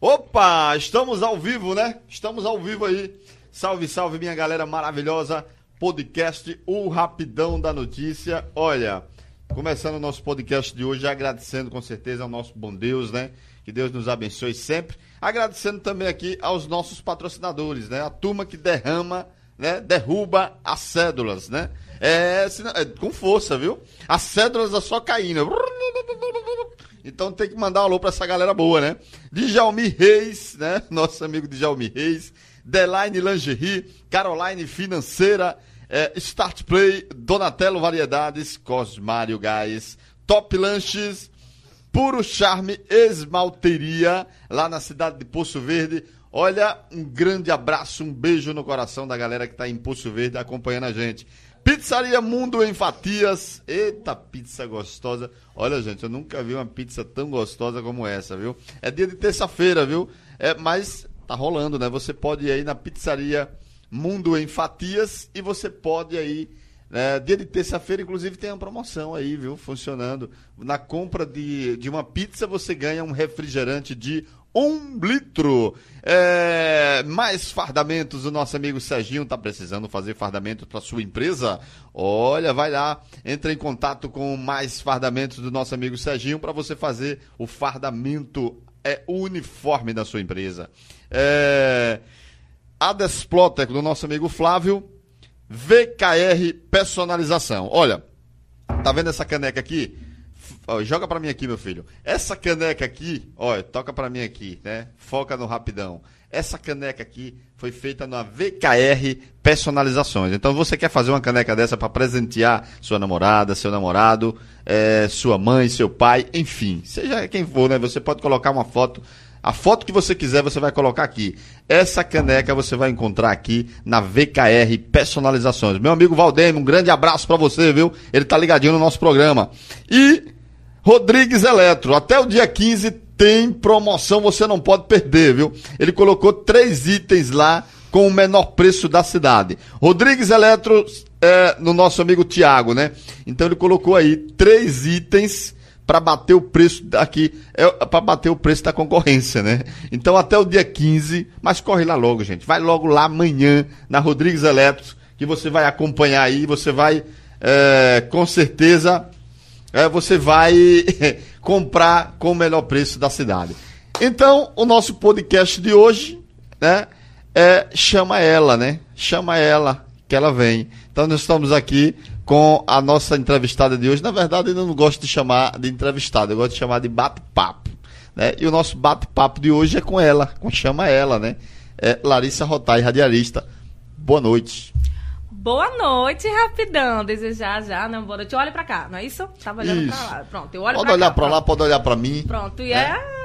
Opa, estamos ao vivo, né? Estamos ao vivo aí. Salve, salve, minha galera maravilhosa. Podcast O Rapidão da Notícia. Olha, começando o nosso podcast de hoje, agradecendo com certeza ao nosso bom Deus, né? Que Deus nos abençoe sempre. Agradecendo também aqui aos nossos patrocinadores, né? A turma que derrama, né? Derruba as cédulas, né? Com força, viu? As cédulas é só caindo. Então tem que mandar um alô pra essa galera boa, né? Djalmi Reis, né? Nosso amigo Djalmi Reis. Deline Lingerie, Caroline Financeira, Start Play, Donatello Variedades, Cosmário Gás, Top Lanches, Puro Charme Esmalteria, lá na cidade de Poço Verde. Olha, um grande abraço, um beijo no coração da galera que tá em Poço Verde acompanhando a gente. Pizzaria Mundo em Fatias. Eita, pizza gostosa. Olha, gente, eu nunca vi uma pizza tão gostosa como essa, viu? É dia de terça-feira, viu? Mas tá rolando, né? Você pode ir aí na Pizzaria Mundo em Fatias e você pode aí, dia de terça-feira, inclusive tem uma promoção aí, viu? Funcionando. Na compra de uma pizza você ganha um refrigerante de 1 litro. Mais fardamentos, o nosso amigo Serginho tá precisando fazer fardamentos para sua empresa? Olha, vai lá, entra em contato com mais fardamentos do nosso amigo Serginho para você fazer o fardamento uniforme da sua empresa. A Desploter do nosso amigo Flávio, VKR Personalização. Olha, tá vendo essa caneca aqui? Joga pra mim aqui, meu filho. Essa caneca aqui, olha, toca pra mim aqui, né? Foca no rapidão. Essa caneca aqui foi feita na VKR Personalizações. Então, você quer fazer uma caneca dessa para presentear sua namorada, seu namorado, sua mãe, seu pai, enfim, seja quem for, né? Você pode colocar uma foto. A foto que você quiser, você vai colocar aqui. Essa caneca você vai encontrar aqui na VKR Personalizações. Meu amigo Valdemir, um grande abraço pra você, viu? Ele tá ligadinho no nosso programa. E Rodrigues Eletro, até o dia 15 tem promoção, você não pode perder, viu? Ele colocou 3 itens lá com o menor preço da cidade. Rodrigues Eletro, no nosso amigo Tiago, né? Então ele colocou aí 3 itens para bater o preço daqui, para bater o preço da concorrência, né? Então até o dia 15, mas corre lá logo, gente. Vai logo lá amanhã na Rodrigues Eletro, que você vai acompanhar aí, você vai, com certeza, você vai comprar com o melhor preço da cidade. Então, o nosso podcast de hoje, né, Chama Ela, né? Chama ela, que ela vem. Então nós estamos aqui com a nossa entrevistada de hoje. Na verdade, eu não gosto de chamar de entrevistada, eu gosto de chamar de bate-papo, né? E o nosso bate-papo de hoje é com ela, com Chama Ela, né? Larissa Rotai, radialista. Boa noite. Boa noite, rapidão. Desejar já, né? Boa noite. Olha pra cá, não é isso? Tava olhando pra lá. Pronto, eu olho pode pra cá. Pode olhar pra lá, pode olhar pra mim. Pronto, e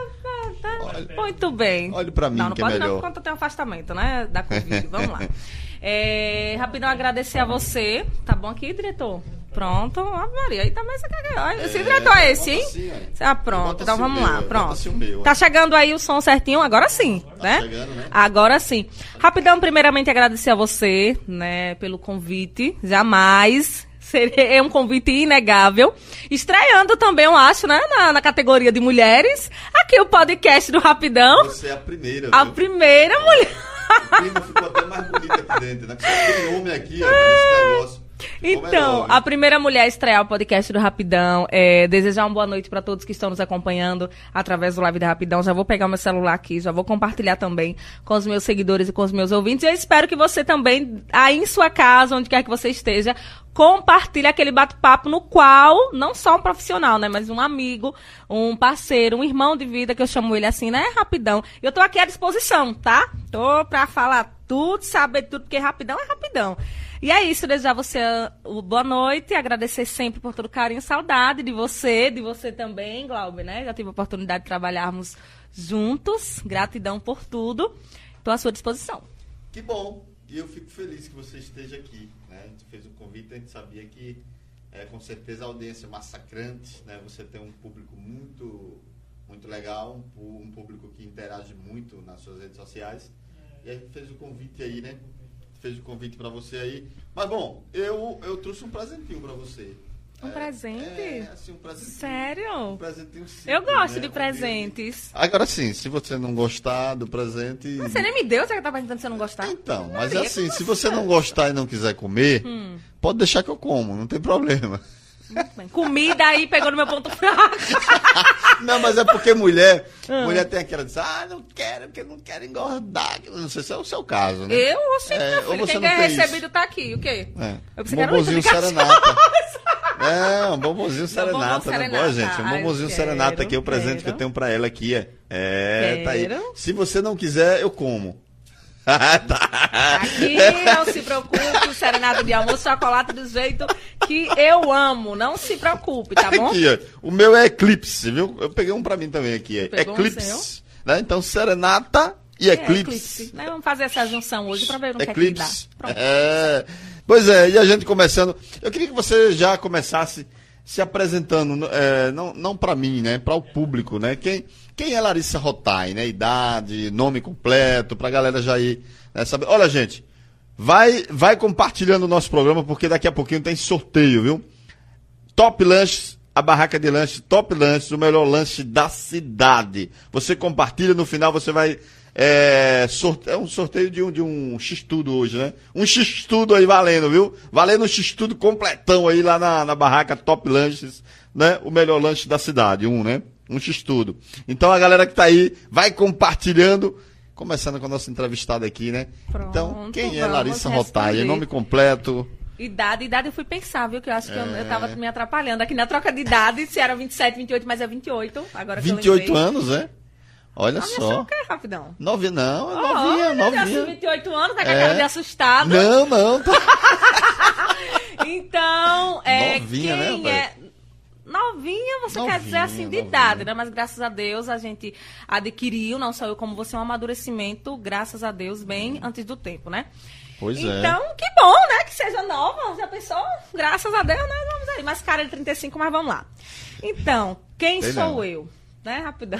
muito bem. Olhe pra mim, não que é pode melhor. Não, enquanto tem afastamento, né? Da Covid. Vamos lá. Rapidão, agradecer a você. Tá bom aqui, diretor? Pronto. Maria, aí também você quer. Esse diretor é esse, hein? Assim, pronto. Então vamos lá. Pronto. Tá chegando aí o som certinho? Agora sim, né? Chegando, né? Agora sim. Rapidão, primeiramente agradecer a você, né, pelo convite. Jamais. É um convite inegável. Estreando também, eu acho, né? Na categoria de mulheres. Aqui o podcast do Rapidão. Você é a primeira, A viu? primeira mulher. O clima ficou até mais bonito aqui dentro, né? Porque tem homem aqui, ó, nesse negócio. Então, a primeira mulher a estrear o podcast do Rapidão. Desejar uma boa noite para todos que estão nos acompanhando através do Live da Rapidão. Já vou pegar meu celular aqui, já vou compartilhar também com os meus seguidores e com os meus ouvintes. E eu espero que você também, aí em sua casa, onde quer que você esteja, compartilhe aquele bate-papo no qual, não só um profissional, né, mas um amigo, um parceiro, um irmão de vida, que eu chamo ele assim, né, Rapidão. Eu tô aqui à disposição, tá? Tô pra falar tudo, saber tudo, porque Rapidão é Rapidão. E é isso, desejar você boa noite, agradecer sempre por todo o carinho, saudade de você também, Glauber, né? Já tive a oportunidade de trabalharmos juntos, gratidão por tudo, estou à sua disposição. Que bom, e eu fico feliz que você esteja aqui, né? A gente fez um convite, a gente sabia que, com certeza, a audiência massacrante, né? Você tem um público muito, muito legal, um público que interage muito nas suas redes sociais, e a gente fez o convite aí, né? Fez o convite para você aí. Mas, bom, eu trouxe um presentinho para você. Um presente? Assim, um presente. Sério? Um presentinho simples, Eu gosto né? de presentes. Agora sim, se você não gostar do presente... Você nem me deu, você tá perguntando se eu não gostar? Então, mas Maria, assim, como se você não gostar e não quiser comer, pode deixar que eu como, não tem problema. Muito bem. Comida aí pegou no meu ponto fraco. Não, mas é porque mulher tem aquela diz, não quero, porque não quero engordar. Não sei se é o seu caso, né? Eu ou sim, meu ou filho. você Quem não quer tem recebido isso. tá aqui. O quê? Eu pensei que era um Bombonzinho litro de serenata. Um bombonzinho serenata, bombom né? Boa, gente. Um serenata. bombonzinho Ai, serenata quero, aqui, o presente quero. que eu tenho pra ela aqui. Tá aí. Quero. Se você não quiser, eu como. Tá. Aqui, não se preocupe, serenata de almoço, chocolate do jeito que eu amo. Não se preocupe, tá bom? Aqui, ó. O meu é Eclipse, viu? Eu peguei um pra mim também aqui. Pegou um Eclipse. Né? Então, serenata e Eclipse. Né? Vamos fazer essa junção hoje pra ver no que é que dá. Eclipse. Pronto. Pois é, e a gente começando. Eu queria que você já começasse se apresentando, não para mim, né? Para o público, né? Quem é Larissa Rotai, né? Idade, nome completo, pra galera já ir, né, saber. Olha, gente, vai compartilhando o nosso programa, porque daqui a pouquinho tem sorteio, viu? Top Lanches, a barraca de lanche Top Lanches, o melhor lanche da cidade. Você compartilha, no final você vai... É um sorteio de um X-Tudo hoje, né? Um X-Tudo aí valendo, viu? Valendo um X-Tudo completão aí lá na barraca Top Lanches, né? O melhor lanche da cidade, né? Um X-Tudo. Então a galera que tá aí, vai compartilhando, começando com a nossa entrevistada aqui, né? Pronto, Então, quem é vamos Larissa Rotai? responder. Nome completo? Idade eu fui pensar, viu? Que eu acho que eu tava me atrapalhando. Aqui na troca de idade, se era 27, 28, mas é 28. Agora que 28 eu lembrei. anos, né? Olha Só só. o quê, rapidão? Novinha, não, é Oh, novinha, meu Deus, novinha. 28 anos, tá com a cara de assustado. Não. Então, Novinha, quem né, é... Novinha, você quer dizer assim, de Novinha. idade, né? Mas graças a Deus a gente adquiriu, não só eu como você, um amadurecimento, graças a Deus, bem antes do tempo, né? Pois é. Então, que bom, né? Que seja nova. Já pensou? Graças a Deus, nós vamos aí. Mais cara de 35, mas vamos lá. Então, quem Sei sou não. eu? Né? Rapidão.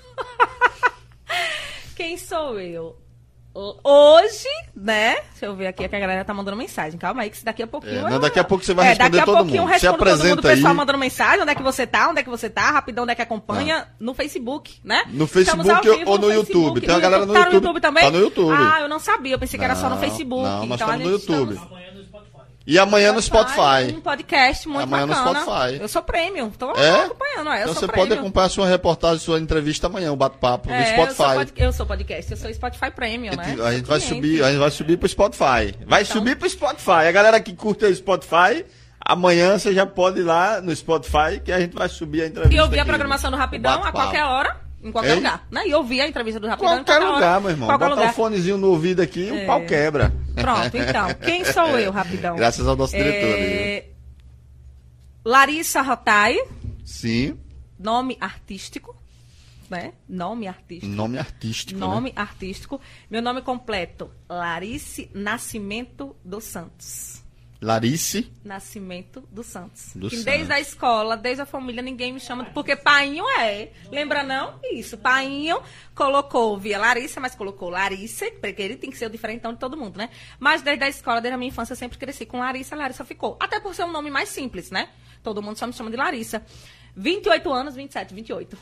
Quem sou eu? Hoje, né? Deixa eu ver aqui, que a galera tá mandando mensagem. Calma aí, que daqui a pouquinho... Não, daqui a pouco você vai responder daqui a todo pouquinho mundo. eu Se respondo todo mundo, apresenta o pessoal aí. mandando mensagem. Onde é que você tá? Onde é que você tá? Rapidão, onde é que acompanha? No Facebook, né? No Facebook Estamos ao vivo ou no YouTube? Tem uma galera no YouTube. Tá no YouTube também? Tá no YouTube. Ah, eu não sabia. Eu pensei que era só no Não, Facebook. não, mas então, tá a no gente YouTube. estamos- E amanhã no Spotify. Um podcast muito Amanhã no bacana. Spotify. Eu sou premium. Tô É? acompanhando, eu Então sou você premium. pode acompanhar a sua reportagem, sua entrevista amanhã, o bate-papo no Spotify. Eu sou podcast, eu sou Spotify Premium, né? A gente vai Sou subir, cliente. a gente vai subir pro Spotify. Vai Então. subir pro Spotify. A galera que curte o Spotify, amanhã você já pode ir lá no Spotify que a gente vai subir a entrevista. E ouvir a aqui, programação do o Rapidão a bate-papo. qualquer hora, em qualquer Hein? lugar. Né? E ouvir a entrevista do Rapidão Qualquer em qualquer lugar, hora, meu irmão. qualquer Botar lugar. o fonezinho no ouvido aqui, o pau quebra. Pronto, então. Quem sou eu, Rapidão? Graças ao nosso diretor. viu? Larissa Rotai, Sim, nome artístico, né? Nome artístico. nome artístico. Nome Né? artístico. Meu nome completo, Larice Nascimento dos Santos. Larice. Nascimento dos Santos. Dos Que Santos. desde a escola, desde a família, ninguém me chama, porque painho é. Lembra não? Isso. Painho colocou, via Larissa, mas colocou Larissa, porque ele tem que ser o diferentão de todo mundo, né? Mas desde a escola, desde a minha infância, eu sempre cresci com Larissa, Larissa ficou. Até por ser um nome mais simples, né? Todo mundo só me chama de Larissa. 28 anos, 27, 28.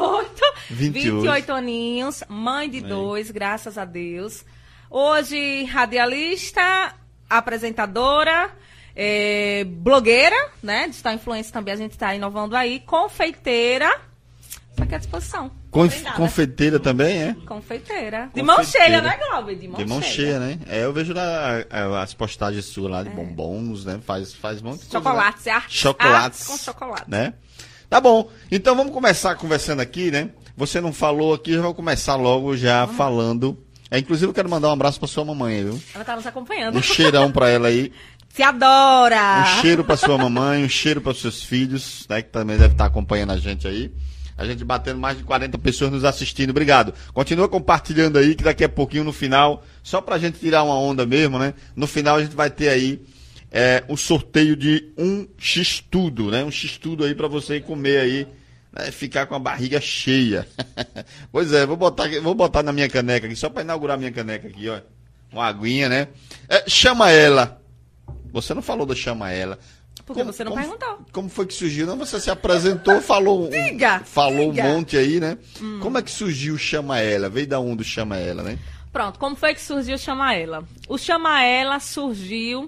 28 aninhos, mãe de dois, graças a Deus. Hoje, radialista, apresentadora, blogueira, né? Digital influencer também, a gente está inovando aí. Confeiteira. Fica aqui à disposição. Obrigada. Confeiteira também, é? Confeiteira. De mão cheia, né, Glauber? De De mão cheia, né? Eu vejo as postagens suas lá de bombons, né? Faz um monte de coisa, Chocolates, né? artes Chocolates. com chocolate. Né? Tá bom. Então vamos começar conversando aqui, né? Você não falou aqui, eu vou começar logo já falando. Inclusive eu quero mandar um abraço pra sua mamãe, viu? Ela tá nos acompanhando. Um cheirão pra ela aí. Se adora! Um cheiro pra sua mamãe, um cheiro para seus filhos, né? Que também deve estar acompanhando a gente aí. A gente batendo mais de 40 pessoas nos assistindo. Obrigado. Continua compartilhando aí, que daqui a pouquinho no final, só pra gente tirar uma onda mesmo, né? No final a gente vai ter aí o sorteio de um X-Tudo, né? Um X-Tudo aí pra você comer aí, né? Ficar com a barriga cheia. Pois é, vou botar na minha caneca aqui, só pra inaugurar minha caneca aqui, ó. Uma aguinha, né? Chama ela. Você não falou do chama ela. Porque você não perguntou. Como foi que surgiu? Não, você se apresentou, falou um monte aí, né? Como é que surgiu o Chama Ela? Veio da onde o Chama Ela, né? Pronto, como foi que surgiu o Chama Ela? O Chama Ela surgiu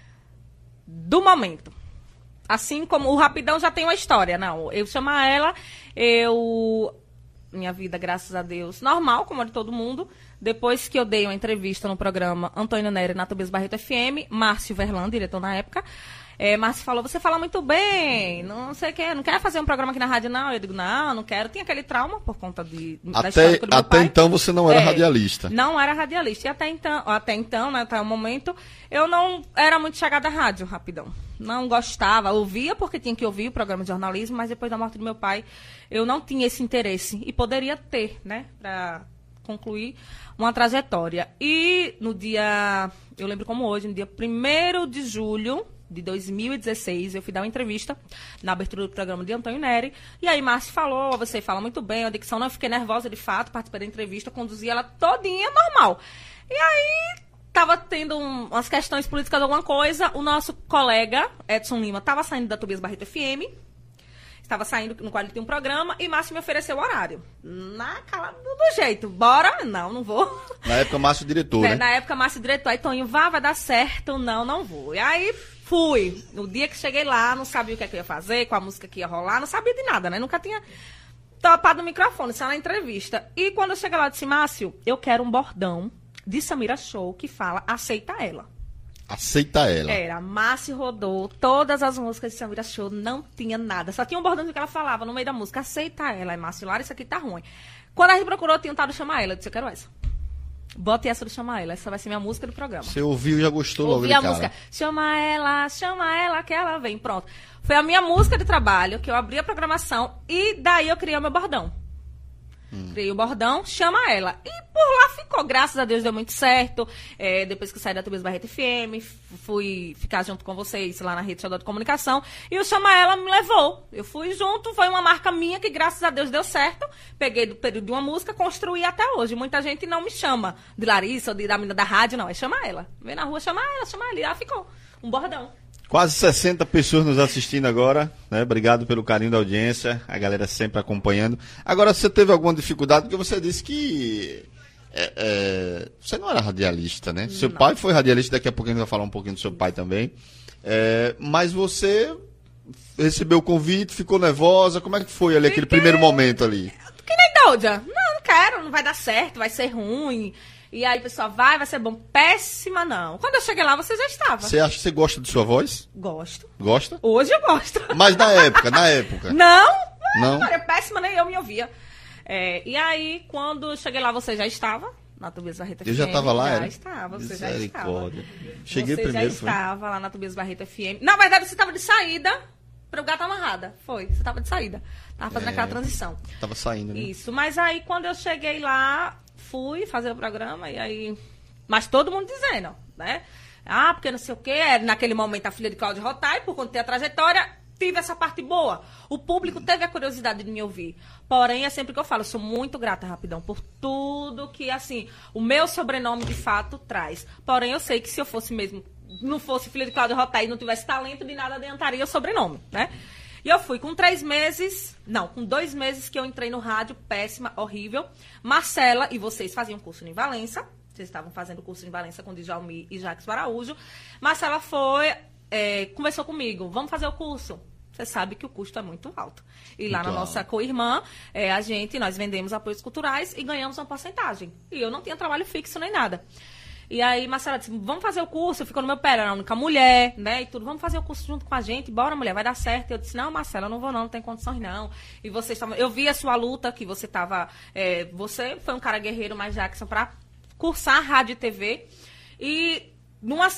do momento. Assim como o Rapidão já tem uma história, não. Eu Chama Ela, minha vida, graças a Deus, normal, como a de todo mundo. Depois que eu dei uma entrevista no programa Antônio Nery na Tobias Barreto FM, Márcio Verlan, diretor na época, Márcio falou, você fala muito bem, não sei o que, não quer fazer um programa aqui na rádio, não? Eu digo, não quero. Tinha aquele trauma por conta da história do meu pai. Até então você não era radialista. Não era radialista. E até então, né, até o momento, eu não era muito chegada à rádio, Rapidão. Não gostava, ouvia porque tinha que ouvir o programa de jornalismo, mas depois da morte do meu pai, eu não tinha esse interesse. E poderia ter, né, para concluir uma trajetória. E no dia, eu lembro como hoje, no dia 1º de julho de 2016, eu fui dar uma entrevista na abertura do programa de Antônio Nery, e aí Márcio falou, você fala muito bem, a dicção, não, eu fiquei nervosa de fato, participei da entrevista, conduzi ela todinha normal. E aí estava tendo umas questões políticas, alguma coisa, o nosso colega, Edson Lima, estava saindo da Tobias Barreto FM, estava saindo, no qual ele tinha um programa, e Márcio me ofereceu o horário. Do jeito, bora? Não vou. Na época, Márcio diretor, né? Na época, Márcio diretor. Aí, Toninho, vai dar certo. Não vou. E aí, fui. No dia que cheguei lá, não sabia o que eu ia fazer, qual a música que ia rolar, não sabia de nada, né? Nunca tinha topado o microfone, só na entrevista. E quando eu cheguei lá, eu disse, Márcio, eu quero um bordão de Samira Show que fala Aceita Ela. Aceita Ela. Era, Márcio rodou todas as músicas de Samira Show, não tinha nada. Só tinha um bordão que ela falava no meio da música, Aceita Ela. Aí, Márcio, Lara, isso aqui tá ruim. Quando a gente procurou, tinha um tal do Chama Ela. Eu disse, eu quero essa. Bote essa do Chama Ela. Essa vai ser minha música do programa. Você ouviu e já gostou logo de cara. Ouvi a música. Chama ela que ela vem. Pronto. Foi a minha música de trabalho, que eu abri a programação e daí eu criei o meu bordão. Criei o bordão, Chama Ela. E por lá ficou, graças a Deus deu muito certo. Depois que eu saí da Tobias Barreto FM, fui ficar junto com vocês lá na Rede Estadual de Comunicação. E o Chama Ela me levou. Eu fui junto, foi uma marca minha que graças a Deus deu certo. Peguei do período de uma música, construí até hoje. Muita gente não me chama de Larissa ou da menina da rádio, não. É Chama Ela. Vem na rua, Chama Ela. E lá ficou um bordão. Quase 60 pessoas nos assistindo agora, né? Obrigado pelo carinho da audiência, a galera sempre acompanhando. Agora, você teve alguma dificuldade, porque você disse que você não era radialista, né? Seu pai foi radialista, daqui a pouco a gente vai falar um pouquinho do seu pai também. Mas você recebeu o convite, ficou nervosa, como é que foi ali aquele primeiro momento ali? Que nem doida. Não quero, não vai dar certo, vai ser ruim. E aí, pessoal, vai ser bom. Péssima, não. Quando eu cheguei lá, você já estava. Você acha que você gosta de sua voz? Gosto. Gosta? Hoje eu gosto. Mas na época? Não. Era péssima, nem eu me ouvia. E aí, quando eu cheguei lá, você já estava na Tobias Barreto FM. Eu já estava lá, Já estava, você já estava. Cheguei você primeiro, já estava lá na Tobias Barreto FM. Na verdade, você estava de saída para o Gata Amarrada. Foi, você estava de saída. Tava fazendo aquela transição. Tava saindo, né? Isso, mas aí, quando eu cheguei lá, fui fazer o programa e aí... Mas todo mundo dizendo, né? Porque não sei o quê. Naquele momento, a filha de Cláudio Rotai, por conta de ter a trajetória, tive essa parte boa. O público teve a curiosidade de me ouvir. Porém, é sempre que eu falo, eu sou muito grata, Rapidão, por tudo que, assim, o meu sobrenome, de fato, traz. Porém, eu sei que se eu fosse mesmo, não fosse filha de Cláudio Rotai e não tivesse talento, de nada adiantaria o sobrenome, né? E eu fui com 2 meses que eu entrei no rádio, péssima, horrível. Marcela e vocês faziam curso em Valença. Vocês estavam fazendo curso em Valença com Djalmi e Jacques Araújo. Marcela foi, conversou comigo, vamos fazer o curso. Você sabe que o custo é muito alto. E lá na nossa co-irmã, nós vendemos apoios culturais e ganhamos uma porcentagem. E eu não tinha trabalho fixo nem nada. E aí, Marcela disse, vamos fazer o curso. Ficou no meu pé, era a única mulher, né, e tudo. Vamos fazer o curso junto com a gente. Bora, mulher, vai dar certo. Eu disse, não, Marcela, eu não vou não tem condições não. E você estava... Eu vi a sua luta, que você estava... você foi um cara guerreiro, mas Jackson, para cursar rádio e TV. E numa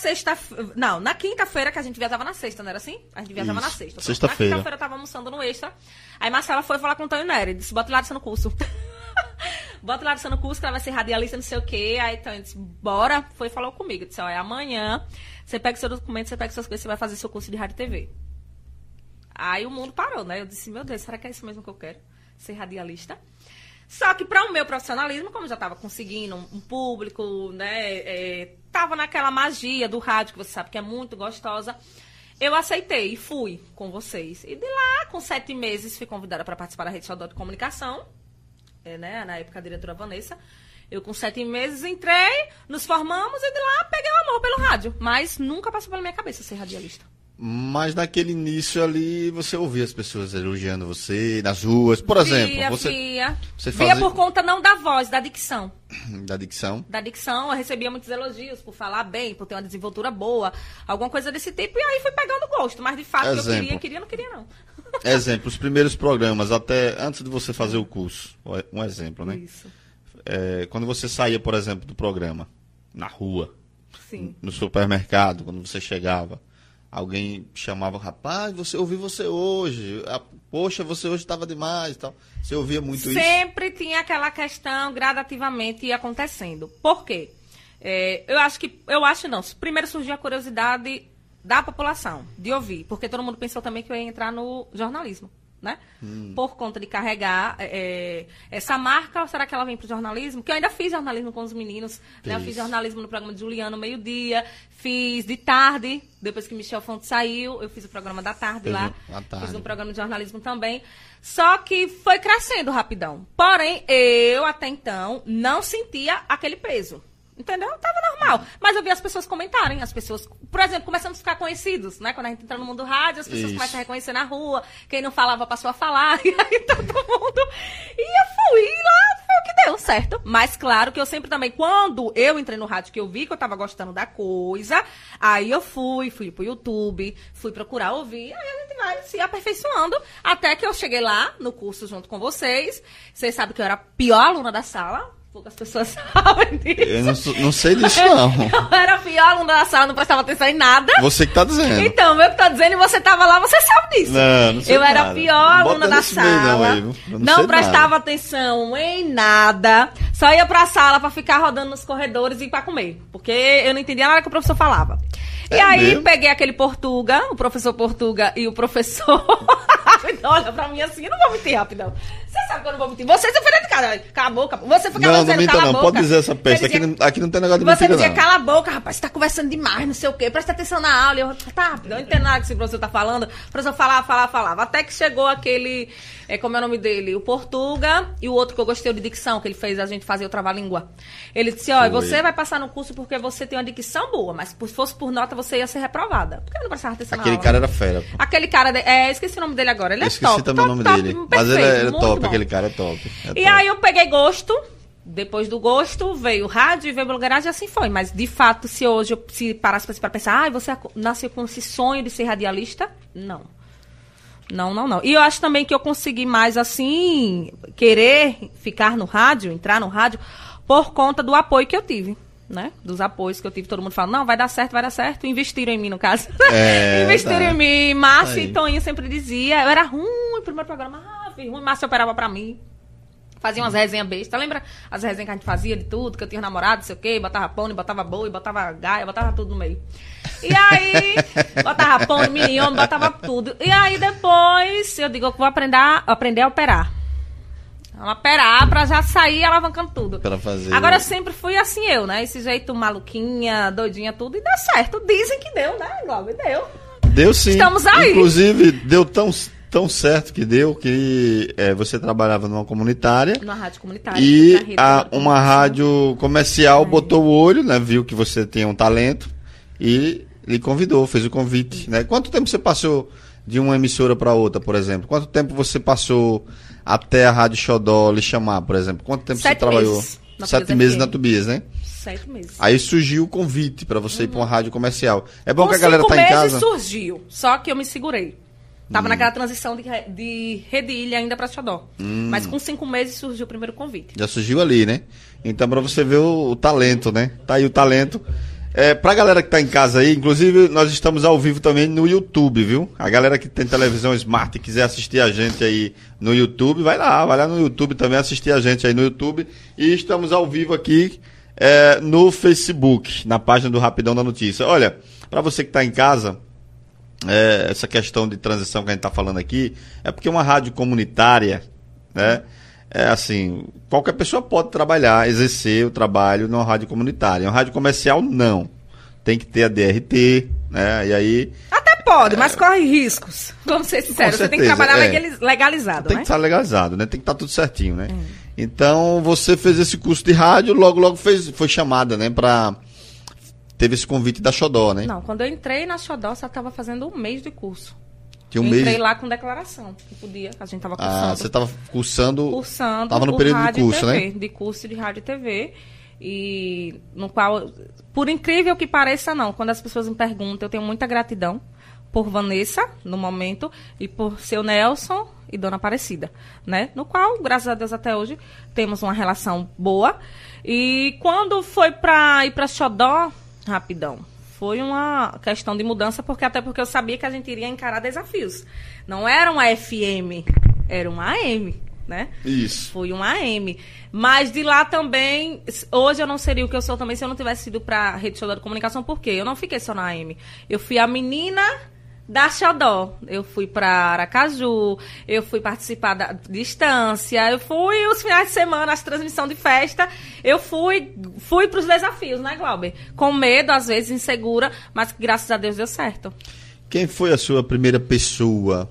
na quinta-feira, que a gente viajava na sexta, não era assim? A gente viajava na sexta. Sexta-feira. Na quinta-feira eu estava almoçando no Extra. Aí Marcela foi falar com o Tonho Nery. Disse, bota lá no curso. Bota lá no curso que ela vai ser radialista, não sei o quê. Aí então eu disse, bora. Foi e falou comigo. Disse, amanhã você pega seu documento, você pega suas coisas, você vai fazer seu curso de rádio e TV. Aí o mundo parou, né? Eu disse, meu Deus, será que é isso mesmo que eu quero? Ser radialista? Só que para o meu profissionalismo, como eu já estava conseguindo um público, né? Tava naquela magia do rádio, que você sabe que é muito gostosa. Eu aceitei e fui com vocês. E de lá, com 7 meses, fui convidada para participar da Rede Xodó de Comunicação. Né? Na época, a diretora Vanessa. Eu, com 7 meses, entrei, nos formamos e de lá peguei o amor pelo rádio. Mas nunca passou pela minha cabeça ser radialista. Mas naquele início ali, você ouvia as pessoas elogiando você nas ruas, por exemplo. Você via por conta não da voz, da dicção. Da dicção? Da dicção, eu recebia muitos elogios por falar bem, por ter uma desenvoltura boa, alguma coisa desse tipo, e aí fui pegando gosto. Mas de fato, eu queria, não queria não. Exemplo, os primeiros programas, até antes de você fazer o curso, um exemplo, né? Isso. Quando você saía, por exemplo, do programa, na rua, sim, no supermercado, quando você chegava, alguém chamava, rapaz, ouvi você hoje, poxa, você hoje estava demais e tal. Você ouvia muito isso? Sempre tinha aquela questão, gradativamente ia acontecendo. Por quê? Primeiro surgiu a curiosidade da população, de ouvir, porque todo mundo pensou também que eu ia entrar no jornalismo, né? Por conta de carregar essa marca, será que ela vem para o jornalismo? Que eu ainda fiz jornalismo com os meninos, né? Eu fiz jornalismo no programa de Juliano, meio-dia, fiz de tarde, depois que Michel Fonte saiu, eu fiz o programa da tarde lá, fiz um programa de jornalismo também, só que foi crescendo rapidão. Porém, eu até então não sentia aquele peso. Entendeu? Tava normal. Mas eu vi as pessoas comentarem. As pessoas, por exemplo, começamos a ficar conhecidos, né? Quando a gente entra no mundo do rádio, as pessoas começam a reconhecer na rua. Quem não falava passou a falar. E aí todo mundo... E eu fui. E lá foi o que deu, certo? Mas claro que eu sempre também, quando eu entrei no rádio, que eu vi que eu tava gostando da coisa, aí eu fui pro YouTube, fui procurar ouvir. Aí a gente vai se aperfeiçoando. Até que eu cheguei lá no curso junto com vocês. Vocês sabem que eu era a pior aluna da sala. Poucas pessoas sabem disso. Eu não sei disso, não. Eu era a pior aluna da sala, não prestava atenção em nada. Você que tá dizendo. Então, eu que tô dizendo e você tava lá, você sabe disso. Não sei eu nada. era a pior aluna da sala. Não prestava atenção em nada. Só ia pra sala pra ficar rodando nos corredores e pra comer. Porque eu não entendia nada que o professor falava. E aí, mesmo? peguei aquele o professor Portuga e o professor... Olha pra mim assim, eu não vou mentir, rapidão. Você sabe que eu não vou mentir. Você foi dentro de casa, cala a boca. Você ficava dizendo, cala a boca. Não, pode dizer essa peste. Aqui não tem negócio de mentira, não. Você dizia, não. cala a boca, rapaz, você tá conversando demais, não sei o quê. Presta atenção na aula. Eu, tá, rapidão, não entendo nada que esse professor tá falando. O professor falava. Até que chegou aquele, como é o nome dele? O Portuga e o outro que eu gostei de dicção, que ele fez a gente fazer o trava-língua. Ele disse, olha, você vai passar no curso porque você tem uma dicção boa, mas se fosse por nota, você ia ser reprovada. Porque eu não prestava atenção na aula. Aquele cara era fera. Pô. Aquele cara, esqueci o nome dele agora. Ele é top. Esqueci também o nome dele. Mas ele é top, aquele cara é top. E aí eu peguei gosto. Depois do gosto, veio o rádio e veio o blogueiragem e assim foi. Mas, de fato, se hoje eu parasse para pensar, você nasceu com esse sonho de ser radialista? Não. Não. E eu acho também que eu consegui mais, assim, querer ficar no rádio, entrar no rádio, por conta do apoio que eu tive. Né? Dos apoios que eu tive, todo mundo fala, não, vai dar certo, investiram em mim, no caso. Investiram em mim. Márcia e Toninho sempre dizia, eu era ruim, primeiro programa, ruim, Márcia operava pra mim. Fazia umas resenhas bestas. Lembra as resenhas que a gente fazia de tudo? Que eu tinha namorado, não sei o quê. Botava pônei, botava boi, botava gaia, botava tudo no meio. E aí, botava pônei, minion, botava tudo. E aí, depois, eu digo, eu vou aprender a operar. Operar pra já sair alavancando tudo. Pra fazer. Agora, eu sempre fui assim, né? Esse jeito maluquinha, doidinha, tudo. E deu certo. Dizem que deu, né, Globo? Deu. Deu sim. Estamos aí. Inclusive, deu tão certo que deu que você trabalhava numa comunitária. Numa rádio comunitária. E uma rádio comercial botou o olho, né? Viu que você tinha um talento e lhe convidou, fez o convite, né? Quanto tempo você passou de uma emissora para outra, por exemplo? Quanto tempo você passou até a Rádio Xodó lhe chamar, por exemplo? Quanto tempo você trabalhou? 7 meses na Tubias, né? 7 meses. Aí surgiu o convite para você ir para uma rádio comercial. É bom que a galera tá em casa. 5 meses surgiu, só que eu me segurei. Tava naquela transição de Redilha ainda para Xodó. Mas com 5 meses surgiu o primeiro convite. Já surgiu ali, né? Então, para você ver o talento, né? Tá aí o talento. Pra galera que tá em casa aí, inclusive nós estamos ao vivo também no YouTube, viu? A galera que tem televisão smart e quiser assistir a gente aí no YouTube, vai lá no YouTube também assistir a gente aí no YouTube. E estamos ao vivo aqui no Facebook, na página do Rapidão da Notícia. Olha, para você que tá em casa, essa questão de transição que a gente tá falando aqui, é porque uma rádio comunitária, né? Assim, qualquer pessoa pode trabalhar, exercer o trabalho numa rádio comunitária. Uma rádio comercial, não. Tem que ter a DRT, né? E aí... Até pode, mas corre riscos. Vamos ser sinceros, você tem que trabalhar legalizado, tem que estar legalizado, né? Tem que estar tudo certinho, né? Então, você fez esse curso de rádio, logo foi chamada, né? Teve esse convite da Xodó, né? Não, quando eu entrei na Xodó, só estava fazendo um mês de curso. Tinha um entrei mês... lá com declaração, que podia, a gente estava cursando. Ah, você estava cursando... Estava no período de curso, né? De curso de rádio e TV. E no qual, por incrível que pareça, não. Quando as pessoas me perguntam, eu tenho muita gratidão por Vanessa, no momento, e por seu Nelson e Dona Aparecida, né? No qual, graças a Deus, até hoje, temos uma relação boa. E quando foi para ir para Xodó, rapidão, foi uma questão de mudança, até porque eu sabia que a gente iria encarar desafios. Não era uma FM, era uma AM. Né? Isso. Fui um AM. Mas de lá também, hoje eu não seria o que eu sou também se eu não tivesse ido para a Rede Xodó de Comunicação, por quê? Eu não fiquei só na AM. Eu fui a menina da Xodó. Eu fui para Aracaju, eu fui participar da distância, eu fui os finais de semana, as transmissões de festa, eu fui para os desafios, né, Glauber? Com medo, às vezes, insegura, mas graças a Deus deu certo. Quem foi a sua primeira pessoa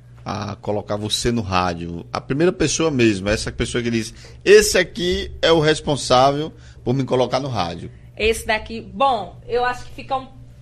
a colocar você no rádio? A primeira pessoa mesmo, essa pessoa que diz, esse aqui é o responsável por me colocar no rádio. Esse daqui, bom, eu acho que fica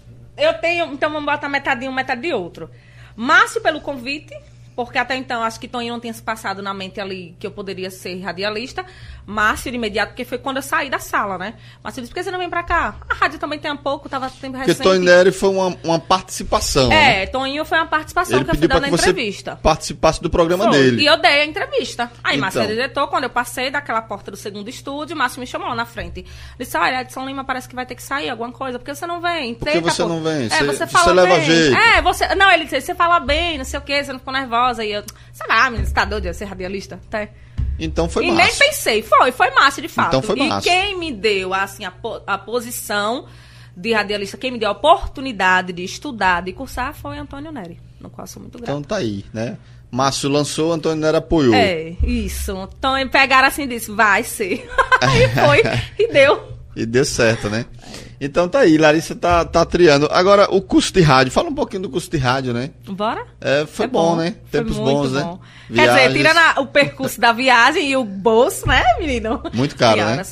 eu tenho, então vamos botar metade de um, metade de outro. Márcio pelo convite, porque até então acho que Toninho não tinha se passado na mente ali que eu poderia ser radialista. Márcio de imediato, porque foi quando eu saí da sala, né? Márcio disse, por que você não vem pra cá? A rádio também tem um pouco, tava tempo recente. Porque Toninho Nery foi uma participação, né? Toninho foi uma participação ele que eu fui dar na entrevista. Participasse do programa dele. E eu dei a entrevista. Aí então, Márcio é diretor, quando eu passei daquela porta do segundo estúdio, Márcio me chamou lá na frente. Ele disse, olha, Edson Lima parece que vai ter que sair alguma coisa, por que você não vem? Por que você não vem? Você fala leva bem. jeito. Não, ele disse, você fala bem, não sei o quê, você não ficou nervosa. E eu, sei lá, menino, você tá doido de ser radialista? Até. Então foi Márcio. E nem pensei, foi Márcio de fato. Então foi Márcio. E quem me deu, assim, a posição de radialista, quem me deu a oportunidade de estudar, de cursar, foi Antônio Nery, no qual sou muito grata. Então tá aí, né? Márcio lançou, Antônio Nery apoiou. Isso. Então pegaram assim e disse, vai ser. Aí foi, e deu. E deu certo, né? Então tá aí, Larissa tá triando. Agora, o curso de rádio, fala um pouquinho do curso de rádio, né? Bora? Foi bom, né? Tempos bons, bom. né? Quer dizer, tirando o percurso da viagem e o bolso, né, menino? Muito caro, né?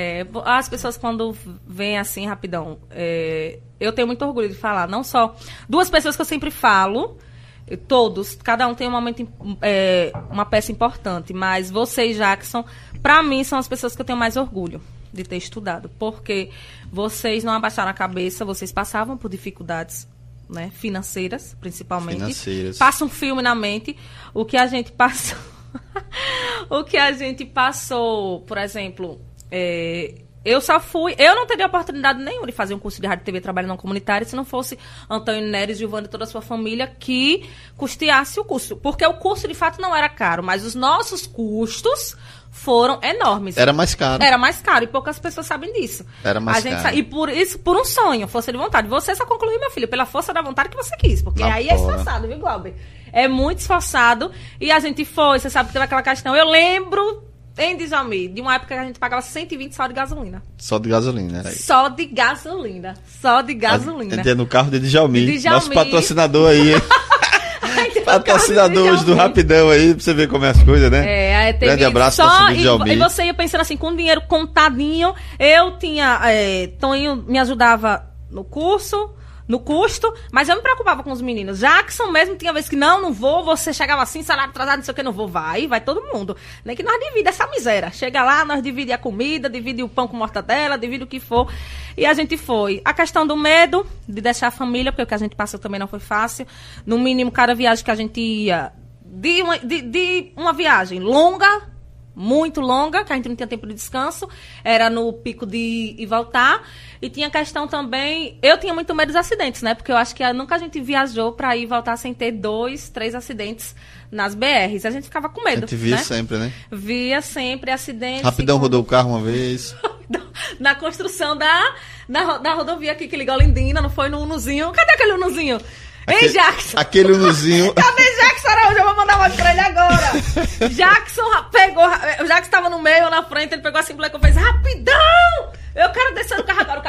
As pessoas quando vêm assim, rapidão, eu tenho muito orgulho de falar, não só duas pessoas que eu sempre falo, todos, cada um tem um momento, uma peça importante, mas você e Jackson, pra mim, são as pessoas que eu tenho mais orgulho de ter estudado, porque vocês não abaixaram a cabeça, vocês passavam por dificuldades, né, financeiras, principalmente. Passa um filme na mente, o que a gente passou, por exemplo, eu não teria oportunidade nenhuma de fazer um curso de rádio e TV trabalhando na comunitária se não fosse Antônio Nery, Giovanni e toda a sua família que custeasse o curso, porque o curso de fato não era caro, mas os nossos custos foram enormes. Era mais caro. Era mais caro, e poucas pessoas sabem disso. Era mais caro. E por isso, por um sonho, força de vontade. Você só concluiu, meu filho, pela força da vontade que você quis, porque aí é esforçado, viu, Glauber? É muito esforçado, e a gente foi, você sabe que teve aquela questão. Eu lembro, em Djalmir, de uma época que a gente pagava 120 só de gasolina. Só de gasolina, era aí. Só de gasolina. A gente é no carro de Djalmir. Nosso patrocinador aí, hein? Patrocinadores do Rapidão aí, pra você ver como é as coisas, né? Grande abraço para o Djalmir. E você ia pensando assim, com dinheiro contadinho, eu tinha... Toninho me ajudava no custo, mas eu me preocupava com os meninos. Jackson mesmo tinha vezes que não vou, você chegava assim, salário atrasado, não sei o que, não vou, vai todo mundo. Nem que nós dividimos essa miséria. Chega lá, nós dividimos a comida, dividimos o pão com mortadela, dividimos o que for. E a gente foi. A questão do medo de deixar a família, porque o que a gente passou também não foi fácil. No mínimo, cada viagem que a gente ia, de uma viagem longa, muito longa, que a gente não tinha tempo de descanso, era no pico de ir e voltar. E tinha questão também, eu tinha muito medo dos acidentes, né? Porque eu acho que nunca a gente viajou pra ir e voltar sem ter 2, 3 acidentes nas BRs. A gente ficava com medo. A gente via, né? sempre, né? Via sempre acidentes. Rapidão rodou o carro uma vez. Na construção da rodovia aqui que ligou a Lindina, não foi no Unuzinho. Cadê aquele Unuzinho? Ei, Jackson! Aquele Unuzinho. Cadê Jackson Araújo? Eu vou mandar uma pra ele agora. Jackson pegou... O Jackson tava no meio, na frente, ele pegou a simples e fez rapidão! Eu quero descer do carro agora. O carro fez isso.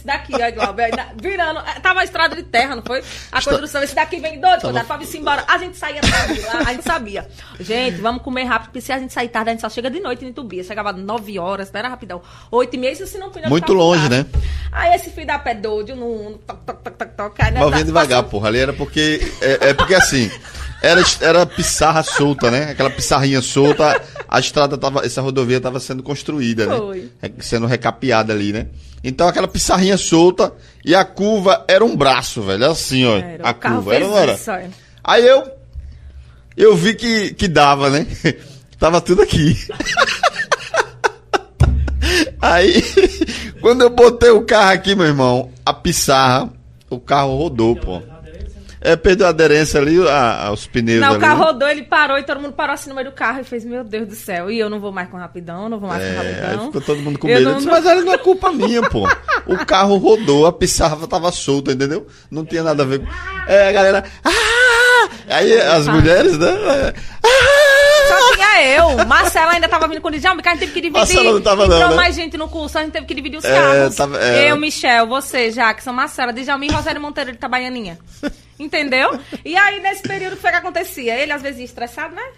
daqui, ó, Glauber, virando. Tava a estrada de terra, não foi? A construção, esse daqui vem doido, quando era pra vir embora. A gente saía tarde de lá, a gente sabia. Gente, vamos comer rápido, porque se a gente sair tarde, a gente só chega de noite em Itubi. Chegava 9 horas, não era rapidão. 8h30, isso se não podia. Muito longe, né? Aí esse filho da pé doido, não toc. Mas vem devagar, porra. Ali era porque. É porque assim. Era pissarra solta, né? Aquela pissarrinha solta. A estrada tava. Essa rodovia tava sendo construída, né? Foi. Sendo recapeada ali, né? Então aquela pissarrinha solta e a curva era um braço, velho. Assim, ó. A curva. Era, não era? Isso, é. Aí eu vi que dava, né? Tava tudo aqui. Aí, quando eu botei o carro aqui, meu irmão, a pissarra, o carro rodou, pô. Perdeu a aderência ali, os pneus ali. Não, o carro rodou, ele parou e todo mundo parou assim no meio do carro e fez, meu Deus do céu, e eu não vou mais com rapidão, não vou mais com rapidão. Aí ficou todo mundo com medo. Eu disse, mas ali não é culpa minha, pô. O carro rodou, a pissarra tava solta, entendeu? Não tinha nada a ver com... a galera... Aí as mulheres, né? Só tinha eu. Marcela ainda tava vindo com o Djalma, que a gente teve que dividir. Marcela não tava, não, né? mais gente no curso, a gente teve que dividir os carros. Eu, Michel, você, Jackson, Marcela, Djalma e Rosário Monteiro de Itabaianinha. Entendeu? E aí, nesse período, o que foi que acontecia? Ele, às vezes, estressado, né?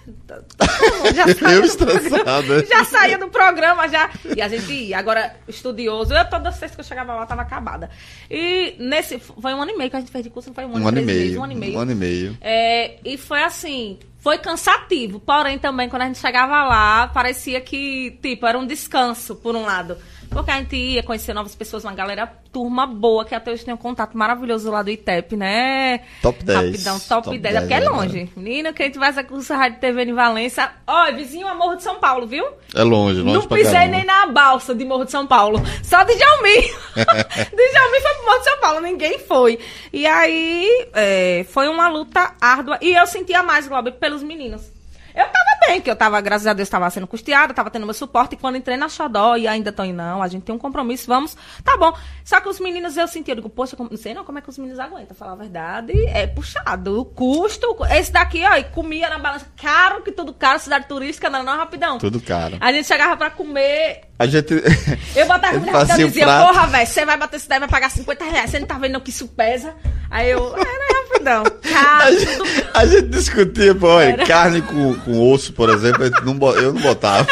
Eu estressado. Já saía do programa, já. E a gente ia. Agora, estudioso. Eu, toda sexta que eu chegava lá, tava acabada. E nesse... Foi 1 ano e meio que a gente fez de curso, não foi 1 ano e 3 meses. 1 ano e meio. 1 ano e meio. E foi assim... Foi cansativo, porém também quando a gente chegava lá, parecia que, tipo, era um descanso, por um lado. Porque a gente ia conhecer novas pessoas, uma galera, turma boa, que até hoje tem um contato maravilhoso lá do ITEP, né? Top 10. Rapidão, top 10. É porque é longe. Menina, quem tivesse a curso Rádio TV em Valença, vizinho a Morro de São Paulo, viu? É longe Não pisei nem na balsa de Morro de São Paulo. Só de Djalmi. Djalmi foi pro Morro de São Paulo, ninguém foi. E aí, foi uma luta árdua. E eu sentia mais, Glauber, pelos meninos. Eu tava bem, que eu tava, graças a Deus, tava sendo custeada, tava tendo meu suporte, e quando entrei na Xodó, e ainda tô indo, não, a gente tem um compromisso, vamos, tá bom. Só que os meninos, eu senti, eu digo, poxa, não sei não como é que os meninos aguentam, falar a verdade, é puxado, o custo, esse daqui, ó, e comia na balança, caro que tudo caro, cidade turística, não, rapidão. Tudo caro. A gente chegava pra comer... Eu botava comida rapidão e dizia, porra, velho, você vai bater isso daí, vai pagar R$50, você não tá vendo que isso pesa? Aí eu, rapidão, caro. A gente discutia, pô, olha, carne com osso, por exemplo, eu não botava.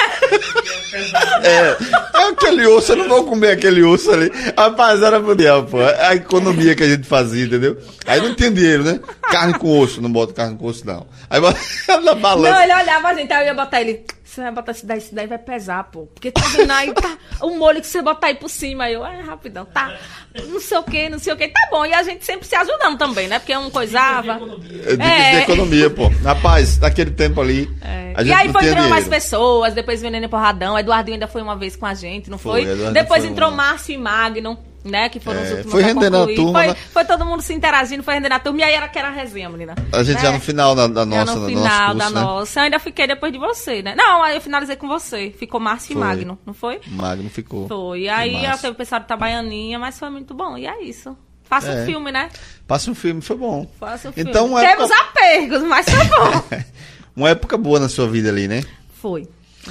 Aquele osso, eu não vou comer aquele osso ali. Rapaz, era mundial, pô. A economia que a gente fazia, entendeu? Aí não tinha dinheiro, né? Carne com osso, não boto carne com osso, não. Aí na balança. Não, ele olhava a gente, aí eu ia botar ele. Você vai botar isso daí vai pesar, pô. Porque tá vendo aí, tá, o molho que você botar aí por cima. Aí eu, rapidão, tá. Não sei o que, tá bom. E a gente sempre se ajudando também, né? Porque um coisava. Dicas de economia, pô. Rapaz, naquele tempo ali. A gente e aí não foi tinha entrando mais dinheiro. pessoas, depois veio Nenê Porradão. Eduardinho ainda foi uma vez com a gente, não foi? Depois entrou Márcio e Magno. Né, que foram os últimos foi rendendo a turma. Foi todo mundo se interagindo, foi rendendo a turma. E aí que era a resenha, menina. A gente já no final da nossa. No final da nossa. Eu ainda fiquei depois de você, né? Não, aí eu finalizei com você. Ficou Márcio e Magno, não foi? Magno ficou. Foi. E aí eu teve o pessoal de Itabaianinha, mas foi muito bom. E é isso. Faça um filme, né? Passa um filme, foi bom. Faça um filme. Então, temos apegos, mas foi bom. Uma época boa na sua vida ali, né? Foi.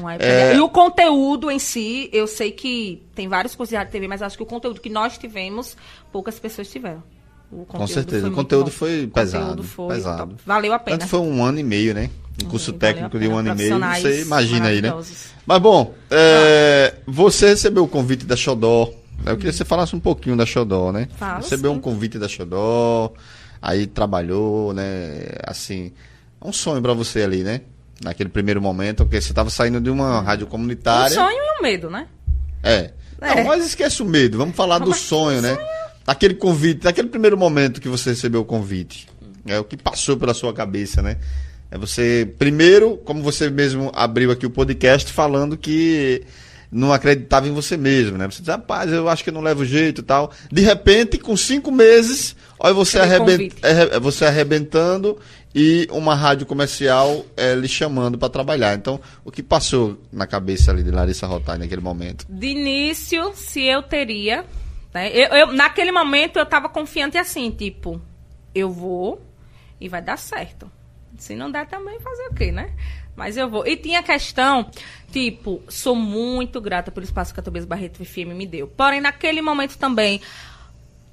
E o conteúdo em si, eu sei que tem vários cursos de rádio e TV, mas acho que o conteúdo que nós tivemos, poucas pessoas tiveram. Com certeza, o conteúdo foi pesado. Pesado. Valeu a pena. Tanto foi 1 ano e meio, né? Um curso técnico de 1 ano e meio, você imagina aí, né? Mas bom, você recebeu o convite da Xodó. Eu queria que você falasse um pouquinho da Xodó, né? Recebeu um convite da Xodó, aí trabalhou, né? Assim, um sonho pra você ali, né? Naquele primeiro momento, porque você estava saindo de uma rádio comunitária. Um sonho e um medo, né? Não, mas esquece o medo. Vamos falar do sonho, né? Aquele convite, naquele primeiro momento que você recebeu o convite. O que passou pela sua cabeça, né? Você, primeiro, como você mesmo abriu aqui o podcast, falando que não acreditava em você mesmo, né? Você diz, rapaz, eu acho que não levo jeito e tal. De repente, com 5 meses, olha você arrebentando e uma rádio comercial lhe chamando para trabalhar. Então, o que passou na cabeça ali de Larissa Rotai naquele momento? De início, se eu teria... Né? Naquele momento, eu estava confiante assim, tipo, eu vou e vai dar certo. Se não der também, fazer o quê, né? Mas eu vou. E tinha questão, tipo, sou muito grata pelo espaço que a Tobias Barreto FM me deu. Porém, naquele momento também,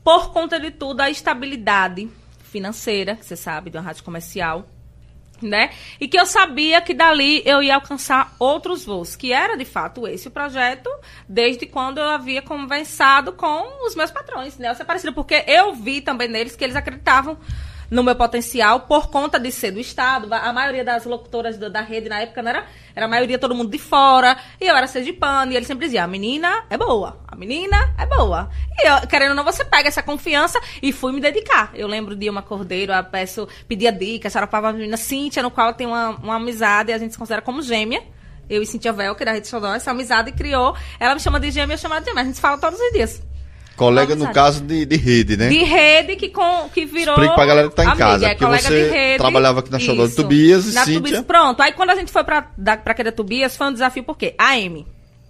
por conta de tudo, a estabilidade financeira, que você sabe, de uma rádio comercial, né? E que eu sabia que dali eu ia alcançar outros voos, que era, de fato, esse o projeto, desde quando eu havia conversado com os meus patrões, né? Porque eu vi também neles que eles acreditavam no meu potencial por conta de ser do Estado. A maioria das locutoras da rede na época não era a maioria, todo mundo de fora, e eu era sergipana, e eles sempre diziam, a menina é boa, a menina é boa. E eu, querendo ou não, você pega essa confiança e fui me dedicar. Eu lembro de uma Cordeiro, a peça pedia dicas, era para a menina Cíntia, no qual tem uma amizade, e a gente se considera como gêmea. Eu e Cíntia Velker, da Rede Xodó, essa amizade criou, ela me chama de gêmea, eu chamo ela de gêmea, a gente se fala todos os dias. Colega, no caso, de rede, né? De rede que virou... Explica pra galera que tá em amiga, casa. Porque você trabalhava aqui na Xodó de Tobias e Cíntia... Tobias, pronto. Aí quando a gente foi pra aquela Tobias, foi um desafio por quê? AM.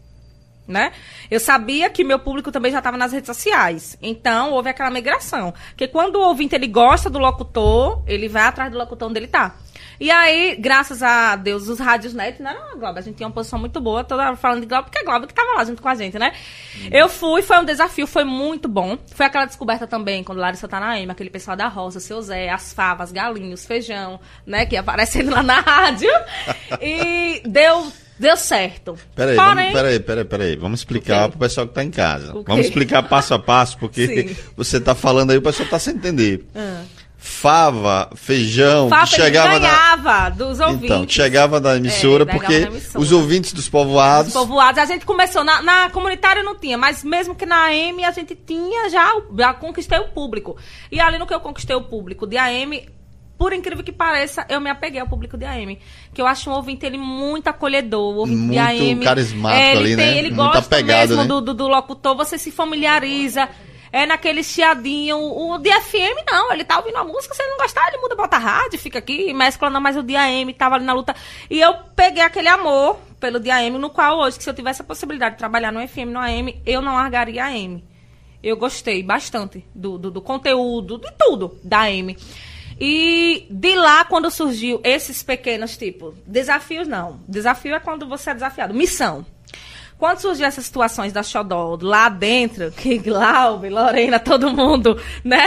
Né? Eu sabia que meu público também já estava nas redes sociais. Então, houve aquela migração. Porque quando o ouvinte ele gosta do locutor, ele vai atrás do locutor onde ele tá. E aí, graças a Deus, os rádios net, não era a Globo, a gente tinha uma posição muito boa, toda hora falando de Globo, porque é a Globo que estava lá junto com a gente, né? Eu fui, foi um desafio, foi muito bom. Foi aquela descoberta também, quando Larissa tá na AM, aquele pessoal da roça, seu Zé, as favas, galinhos, feijão, né, que ia aparecendo lá na rádio. E deu certo. Peraí. Vamos explicar pro pessoal que tá em casa. Vamos explicar passo a passo, porque você tá falando aí, o pessoal tá sem entender. Fava, feijão, que chegava ganhava dos ouvintes. Então, que chegava da emissora, porque os ouvintes dos povoados... A gente começou, na comunitária não tinha, mas mesmo que na AM a gente tinha, já conquistei o público. E ali no que eu conquistei o público de AM, por incrível que pareça, eu me apeguei ao público de AM. Que eu acho um ouvinte ele muito acolhedor, o ouvinte de AM. Muito carismático ali, né? Ele muito gosta apegado, mesmo, né? do locutor, você se familiariza... É naquele chiadinho. O de FM, não. Ele tá ouvindo a música, se ele não gostar, ele muda, bota a rádio, fica aqui, mescla, não, mas o de AM tava ali na luta. E eu peguei aquele amor pelo de AM, no qual hoje, que se eu tivesse a possibilidade de trabalhar no FM, no AM, eu não largaria a AM. Eu gostei bastante do conteúdo, de tudo da AM. E de lá, quando surgiu esses pequenos, tipo, desafios, não. Desafio é quando você é desafiado. Missão. Quando surgiu essas situações da Xodó lá dentro, que Glaube, Lorena, todo mundo, né?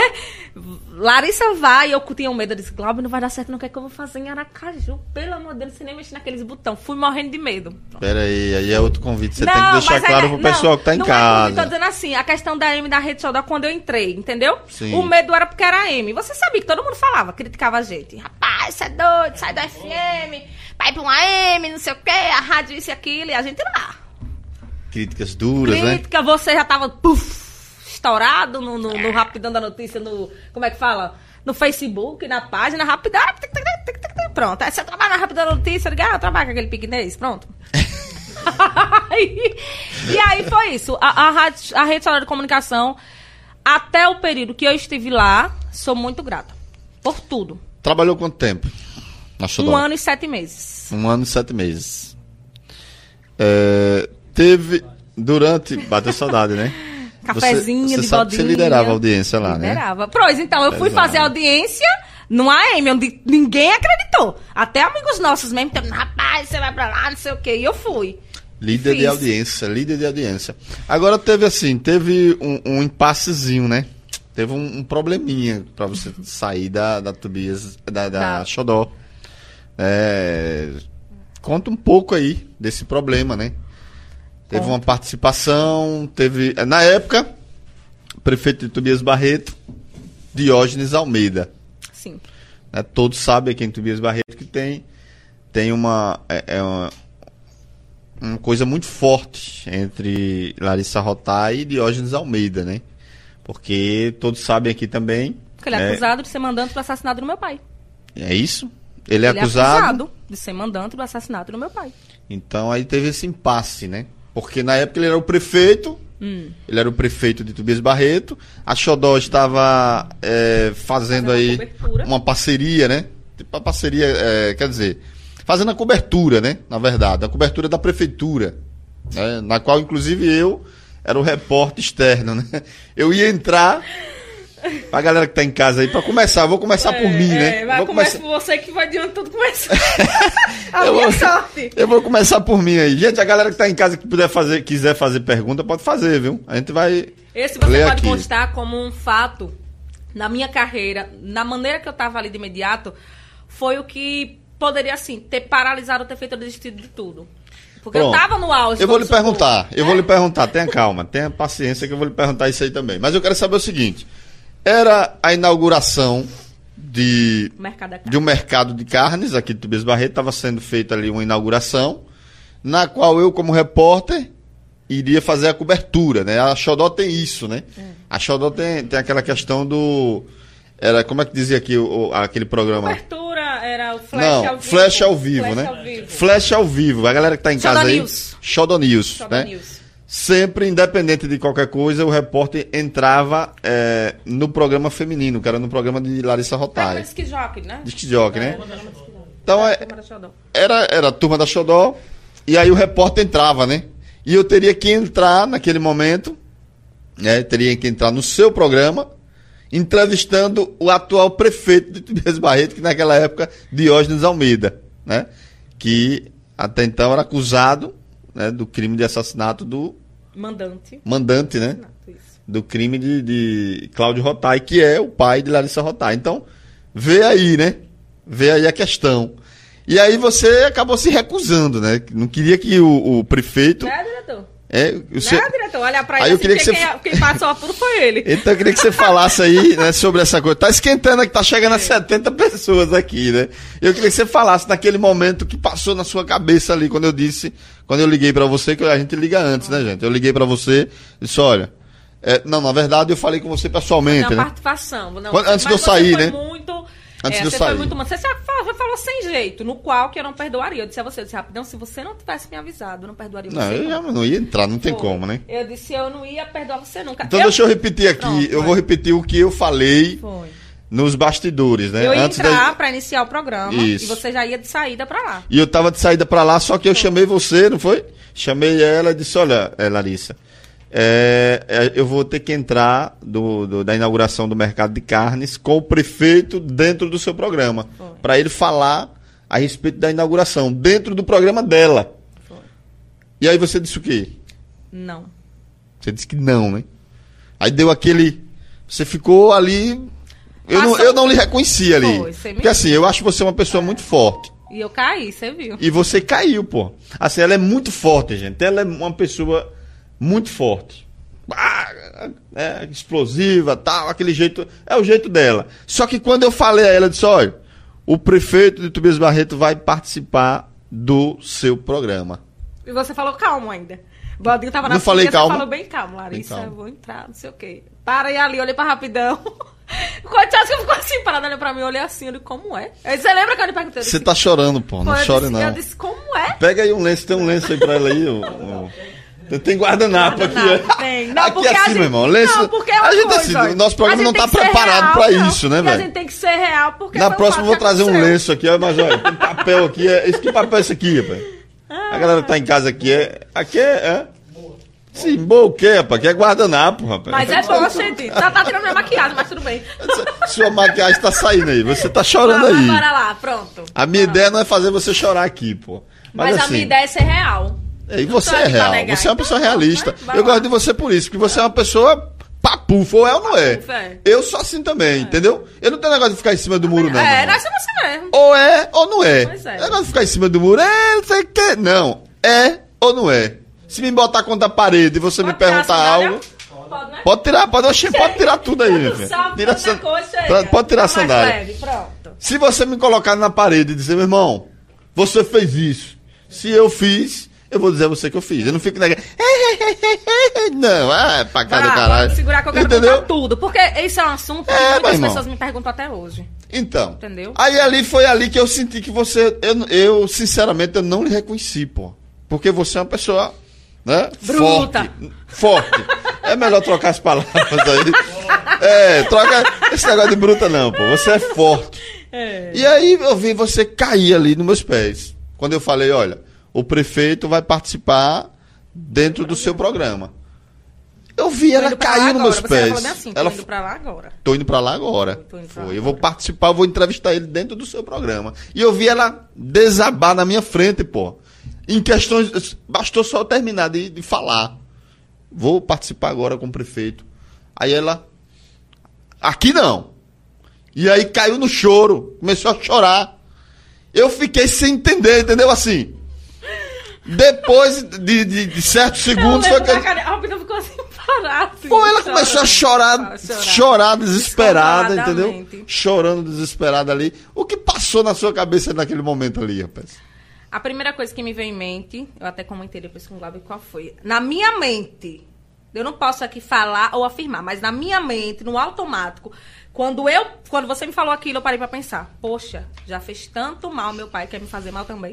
Larissa vai, eu tinha um medo, eu disse, Glaube, não vai dar certo, não, o que é que eu vou fazer em Aracaju? Pelo amor de Deus, você nem mexer naqueles botões. Fui morrendo de medo. Peraí, aí é outro convite, você tem que deixar claro pro pessoal que tá em casa. Tô dizendo assim, a questão da AM da Rede Xodó, quando eu entrei, entendeu? Sim. O medo era porque era AM. Você sabia que todo mundo falava, criticava a gente. Rapaz, você é doido, sai do FM, vai pra um AM, não sei o quê, a rádio isso e aquilo, e a gente lá. Críticas duras, né? Você já tava estourado no Rapidão da Notícia, como é que fala? No Facebook, na página, Rapidão. Pronto. Aí você trabalha na Rapidão da Notícia, eu trabalho com aquele piquenês, pronto. E aí foi isso. A Rede Xodó de Comunicação, até o período que eu estive lá, sou muito grata. Por tudo. Trabalhou quanto tempo na Xodó? 1 ano e 7 meses. 1 ano e 7 meses. Teve, bateu saudade, né? Cafezinho você de sabe bodinha. Que você liderava a audiência lá, liderava. Né? Pois, então, eu fui fazer audiência no AM, onde ninguém acreditou. Até amigos nossos mesmo, rapaz, você vai pra lá, não sei o quê. E eu fui. Líder de audiência. Agora teve um impassezinho, né? Teve um probleminha pra você sair da Tobias, da Xodó. Conta um pouco aí desse problema, né? Teve uma participação, na época, prefeito de Tobias Barreto, Diógenes Almeida. Sim. Todos sabem aqui em Tobias Barreto que tem uma coisa muito forte entre Larissa Rotá e Diógenes Almeida, né? Porque todos sabem aqui também... Porque ele é acusado de ser mandante do assassinato do meu pai. É isso? Ele é acusado de ser mandante do assassinato do meu pai. Então aí teve esse impasse, né? Porque na época ele era o prefeito, ele era o prefeito de Tobias Barreto, a Xodó estava fazendo aí uma parceria, né? Tipo uma parceria, quer dizer, fazendo a cobertura, né? Na verdade, a cobertura da prefeitura, né? Na qual inclusive eu era o repórter externo, né? Eu ia entrar Pra galera que tá em casa aí, pra começar, eu vou começar por mim, né? Vai começar por você que vai de onde tudo começar. A minha sorte. Eu vou começar por mim aí. Gente, a galera que tá em casa que quiser fazer pergunta, pode fazer, viu? A gente vai. Esse você ler pode aqui. constar como um fato na minha carreira, na maneira que eu tava ali de imediato, foi o que poderia, assim, ter paralisado, ter feito eu desistir de tudo. Porque Pronto. eu tava no auge. Eu vou lhe vamos supor, perguntar, eu vou lhe perguntar, tenha calma, tenha paciência que eu vou lhe perguntar isso aí também. Mas eu quero saber o seguinte, era a inauguração de Mercado da carne. um mercado de carnes aqui de Tobias Barreto, estava sendo feita ali uma inauguração, na qual eu, como repórter, iria fazer a cobertura, né? A Xodó tem isso, né? A Xodó tem aquela questão do... como é que dizia aqui aquele programa? Cobertura era o Flash Não, ao vivo. Flash ao vivo, Flash né? ao vivo. Flash ao vivo. A galera que tá em casa aí... News. Xodó News. Xodó Né? News. Sempre, independente de qualquer coisa, o repórter entrava no programa feminino, que era no programa de Larissa Rotai. Disc jockey, né? Disc jockey, né? Programa Disc jockey. Então, Turma da Xodó. era a turma da Xodó, e aí o repórter entrava, né? E eu teria que entrar naquele momento, né? Teria que entrar no seu programa, entrevistando o atual prefeito de Tobias Barreto, que naquela época, Diógenes Almeida, né? Que até então era acusado, né, do crime de assassinato do mandante, né? Isso. Do crime de Cláudio Rotai, que é o pai de Larissa Rotai. Então, vê aí, né? Vê aí a questão. E aí você acabou se recusando, né? Não queria que o prefeito... Não é, diretor? Você... diretor, olha pra Aí ele eu assim, queria que quem passou tudo foi ele. Então eu queria que você falasse aí, né, sobre essa coisa. Tá esquentando aqui, tá chegando a 70 pessoas aqui, né? Eu queria que você falasse naquele momento que passou na sua cabeça ali, quando eu liguei pra você, que a gente liga antes, né, gente? Eu liguei pra você e disse, olha... não, na verdade eu falei com você pessoalmente, Não, né? participação. Não, Antes de eu sair, né? Antes de eu você sair. Foi muito, você falou sem jeito, no qual que eu não perdoaria. Eu disse a você, rapidão, se você não tivesse me avisado, eu não perdoaria Não, você. eu já não ia entrar, não tem Foi. como, né? Eu disse, eu não ia perdoar você nunca. Então deixa eu repetir aqui, Pronto, eu vou repetir o que eu falei Foi. nos bastidores, né? Eu ia Antes entrar pra iniciar o programa Isso. e você já ia de saída pra lá. E eu tava de saída pra lá, só que eu chamei você, não foi? Chamei ela e disse, olha, Larissa, eu vou ter que entrar da inauguração do mercado de carnes com o prefeito dentro do seu programa, para ele falar a respeito da inauguração, dentro do programa dela. Foi. E aí você disse o quê? Não. Você disse que não, né? Aí deu aquele... Você ficou ali... Eu não lhe reconheci ali. Foi, você me Porque assim, eu acho você uma pessoa muito forte. E eu caí, você viu. E você caiu, pô. Assim, ela é muito forte, gente. Ela é uma pessoa muito forte. Explosiva, tal, aquele jeito. É o jeito dela. Só que quando eu falei a ela, eu disse, olha, o prefeito de Tobias Barreto vai participar do seu programa. E você falou calmo ainda. O Baldinho tava na Não falei você calmo? falou bem calmo, Larissa, Bem calmo. eu vou entrar, não sei o quê. Para aí ali, olhei pra rapidão. Coitado, você ficou assim, parada, olhando pra mim, eu olhei assim, eu disse, como é? Aí você lembra que eu lhe perguntei? Eu Você disse, tá chorando, pô. Não eu chore, disse, não. Eu disse, como é? Pega aí um lenço, tem um lenço aí pra ela aí. Tem guardanapo aqui. Guardanapo, tem. Não, Aqui porque a assim, gente- meu irmão. Lenço... Não, porque é uma a gente coisa, assim, olha. o nosso A programa gente não tem tá que ser preparado real, pra não. isso, né, E a velho? gente tem que ser real, porque Na foi um próxima eu vou fato que trazer um aconteceu. lenço aqui, ó, mas olha, tem papel aqui. Que papel é esse aqui, rapaz? A galera que tá em casa aqui Aqui é? Sim, boa o quê, rapaz? Aqui é guardanapo, rapaz. Mas é bom, gente. Tá tirando minha maquiagem, mas tudo bem. Sua maquiagem tá saindo aí. Você tá chorando aí. Bora lá, pronto. A minha ideia não é fazer você chorar aqui, pô. Mas a assim, minha ideia é ser real. E você Não tô é aqui pra real. negar. Você é uma pessoa Então, realista. vai Eu lá. gosto de você por isso, porque você é uma pessoa papufo, ou é ou não é. Papufo, é. Eu sou assim também, entendeu? Eu não tenho negócio de ficar em cima do muro, não. meu irmão. Nós somos assim mesmo. Ou é ou não é. Pois é. Negócio de ficar em cima do muro, não sei o que. Não. É ou não é. Se me botar contra a parede e você me Pode tirar a perguntar sandália? algo. Pode, né? Pode tirar, pode tirar tudo aí, meu filho. Salve, Tira a tanta san- coisa, chega. Pode tirar a Tá mais sandália. leve, pronto. Se você me colocar na parede e dizer, meu irmão, você fez isso. Se eu fiz, eu vou dizer a você que eu fiz. Eu não fico negando. Não, pra cá do caralho. Pode segurar que eu quero Entendeu? contar tudo. Porque esse é um assunto que meu muitas irmão. pessoas me perguntam até hoje. Então. Entendeu? Aí foi ali que eu senti que você. Eu sinceramente, eu não lhe reconheci, pô. Porque você é uma pessoa. Né? Bruta. Forte. É melhor trocar as palavras aí. Troca esse negócio de bruta, não, pô. Você é forte. E aí eu vi você cair ali nos meus pés. Quando eu falei, olha, o prefeito vai participar dentro do seu programa. Eu vi, ela caiu nos meus pés. Você assim, tô indo pra lá agora. Tô indo pra lá agora. Eu vou participar, eu vou entrevistar ele dentro do seu programa. E eu vi ela desabar na minha frente, pô. Em questões... Bastou só eu terminar de falar. Vou participar agora com o prefeito. Aí ela... Aqui não. E aí caiu no choro. Começou a chorar. Eu fiquei sem entender, entendeu? Assim... Depois de certos segundos... Foi que... A Robina ficou assim, parada. Assim, pô, ela começou a chorar desesperada, entendeu? Chorando desesperada ali. O que passou na sua cabeça naquele momento ali, rapaz? A primeira coisa que me veio em mente, eu até comentei depois com o Glauber qual foi. Na minha mente, eu não posso aqui falar ou afirmar, mas na minha mente, no automático, quando você me falou aquilo, eu parei pra pensar. Poxa, já fez tanto mal meu pai, quer me fazer mal também?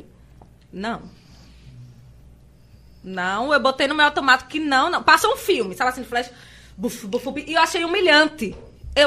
Não, eu botei no meu automático que não. Passa um filme, sabe assim, de flash, buf, buf, buf, e eu achei humilhante.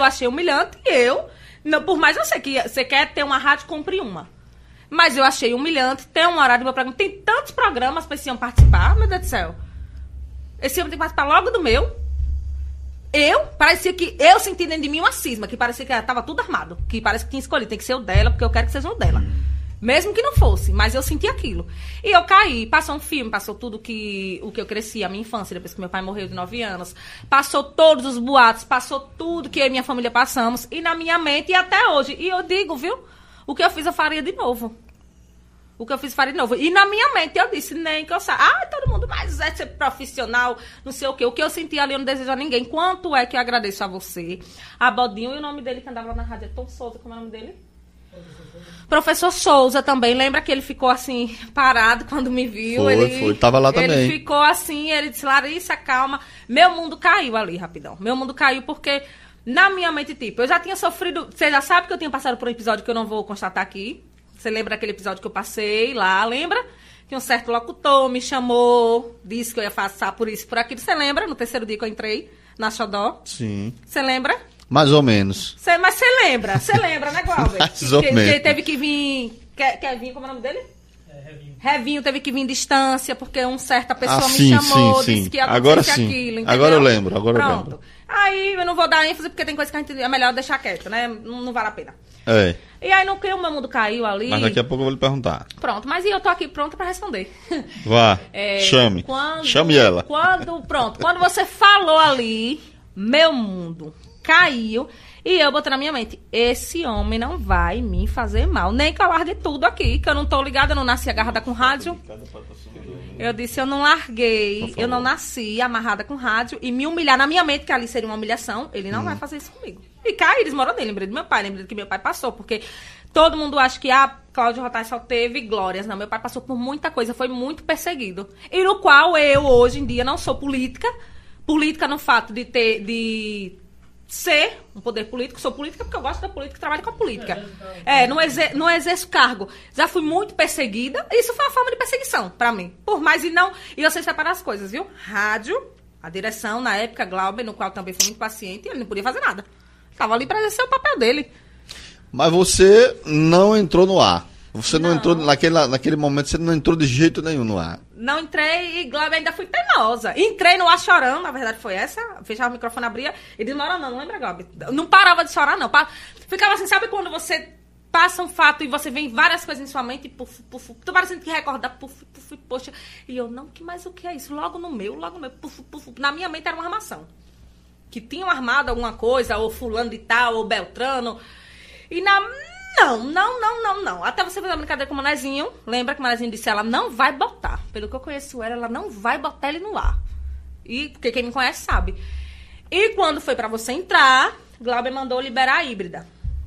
Por mais eu sei que você quer ter uma rádio, compre uma. Mas eu achei humilhante ter um horário do meu programa. Tem tantos programas para esse homem participar, meu Deus do céu. Esse homem tem que participar logo do meu. Parecia que eu senti dentro de mim uma cisma, que parecia que tava tudo armado. Que parece que tinha escolhido, tem que ser o dela, porque eu quero que seja o dela. Mesmo que não fosse, mas eu senti aquilo. E eu caí, passou um filme, passou tudo o que eu cresci, a minha infância, depois que meu pai morreu de 9 anos. Passou todos os boatos, passou tudo que eu e minha família passamos. E na minha mente, e até hoje. E eu digo, viu? O que eu fiz, eu faria de novo. E na minha mente, eu disse, nem que eu saiba. Todo mundo, mas é ser profissional, não sei o quê. O que eu senti ali, eu não desejo a ninguém. Quanto é que eu agradeço a você, a Bodinho, e o nome dele que andava lá na rádio é Tom Souza, como é o nome dele? Professor Souza também, lembra que ele ficou assim, parado quando me viu? Foi, tava lá também. Ele ficou assim, ele disse, Larissa, calma. Meu mundo caiu ali, rapidão. Meu mundo caiu porque, na minha mente, tipo, eu já tinha sofrido... Você já sabe que eu tinha passado por um episódio que eu não vou constatar aqui. Você lembra daquele episódio que eu passei lá, lembra? Que um certo locutor me chamou, disse que eu ia passar por isso, por aquilo. Você lembra? No terceiro dia que eu entrei na Xodó? Sim. Você lembra? Mais ou menos. Mas você lembra, né, Glauber? Mais ou menos. Que teve que vir... Quer vir, como é o nome dele? Revinho teve que vir em distância, porque uma certa pessoa me chamou, sim. disse que ia agora acontecer sim. aquilo, entendeu? Agora eu lembro, Pronto. Aí eu não vou dar ênfase, porque tem coisa que a gente é melhor deixar quieto, né? Não vale a pena. É. E aí, no que o meu mundo caiu ali... Mas daqui a pouco eu vou lhe perguntar. Pronto, mas eu tô aqui pronta pra responder. Vá, chame. Chame ela. Quando você falou ali, meu mundo caiu... E eu botei na minha mente, esse homem não vai me fazer mal. Nem que eu largue tudo aqui, que eu não tô ligada, eu não nasci agarrada com rádio. Eu disse, eu não larguei, eu não nasci amarrada com rádio. E me humilhar na minha mente, que ali seria uma humilhação, ele não vai fazer isso comigo. E caí, desmoronei, lembrei do meu pai, lembrei do que meu pai passou. Porque todo mundo acha que Cláudio Rotai só teve glórias. Não, meu pai passou por muita coisa, foi muito perseguido. E no qual eu, hoje em dia, não sou política. Política no fato de ser um poder político, sou política porque eu gosto da política e trabalho com a política. Não exerço cargo. Já fui muito perseguida, isso foi uma forma de perseguição pra mim. Por mais e eu sei separar as coisas, viu? Rádio, a direção, na época, Glauber, no qual também foi muito paciente, ele não podia fazer nada. Tava ali pra exercer o papel dele. Mas você não entrou no ar. Você não entrou, naquele momento, você não entrou de jeito nenhum no ar. Não entrei e Glauber ainda fui teimosa. Entrei no ar chorando, na verdade foi essa. Fechava o microfone, abria e desmoronando, não lembra, Glauber? Não parava de chorar, não. Ficava assim, sabe quando você passa um fato e você vem várias coisas em sua mente e puf, puf, tô parecendo que recordar, puf, puf, poxa. E eu, não, mas o que é isso? Logo no meu, puf, puf. Na minha mente era uma armação. Que tinham armado alguma coisa, ou fulano de tal, ou Beltrano. E Não. Até você fazer uma brincadeira com o Manezinho. Lembra que o Manezinho disse, ela não vai botar. Pelo que eu conheço ela não vai botar ele no ar. E porque quem me conhece sabe. E quando foi pra você entrar, Glauber mandou liberar a híbrida.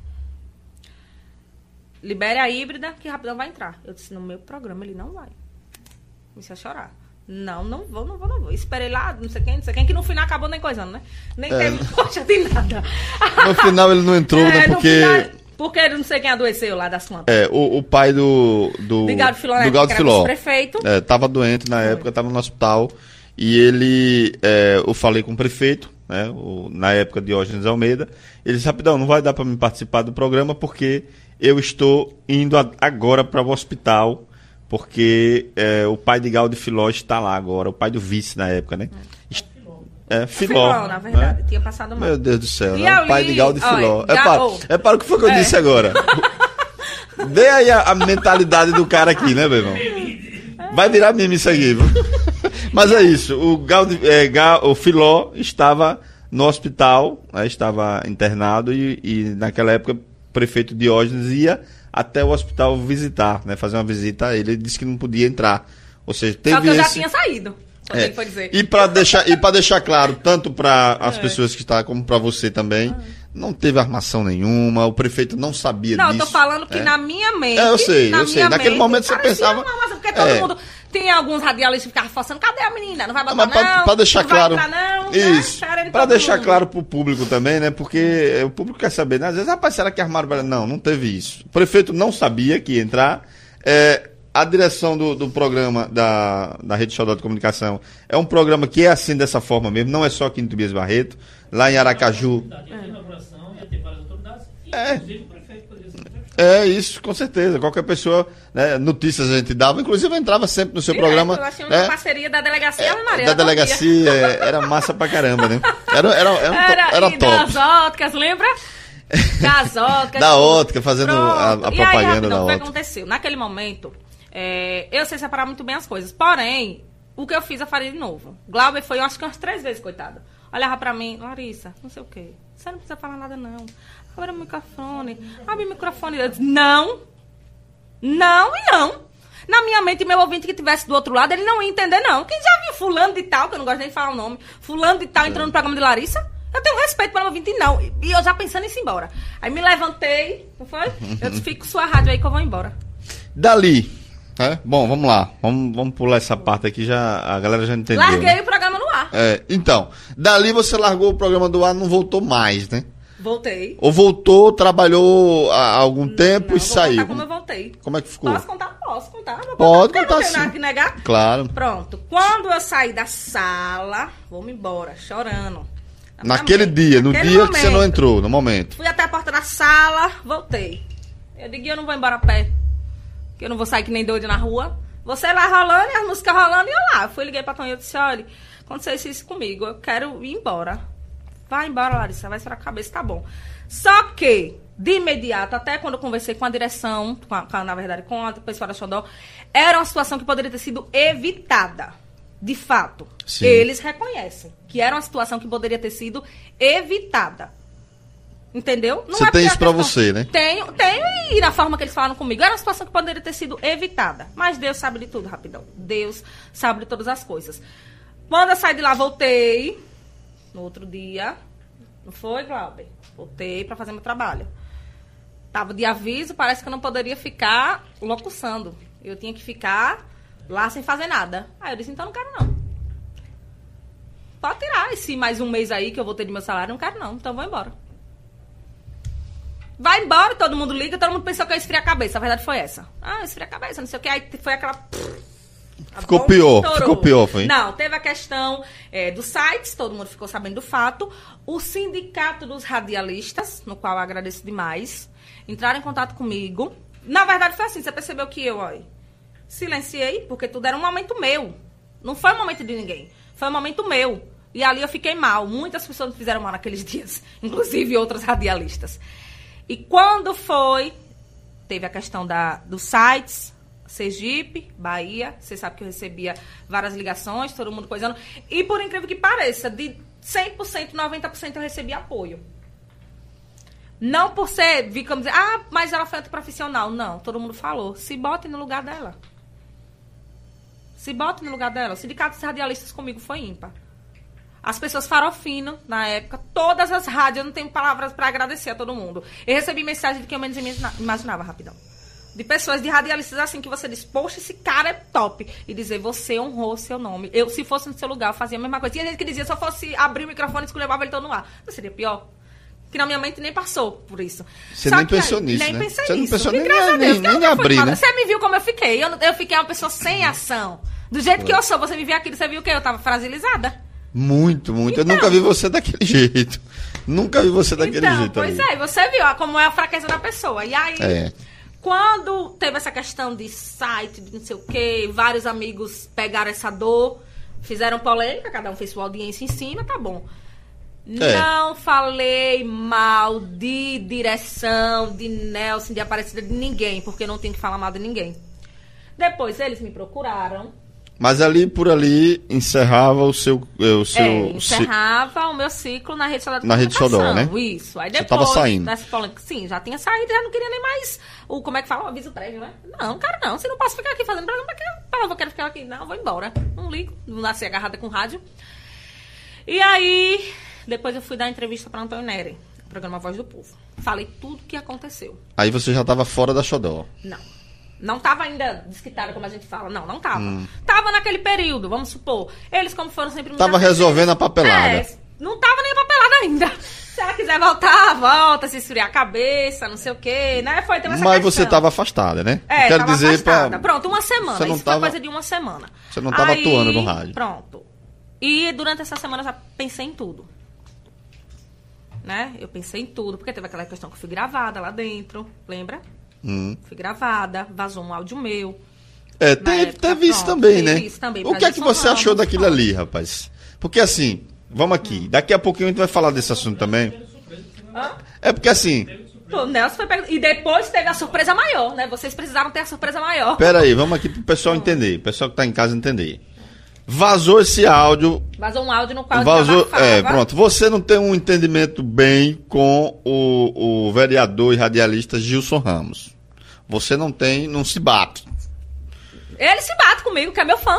Libere a híbrida que rapidão vai entrar. Eu disse, no meu programa ele não vai. Comecei a chorar. Não vou. Esperei lá, não sei quem, que no final acabou nem coisando, né? Nem teve poxa de nada. No final ele não entrou, né? Porque ele não sei quem adoeceu lá das plantas. O pai do Gaudio Filó, do Gaudio Filó. Prefeito. Tava doente na época, tava no hospital. E ele, eu falei com o prefeito, né? Na época de Diógenes Almeida. Ele disse, rapidão, não vai dar para mim participar do programa porque eu estou indo agora para o hospital. Porque o pai de Gaudio Filó está lá agora, o pai do vice na época, né? Filó. Na verdade, tinha passado mal. Meu Deus do céu, E né? eu O pai li- de Gal de Filó. olha, Para o que foi que eu disse agora. Dê aí a mentalidade do cara aqui, né, meu irmão? Vai virar meme isso aqui. Mas é isso. O Filó estava no hospital, né, estava internado e naquela época o prefeito Diógenes ia até o hospital visitar, né, fazer uma visita a ele. Ele disse que não podia entrar. Ou seja, teve Só que eu já esse... tinha saído. Também foi dizer. E para deixar claro, tanto para as pessoas que estão, como para você também, não teve armação nenhuma, o prefeito não sabia disso. Não, eu tô falando que na minha mente. Eu sei. minha Naquele mente, momento você parecia pensava. uma massa, porque todo mundo. Tem alguns radialistas que ficavam forçando, cadê a menina? Não vai botar Mas para deixar não claro. Vai entrar, não, isso. Né? Para deixar claro pro público também, né? Porque o público quer saber, né? Às vezes, rapaz, será que armaram para. Não teve isso. O prefeito não sabia que ia entrar. A direção do programa da Rede Estadual de Comunicação é um programa que é assim, dessa forma mesmo, não é só aqui em Tobias Barreto, lá em Aracaju. Isso, com certeza. Qualquer pessoa, né, notícias a gente dava, inclusive eu entrava sempre no seu programa. Eu achei uma parceria da delegacia Ave Maria. Da delegacia, era massa pra caramba, né? Era top. Das óticas, lembra? Das óticas. Da ótica, fazendo a propaganda aí, rapidão, da o que ótica. aconteceu? Naquele momento, eu sei separar muito bem as coisas. Porém, o que eu fiz, eu faria de novo. Glauber foi, eu acho que umas 3 vezes, coitado. Olhava pra mim, Larissa, não sei o quê. Você não precisa falar nada, não. Abre o microfone. Abre o microfone. Eu disse, não. Não e não. Na minha mente, meu ouvinte que estivesse do outro lado, ele não ia entender, não. Quem já viu fulano de tal, que eu não gosto nem de falar o nome, fulano de tal entrando no programa de Larissa, eu tenho respeito pelo meu ouvinte e não. E eu já pensando em ir embora. Aí me levantei, não foi? Eu disse, fica com sua rádio aí que eu vou embora. Dali. Bom, vamos lá. Vamos pular essa parte aqui, a galera já entendeu. Larguei né? o programa no ar. Então, dali você largou o programa do ar, não voltou mais, né? Voltei. Ou voltou, trabalhou há algum tempo Não, e saiu? Contar como eu voltei. Como é que ficou? Posso contar? Posso contar. Pode contar, contar, não tenho sim. nada que negar. Claro. Pronto. Quando eu saí da sala, vou-me embora, chorando. Naquele dia, no Naquele dia momento, que você não entrou, no momento. Fui até a porta da sala, voltei. Eu digo, eu não vou embora a pé. Que eu não vou sair que nem doido na rua. Você lá rolando e as músicas rolando e eu lá. Eu fui, liguei pra Toninho e disse, olha, aconteceu isso comigo, eu quero ir embora. Vai embora, Larissa, vai esfriar a cabeça, tá bom. Só que, de imediato, até quando eu conversei com a direção, na verdade, com a pessoal da Xodó, era uma situação que poderia ter sido evitada. De fato. Sim. Eles reconhecem que era uma situação que poderia ter sido evitada. Entendeu? Não Você tem isso pra você, né? Tenho, e na forma que eles falaram comigo, era uma situação que poderia ter sido evitada. Mas Deus sabe de tudo, rapidão. Deus sabe de todas as coisas. Quando eu saí de lá, voltei. No outro dia. Não foi, Glauber? Voltei pra fazer meu trabalho. Tava de aviso, parece que eu não poderia ficar locuçando. Eu tinha que ficar lá sem fazer nada. Aí eu disse, então não quero não. Pode tirar esse mais um mês aí que eu vou ter de meu salário, não quero não, então vou embora. Vai embora, todo mundo liga, todo mundo pensou que eu esfriei a cabeça. A verdade foi essa. Esfriei a cabeça, não sei o que. Aí foi aquela... Ficou pior, foi? Não, teve a questão dos sites, todo mundo ficou sabendo do fato. O sindicato dos radialistas, no qual eu agradeço demais, entraram em contato comigo. Na verdade foi assim, você percebeu que eu, silenciei, porque tudo era um momento meu. Não foi um momento de ninguém, foi um momento meu. E ali eu fiquei mal. Muitas pessoas me fizeram mal naqueles dias, inclusive outros radialistas. E quando teve a questão dos sites, Sergipe, Bahia, você sabe que eu recebia várias ligações, todo mundo coisando. E por incrível que pareça, de 100%, 90% eu recebi apoio. Não por ser, como dizer, mas ela foi antiprofissional. Não, todo mundo falou, se bote no lugar dela. Se bote no lugar dela. O sindicato dos radialistas comigo foi ímpar. As pessoas farofino, na época, todas as rádios, eu não tenho palavras para agradecer a todo mundo. Eu recebi mensagem de que eu menos imaginava, rapidão. De pessoas, de radialistas assim, que você diz, poxa, esse cara é top. E dizer, você honrou seu nome. Eu, se fosse no seu lugar, eu fazia a mesma coisa. Tinha gente que dizia, se eu fosse abrir o microfone e esculhambava ele todo no ar. Não seria pior? Que na minha mente nem passou por isso. Você nem pensou nisso, nem né? pensei Você nisso. não pensou Que, nem graças a Deus, nem abrir, né? Você me viu como eu fiquei. Eu fiquei uma pessoa sem ação. Do jeito que eu sou, você me viu aquilo, você viu o quê? Eu tava fragilizada. Muito. Então, eu nunca vi você daquele jeito. Nunca vi você daquele jeito. Pois ali. Você viu como é a fraqueza da pessoa. E aí, quando teve essa questão de site, de não sei o quê, vários amigos pegaram essa dor, Fizeram polêmica, cada um fez sua audiência em cima, tá bom. Não falei mal de direção, de Nelson, de Aparecida, de ninguém, porque não tenho que falar mal de ninguém. Depois eles me procuraram. Mas por ali, encerrava o seu... encerrava o meu ciclo na Rede Sodó de Na Rede Sodó, né? Isso. Aí Você depois, tava saindo. Nessa polêmica, sim, já tinha saído, já não queria nem mais como é que fala? O aviso prévio, né? Não, cara, não. Você não posso ficar aqui fazendo programa, eu quero ficar aqui. Não, vou embora. Não ligo. Não nasci agarrada com rádio. E aí, depois eu fui dar entrevista para Antônio Nery, programa Voz do Povo. Falei tudo o que aconteceu. Aí você já estava fora da Xodó. Não tava ainda desquitada, como a gente fala. Não tava. Tava naquele período, vamos supor. Eles, como foram sempre... Tava resolvendo a papelada. Não tava nem a papelada ainda. Se ela quiser voltar, volta, se esfriar a cabeça, não sei o quê, né? Foi ter essa Mas questão. você tava afastada, né? Quero dizer afastada. Pronto, uma semana. Você não Isso tava... foi coisa de uma semana. Você não tava atuando no rádio. Pronto. E durante essa semana eu já pensei em tudo. Né? Eu pensei em tudo, porque teve aquela questão que eu fui gravada lá dentro, lembra? Fui gravada, vazou um áudio meu. Teve isso também, né? Isso também, o que é que você achou daquilo ali, rapaz? Porque assim, vamos aqui, daqui a pouquinho a gente vai falar desse assunto também. É porque assim... O Nelson foi pego... E depois teve a surpresa maior, né? Vocês precisaram ter a surpresa maior. Pera aí, vamos aqui pro pessoal entender, o pessoal que tá em casa entender. Vazou esse áudio. Vazou um áudio no qual pronto. Você não tem um entendimento bem com o vereador e radialista Gilson Ramos. Você não se bate. Ele se bate comigo, que é meu fã.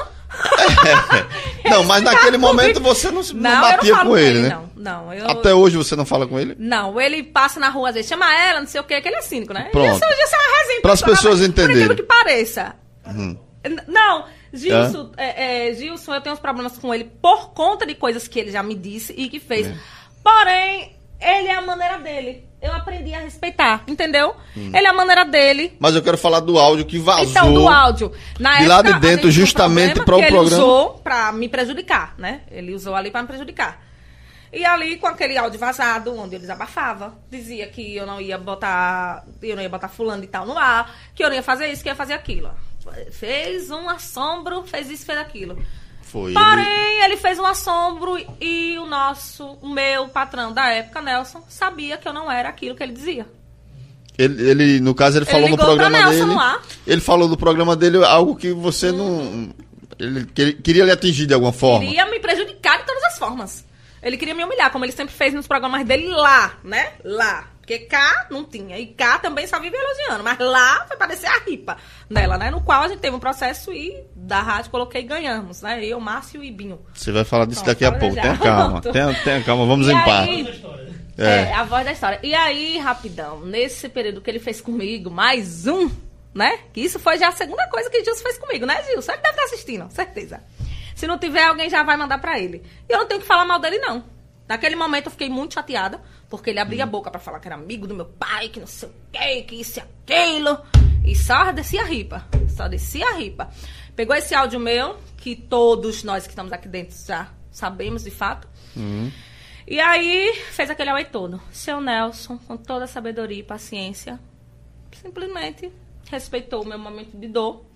Não, mas naquele momento você não batia com ele, né? Não. Até hoje você não fala com ele? Não, ele passa na rua, às vezes chama ela, não sei o quê, que ele é cínico, né? Pronto. Isso é uma resenha. Para as pessoas entenderem. Por incrível que pareça. Não, Gilson, Gilson, eu tenho uns problemas com ele por conta de coisas que ele já me disse e que fez. Porém, ele é a maneira dele. Eu aprendi a respeitar, entendeu? Ele é a maneira dele. Mas eu quero falar do áudio que vazou. Então, do áudio. Na de lá de dentro, justamente para o programa. Ele usou para me prejudicar, né? Ele usou ali para me prejudicar. E ali, com aquele áudio vazado, onde eles abafavam, dizia que eu não ia botar fulano e tal no ar, que eu não ia fazer isso, que ia fazer aquilo. Fez um assombro, fez isso, fez aquilo. Porém, ele fez um assombro e o meu patrão da época, Nelson, sabia que eu não era aquilo que ele dizia. Ele no caso, ele falou no programa dele. Ele falou no programa dele algo que você não... Ele queria lhe atingir de alguma forma. Queria me prejudicar de todas as formas. Ele queria me humilhar, como ele sempre fez nos programas dele lá, né? Lá. Porque cá não tinha. E cá também só vive elogiando. Mas lá foi parecer a ripa nela, né? No qual a gente teve um processo e da rádio coloquei e ganhamos, né? Eu, Márcio e Binho. Você vai falar disso daqui a pouco. Tenha calma. Tenha calma. Vamos em paz. A voz da história. E aí, rapidão, nesse período que ele fez comigo, mais um, né? Que isso foi já a segunda coisa que Gilson fez comigo, né, Gilson? Ele deve estar assistindo, certeza. Se não tiver, alguém já vai mandar pra ele. E eu não tenho que falar mal dele, não. Naquele momento eu fiquei muito chateada, porque ele abria a boca pra falar que era amigo do meu pai, que não sei o quê, que isso e aquilo. E só descia a ripa. Pegou esse áudio meu, que todos nós que estamos aqui dentro já sabemos de fato. E aí fez aquele auê todo. Seu Nelson, com toda a sabedoria e paciência, simplesmente respeitou o meu momento de dor.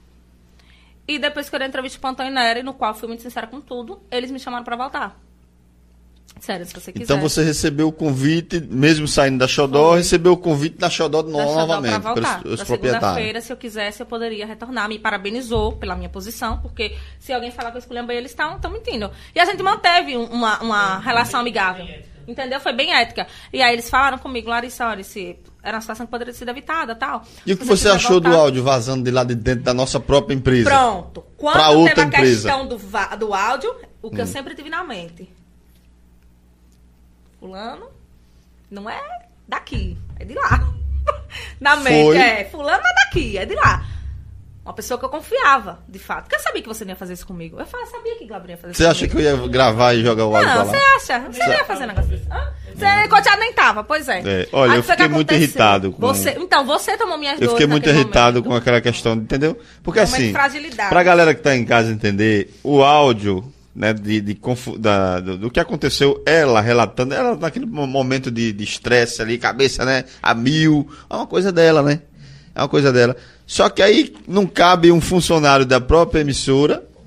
E depois que eu dei entrevista para o Antônio Nery, no qual fui muito sincera com tudo, eles me chamaram para voltar. Sério, se você quiser. Então você recebeu o convite, mesmo saindo da Xodó, recebeu o convite da Xodó novamente, para os proprietários. Segunda-feira, se eu quisesse, eu poderia retornar. Me parabenizou pela minha posição, porque se alguém falar que eu esculhambei, eles estão mentindo. E a gente manteve uma relação amigável. Entendeu? Foi bem ética. E aí eles falaram comigo, Larissa, olha, se era uma situação que poderia ter sido evitada e tal. E o que você achou do áudio vazando de lá de dentro da nossa própria empresa? Pronto. Quando teve a questão do áudio, o que eu sempre tive na mente. Fulano não é daqui, é de lá. Na mente, fulano não é daqui, é de lá. Uma pessoa que eu confiava, de fato. Porque eu sabia que você não ia fazer isso comigo. Eu sabia que o Gabriel ia fazer isso comigo. Você acha que eu ia gravar e jogar o áudio pra lá? Não, você acha? Você não ia fazer negócio desse. Você coteado nem tava, pois é. Olha, eu fiquei muito irritado com... Então, você tomou minhas dores. Eu fiquei muito irritado com aquela questão, entendeu? Porque assim, pra galera que tá em casa entender, o áudio, né, do que aconteceu, ela relatando, ela naquele momento de estresse ali, cabeça, né, a mil, é uma coisa dela, né? É uma coisa dela. Só que aí não cabe um funcionário da própria emissora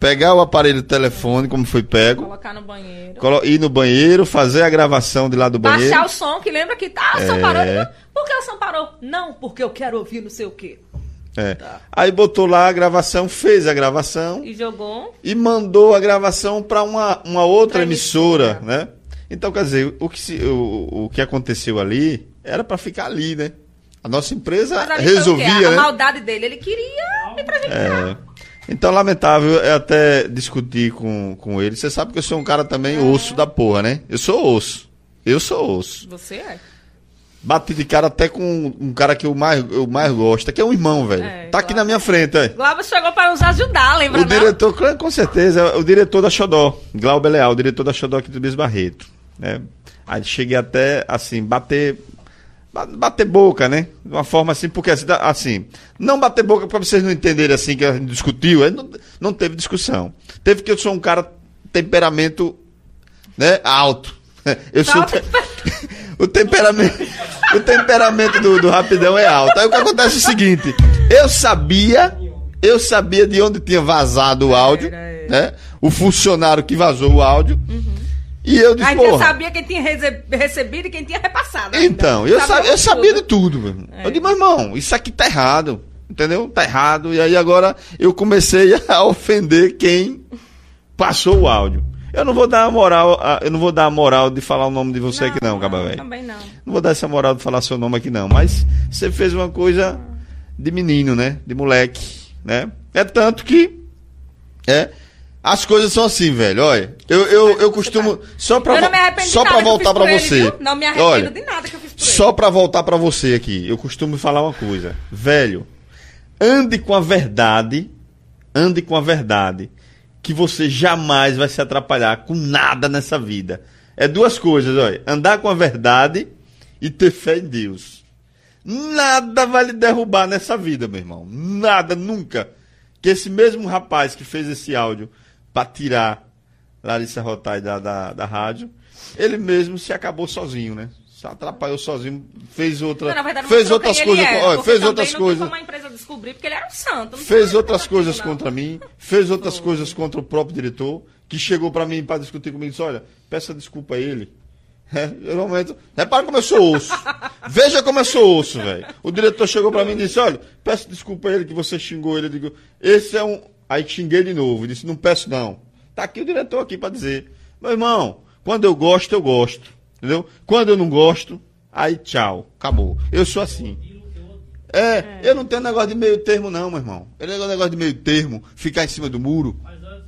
pegar o aparelho do telefone, como foi pego. Colocar no banheiro. Ir no banheiro, fazer a gravação de lá do banheiro. Baixar o som, que lembra que o som parou. Por que o som parou? Não, porque eu quero ouvir não sei o quê. Tá. Aí botou lá a gravação, fez a gravação. E jogou. E mandou a gravação para uma outra emissora, né? Então, quer dizer, o que aconteceu ali era para ficar ali, né? A nossa empresa resolvia, né? A maldade dele, ele queria me prejudicar. Então, lamentável é até discutir com ele. Você sabe que eu sou um cara também osso da porra, né? Eu sou osso. Você é? Bati de cara até com um cara que eu mais gosto, que é um irmão, velho. Tá aqui na minha frente, aí. Glauber chegou para nos ajudar, lembra? O diretor, com certeza, o diretor da Xodó, Glauber Leal, o diretor da Xodó aqui do Luiz Barreto. Né? Aí cheguei até, assim, bater boca, né? De uma forma assim, porque assim, não bater boca para vocês não entenderem assim que a gente discutiu, não teve discussão. Teve que eu sou um cara temperamento, né, alto. Eu sou o temperamento do Rapidão é alto. Aí o que acontece é o seguinte, eu sabia de onde tinha vazado o áudio, né? O funcionário que vazou o áudio. E eu disse, eu sabia quem tinha recebido e quem tinha repassado. Então, eu sabia de tudo. Eu disse, meu irmão, isso aqui tá errado. Entendeu? Tá errado. E aí agora eu comecei a ofender quem passou o áudio. Eu não vou dar a moral de falar o nome de você aqui não, Caba Velho. Também não. Não vou dar essa moral de falar seu nome aqui não. Mas você fez uma coisa de menino, né? De moleque, né? É tanto que... As coisas são assim, velho. Olha, eu costumo... Só pra voltar pra você. Viu? Não me arrependo de nada que eu fiz por ele. Só pra voltar pra você aqui. Eu costumo falar uma coisa. Velho, ande com a verdade. Que você jamais vai se atrapalhar com nada nessa vida. É duas coisas, olha. Andar com a verdade e ter fé em Deus. Nada vai lhe derrubar nessa vida, meu irmão. Nada, nunca. Que esse mesmo rapaz que fez esse áudio para tirar Larissa Rotai da rádio, ele mesmo se acabou sozinho, né? Se atrapalhou sozinho, fez outra, não, na verdade, fez outras coisas, fez outras não coisas. Tem como a empresa descobrir porque ele era um santo. Fez outras coisas contra mim, fez outras coisas contra o próprio diretor, que chegou para mim para discutir comigo e disse, olha, peça desculpa a ele. Repara como eu sou osso. Veja como eu sou osso, velho. O diretor chegou pra mim e disse, olha, peço desculpa a ele que você xingou ele. Eu digo, esse é um... Aí xinguei de novo. Disse, não peço não. Tá aqui o diretor aqui pra dizer. Meu irmão, quando eu gosto, eu gosto. Entendeu? Quando eu não gosto, aí tchau. Acabou. Eu sou assim. Eu não tenho negócio de meio termo não, meu irmão. Eu não tenho negócio de meio termo. Ficar em cima do muro.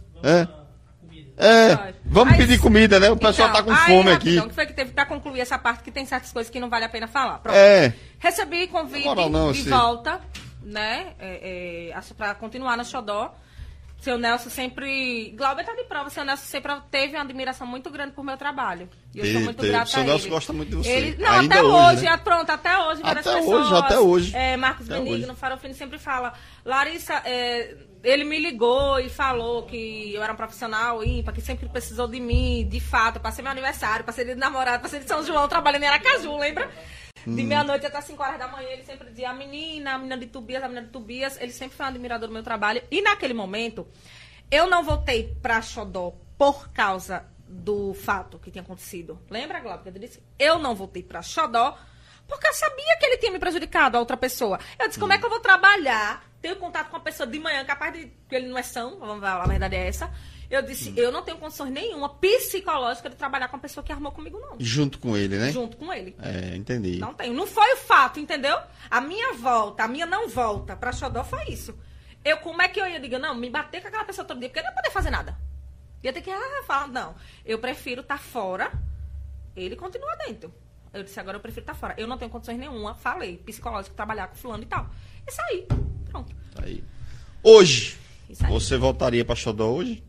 Vamos pedir comida, né? O pessoal tá com fome aqui. Então, o que foi que teve pra concluir essa parte que tem certas coisas que não vale a pena falar? Pronto. Recebi convite de volta, né? Pra continuar na Xodó. Seu Nelson sempre... Glauber tá de prova. Seu Nelson sempre teve uma admiração muito grande por meu trabalho. E eu sou muito grata a ele. Seu Nelson gosta muito de você. Não, ainda até hoje. Né? Pronto, até hoje. Várias pessoas. Até hoje. Marcos Benigno, Farofino sempre fala. Larissa... Ele me ligou e falou que eu era um profissional ímpar, que sempre precisou de mim, de fato. Eu passei meu aniversário, passei de namorado, passei de São João, trabalhando em Aracaju, lembra? De meia-noite até 5 horas da manhã, ele sempre dizia a menina de Tobias. Ele sempre foi um admirador do meu trabalho. E naquele momento, eu não voltei pra Xodó por causa do fato que tinha acontecido. Lembra, Glauber? Eu disse, eu não voltei pra Xodó porque eu sabia que ele tinha me prejudicado, a outra pessoa. Eu disse, como é que eu vou trabalhar, ter contato com uma pessoa de manhã, capaz de... que ele não é são, a verdade é essa. Eu disse, eu não tenho condições nenhuma psicológica de trabalhar com a pessoa que armou comigo, não. Junto com ele, né? Junto com ele. Entendi. Não tenho. Não foi o fato, entendeu? A minha não volta pra Xodó foi isso. Como é que eu ia dizer, não, me bater com aquela pessoa todo dia, porque eu não ia poder fazer nada. Ia ter que falar, não, eu prefiro estar fora, ele continua dentro. Eu disse, agora eu prefiro estar fora. Eu não tenho condições nenhuma, falei, psicológico, trabalhar com fulano e tal. E saí. Pronto. Tá aí. Hoje, você voltaria pra Xodó hoje?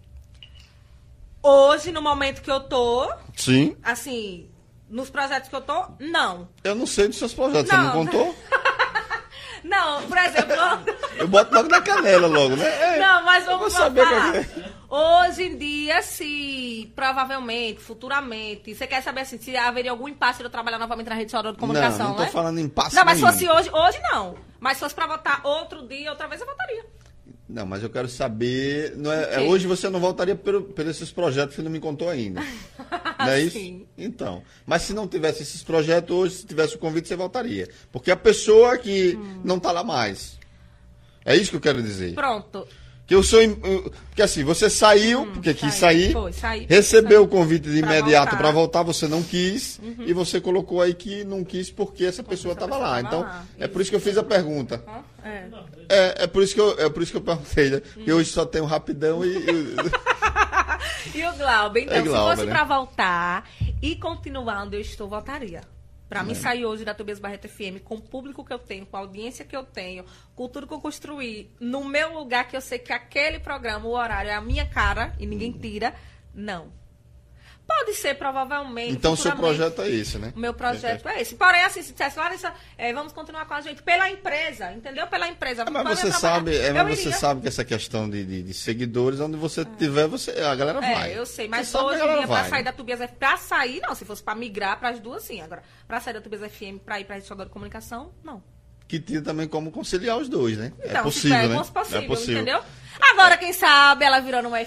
Hoje, no momento que eu tô... Sim. Assim, nos projetos que eu tô, não. Eu não sei dos seus projetos, não. Você não contou? Não, por exemplo... Eu boto logo na canela, logo, né? Não, mas vamos saber falar. Hoje em dia, se provavelmente, futuramente... Você quer saber assim, se haveria algum impasse de eu trabalhar novamente na rede social de comunicação, não tô falando em impasse não, mas nenhum. Se fosse hoje não. Mas se fosse pra votar outro dia, outra vez, eu votaria. Não, mas eu quero saber... Não hoje você não voltaria por esses projetos que não me contou ainda. Não é isso? Sim. Então. Mas se não tivesse esses projetos hoje, se tivesse o convite, você voltaria. Porque a pessoa que não está lá mais. É isso que eu quero dizer. Pronto. Que eu sou... Porque assim, você saiu, porque quis sair, saí, recebeu o convite de pra imediato voltar. para voltar, você não quis, e você colocou aí que não quis porque essa pessoa estava lá. tava Então, lá. é por isso que eu fiz a pergunta. É. É por isso que eu perguntei, né? Porque hoje só tem um rapidão e... E o Glauber, então, Glauber, se fosse né? pra voltar e continuar onde eu estou, voltaria. Pra mim sair hoje da Tobias Barreto FM, com o público que eu tenho, com a audiência que eu tenho, com tudo que eu construí, no meu lugar, que eu sei que aquele programa, o horário, é a minha cara e ninguém tira, não. Pode ser, provavelmente. Então, o seu futuramente. projeto é esse, né? O meu projeto é esse. Porém, assim, se dissesse, Larissa, vamos continuar com a gente pela empresa, entendeu? Pela empresa. Mas Pode você trabalhar. sabe, Eu você iria. sabe que essa questão de seguidores, onde você tiver, a galera vai. Eu sei, mas Você sabe que hoje a em galera dia, pra vai. sair da Tubias FM, pra sair, não, se fosse pra migrar pras duas, sim. Agora, pra sair da Tubias FM, pra ir pra Rede Estadual de Comunicação, não. Que tinha também como conciliar os dois, né? Então, é possível, se tiver, né? possível, É possível. entendeu? Agora, quem sabe, ela virando um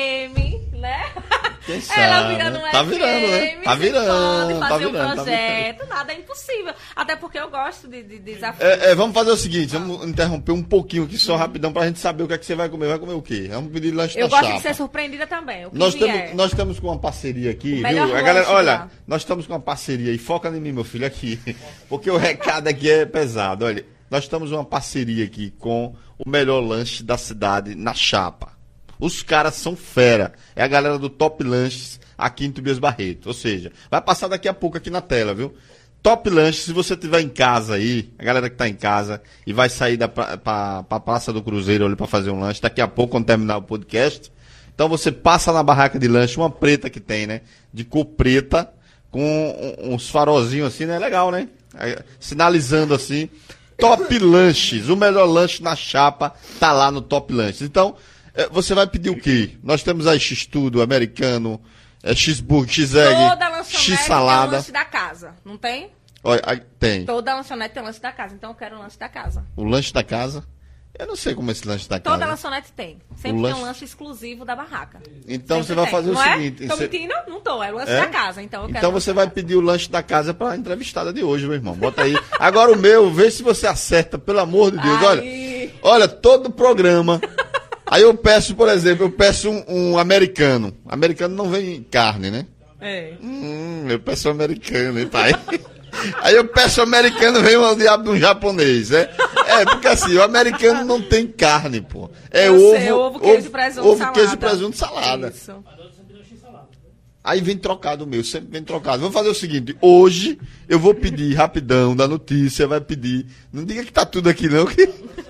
FM, né? Quem sabe, Ela virando né? um Tá FM, virando, né? Tá você virando, pode tá fazer virando, um tá projeto, nada é impossível. Até porque eu gosto de desafios. Vamos fazer o seguinte, vamos interromper um pouquinho aqui, só rapidão, pra gente saber o que é que você vai comer. Vai comer o quê? Vamos pedir lanche Eu da gosto chapa. de ser surpreendida também. O que Nós vier. estamos com uma parceria aqui, melhor viu? A galera, lanche olha, lá. nós estamos com uma parceria e foca em mim, meu filho, aqui. Porque o recado aqui é pesado. Olha, nós estamos uma parceria aqui com o melhor lanche da cidade na chapa. Os caras são fera. É a galera do Top Lanches aqui em Tobias Barreto. Ou seja, vai passar daqui a pouco aqui na tela, viu? Top Lanches, se você estiver em casa aí, a galera que tá em casa e vai sair pra Praça do Cruzeiro ali pra fazer um lanche, daqui a pouco, quando terminar o podcast, então você passa na barraca de lanche, uma preta que tem, né? De cor preta, com uns farolzinhos assim, né? Legal, né? Sinalizando assim. Top Lanches, o melhor lanche na chapa, tá lá no Top Lanches. Então, você vai pedir o quê? Nós temos aí X-Tudo, americano, X-Burger, X-Egg, Toda lanchonete tem X-Salada. o lanche da casa, não tem? Olha, aí tem. Toda lanchonete tem o lanche da casa, então eu quero o lanche da casa. O lanche da casa. Eu não sei como é esse lanche da casa. Toda lanchonete tem. Sempre O tem lanche- um lanche exclusivo da barraca. Então Sempre você vai tem. fazer o Não seguinte. É? Tô você- mentindo? Não tô. É o lanche É? da casa, então eu quero Então o lanche você da vai casa. pedir o lanche da casa pra entrevistada de hoje, meu irmão. Bota aí. Agora o meu, vê se você acerta, pelo amor de Deus. Aí. Olha, todo programa. Aí eu peço, por exemplo, um americano. Americano não vem carne, né? É. Eu peço americano, hein, pai? Aí eu peço americano, vem o diabo de um japonês, né? Porque assim, o americano não tem carne, pô. É Eu ovo, sei, ovo, queijo, presunto, ovo, salada. queijo, presunto, salada. Isso. Aí vem trocado o meu, sempre vem trocado. Vamos fazer o seguinte, hoje eu vou pedir rapidão da notícia, vai pedir. Não diga que tá tudo aqui não, que...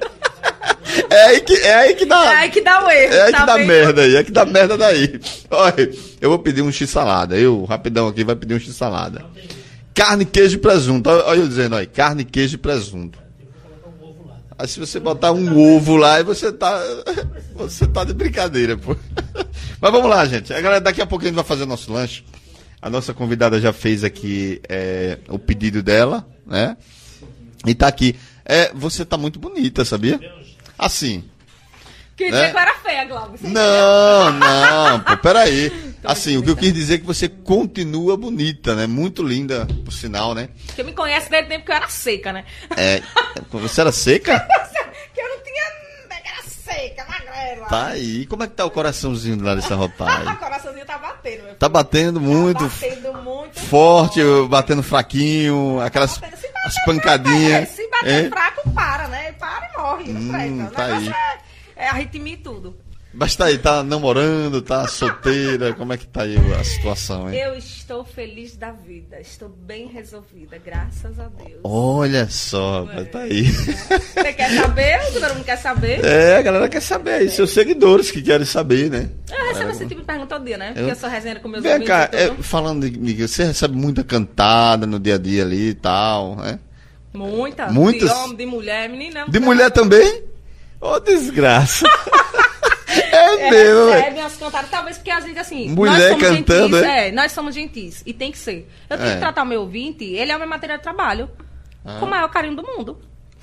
É aí que dá. É aí que dá o erro. É aí tá que dá vendo? merda aí, é que dá merda daí. Olha, eu vou pedir um X-salada. Eu, rapidão aqui, vai pedir um X-salada. Carne, queijo e presunto. Olha eu dizendo, olha, carne, queijo e presunto. Aí se você botar um ovo lá, aí você tá de brincadeira, pô. Mas vamos lá, gente. A galera, daqui a pouco a gente vai fazer o nosso lanche. A nossa convidada já fez aqui o pedido dela, né? E tá aqui. Você tá muito bonita, sabia? Assim. Que né? dia que eu era feia, Glauber. Você Não, pô, peraí. Assim, o que eu quis dizer é que você continua bonita, né? Muito linda, por sinal, né? Porque me conhece desde o tempo que eu era seca, né? Você era seca? Que eu não tinha... Que era seca, magrela. Tá aí. Como é que tá o coraçãozinho do Larissa O Ropai? coraçãozinho tá batendo, meu filho. Tá batendo muito, Tá batendo muito forte, batendo fraquinho, aquelas Batendo. Se as bater pancadinhas. Se bater hein? fraco, para, né? Para e morre. Não presta. tá O negócio aí. é arritmia e tudo. Mas tá aí, tá namorando, tá solteira, como é que tá aí a situação, hein? Eu estou feliz da vida. Estou bem resolvida, graças a Deus. Olha só, rapaz, tá aí. Você quer saber? Todo mundo quer saber? A galera quer saber aí, seus seguidores que querem saber, né? Eu recebo esse tipo de pergunta todo dia, né? Porque eu sou resenha com meus Vem amigos cá, e tudo. falando de Miguel, você recebe muita cantada no dia a dia ali e tal, né? Muita. Muitas? De homem, de mulher, menina. De mulher também? Ô, desgraça. É mesmo, velho. Recebem as cantadas, talvez porque a gente, assim... Mulher nós somos cantando, gentis, nós somos gentis. E tem que ser. Eu tenho que tratar o meu ouvinte, ele é o meu material de trabalho. Com o maior carinho do mundo.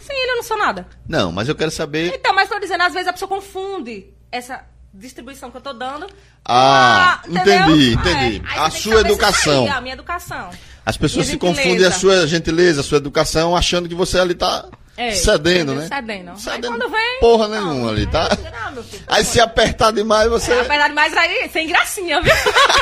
Sem ele eu não sou nada. Não, mas eu quero saber... Então, mas tô dizendo, às vezes a pessoa confunde essa distribuição que eu tô dando. Entendi. Aí A você tem que sua saber educação. isso aí, a minha educação. As pessoas se Minha confundem a sua gentileza, a sua educação, achando que você ali tá cedendo, né? Cedendo. Cedendo Aí quando vem... porra nenhuma ali, tá? Não, meu filho, Aí se apertar demais, você... apertar demais aí, sem gracinha, viu?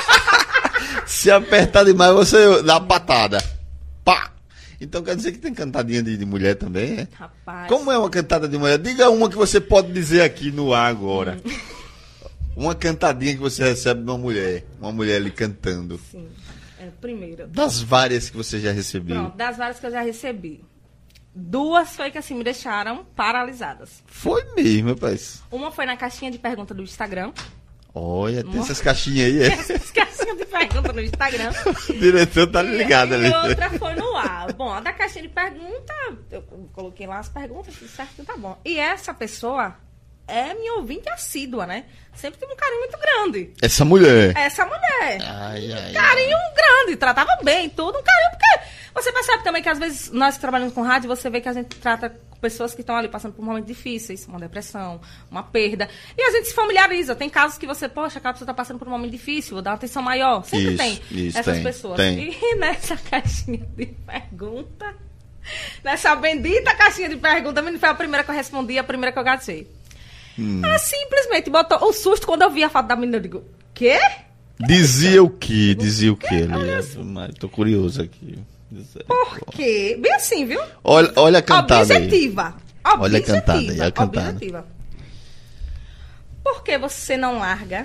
Se apertar demais, você dá uma patada. Pá! Então quer dizer que tem cantadinha de mulher também, é? Rapaz... Como é uma cantada de mulher? Diga uma que você pode dizer aqui no ar agora. Uma cantadinha que você recebe de uma mulher ali cantando. Sim, primeiro. Das várias que você já recebeu. Pronto, das várias que eu já recebi. 2 foi que assim me deixaram paralisadas. Foi mesmo, rapaz. Uma foi na caixinha de pergunta do Instagram. Olha, tem essas caixinhas aí, Essas caixinhas de pergunta no Instagram. O diretor tá ligado ali. E outra foi no ar. Bom, a da caixinha de pergunta, eu coloquei lá as perguntas, tudo certo, tá bom. E essa pessoa é minha ouvinte assídua, né? Sempre tem um carinho muito grande. Essa mulher. Essa mulher. Ai. Carinho grande, tratava bem, tudo, um carinho, porque você percebe também que às vezes nós que trabalhamos com rádio, você vê que a gente trata com pessoas que estão ali passando por momentos difíceis, uma depressão, uma perda, e a gente se familiariza. Tem casos que você, poxa, aquela pessoa está passando por um momento difícil, vou dar uma atenção maior. Sempre tem essas pessoas. E nessa caixinha de pergunta, nessa bendita caixinha de pergunta, foi a primeira que eu respondi, a primeira que eu gastei. Ela simplesmente botou o susto quando eu vi a foto da menina. Eu digo, quê? Dizia o quê ali? Mas tô curioso aqui. Por quê? Bem assim, viu? Olha a cantada objetiva. Aí. Olha a cantada aí, a cantada. Objetiva. Por que você não larga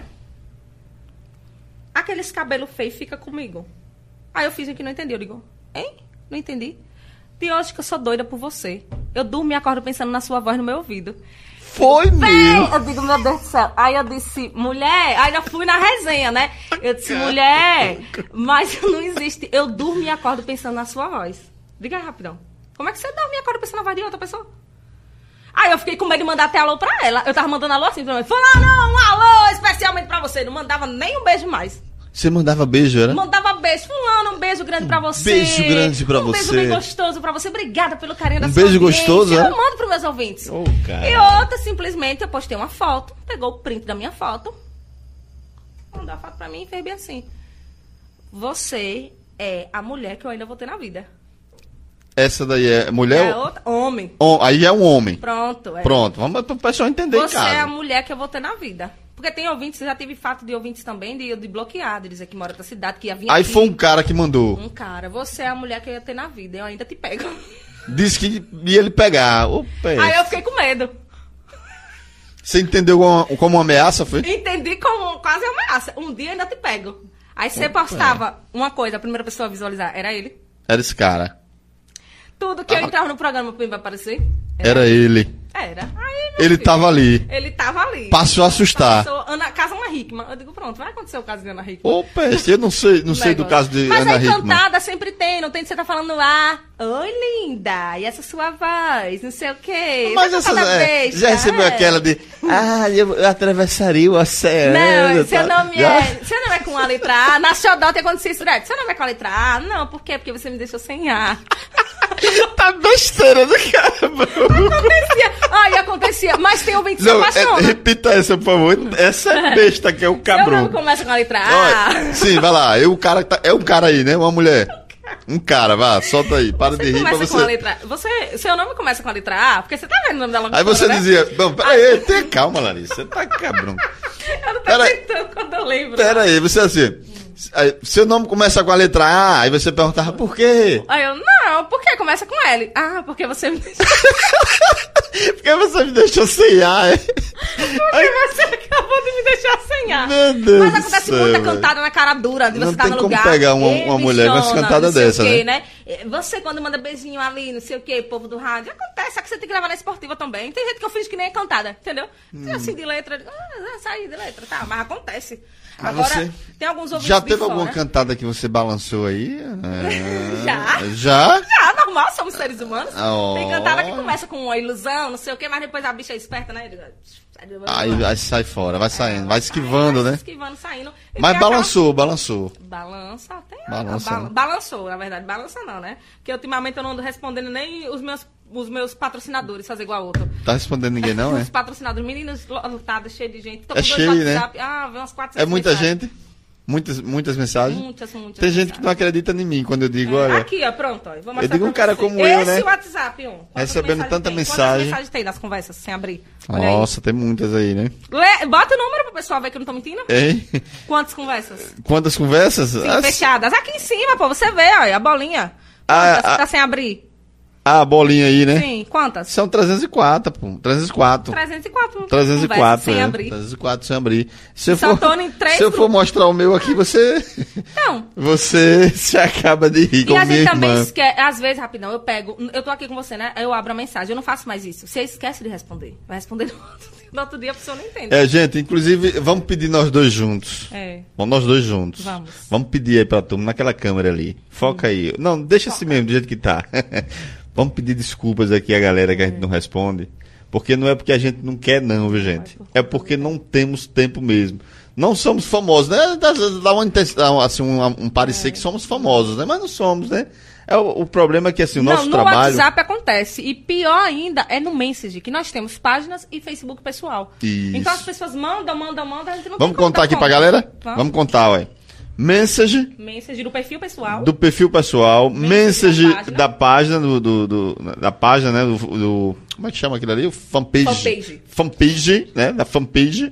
aqueles cabelos feios e fica comigo? Aí eu fiz o que não entendi. Eu digo, hein? Não entendi. De hoje que eu sou doida por você. Eu durmo e acordo pensando na sua voz no meu ouvido. Foi mesmo. Eu digo, meu Deus do céu. Aí eu disse, mulher, aí eu fui na resenha, né? Eu disse, mulher, mas não existe. Eu durmo e acordo pensando na sua voz. Diga aí, rapidão. Como é que você dorme e acorda pensando na voz de outra pessoa? Aí eu fiquei com medo de mandar até alô pra ela. Eu tava mandando alô assim pra mim. Fulano, um alô especialmente pra você. Não mandava nem um beijo mais. Você mandava beijo, era? Mandava beijo. Fulano, um beijo grande pra você. Beijo grande pra você. Um beijo bem gostoso pra você. Obrigada pelo carinho da sua beijo gostoso, Eu é? mando pros meus ouvintes. Oh, e outra, simplesmente, eu postei uma foto, pegou o print da minha foto, mandou a foto pra mim e fez bem assim. Você é a mulher que eu ainda vou ter na vida. Essa daí é mulher? É outra, homem. Aí é um homem. Pronto. Pronto, vamos para o pessoal entender Você em casa. é a mulher que eu vou ter na vida. Porque tem ouvintes, já tive fato de ouvintes também de bloquear, de dizer que mora na cidade, que ia vir Aí aqui. foi um cara que mandou. Um cara, você é a mulher que eu ia ter na vida, eu ainda te pego. Disse que ia ele pegar. Opa, Aí eu fiquei com medo. Você entendeu como uma ameaça, foi? Entendi como quase ameaça. Um dia eu ainda te pego. Aí você postava uma coisa, a primeira pessoa a visualizar, era ele. Era esse cara. Tudo que eu entrava no programa pra vai aparecer. Era ele. Era. Aí, ele filho, tava ali. Ele tava ali. Passou a assustar. Passou casa Ana Hickman. Eu digo, pronto, vai acontecer o caso de Ana Hickman. Ô, peste, eu não sei do caso de Mas Ana aí Hickman. cantada sempre tem, não tem de você tá falando oi linda, e essa sua voz, não sei o quê. Mas essa já recebeu aquela de eu atravessaria o oceano. Não, seu nome é com a letra A. Na Xodó acontecia isso direto. Seu nome é com a letra A? Não, por quê? Porque você me deixou sem A. Tá besteira do cara, acontecia. Mas tem ouvinte que se apaixona. Repita essa, por favor. Essa é besta que é o cabrão. Seu nome começa com a letra A. Sim, vai lá. É um cara aí, né? Uma mulher. Um cara, vá, solta aí. Para de rir pra você. Com a letra... Seu nome começa com a letra A, porque você tá vendo o nome dela. Aí você dizia, não, peraí, tenha calma, Larissa. Você tá cabrão. Eu não tô acreditando quando eu lembro. Peraí, você assim... Seu nome começa com a letra A, aí você perguntava por quê? Aí eu, não, por que começa com L? Ah, porque você me deixou... Porque você me deixou sem A, é? Porque você acabou de me deixar sem A. Meu Deus. Mas acontece muita cantada na cara dura, de você estar no lugar. Não tem como pegar uma mulher com essa cantada dessa, né? Você quando manda beijinho ali, não sei o quê, povo do rádio, acontece, só que você tem que gravar na esportiva também. Tem gente que eu finge que nem é cantada, entendeu? Assim de letra, saí de letra, tá, mas acontece. Agora, tem alguns ouvintes já teve alguma cantada que você balançou aí? Já, normal, somos seres humanos. Tem cantada que começa com uma ilusão, não sei o quê, mas depois a bicha é esperta, né? Aí sai fora, vai saindo, vai esquivando, né? Esquivando, saindo. Mas balançou. Balançou, na verdade, balança não, né? Porque ultimamente eu não ando respondendo nem os meus os meus patrocinadores fazer igual a outro. Tá respondendo ninguém, não, é? Os patrocinadores, meninas lotadas, cheio de gente. Tô É com cheio, dois né? WhatsApp. Ah, vem umas 400 É muita mensagens. gente? Muitas mensagens? Muitas Tem gente mensagens. que não acredita em mim quando eu digo, olha... Aqui, ó, pronto. Ó, vou mostrar Eu digo pra um cara você. como eu, né? Esse WhatsApp, ó. Quantas Recebendo mensagens tanta tem? mensagem. Quantas mensagens tem nas conversas, sem abrir? Olha Nossa, tem muitas aí, né? aí. Bota o número pro pessoal ver que eu não tô mentindo. Hein? Quantas conversas? Quantas conversas? Sim, fechadas. Aqui em cima, pô, você vê, ó, a bolinha. Ah, Quantas? Tá sem abrir? A bolinha aí, né? Sim, quantas? São 304, pô. 304. 304. 304, conversas sem é. abrir. 304 sem abrir. Se eu Só for, tô em 3 se eu for grupos. mostrar o meu aqui, você... Então, Você se acaba de rir e com a minha gente também irmã. esquece, às vezes, rapidão, eu tô aqui com você, né? Eu abro a mensagem, eu não faço mais isso. Você esquece de responder. Vai responder no outro dia, a pessoa não entende. É, gente, inclusive, vamos pedir nós dois juntos. É. Vamos nós dois juntos. Vamos. Pedir aí pra turma, naquela câmera ali. Foca aí. Não, deixa assim mesmo, do jeito que tá. Vamos pedir desculpas aqui à galera que a gente não responde. Porque não é porque a gente não quer, não, viu, gente? É porque não temos tempo mesmo. Não somos famosos, né? Dá uma intenção, assim, um parecer que somos famosos, né? Mas não somos, né? O problema é que, assim, o nosso no trabalho... WhatsApp acontece. E pior ainda é no Message, que nós temos páginas e Facebook pessoal. Isso. Então as pessoas mandam, a gente não Vamos tem contar aqui como. pra galera? Vamos. Vamos contar, ué. Message Message do perfil pessoal. do perfil pessoal, message Message da página, da página, né? Como é que chama aquilo ali? O fanpage. Fanpage, né? Da fanpage.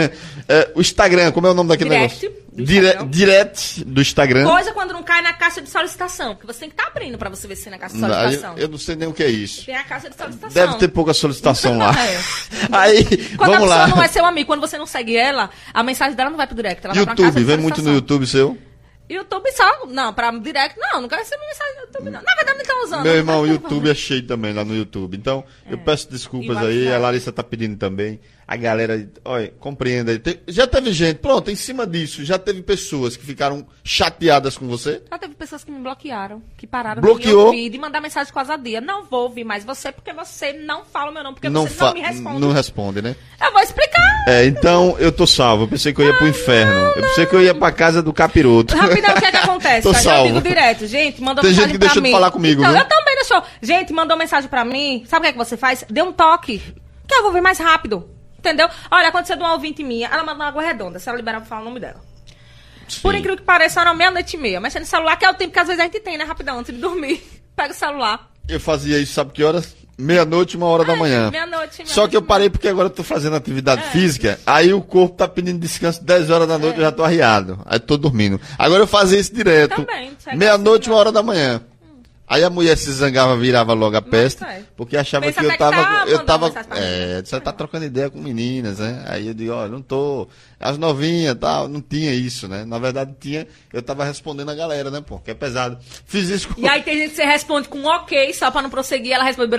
O Instagram, como é o nome daquele Direct negócio? do Instagram. Direct do Instagram. Coisa quando não cai na caixa de solicitação, que você tem que estar abrindo pra você ver se tem na caixa de solicitação. Eu não sei nem o que é isso. Tem a caixa de solicitação. Deve ter pouca solicitação lá. É. Aí, Quando vamos a pessoa lá. não é seu amigo, quando você não segue ela, a mensagem dela não vai pro direct, ela vai pra caixa YouTube, de vem muito no solicitação. YouTube seu. YouTube só, não, pra direct, não quero receber mensagem no YouTube, não. Na verdade, não estão usando. Meu não irmão, o tá YouTube é cheio também lá no YouTube. Então, eu peço desculpas aí. A Larissa tá pedindo também. A galera, olha, compreenda. Já teve gente, pronto, em cima disso, já teve pessoas que ficaram chateadas com você. Já teve pessoas que me bloquearam, que pararam Bloqueou? de me ouvir, de mandar mensagem quase a dia. Não vou ouvir mais você, porque você não fala o meu nome, porque Não, você não me responde. não responde, né? Eu vou explicar. Então, eu tô salvo. Eu pensei que eu ia pro inferno. Eu pensei que eu ia pra casa do capiroto. Rapidão, o que é que acontece? Tô Cara? Eu salvo. digo direto, gente, mandou Tem gente mensagem que pra deixou de mim. falar comigo, Então, viu? eu também deixou. Gente, mandou mensagem pra mim. Sabe o que é que você faz? Dê um toque. Que eu vou ver mais rápido. Entendeu? Olha, aconteceu de uma ouvinte minha. Ela mandou uma água redonda. Se ela liberar, eu vou falar o nome dela. Por incrível que pareça, era 00:30. Mexendo no celular, que é o tempo que às vezes a gente tem, né? Rapidão, antes de dormir. Pega o celular. Eu fazia isso, sabe que horas? 00:00, 1h da manhã. Meia-noite. Só que eu parei porque agora eu tô fazendo atividade física, aí o corpo tá pedindo descanso 10 horas da noite, eu já tô arriado. Aí tô dormindo. Agora eu fazia isso direto. Também, segue 00:00, assim, 1h da manhã. Aí a mulher se zangava, virava logo a peste, é. porque achava Pensa que eu até que tá tava. Eu mandando tava. mensagem pra mim. Você tá trocando ideia com meninas, né? Aí eu digo, olha, não tô. As novinhas e tal, não tinha isso, né? Na verdade tinha. Eu tava respondendo a galera, né, pô? Que é pesado. Fiz isso com. E aí tem gente que você responde com ok, só pra não prosseguir, ela responde.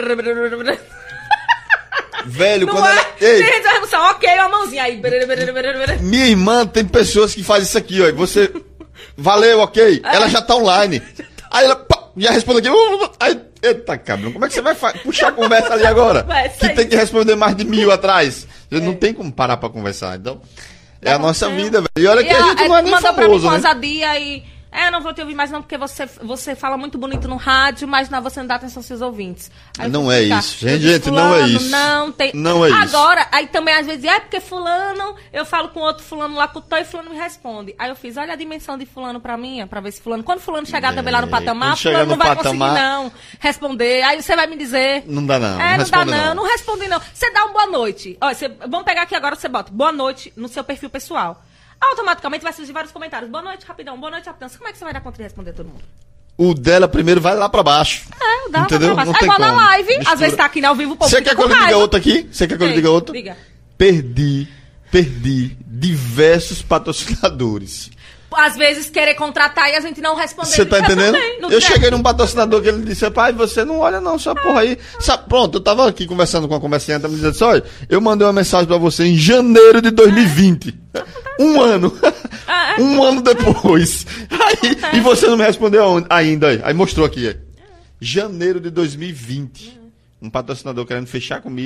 Velho, Não quando é? ela. Tem Ei, gente que vai responder ok, uma mãozinha aí. minha irmã tem pessoas que fazem isso aqui, ó. E você. Valeu, ok. Ela já tá online. Aí ela pá, já responde aqui. Aí, eita, cabrão, como é que você vai puxar a conversa ali agora? Vai, Que sai. tem que responder mais de 1000 atrás. Não tem como parar pra conversar. Então, é a nossa vida, velho. E olha que a gente não é nem mandou pra mim famoso, com né? ousadia e... eu não vou te ouvir mais não, porque você fala muito bonito no rádio, mas não, você não dá atenção aos seus ouvintes. Aí eu Não fui é explicar. isso. Eu Gente, disse, não é fulano, isso. Não tem. Não é isso. Agora, aí também às vezes, porque fulano, eu falo com outro fulano lá, cutou e fulano me responde. Aí eu fiz, olha a dimensão de fulano pra mim, pra ver se fulano, quando fulano chegar também lá no patamar, quando chegar fulano não no vai patamar- conseguir não responder. Aí você vai me dizer... Não dá não. não dá responde não, não responde não. Você dá uma boa noite. Olha, vamos pegar aqui agora, você bota boa noite no seu perfil pessoal. Automaticamente vai surgir vários comentários. Boa noite, rapidão. Boa noite, rapidão. Como é que você vai dar conta de responder todo mundo? O dela primeiro vai lá pra baixo. É, dá Entendeu? pra Não baixo. tem É igual na como. live. Mistura. Às vezes tá aqui no ao vivo, o povo Você fica quer que com eu lhe diga raiva. outra aqui? Você quer que eu lhe Sei, diga outra? diga. Perdi diversos patrocinadores. Às vezes querer contratar e a gente não responder. Você tá entendendo? No Eu direct. cheguei num patrocinador que ele disse, pai, você não olha não, essa porra aí. Pronto, eu tava aqui conversando com a comerciante, ela me disse assim, olha, eu mandei uma mensagem pra você em janeiro de 2020. Um ano. Um ano depois. Aí, e você não me respondeu ainda. Aí mostrou aqui. Janeiro de 2020. Um patrocinador querendo fechar comigo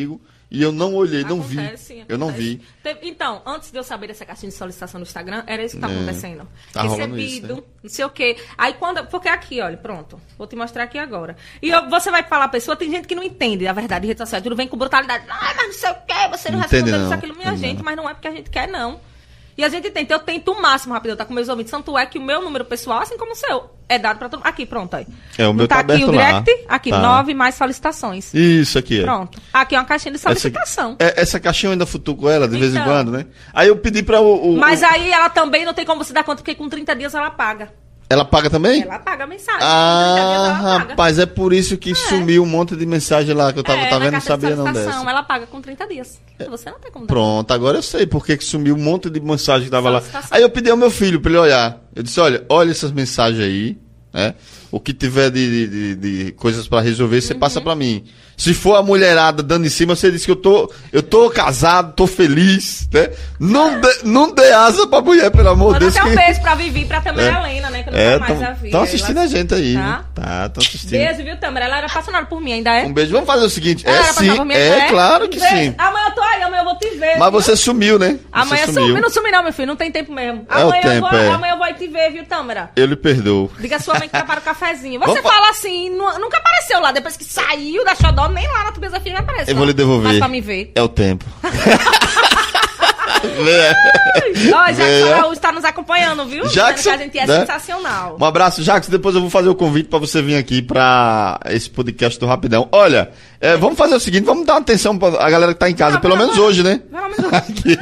e eu não olhei, não Acontece, vi. Eu não vi. Então, antes de eu saber dessa caixinha de solicitação no Instagram, era isso que tá acontecendo. Tá rolando isso, né? Não sei o quê. Aí porque aqui, olha, pronto. Vou te mostrar aqui agora. E você vai falar a pessoa, tem gente que não entende a verdade de rede social. Tudo vem com brutalidade. Mas não sei o quê, você não respondeu isso, aquilo, minha gente. Mas não é porque a gente quer, não. E a gente tenta, eu tento o máximo, rapidão, tá com meus ouvintes. Tanto é que o meu número pessoal, assim como o seu, é dado pra todo mundo. Aqui, pronto, aí. O meu tá aqui aberto o direct, lá. aqui, 9 mais solicitações. Isso aqui. Pronto. Aqui é uma caixinha de solicitação. Essa caixinha eu ainda futuco ela de vez em quando, né? Aí eu pedi pra Mas aí ela também não tem como você dar conta, porque com 30 dias ela paga. Ela paga também? Ela paga a mensagem. Rapaz, é por isso que sumiu um monte de mensagem lá que eu tava vendo, não sabia não dessa. Ela paga com 30 dias. Você não tem como dar. Pronto, agora eu sei porque que sumiu um monte de mensagem que tava lá. Aí eu pedi ao meu filho pra ele olhar. Eu disse, olha essas mensagens aí, né? O que tiver de coisas pra resolver, você passa pra mim. Se for a mulherada dando em cima, você diz que eu tô casado, tô feliz, né? Não dê asa pra mulher, pelo amor de Deus. Manda até um beijo pra Vivi e pra Tamara Helena, né? Que eu não mais a ver. Estão assistindo a gente aí, tá? Estão assistindo. Beijo, viu, Tamara? Ela era apaixonada por mim, ainda é? Um beijo. Vamos fazer o seguinte. Sim, claro que sim. Amanhã eu tô aí, amanhã eu vou te ver. Mas você sumiu, né? Amanhã não sumi não, meu filho. Não tem tempo mesmo. Amanhã eu vou te ver, viu, Tamara? Eu lhe perdoo. Diga a sua mãe que prepara o cafezinho. Você fala assim, nunca apareceu lá. Depois que saiu da Xodó, nem lá na Tubeza Filha aparece. Eu vou lhe devolver. Mas pra me ver. É o tempo. Jackson está nos acompanhando, viu? Jackson, que a gente é sensacional. Um abraço, Jackson. Depois eu vou fazer o convite pra você vir aqui pra esse podcast do Rapidão. Olha, vamos fazer o seguinte, vamos dar uma atenção pra a galera que tá em casa, pelo menos hoje, né? Pelo menos hoje.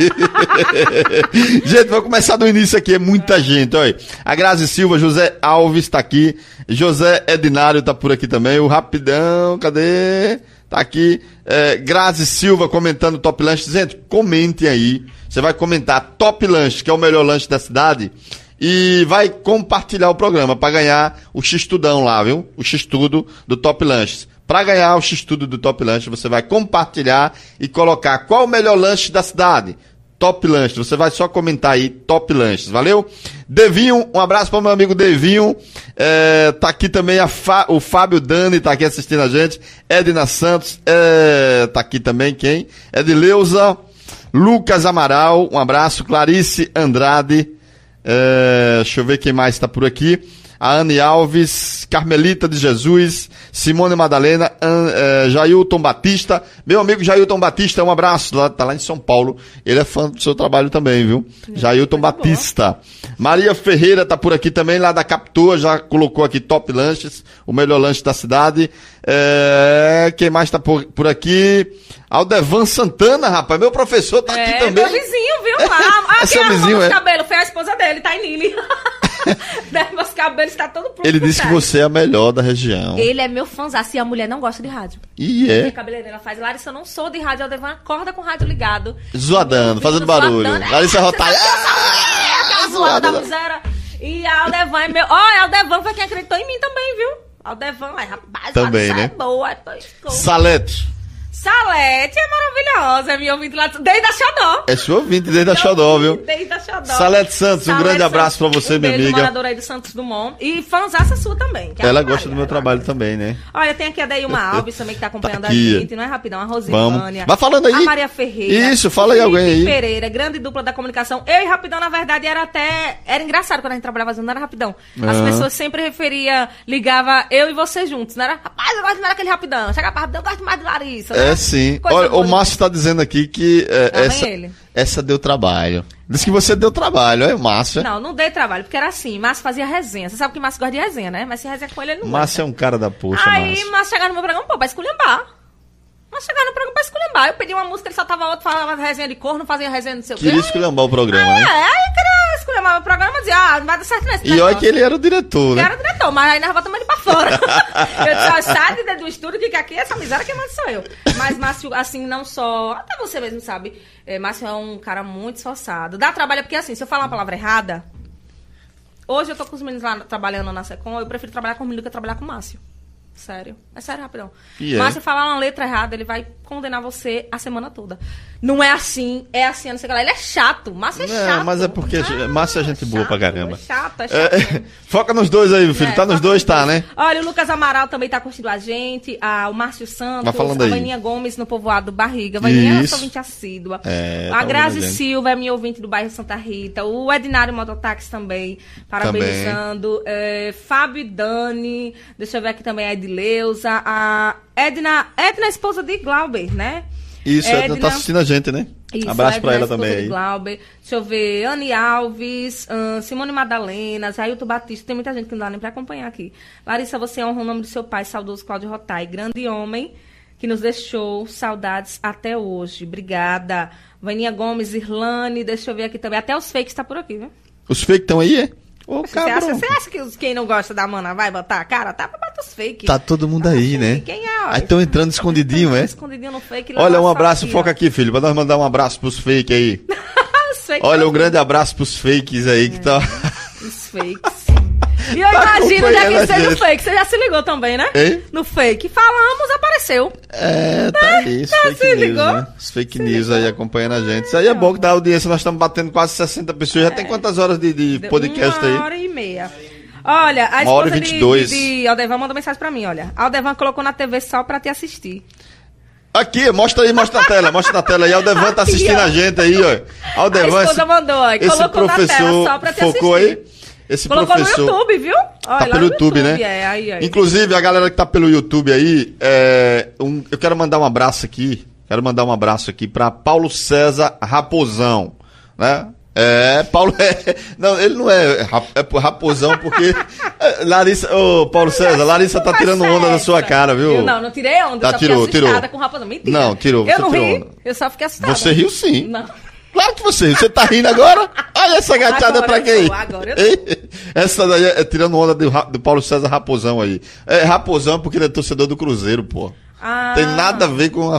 Gente, vou começar do início aqui, é muita gente, olha. A Grazi Silva, José Alves tá aqui, José Edinário tá por aqui também, o Rapidão, cadê? Tá aqui, Grazi Silva comentando Top Lanche. Gente, comente aí. Você vai comentar Top Lanche, que é o melhor lanche da cidade, e vai compartilhar o programa para ganhar o X-Tudão lá, viu? O X-Tudo do Top Lanches. Para ganhar o X-Tudo do Top Lanche, você vai compartilhar e colocar qual o melhor lanche da cidade. Top Lanche. Você vai só comentar aí Top Lanches, valeu? Devinho, um abraço para o meu amigo Devinho. Tá aqui também o Fábio Dani, tá aqui assistindo a gente. Edna Santos, tá aqui também quem? Edileuza, Lucas Amaral, um abraço. Clarice Andrade, deixa eu ver quem mais tá por aqui. A Anne Alves, Carmelita de Jesus, Simone Madalena, Jailton Batista. Meu amigo Jailton Batista, um abraço. Tá lá em São Paulo. Ele é fã do seu trabalho também, viu? Jailton Batista. Boa. Maria Ferreira tá por aqui também, lá da Captua. Já colocou aqui Top Lanches, o melhor lanche da cidade. Quem mais tá por aqui? Aldevan Santana, rapaz. Meu professor tá aqui também. Meu vizinho, viu? Lá. É seu vizinho, é? Cabelo, foi a esposa dele, tá em Nili. Meus cabelos está todo pronto. Ele disse que você é a melhor da região. Ele é meu fãzaço e a mulher não gosta de rádio. E é? A cabeleireira faz, Larissa, eu não sou de rádio, Aldevan acorda com o rádio ligado. Zoadando, fazendo barulho. Larissa Rotalha. Aquela zoada da miséria. E a Aldevan é meu... Olha, a Aldevan foi quem acreditou em mim também, viu? Aldevan, rapaz, também, né? É boa. Salete. Salete é maravilhosa, é minha ouvinte lá desde a Xodó. É sua ouvinte desde a Xodó, viu? Desde a Xodó. Salete Santos, um grande abraço pra você, minha amiga. Moradora aí do Santos Dumont. E fãzaça sua também. Ela gosta do meu trabalho também, né? Olha, tem aqui a Deilma Alves também que tá acompanhando a gente, não é rapidão? A Rosivânia. Vai falando aí. A Maria Ferreira. Isso, fala aí alguém aí. Pereira, grande dupla da comunicação. Eu e Rapidão, na verdade, era engraçado quando a gente trabalhava junto, não era Rapidão. As pessoas sempre ligava eu e você juntos, não era? Rapaz, eu gosto mais daquele Rapidão. Chega pra Rapidão, eu gosto mais de Larissa. Né? Sim. Olha, o Márcio tá dizendo aqui que essa deu trabalho. Diz que você deu trabalho, é Márcio? Não dei trabalho, porque era assim, Márcio fazia resenha. Você sabe que Márcio gosta de resenha, né? Mas se resenha com ele não Márcio é um cara da poxa, Aí Márcio chegava no meu programa, pra esculhambar. Márcio chegava no programa pra esculhambar. Eu pedi uma música, ele só tava outro, falava resenha de corno, fazia resenha do seu queria esculhambar o programa, né? Aí queria esculhambar o programa, dizia, não vai dar certo nesse negócio. E olha que ele era o diretor, né? Ele era o diretor, mas aí nós botamos ele pra fora. Eu disse, sai de dentro do estúdio, que aqui essa miséria quem manda sou eu. Mas Márcio, assim, não só... Até você mesmo sabe, Márcio é um cara muito esforçado. Dá trabalho, porque assim, se eu falar uma palavra errada... Hoje eu tô com os meninos lá trabalhando na Secom, eu prefiro trabalhar com o menino do que trabalhar com o Márcio. Sério. É sério, rapidão. Yeah. Mas se falar uma letra errada, ele vai condenar você a semana toda. Não é assim, é assim, não sei o que lá. Ele é chato. Márcio é chato. Mas é porque Márcio é gente boa pra caramba. É chato. Foca nos dois aí, meu filho. Tá nos dois, tá, né? Olha, o Lucas Amaral também tá curtindo a gente. O Márcio Santos. Vai falando aí. A Vaninha Gomes no povoado do Barriga. Vaninha é Isso. nossa ouvinte assídua. Tá A Grazi ouvindo a gente. Silva é minha ouvinte do bairro Santa Rita. O Ednário Mototáxi também. Parabenizando. Fábio e Dani. Deixa eu ver aqui também a Edileuza. A Edna, esposa de Glauber, né? Isso, Edna tá assistindo a gente, né? Isso, Abraço pra ela esposa também de aí. Glauber. Deixa eu ver, Anne Alves, Simone Madalena, Jailton Batista, tem muita gente que não dá nem pra acompanhar aqui. Larissa, você honra o nome do seu pai, saudoso Cláudio Rotai, grande homem que nos deixou saudades até hoje. Obrigada. Vaninha Gomes, Irlane, deixa eu ver aqui também. Até os fakes tá por aqui, viu? Os fake estão aí, é? Ô, Você acha, cabrão. que quem não gosta da mana vai botar a cara? Tá pra botar os fakes. Tá todo mundo aí, né? Quem é? Aí estão entrando escondidinho, é? Escondidinho no fake. Olha, um abraço, aqui, foca aqui, filho, pra nós mandar um abraço pros fake aí. Os fakes Olha, um grande abraço pros fakes aí que tá... Os fakes. E eu Tá imagino onde é que acompanhando a seja o gente. fake. Você já se ligou também, né? Hein? No fake. Falamos, apareceu. Tá aí, os fake se news, ligou? né? Os fake news aí acompanhando a gente. Isso aí é bom que dá audiência, nós estamos batendo quase 60 pessoas. Já tem quantas horas de podcast aí? 1h30. Olha, a 1h22. esposa de Aldevan mandou mensagem pra mim, olha. Aldevan colocou na TV só pra te assistir. Aqui, mostra aí, mostra na tela aí. Aldevan tá assistindo a gente aí, ó. Aldevan, A esposa mandou, ó, esse colocou na tela professor só pra te focou assistir. aí. Esse Colocou professor no YouTube, viu? Olha, tá lá pelo no YouTube, né? Aí. Inclusive, a galera que tá pelo YouTube aí, eu quero mandar um abraço aqui. Quero mandar um abraço aqui pra Paulo César Raposão, né? Paulo não, ele não é Raposão porque Larissa, Paulo César, Larissa tá tirando onda da sua cara, viu? Eu não tirei onda, Tá, eu só fiquei assustada tirou. com Raposão. Mentira. Não, tirou, Eu você não tirou ri, onda. eu só fiquei assustada. Você riu sim. Não. Claro que você riu. Você tá rindo agora? Olha essa gateada Agora pra eu quem? tô, agora eu tô. Essa daí é tirando onda do Paulo César Raposão aí. É Raposão porque ele é torcedor do Cruzeiro, pô. Tem nada a ver com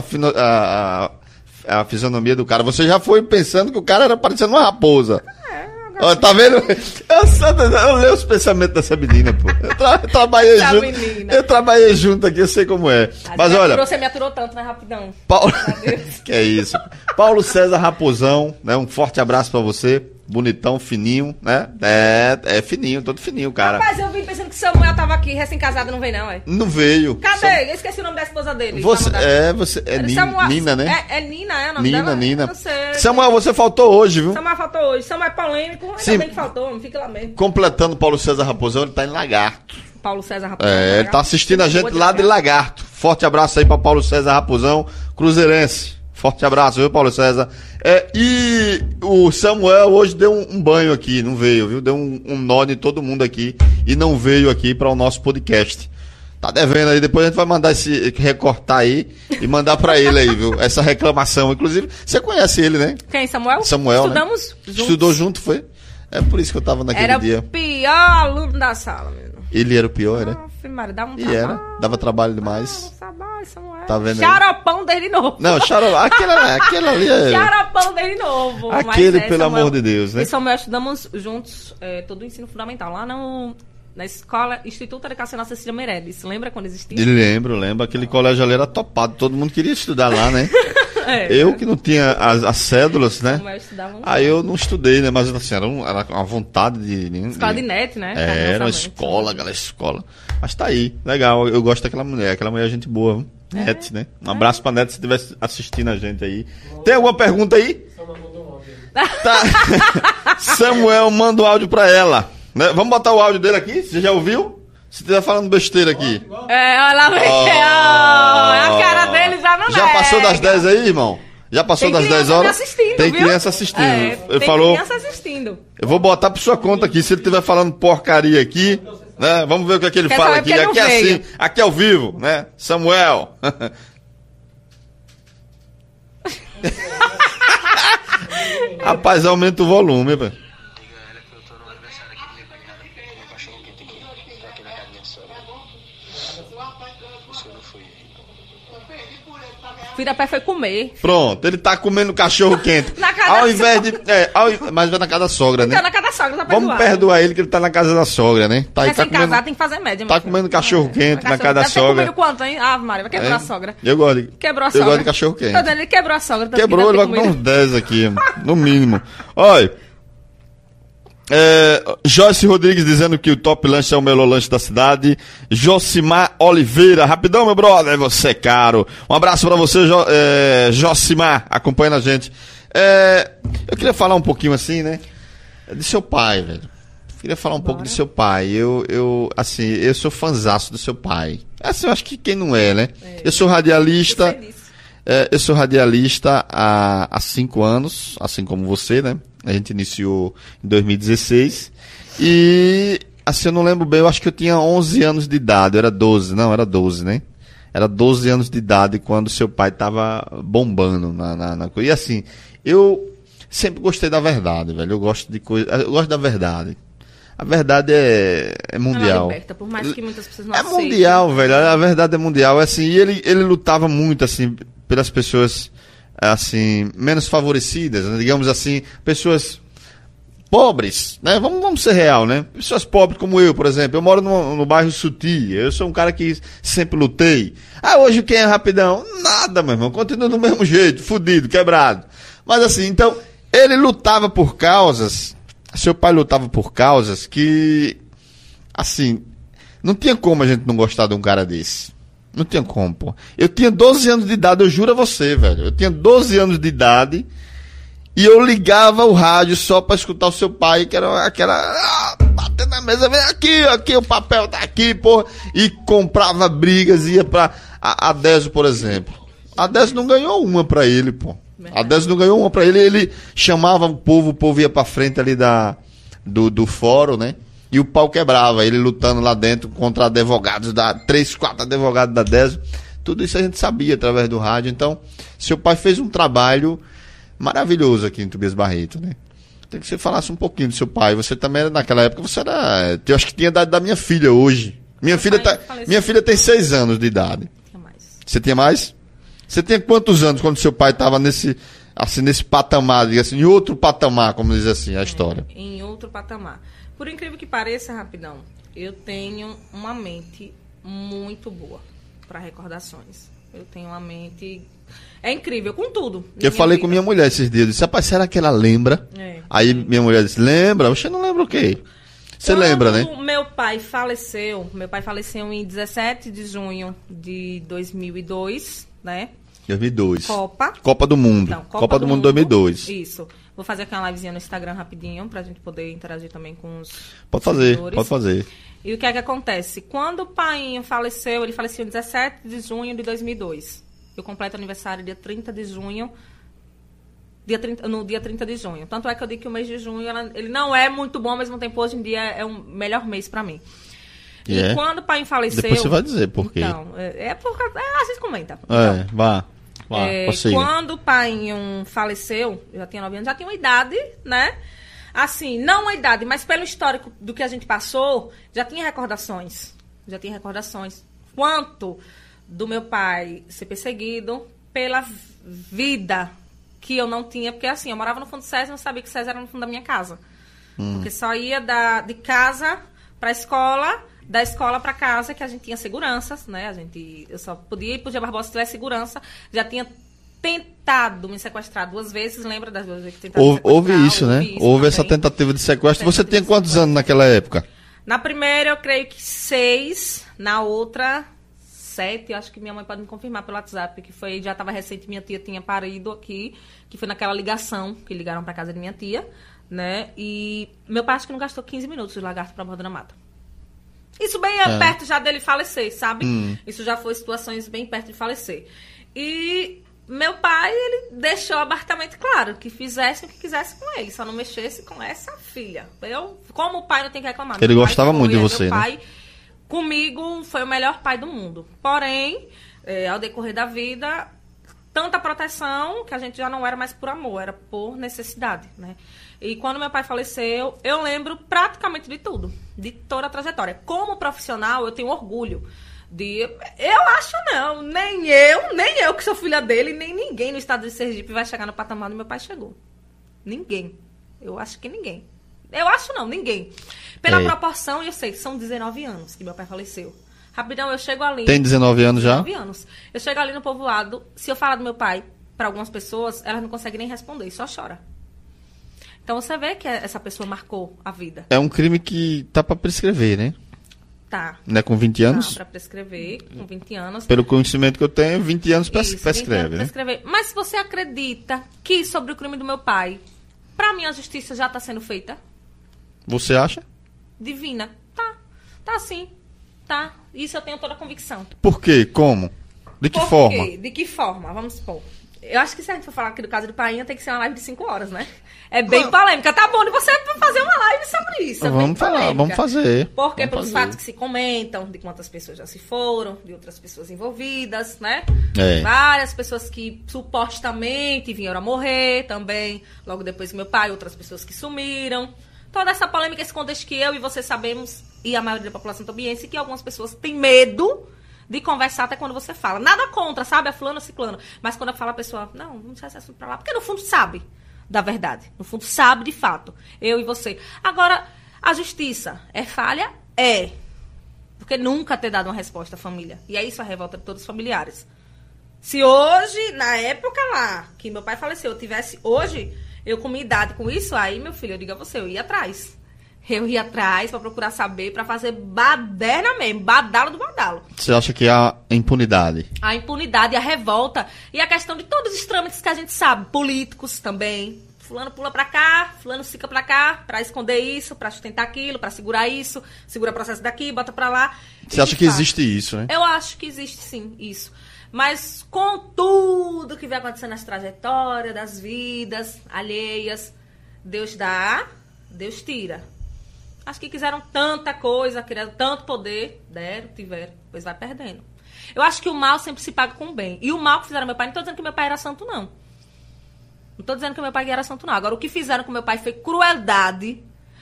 a fisionomia do cara. Você já foi pensando que o cara era parecendo uma raposa. Ó, tá vendo? Eu leio os pensamentos dessa menina, pô. Eu trabalhei Essa junto. menina. Eu trabalhei junto aqui, eu sei como é. Mas olha. Você me aturou tanto, né, rapidão? Paulo... Deus. Que é isso. Paulo César Raposão, né? Um forte abraço pra você. Bonitão, fininho, né? É fininho, todo fininho, cara. Rapaz, eu vim pensando que Samuel tava aqui, recém-casado, não veio não, ué. Não veio. Cadê? Eu esqueci o nome da esposa dele. Você é Era Nina, Samuel- Nina, né? É Nina, é o nome dela? Nina. Eu não sei. Samuel, você faltou hoje, viu? Samuel faltou hoje. Samuel é polêmico, ainda Sim. bem que faltou, não fica lá mesmo. Completando Paulo César Raposão, ele tá em Lagarto. Paulo César Raposão. Ele tá assistindo a gente lá de Lagarto. Forte abraço aí pra Paulo César Raposão, cruzeirense. Forte abraço, viu, Paulo César? E o Samuel hoje deu um banho aqui, não veio, viu? Deu um nó em todo mundo aqui e não veio aqui para o nosso podcast. Tá devendo aí, depois a gente vai mandar recortar aí e mandar pra ele aí, viu? Essa reclamação. Inclusive, você conhece ele, né? Quem, Samuel? Samuel, Estudamos né? juntos. Estudou junto, foi? É por isso que eu tava naquele Era dia. o pior aluno da sala, mesmo. Ele era o pior, né? Nossa, Maria, dava um E trabalho. era. Dava trabalho demais. Trabalho, Samuel. Tá vendo aí? Xaropão dele novo. Não, aquela ali é... Xaropão dele novo. Aquele, Mas, pelo Samuel, amor de Deus, né? E Samuel, estudamos juntos todo o ensino fundamental, lá na escola Instituto Educacional Cecília Meirelles. Lembra quando existia? Lembro. Aquele colégio ali era topado, todo mundo queria estudar lá, né? Eu que não tinha as cédulas, né? Samuel estudava no Aí eu não estudei, né? Mas assim, era uma vontade de... escola de net, né? Era uma escola, galera, escola. Mas tá aí, legal. Eu gosto daquela mulher é gente boa, viu? Net, né? Um abraço pra Net se estiver assistindo a gente aí. Tem alguma pergunta aí? Tá. Samuel manda um áudio pra ela. Né? Vamos botar o áudio dele aqui? Você já ouviu? Se estiver falando besteira aqui. Olha lá, a cara dele já não Já passou das 10 aí, irmão? Já passou das 10 horas? Tem viu? criança assistindo. Ele tem falou, criança assistindo. eu vou botar por sua conta aqui. Se ele estiver falando porcaria aqui, né? Vamos ver o que é que ele Quer fala saber aqui. porque Aqui não é veio. assim, aqui é ao vivo, né? Samuel. Rapaz, aumenta o volume, velho. Diga a ela que eu tô no aniversário aqui de minha cunhada. Tem um cachorro quente aqui. Tá aqui na casa da minha sogra. O senhor não foi aí. Filho a pé foi comer. Pronto, ele tá comendo cachorro quente. Na casa Ao invés de... mas vai na casa da sogra, né? Então, na casa da sogra, tá Vamos perdoado. perdoar ele que ele tá na casa da sogra, né? Tá, Mas tá sem casar, comendo, tem que fazer média. tá meu filho. comendo cachorro-quente na casa da Deve ter sogra. comido quanto, hein? Ave Maria, vai quebrar a sogra. Eu gosto de... Quebrou a Eu sogra. gosto de cachorro-quente. Tô dizendo, ele quebrou a sogra. tanto que Quebrou, ele deve vai ter comer uns comido. 10 aqui, no mínimo. Olha, Joyce Rodrigues dizendo que o Top Lanche é o melhor lanche da cidade. Josimar Oliveira, rapidão, meu brother, você é caro. Um abraço pra você, Josimar, acompanhando a gente. Eu queria falar um pouquinho assim, né, de seu pai, velho. Queria falar um pouco de seu pai. Eu sou fãzaço do seu pai. Assim, eu acho que quem não é, né? Eu sou radialista. Eu sou radialista há 5 anos, assim como você, né? A gente iniciou em 2016. E, assim, eu não lembro bem, eu acho que eu tinha 11 anos de idade. Era 12, né? Era 12 anos de idade quando seu pai tava bombando na coisa. E assim, eu sempre gostei da verdade, velho. Eu gosto da verdade. A verdade é mundial. Liberta, por mais que muitas pessoas não É aceitem. mundial, velho. A verdade é mundial. Assim, e ele lutava muito, assim, pelas pessoas, assim, menos favorecidas, né? Digamos assim, pessoas pobres, né? Vamos ser real, né? Pessoas pobres como eu, por exemplo. Eu moro no bairro Suti. Eu sou um cara que sempre lutei. Hoje quem é rapidão? Nada, meu irmão. Continua do mesmo jeito, fudido, quebrado. Mas assim, então, ele lutava por causas. Seu pai lutava por causas que, assim, não tinha como a gente não gostar de um cara desse. Não tinha como, pô. Eu tinha 12 anos de idade, eu juro a você, velho. Eu tinha 12 anos de idade e eu ligava o rádio só pra escutar o seu pai, que era aquela... batendo na mesa, vem aqui, o papel tá aqui, pô. E comprava brigas, ia pra... A Deso, por exemplo. A Deso não ganhou uma pra ele, pô. A Deso não ganhou uma pra ele, ele chamava o povo ia pra frente ali do fórum, né? E o pau quebrava, ele lutando lá dentro contra advogados, 3, 4 advogados da Deso. Tudo isso a gente sabia através do rádio. Então, seu pai fez um trabalho maravilhoso aqui em Tobias Barreto, né? Tem que você falasse um pouquinho do seu pai. Você também era, naquela época, você era... Eu acho que tinha a idade da minha filha hoje. Minha filha tem 6 anos de idade. Você tinha mais? Você tinha quantos anos quando seu pai estava nesse patamar, diga assim, em outro patamar, como diz assim a história? Em outro patamar. Por incrível que pareça, rapidão, eu tenho uma mente muito boa para recordações. Eu tenho uma mente... É incrível, com tudo. Eu falei com minha mulher esses dias, eu disse, rapaz, será que ela lembra? Aí minha mulher disse, lembra? Você não lembra o quê? Você lembra, né? Meu pai faleceu em 17 de junho de 2002, né? 2002. Copa do Mundo. Não, Copa do Mundo 2002. Isso. Vou fazer aqui uma livezinha no Instagram rapidinho pra gente poder interagir também com os Pode fazer. E o que é que acontece? Quando o pai faleceu, ele faleceu em 17 de junho de 2002. Eu completo aniversário dia 30 de junho. No dia 30 de junho. Tanto é que eu digo que o mês de junho ele não é muito bom, ao mesmo tempo hoje em dia é o melhor mês pra mim. E quando o pai faleceu... Depois você vai dizer por quê. Então, a gente comenta. Vá. Quando o pai faleceu, eu já tinha 9 anos, já tinha uma idade, né? Assim, não uma idade, mas pelo histórico do que a gente passou, já tinha recordações. Quanto do meu pai ser perseguido pela vida que eu não tinha, porque assim, eu morava no fundo do SESI e não sabia que o SESI era no fundo da minha casa. Porque só ia de casa pra escola, da escola para casa, que a gente tinha seguranças, né? Eu só podia ir pro Gia Barbosa se tivesse segurança. Já tinha tentado me sequestrar 2 vezes, lembra das 2 vezes que tentaram me sequestrar? Houve isso, né? Houve essa tentativa de sequestro. Você tinha quantos anos naquela época? Na primeira, eu creio que 6. Na outra, 7. Acho que minha mãe pode me confirmar pelo WhatsApp, que foi, já estava recente, minha tia tinha parido aqui, que foi naquela ligação, que ligaram para casa de minha tia, né? E meu pai acho que não gastou 15 minutos de lagarto para bordo da mata. Isso bem perto já dele falecer, sabe? Isso já foi situações bem perto de falecer. E meu pai, ele deixou abertamente claro que fizesse o que quisesse com ele, só não mexesse com essa filha. Eu, como pai, não tenho que reclamar. Ele gostava muito de você, meu né? Pai, comigo, foi o melhor pai do mundo. Porém, ao decorrer da vida, tanta proteção que a gente já não era mais por amor, era por necessidade, né? E quando meu pai faleceu, eu lembro praticamente de tudo, de toda a trajetória. Como profissional, eu tenho orgulho de... Eu acho não, nem eu que sou filha dele, nem ninguém no estado de Sergipe vai chegar no patamar do meu pai chegou. Ninguém. Eu acho que ninguém. Eu acho não, ninguém. Pela proporção, eu sei, são 19 anos que meu pai faleceu. Rapidão, eu chego ali... Tem 19 anos já? 19 anos. Eu chego ali no povoado, se eu falar do meu pai para algumas pessoas, elas não conseguem nem responder, só chora. Então você vê que essa pessoa marcou a vida. É um crime que tá pra prescrever, né? Tá. Não é com 20 anos? Tá, pra prescrever, com 20 anos. Pelo conhecimento que eu tenho, 20 anos Isso, 20 anos prescreve, né? prescrever. Mas se você acredita que sobre o crime do meu pai, pra mim a justiça já tá sendo feita? Você acha? Divina. Tá sim. Tá. Isso eu tenho toda a convicção. Por quê? Como? De que Por forma? quê? De que forma? Vamos supor. Eu acho que se a gente for falar aqui do caso de Painha, tem que ser uma live de 5 horas, né? É bem polêmica. Tá bom de você fazer uma live sobre isso. É Vamos falar, polêmica. vamos fazer. Porque Vamos pelos fazer. fatos que se comentam, de quantas pessoas já se foram, de outras pessoas envolvidas, né? É. Várias pessoas que supostamente vieram a morrer também, logo depois do meu pai, outras pessoas que sumiram. Toda essa polêmica, esse contexto que eu e você sabemos, e a maioria da população tobiense, que algumas pessoas têm medo de conversar até quando você fala. Nada contra, sabe? A fulano, ciclano. Mas quando fala a pessoa, não, vamos deixar esse assunto pra lá. Porque no fundo sabe da verdade. No fundo sabe de fato. Eu e você. Agora, a justiça é falha? É. Porque nunca ter dado uma resposta à família. E é isso a revolta de todos os familiares. Se hoje, na época lá, que meu pai faleceu, eu tivesse hoje, eu com minha idade com isso, aí, meu filho, eu digo a você, eu ia atrás. Eu ia atrás pra procurar saber, pra fazer baderna mesmo, badalo do badalo. Você acha que há impunidade? A impunidade, a revolta e a questão de todos os trâmites que a gente sabe, políticos também. Fulano pula pra cá, fulano fica pra cá, pra esconder isso, pra sustentar aquilo, pra segurar isso, segura o processo daqui, bota pra lá. Você acha que existe isso, né? Eu acho que existe sim, isso. Mas com tudo que vem acontecendo nas trajetórias, das vidas alheias, Deus dá, Deus tira. Acho que quiseram tanta coisa, queriam tanto poder, deram, tiveram, depois vai perdendo. Eu acho que o mal sempre se paga com o bem. E o mal que fizeram ao meu pai, não estou dizendo que meu pai era santo, não. Não estou dizendo que meu pai era santo, não. Agora, o que fizeram com meu pai foi crueldade,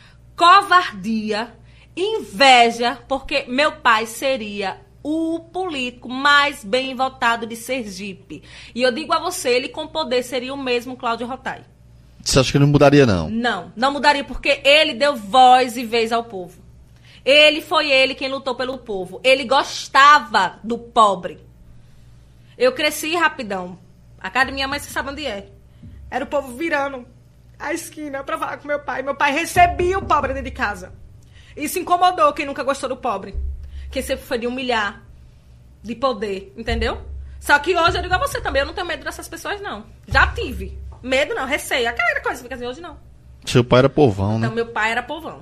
covardia, inveja, porque meu pai seria o político mais bem votado de Sergipe. E eu digo a você, ele com poder seria o mesmo Cláudio Rotai. Você acha que não mudaria, não? Não mudaria, porque ele deu voz e vez ao povo. Foi ele quem lutou pelo povo. Ele gostava do pobre. Eu cresci rapidão. A casa da minha mãe, você sabe onde é? Era o povo virando a esquina pra falar com meu pai. Meu pai recebia o pobre dentro de casa. Isso incomodou quem nunca gostou do pobre. Quem sempre foi de humilhar, de poder, entendeu? Só que hoje eu digo a você também, eu não tenho medo dessas pessoas, não. Já tive. Medo não, receio. Aquela coisa que fica assim, hoje não. Seu pai era povão, né? Então, meu pai era povão.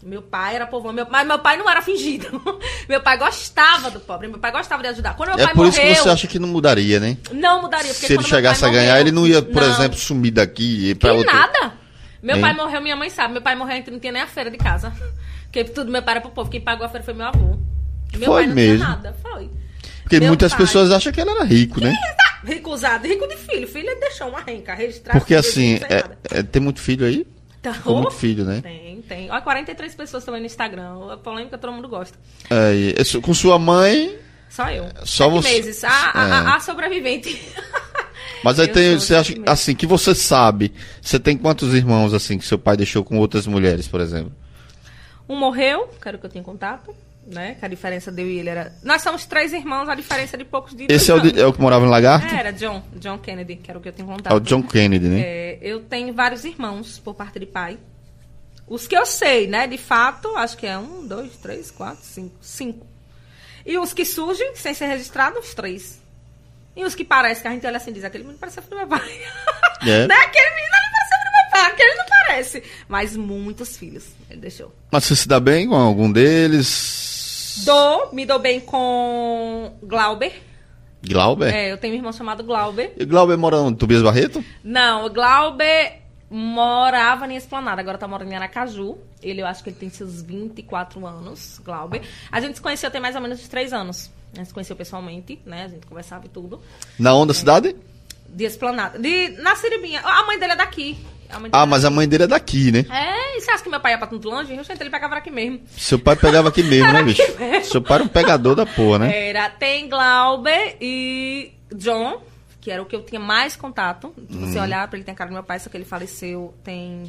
Mas meu pai não era fingido. Meu pai gostava do pobre. Meu pai gostava de ajudar. Quando meu pai É por isso morreu, que você acha que não mudaria, né? não mudaria. Porque Se ele quando meu chegasse pai a ganhar, morreu- ele não ia, por Não. exemplo, sumir daqui e ir pra Que outro... nada. Meu Hein? pai morreu, minha mãe sabe. Meu pai morreu, a gente não tinha nem a feira de casa. Porque tudo meu pai era pro povo. Quem pagou a feira foi meu avô. Meu Foi pai não mesmo? tinha nada. Foi. Porque Meu muitas pai- pessoas acham que ele era rico, né? Rico usado, rico de filho. Filho ele deixou uma renca registrada. Porque assim, sem nada. tem muito filho aí? Então, Ficou muito filho, né? Tem. Olha, 43 pessoas também no Instagram. A polêmica todo mundo gosta. Com sua mãe... Só eu. Só 7 você- meses. A sobrevivente. Mas aí Eu sou você acha, 7 meses. assim, que você sabe, você tem quantos irmãos, assim, que seu pai deixou com outras mulheres, por exemplo? Um morreu, que era o que eu tinha contato, né? Que a diferença deu e ele era... Nós somos 3 irmãos, a diferença de poucos de Esse 2 é anos. o que morava em Lagarto? Era John Kennedy, que era o que eu tinha contato. É o John Kennedy, né? Eu tenho vários irmãos por parte de pai. Os que eu sei, né? De fato, acho que é 1, 2, 3, 4, 5. 5. E os que surgem, sem ser registrados, 3. E os que parecem, que a gente olha assim e diz, aquele menino parece filho do meu pai. É. Né? Aquele menino não parece filho do meu pai, aquele não parece. Mas muitos filhos ele deixou. Mas você se dá bem com algum deles? Me dou bem com Glauber. Glauber? Eu tenho um irmão chamado Glauber. E Glauber mora onde? Tobias Barreto? Não, o Glauber morava em Esplanada, agora tá morando em Aracaju. Eu acho que ele tem seus 24 anos, Glauber. A gente se conheceu tem mais ou menos uns 3 anos. A gente se conheceu pessoalmente, né? A gente conversava e tudo. Na onda cidade? De Esplanada. Na Siribinha. A mãe dele é daqui. Mas a mãe dele é daqui, né? E você acha que meu pai ia pra tanto longe? Gente, ele pegava aqui mesmo. Seu pai pegava aqui mesmo, né, Era bicho? aqui mesmo. Seu pai era um pegador da porra, né? Tem Glauber e John, que era o que eu tinha mais contato. Se você olhar pra ele, tem a cara do meu pai, só que ele faleceu tem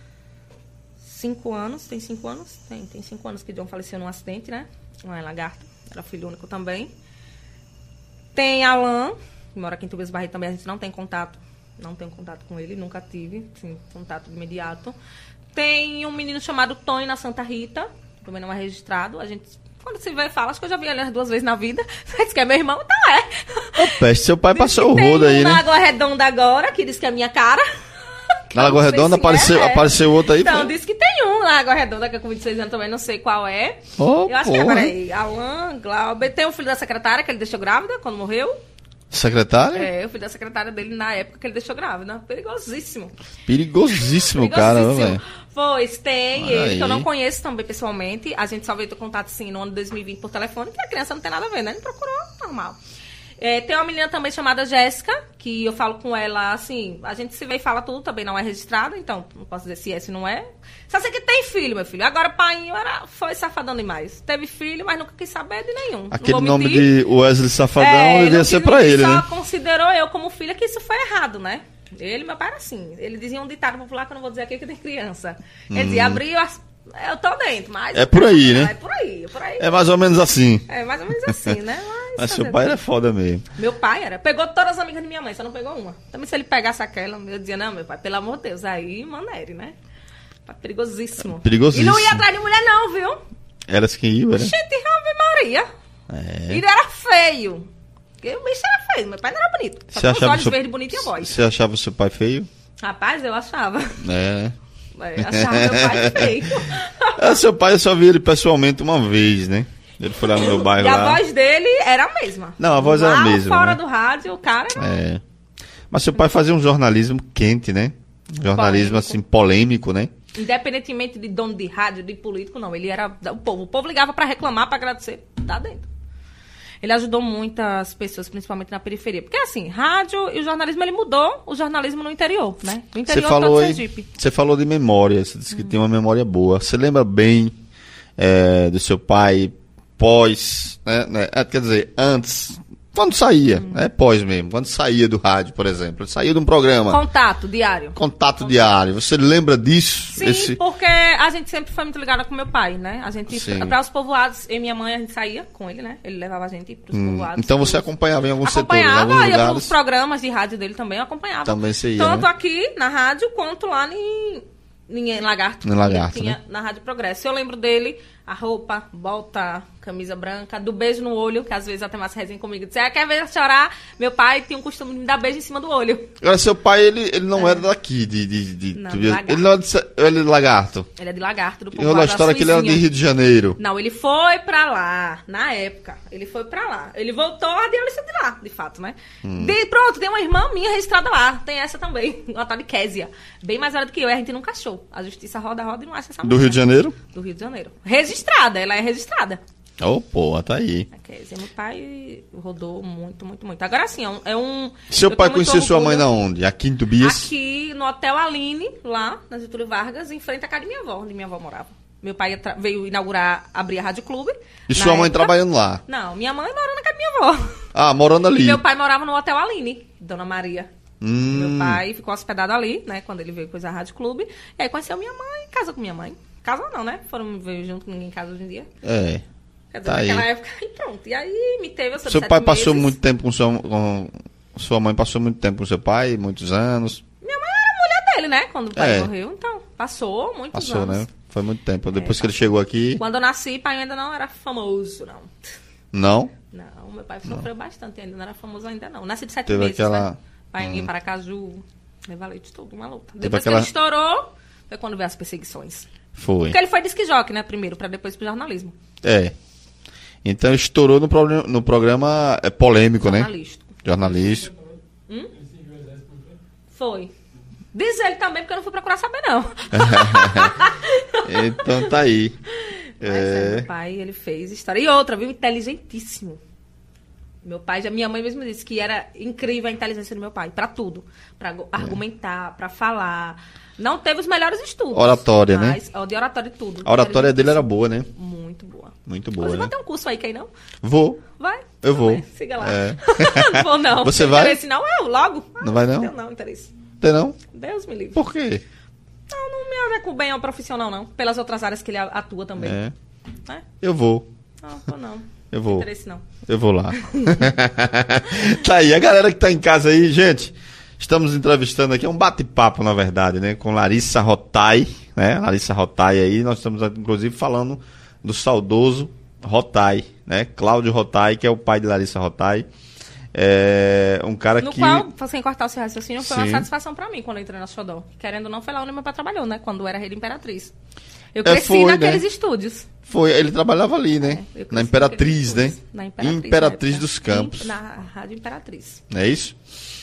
5 anos. Tem 5 anos? Tem 5 anos que John faleceu num acidente, né? Não é lagarto, era filho único também. Tem Alan, que mora aqui em Tobias Barreto também, a gente não tem contato. Não tenho contato com ele, nunca tive assim, contato imediato. Tem um menino chamado Tony na Santa Rita, também não é registrado. A gente, quando se vê, fala, acho que eu já vi ele as 2 vezes na vida. Você diz que é meu irmão, então é. Ô, peste, seu pai passou o rodo aí, Tem um né? na Lagoa Redonda agora, que diz que é minha cara. Na Lagoa Redonda apareceu outro aí? Então, foi? disse que tem um na Lagoa Redonda, que é com 26 anos também, não sei qual é. Oh, eu acho que é, porra. peraí, Alan, Glauber. Tem o filho da secretária, que ele deixou grávida quando morreu. Secretário? É, o filho da secretária dele na época que ele deixou grávida. Perigosíssimo. Perigosíssimo, cara, velho. Pois tem Olha ele, aí. que eu não conheço também pessoalmente. A gente só veio ter contato, sim, no ano de 2020 por telefone, que a criança não tem nada a ver, né? Ele procurou, normal. É, tem uma menina também chamada Jéssica, que eu falo com ela, assim, a gente se vê e fala tudo, também não é registrado, então não posso dizer se é, se não é. Só sei que tem filho, meu filho. Agora o pai foi safadão demais. Teve filho, mas nunca quis saber de nenhum. Aquele Não vou nome mentir. de Wesley Safadão devia não ser quis pra mentir, ele, só né? considerou eu como filha que isso foi errado, né? Ele, meu pai, era assim. Ele dizia um ditado popular que eu não vou dizer aqui que tem criança. Ele dizia, abriu as... Eu tô dentro, mas... É por aí, né? É por aí, é por aí. É mais ou menos assim. É mais ou menos assim, né? Mas fazer seu pai o quê? era foda mesmo. Meu pai era. Pegou todas as amigas de minha mãe, só não pegou uma. Também se ele pegasse aquela, eu dizia, não, meu pai, pelo amor de Deus, aí manere, né? Pai, perigosíssimo. Perigosíssimo. E não ia atrás de mulher não, viu? Eras quem ia, né? Gente, Ave Maria. É. Ele era feio. Porque o bicho era feio, meu pai não era bonito. Só Você tinha os achava olhos seu... verdes bonitos e a voz. Você achava seu pai feio? Rapaz, eu achava. É. Achava meu pai feio. Seu pai, eu só vi ele pessoalmente uma vez, né? Ele foi lá no meu bairro E a lá. voz dele era a mesma. Não, a voz era a Lá mesma, fora né? do rádio, o cara era... É. Mas seu pai fazia um jornalismo quente, né? Um jornalismo, Polêmico. assim, polêmico, né? Independentemente de dono de rádio, de político, não. Ele era o povo. O povo ligava pra reclamar, pra agradecer. Tá dentro. Ele ajudou muitas pessoas, principalmente na periferia. Porque, assim, rádio e o jornalismo, ele mudou o jornalismo no interior, né? No interior todo Sergipe. Você falou de memória, você disse que tem uma memória boa. Você lembra bem do seu pai pós, né? Quer dizer, antes, quando saía, né? Pós mesmo, quando saía do rádio, por exemplo. Ele saía de um programa. Contato diário. Contato diário. Você lembra disso? Sim, porque a gente sempre foi muito ligada com meu pai, né? A gente, Sim. para os povoados, eu e minha mãe, a gente saía com ele, né? Ele levava a gente pros povoados. Então você acompanhava em alguns setores, em Acompanhava, alguns ia lugares. pros programas de rádio dele também, eu acompanhava. Também você ia, Tanto né? aqui na rádio, quanto lá em Lagarto. Em Lagarto, Ele tinha né? na Rádio Progresso. Eu lembro dele, a roupa, bota, camisa branca, do beijo no olho, que às vezes até mais resenha comigo. Disse, quer ver eu chorar? Meu pai tinha um costume de me dar beijo em cima do olho. Agora, seu pai, ele não era daqui, Não, ele Lagarto. não era ele é de Lagarto. Ele é de Lagarto, do E povoado a da história que ele era de Suizinha. Rio de Janeiro. Não, ele foi pra lá, na época. Ele foi pra lá. Ele voltou a diálise de lá, de fato, né? Pronto, tem uma irmã minha registrada lá. Tem essa também, uma tal de Késia. Bem mais velha do que eu, e a gente nunca achou. A justiça roda e não acha essa Do mulher. Rio de Janeiro? Do Rio de Janeiro. Registrada, ela é registrada. Ô, porra, tá aí. A Késia, meu pai rodou muito, muito, muito. Agora sim, é um... Seu eu pai tenho muito conheceu sua mãe orgulho. na onde? Aqui em Tobias? Aqui no Hotel Aline, lá, na Getúlio Vargas, em frente à casa de minha avó, onde minha avó morava. Meu pai veio inaugurar, abrir a Rádio Clube. E Na sua mãe época- trabalhando lá? Não, minha mãe mora na casa da minha avó. Ah, morando ali. E meu pai morava no Hotel Aline, Dona Maria. Meu pai ficou hospedado ali, né, quando ele veio coisa a Rádio Clube. E aí conheceu minha mãe, casou com minha mãe. Casou não, né? Foram veio junto, ninguém casa hoje em dia. É. Quer dizer, Tá aí. naquela época, e pronto. E aí me teve, eu sou de Seu 7 pai passou meses. muito tempo com sua mãe passou muito tempo com seu pai, muitos anos. Minha mãe era mulher dele, né, quando o pai É. morreu. Então, passou muitos Passou, anos. né? Foi muito tempo. Depois que ele chegou aqui. Quando eu nasci, pai ainda não era famoso, não. Não? Não, meu pai sofreu bastante, ainda não era famoso ainda não. Nasci de 7 Teve meses, aquela- né? Pai ia para Caju, leva leite todo, uma luta. Teve Depois aquela- que ele estourou, foi quando veio as perseguições. Foi. Porque ele foi disc jockey, né, primeiro, para depois pro jornalismo. É. Então estourou no programa polêmico, né? Jornalista. Jornalista. Foi. Diz ele também, porque eu não fui procurar saber, não. Então tá aí. Mas meu pai, ele fez história. E outra, viu? Inteligentíssimo. Meu pai, minha mãe mesmo disse que era incrível a inteligência do meu pai, pra tudo. Pra argumentar, pra falar. Não teve os melhores estudos. Oratória, né? Mas, de oratória e tudo. A oratória dele era boa, né? Muito boa. Muito boa, Você né? vai ter um curso aí, quer ir não? Vou. Vai. Eu vou. Siga lá. É. Não vou, não. Você vai? Interesse não, eu logo. Não vai, não? Eu não, interesse. Tem não? Deus me livre. Por quê? Não me olha com bem ao profissional, não. Pelas outras áreas que ele atua também. É. É? Eu vou. Não, vou não. Eu vou. Interesse não. Eu vou lá. Tá aí, a galera que tá em casa aí, gente, estamos entrevistando aqui, é um bate-papo, na verdade, né, com Larissa Rotai, né, Larissa Rotai aí, nós estamos, inclusive, falando do saudoso Rotai, né, Cláudio Rotai, que é o pai de Larissa Rotai, é um cara No que... qual, sem cortar o seu raciocínio, foi uma Sim. satisfação pra mim quando eu entrei na Xodó. Querendo ou não, foi lá onde meu pai trabalhou, né, quando era Rede Imperatriz. Eu cresci foi, naqueles né? estúdios. Foi, ele trabalhava ali, né, Eu cresci na Imperatriz, né, naqueles estúdios. Na Imperatriz. Imperatriz na época. dos Campos, Na Rádio Imperatriz. não é isso?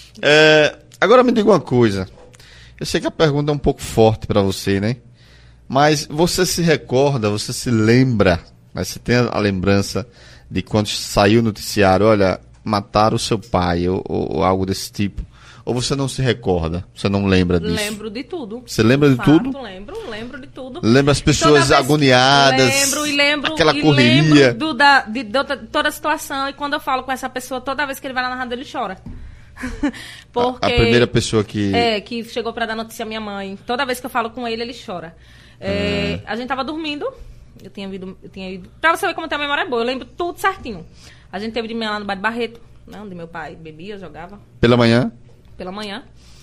Agora me diga uma coisa. Eu sei que a pergunta é um pouco forte pra você, né? Mas você se recorda, você se lembra, né? Você tem a lembrança de quando saiu o noticiário, olha, mataram o seu pai, ou algo desse tipo? Ou você não se recorda? Você não lembra disso? Lembro de tudo. Você lembra de tudo? Lembro de tudo. Lembra as pessoas Toda vez- agoniadas? Lembro, aquela e correria. lembro de toda a situação. E quando eu falo com essa pessoa, toda vez que ele vai lá na rádio, ele chora. Porque... A primeira pessoa que... que chegou pra dar notícia à minha mãe. Toda vez que eu falo com ele, ele chora. A gente tava dormindo. Eu tinha ido. Pra você ver como a minha memória é boa, eu lembro tudo certinho. A gente teve de manhã lá no Bar de Barreto, né, onde meu pai bebia, jogava. Pela manhã? Pela manhã.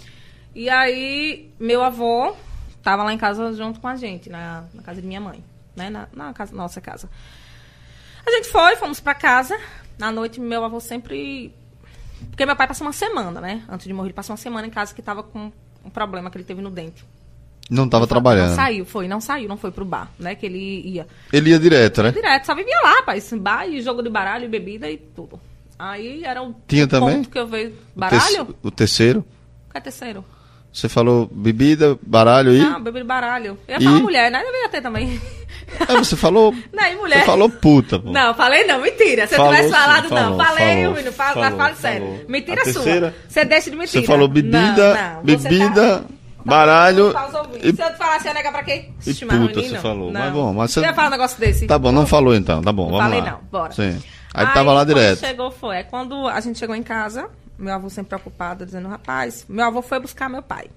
E aí, meu avô tava lá em casa junto com a gente, na casa de minha mãe, né? Na casa, nossa casa. A gente fomos pra casa. Na noite, meu avô sempre... Porque meu pai passou uma semana, né? Antes de morrer, ele passou uma semana em casa que tava com um problema que ele teve no dente. Não estava trabalhando. Não saiu, não foi pro bar, né? Que ele ia. Ele ia direto, né? Direto, só vivia lá, rapaz. Bar e jogo de baralho e bebida e tudo. Aí era o Tinha também? ponto que eu vejo. Baralho? O terceiro? Qual é terceiro? Você falou bebida, baralho e... Não, bebida e baralho. Eu ia falar mulher, né? Eu devia ter também. Você falou... Não, e mulher? Você falou puta, pô. Não, falei não, mentira. Se eu Falou, tivesse falado, sim, não. Falei, menino, falou. fala sério. Mentira A sua. terceira? Você deixa de mentira. Você falou bebida, Não, bebida, baralho e Se eu te falar, você ia negar pra quê? e puta, você falou. Não. Mas bom, mas você... Você ia falar um negócio desse? Tá bom, não falou então. Tá bom, Não vamos falei lá. não, bora. Sim. Aí tava lá direto. Quando a gente chegou em casa, meu avô sempre preocupado, dizendo, rapaz, meu avô foi buscar meu pai.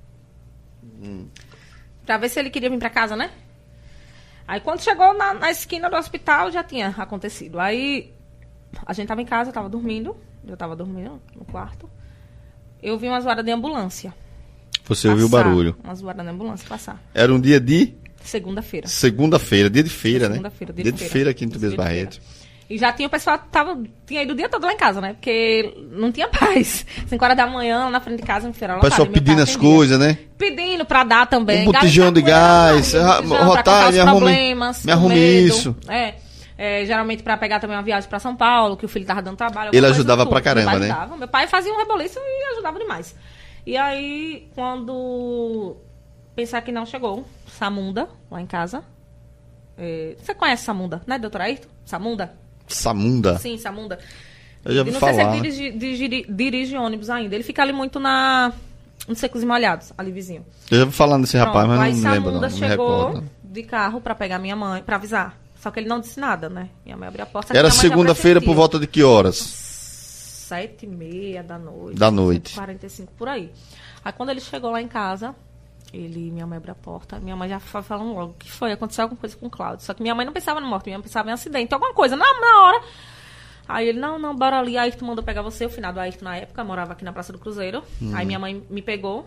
Pra ver se ele queria vir pra casa, né? Aí quando chegou na esquina do hospital, já tinha acontecido. Aí a gente tava em casa, tava dormindo. Eu tava dormindo no quarto. Eu vi uma zoada de ambulância. Você ouviu o barulho. Uma zoada de ambulância passar. Era um dia de... Segunda-feira. Segunda-feira, dia de feira, né? Segunda-feira, dia de feira aqui em Tobias Barreto. E já tinha o pessoal, tinha ido o dia todo lá em casa, né? Porque não tinha paz. 5 horas da manhã, na frente de casa, em feira O pessoal pedindo as coisas, né? Pedindo pra dar também. Um botijão de gás. Rotar, me arrume isso. Geralmente pra pegar também uma viagem pra São Paulo, que o filho tava dando trabalho. Ele ajudava pra caramba, né? Meu pai fazia um reboliço e ajudava demais. E aí, quando pensar que não chegou, Samunda, lá em casa. Você conhece Samunda, né, doutora Ayrton? Samunda? Sim, Samunda. Eu já ouvi não falar. sei se ele dirige ônibus ainda. Ele fica ali muito no Secos e Molhados, ali vizinho. Eu já ouvi falar desse rapaz, Pronto, mas não me aí lembro não. Samunda Não me chegou recordo. de carro pra pegar minha mãe, pra avisar. Só que ele não disse nada, né? Minha mãe abriu a porta. Era segunda-feira por volta de que horas? 7h30 da noite. Da noite. 7h45, por aí. Aí quando ele chegou lá em casa, minha mãe abriu a porta, minha mãe já foi falando logo, o que foi? Aconteceu alguma coisa com o Cláudio. Só que minha mãe não pensava no morto, minha mãe pensava em acidente, alguma coisa, na hora. Aí ele, não, bora ali, aí Ayrton mandou pegar você, o finado Ayrton na época, morava aqui na Praça do Cruzeiro. Aí minha mãe me pegou,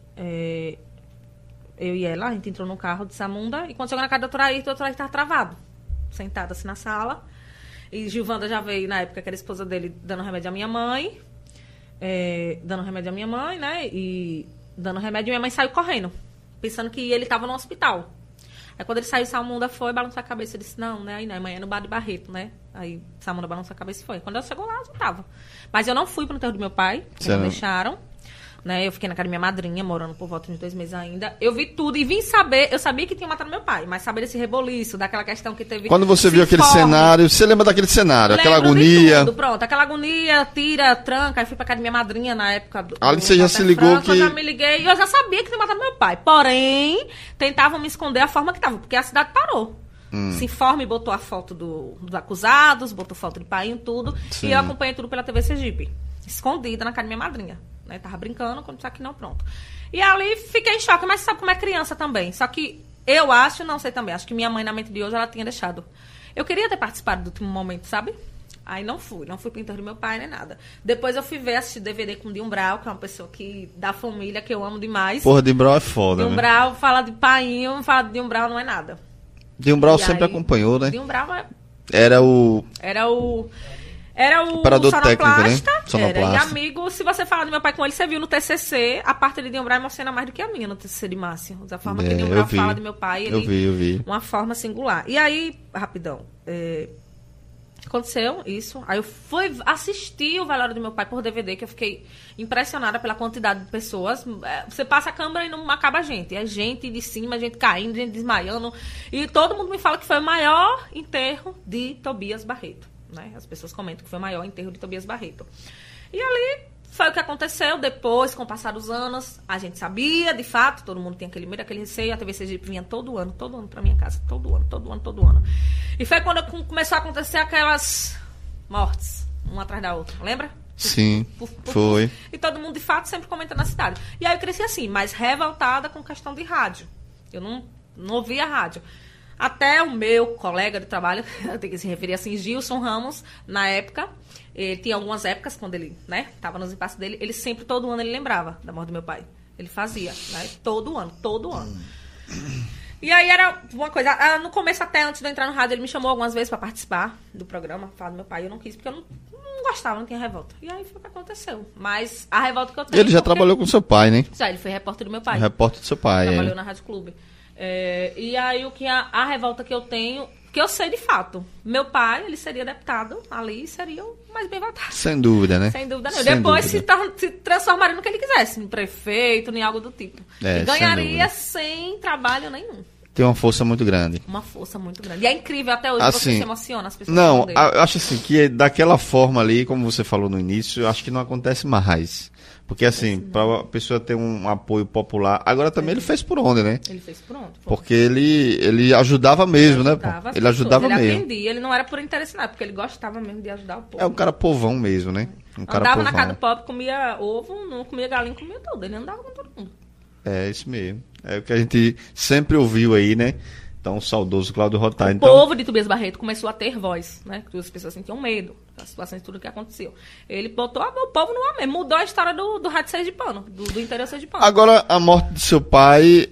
eu e ela, a gente entrou no carro de Samunda, e quando chegou na casa da doutora Ayrton estava travado, sentada assim na sala. E Gilvanda já veio, na época, que era a esposa dele, dando remédio à minha mãe, né, e dando remédio, minha mãe saiu correndo, pensando que ele estava no hospital. Aí quando ele saiu, Samunda foi, balançou a cabeça, eu disse, não, né, aí não, amanhã é no Bar de Barreto, né, aí Samunda balançou a cabeça e foi. Quando ela chegou lá, já tava. Mas eu não fui pro enterro do meu pai, que não deixaram, né, eu fiquei na casa da minha madrinha, morando por volta de 2 meses ainda. Eu vi tudo e vim saber, eu sabia que tinha matado meu pai, mas saber desse reboliço, daquela questão que teve... Quando você viu aquele cenário, você lembra daquele cenário, aquela agonia? Tudo, pronto, aquela agonia, tira, tranca, aí fui pra casa da minha madrinha na época do... Ali você já se ligou que... Eu já me liguei e eu já sabia que tinha matado meu pai, porém, tentavam me esconder a forma que tava, porque a cidade parou. se informa e botou a foto dos acusados, botou foto de pai e tudo. Sim. E eu acompanhei tudo pela TV Sergipe. Escondida na casa da minha madrinha. Né? Tava brincando, quando disse que não, pronto. E ali fiquei em choque, mas sabe como é criança também. Só que eu acho, não sei também, acho que minha mãe na mente de hoje, ela tinha deixado. Eu queria ter participado do último momento, sabe? Aí não fui pro enterro do meu pai, nem nada. Depois eu fui ver, assistir DVD com o Dinho Brau, que é uma pessoa da família que eu amo demais. Porra, Dinho Brau é foda, Dinho né? Brau, fala de painho, fala de Dinho Brau, não é nada. Dinho Brau E sempre aí, acompanhou, né? Dinho Brau Era o operador técnico, né? sonoplasta. Era. E Sonoplasta. amigo, se você falar do meu pai com ele, você viu no TCC, a parte de Dinho Brau emociona mais do que a minha no TCC de Márcia. A forma que Dinho Brau fala de meu pai, Eu vi. uma forma singular. E aí, rapidão, aconteceu isso. Aí eu fui assistir o velório do meu pai por DVD, que eu fiquei impressionada pela quantidade de pessoas. Você passa a câmera e não acaba a gente. É gente de cima, gente caindo, gente desmaiando. E todo mundo me fala que foi o maior enterro de Tobias Barreto. Né? As pessoas comentam que foi o maior enterro de Tobias Barreto. E ali foi o que aconteceu. Depois, com o passar dos anos, a gente sabia, de fato, todo mundo tinha aquele medo, aquele receio. A TV Sergipe vinha todo ano pra minha casa. Todo ano. E foi quando começou a acontecer aquelas mortes, uma atrás da outra. Lembra? Sim, foi. E todo mundo, de fato, sempre comenta na cidade. E aí eu cresci assim, mas revoltada com questão de rádio. Eu não ouvia rádio. Até o meu colega de trabalho, eu tenho que se referir assim, Gilson Ramos, na época, ele tinha algumas épocas, quando ele, né, tava nos impasses dele, ele sempre, todo ano, ele lembrava da morte do meu pai. Ele fazia, né, todo ano. E aí era uma coisa, no começo, até antes de eu entrar no rádio, ele me chamou algumas vezes para participar do programa, falar do meu pai, eu não quis, porque eu não gostava, não tinha revolta. E aí foi o que aconteceu. Mas a revolta que eu tenho... Ele já trabalhou com seu pai, né? Já, ele foi repórter do meu pai. Repórter do seu pai, Trabalhou na Rádio Clube. E aí a revolta que eu tenho, que eu sei de fato, meu pai, ele seria deputado ali, seria o mais bem votado. Sem dúvida, né? Sem dúvida não. Depois se transformaria no que ele quisesse, em prefeito, em algo do tipo. E ganharia sem trabalho nenhum. Tem uma força muito grande. Uma força muito grande. E é incrível até hoje, assim, você se emociona, as pessoas não, eu acho assim, que daquela forma ali, como você falou no início, eu acho que não acontece mais. Porque assim, para a pessoa ter um apoio popular, agora também ele fez por onde, né? Ele fez por onde? Porque ele ajudava mesmo, né? Ele ajudava mesmo. Ele atendia, ele não era por interesse nada, porque ele gostava mesmo de ajudar o povo. É um cara povão mesmo, né? Andava na casa do pobre, comia ovo, não comia galinha, comia tudo. Ele andava com todo mundo. É isso mesmo. É o que a gente sempre ouviu aí, né? Então, o saudoso Cláudio Rotar. O povo de Tobias Barreto começou a ter voz, né? As pessoas sentiam medo das situações de tudo que aconteceu. Ele botou o povo no amém, mudou a história do rádio sergipano, do interior sergipano. Agora, a morte de seu pai,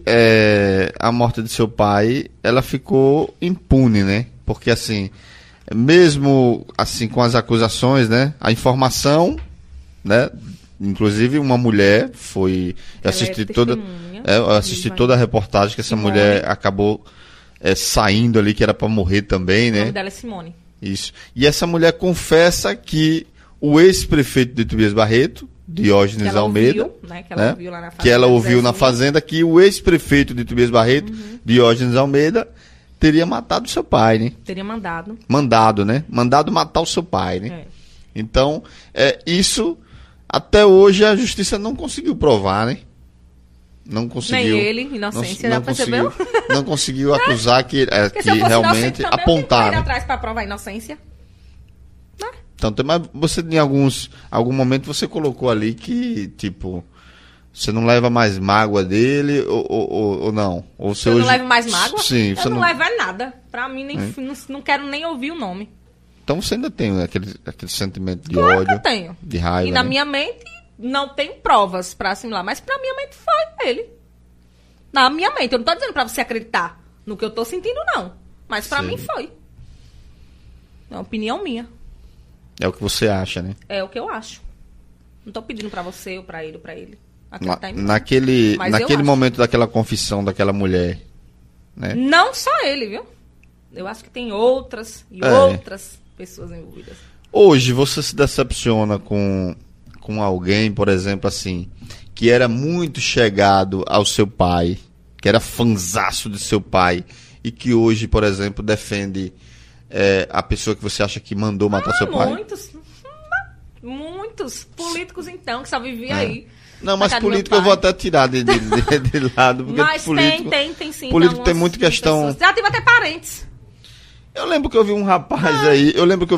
ela ficou impune, né? Porque, assim, mesmo assim com as acusações, né? A informação, né? Inclusive, uma mulher foi... Eu assisti toda a reportagem que essa mulher acabou saindo ali, que era para morrer também, né? O nome dela é Simone. Isso. E essa mulher confessa que o ex-prefeito de Tobias Barreto, Diógenes Almeida, ouviu, né? Que ela ouviu lá na fazenda, que ela ouviu na fazenda, que o ex-prefeito de Tobias Barreto, Diógenes Almeida, teria matado seu pai, né? Teria mandado. Mandado, né? Mandado matar o seu pai, né? É. Então, isso, até hoje, a justiça não conseguiu provar, né? Não conseguiu. Nem ele, inocência, já percebeu? Não conseguiu acusar que se eu fosse realmente também, apontaram. eu atrás para provar a inocência. Né? Então, mas você, em algum momento, você colocou ali que, tipo, você não leva mais mágoa dele ou não? Ou você hoje... não levo mais mágoa? Sim. Eu não levo nada. Pra mim, não quero nem ouvir o nome. Então você ainda tem aquele sentimento de Claro ódio, que eu tenho. de raiva, E na né? minha mente... Não tem provas pra assimilar, mas pra minha mente foi ele. Na minha mente. Eu não tô dizendo pra você acreditar no que eu tô sentindo, não. Mas pra mim foi. É uma opinião minha. É o que você acha, né? É o que eu acho. Não tô pedindo pra você ou pra ele ou pra ele. Naquele Mas momento daquela confissão daquela mulher, né? Não só ele, viu? Eu acho que tem outras e outras pessoas envolvidas. Hoje você se decepciona com alguém, por exemplo, assim, que era muito chegado ao seu pai, que era fanzaço de seu pai, e que hoje, por exemplo, defende a pessoa que você acha que mandou matar seu pai? Muitos políticos, então, que só viviam aí. Não, mas político eu vou até tirar de lado, porque mas político... tem sim. Político tem muita questão... Pessoas. Já tive até parentes. Eu lembro que eu vi um rapaz aí,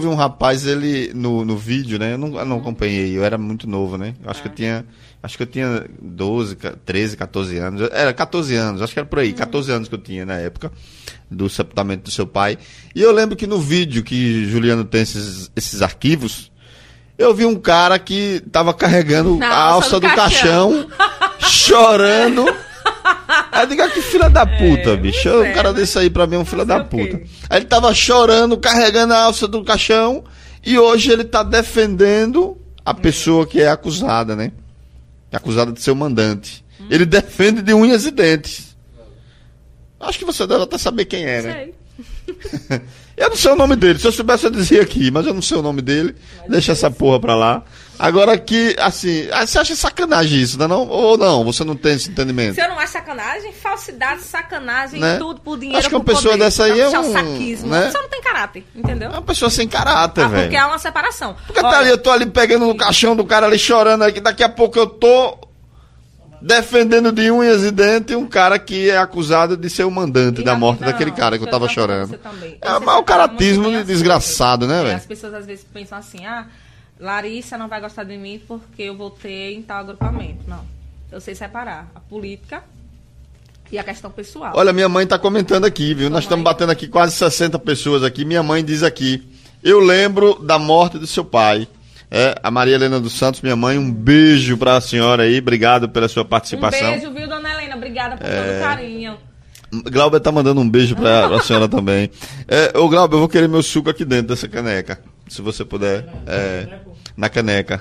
ele no vídeo, né? Eu não acompanhei, eu era muito novo, né? Eu acho que eu tinha 12, 13, 14 anos. Era 14 anos, acho que era por aí, 14 anos que eu tinha na época do sepultamento do seu pai. E eu lembro que no vídeo que Juliano tem esses arquivos, eu vi um cara que tava carregando a alça do caixão, chorando. Aí eu digo, que filha da puta, bicho. Um cara desse aí pra mim é um filho da puta. Aí ele tava chorando, carregando a alça do caixão, e hoje ele tá defendendo a pessoa que é acusada, né? Acusada de ser o mandante. Ele defende de unhas e dentes. Acho que você deve até saber quem é, né? Sei. Eu não sei o nome dele. Se eu soubesse, eu dizia aqui, mas eu não sei o nome dele. Deixa essa porra pra lá. Agora que, assim, você acha sacanagem isso, não é não? Ou não? Você não tem esse entendimento? Se eu não acho sacanagem, falsidade, sacanagem, Né? tudo por dinheiro. Acho que uma por pessoa poder, dessa aí pra é puxar um, o saquismo. né? A pessoa não tem caráter, entendeu? É uma pessoa sem caráter, velho. Porque há uma separação. Porque tá ali, eu tô ali pegando no caixão do cara ali chorando aqui, daqui a pouco eu tô defendendo de unhas e dentes um cara que é acusado de ser o mandante da morte daquele cara que eu tava chorando. É o mau caratismo de desgraçado, né, velho? As pessoas às vezes pensam assim, Larissa não vai gostar de mim porque eu votei em tal agrupamento. Não. Eu sei separar a política e a questão pessoal. Olha, minha mãe tá comentando aqui, viu? Nós estamos batendo aqui quase 60 pessoas aqui. Minha mãe diz aqui, eu lembro da morte do seu pai. A Maria Helena dos Santos, minha mãe, um beijo pra senhora aí, obrigado pela sua participação. Um beijo, viu, dona Helena? Obrigada por todo o carinho. Glauber tá mandando um beijo pra senhora também. Ô Glauber, eu vou querer meu suco aqui dentro dessa caneca, se você puder. Na caneca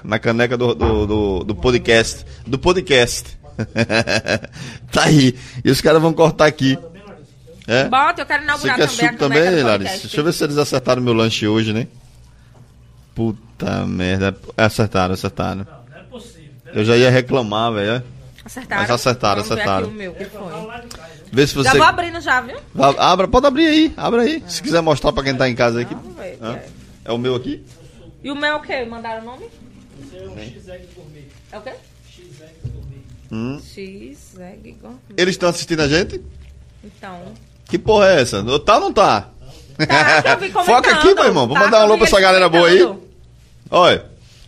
do podcast. Do podcast. Tá aí. E os caras vão cortar aqui. Bota, eu quero inaugurar você quer também suco também, Larissa? Deixa eu ver se eles acertaram meu lanche hoje, né? Puta merda. Acertaram. Não é possível. Eu já ia reclamar, velho. Acertaram? Mas acertaram. Vamos ver aqui o meu, que foi. Vê se você... Já vou abrindo já, viu? Pode abrir aí, abre aí. Se quiser mostrar pra quem tá em casa aqui. Vamos ver. É o meu aqui? E o meu é o quê? Mandaram o nome? Esse é um X-Egg Gourmet. É o quê? X-Egg Gourmet. X-Egg Gourmet. Eles estão assistindo a gente? Então... Que porra é essa? Tá ou não tá? Tá, que eu vi comentando. Foca aqui, meu irmão. Vou mandar um alô pra essa galera boa aí. Olha,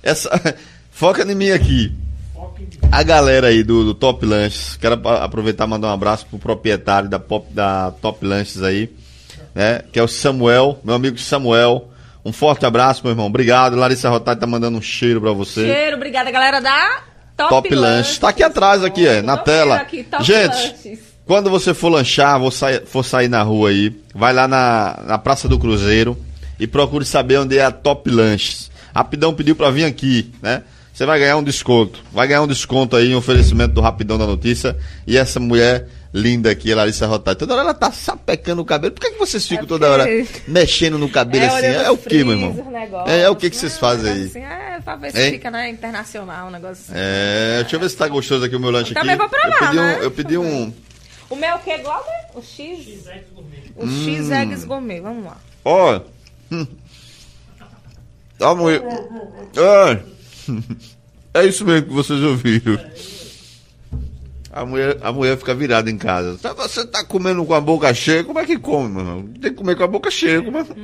foca em mim aqui. A galera aí do Top Lanches. Quero aproveitar e mandar um abraço pro proprietário da Top Lanches aí, né? Que é o Samuel, meu amigo Samuel. Um forte abraço, meu irmão. Obrigado. Larissa Rotari tá mandando um cheiro pra você. Cheiro, obrigada, galera da Top Lanches. Tá aqui atrás, aqui, na tela. Aqui, Top gente, Lanches. Quando você for lanchar, for sair na rua aí, vai lá na Praça do Cruzeiro e procure saber onde é a Top Lanches. Rapidão pediu pra vir aqui, né? Você vai ganhar um desconto. Vai ganhar um desconto aí, um oferecimento do Rapidão da Notícia. E essa mulher linda aqui, a Larissa Rotari, toda hora ela tá sapecando o cabelo. Por que vocês ficam toda hora mexendo no cabelo assim? É o que, meu irmão? É o que vocês fazem aí? Assim, pra ver se fica, né, internacional, um negócio assim. Deixa eu ver se tá gostoso aqui o meu lanche também aqui. Vou provar, eu pedi um... O meu é o que, Glauber? O X-Eggs Gourmet. O X-Eggs Gourmet, vamos lá. Ó. A mulher... É isso mesmo que vocês ouviram. A mulher fica virada em casa. Você tá comendo com a boca cheia? Como é que come, meu irmão? Tem que comer com a boca cheia.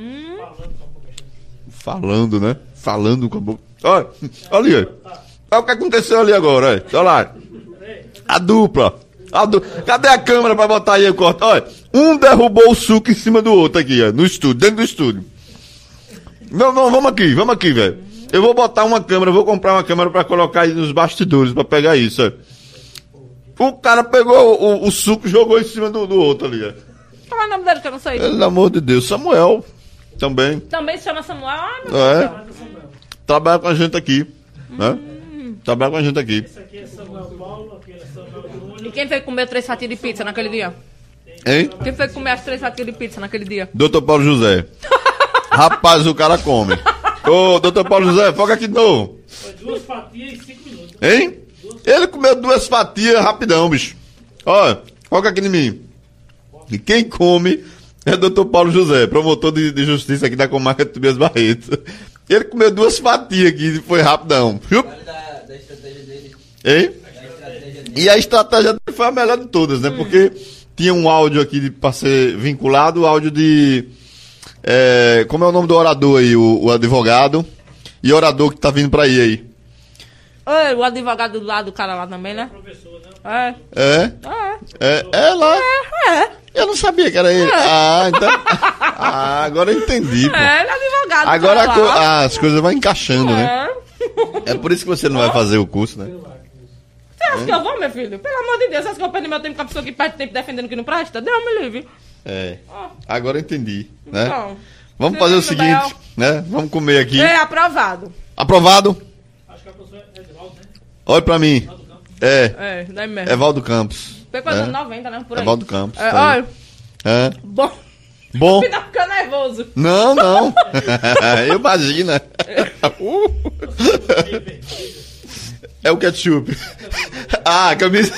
Falando, né? Falando com a boca... Olha ali, olha o que aconteceu ali agora, olha lá. A dupla. Cadê a câmera pra botar aí o corte? Olha, um derrubou o suco em cima do outro aqui, ó, no estúdio, dentro do estúdio. Não, vamos aqui, velho. Eu vou botar uma câmera, vou comprar uma câmera pra colocar aí nos bastidores, pra pegar isso, ó. O cara pegou o suco e jogou em cima do outro ali, ó. Qual é o nome dele que eu não sei? Pelo amor de Deus, Samuel, também. Também se chama Samuel? Meu Deus. Trabalha com a gente aqui, né? Trabalha com a gente aqui. Esse aqui é Samuel Paulo, aquele é Samuel Júnior. E quem foi comer 3 fatias de pizza naquele dia? Hein? Quem foi comer as 3 fatias de pizza naquele dia? Doutor Paulo José. Rapaz, o cara come. Ô, doutor Paulo José, foca aqui de novo. Foi 2 fatias em 5 minutos. Hein? Ele comeu 2 fatias rapidão, bicho. Olha, foca aqui em mim. E quem come é doutor Paulo José, promotor de justiça aqui da comarca de Tobias Barreto. Ele comeu 2 fatias aqui e foi rapidão. Viu? Da estratégia dele. Hein? E a estratégia dele foi a melhor de todas, né? Porque tinha um áudio aqui pra ser vinculado, o áudio Como é o nome do orador aí? O advogado. E orador que tá vindo pra aí. Oi, o advogado do lado do cara lá também, né? Professor, né? É. Lá. É. Eu não sabia que era ele. Então. Agora eu entendi, pô. Ele é advogado. Agora cara lá. as coisas vão encaixando, né? É. É por isso que você não vai fazer o curso, né? Você acha que eu vou, meu filho? Pelo amor de Deus, você acha que eu perdi meu tempo com a pessoa que perde tempo defendendo que não presta? Deus me livre. Agora eu entendi, né? Então, Vamos se fazer o não seguinte, souber, né? Vamos comer aqui. É aprovado. Aprovado? Acho que a professora é Edvaldo, né? Olha pra mim. Daí mesmo. Evaldo Campos. Foi coisa dos 90, né? Por aí. Evaldo Campos. É, tá aí. olha, Bom. bom. Me dá ficar nervoso. Não. Eu imagino. É o ketchup. Camisa.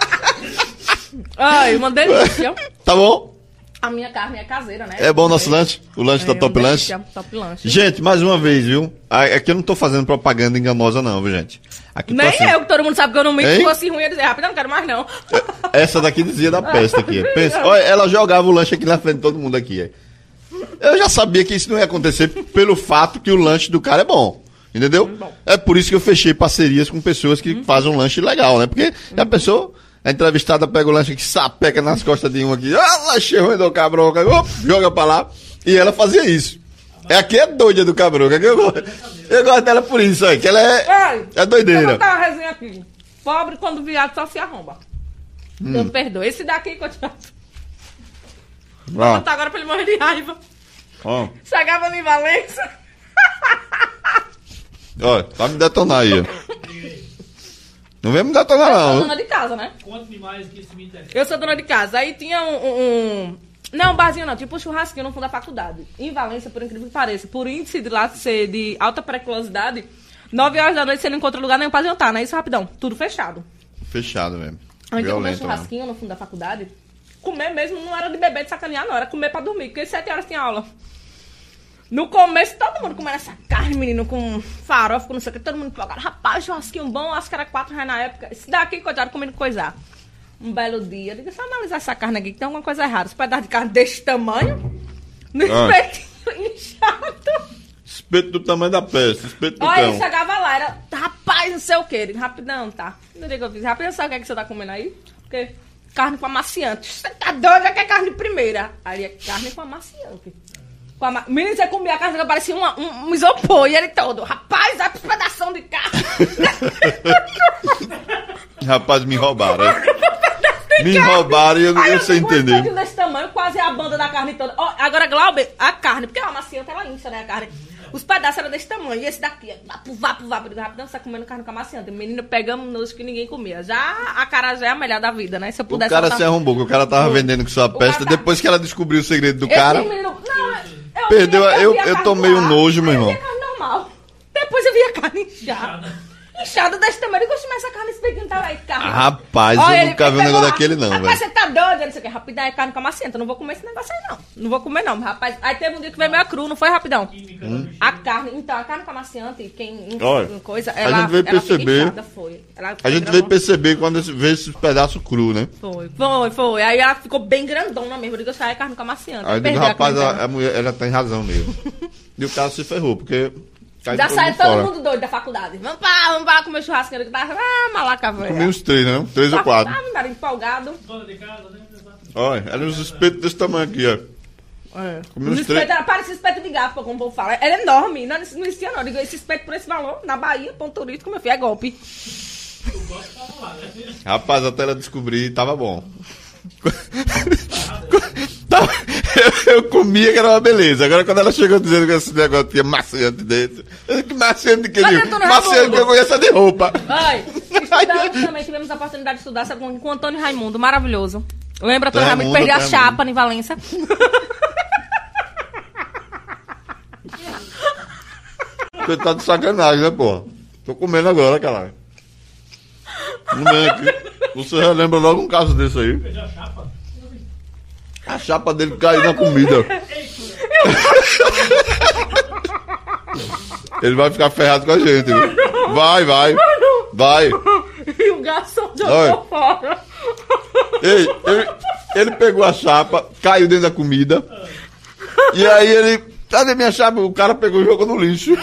Ai, uma delícia. Tá bom? A minha carne é caseira, né? É bom o nosso lanche? O lanche da Top uma Lanche? delícia, Top Lanche. Gente, mais uma vez, viu? Aqui eu não tô fazendo propaganda enganosa, não, viu, gente? Aqui Nem assim, eu, que todo mundo sabe que eu não minto. Hein? Se fosse ruim, eu ia dizer, rápido, eu não quero mais, não. Essa daqui dizia da peste aqui. Pensa, olha, ela jogava o lanche aqui na frente de todo mundo aqui. Eu já sabia que isso não ia acontecer pelo fato que o lanche do cara é bom. Entendeu? Bom. É por isso que eu fechei parcerias com pessoas que fazem um lanche legal, né? Porque a pessoa, a entrevistada pega o lanche aqui, sapeca nas costas de um aqui, lanche ruim do cabroca, joga pra lá. E ela fazia isso. Aqui é doida do cabroca. Eu gosto dela por isso aí, que ela é doideira. Vou botar uma resenha aqui. Pobre quando viado só se arromba. Deus perdoa. Esse daqui continua. Vou Ó, botar agora pra ele morrer de raiva. ó, Chegava em Valença. ó, vai me detonar aí. Ó. Não vem me detonar, Eu sou não. dona de casa, né? Conte-me mais que isso me interessa. Eu sou dona de casa. Aí tinha não, um barzinho não, tipo um churrasquinho no fundo da faculdade. Em Valência, por incrível que pareça, por índice de lá ser de alta periculosidade, 9 horas da noite você não encontra lugar nenhum pra jantar, né? Isso rapidão, tudo fechado. Fechado mesmo. A gente comeu Violento, né? churrasquinho no fundo da faculdade. Comer mesmo não era de beber, de sacanear, não. Era comer pra dormir, porque 7 horas tinha aula. No começo, todo mundo comendo essa carne, menino, com farofa, com não sei o que, todo mundo empolgado. Rapaz, churrasquinho bom, acho que era R$4 na época. Esse daqui, coitado, comendo coisar. Um belo dia, eu digo, só analisar essa carne aqui, que tem alguma coisa errada. Os pedaços de carne desse tamanho, no espetinho inchado. Espeto do tamanho da peste, espeto do Olha, cão. ele chegava lá, era, rapaz, não sei o que. Digo, rapidão, tá. Não digo que eu fiz, rapidão, sabe o que é que você tá comendo aí? Porque carne com amaciante. Você tá doido, é que é carne primeira. Aí é carne com amaciante. Menino, você comia a carne que parecia um isopor, e ele todo, rapaz, olha que pedação de carne. Rapaz, me roubaram. Me roubaram e eu sem entender. Um desse tamanho, quase a banda da carne toda. Ó, agora, Glauber, a carne, porque a amaciante, ela incha, né, a carne. Os pedaços eram desse tamanho, e esse daqui, vapo. Rapidão, você tá comendo carne com amaciante. Menino, pegamos nojo que ninguém comia. Já a acarajé é a melhor da vida, né? Se eu O pudesse... cara botar- se arrombou, que o cara tava vendendo com sua peste. cara tá- Depois que ela descobriu o segredo do Esse cara, menino, não, Perdeu, eu vi a carne tomei um lá, nojo, meu aí irmão. Eu vi a carne normal. Depois eu vi a carne inchada. Inchada desse tamanho. Eu gosto mais dessa carne, esse pequeno tá aí de carne. Rapaz, Olha, eu ele nunca vi um pegou negócio lá. daquele não, Rapaz, velho. você tá doido? Eu não sei o que. Rapidão, é carne com amaciante. Eu não vou comer esse negócio aí, não. Não vou comer, não, rapaz. Aí teve um dia que veio meio cru, não foi, rapidão? A carne, então, a carne com amaciante, quem... Olha, coisa, a gente veio ela fica perceber- inchada, foi. A gente veio perceber quando vê esses pedaços cru, né? Foi. Aí ela ficou bem grandona mesmo. Eu digo, sai carne com amaciante. Aí eu digo, Perdeu a rapaz, clientela. a mulher, ela tem razão mesmo. E o cara se ferrou, porque... cai Já todo saiu mundo todo fora. mundo doido da faculdade. Vamos pra comer churrasqueiro que tá... malaca, velho. Comi uns 3, né? 3 ou 4. Ah, me empolgado. Dona de casa, né? Olha, eram uns espetos desse tamanho aqui, ó. Comi uns 3. Parece espeto de gato, como o povo fala. Ela é enorme, não existia não. Eu digo, esse espeto por esse valor, na Bahia, ponto turístico, meu filho, é golpe. Rapaz, até ela descobrir, tava bom. Eu comia que era uma beleza. Agora, quando ela chegou dizendo que esse negócio tinha maciante dentro, eu disse, que maciante que Mas ele... dentro não é Maciante que eu conheço é de roupa. Ai, estudamos também, tivemos a oportunidade de estudar, sabe, com o Antônio Raimundo, maravilhoso. Lembra, Antônio Raimundo, Raimundo, perdeu a Raimundo. chapa em Valença? Você tá de sacanagem, né, porra? Tô comendo agora, caralho. Comendo aqui. Você já lembra logo um caso desse aí? Perdeu a chapa? A chapa dele caiu na comida. Ele vai ficar ferrado com a gente, viu? Vai. E o garçom Olha. jogou fora. Ei, ele pegou a chapa, caiu dentro da comida. E aí ele, cadê minha chapa? O cara pegou e jogou no lixo.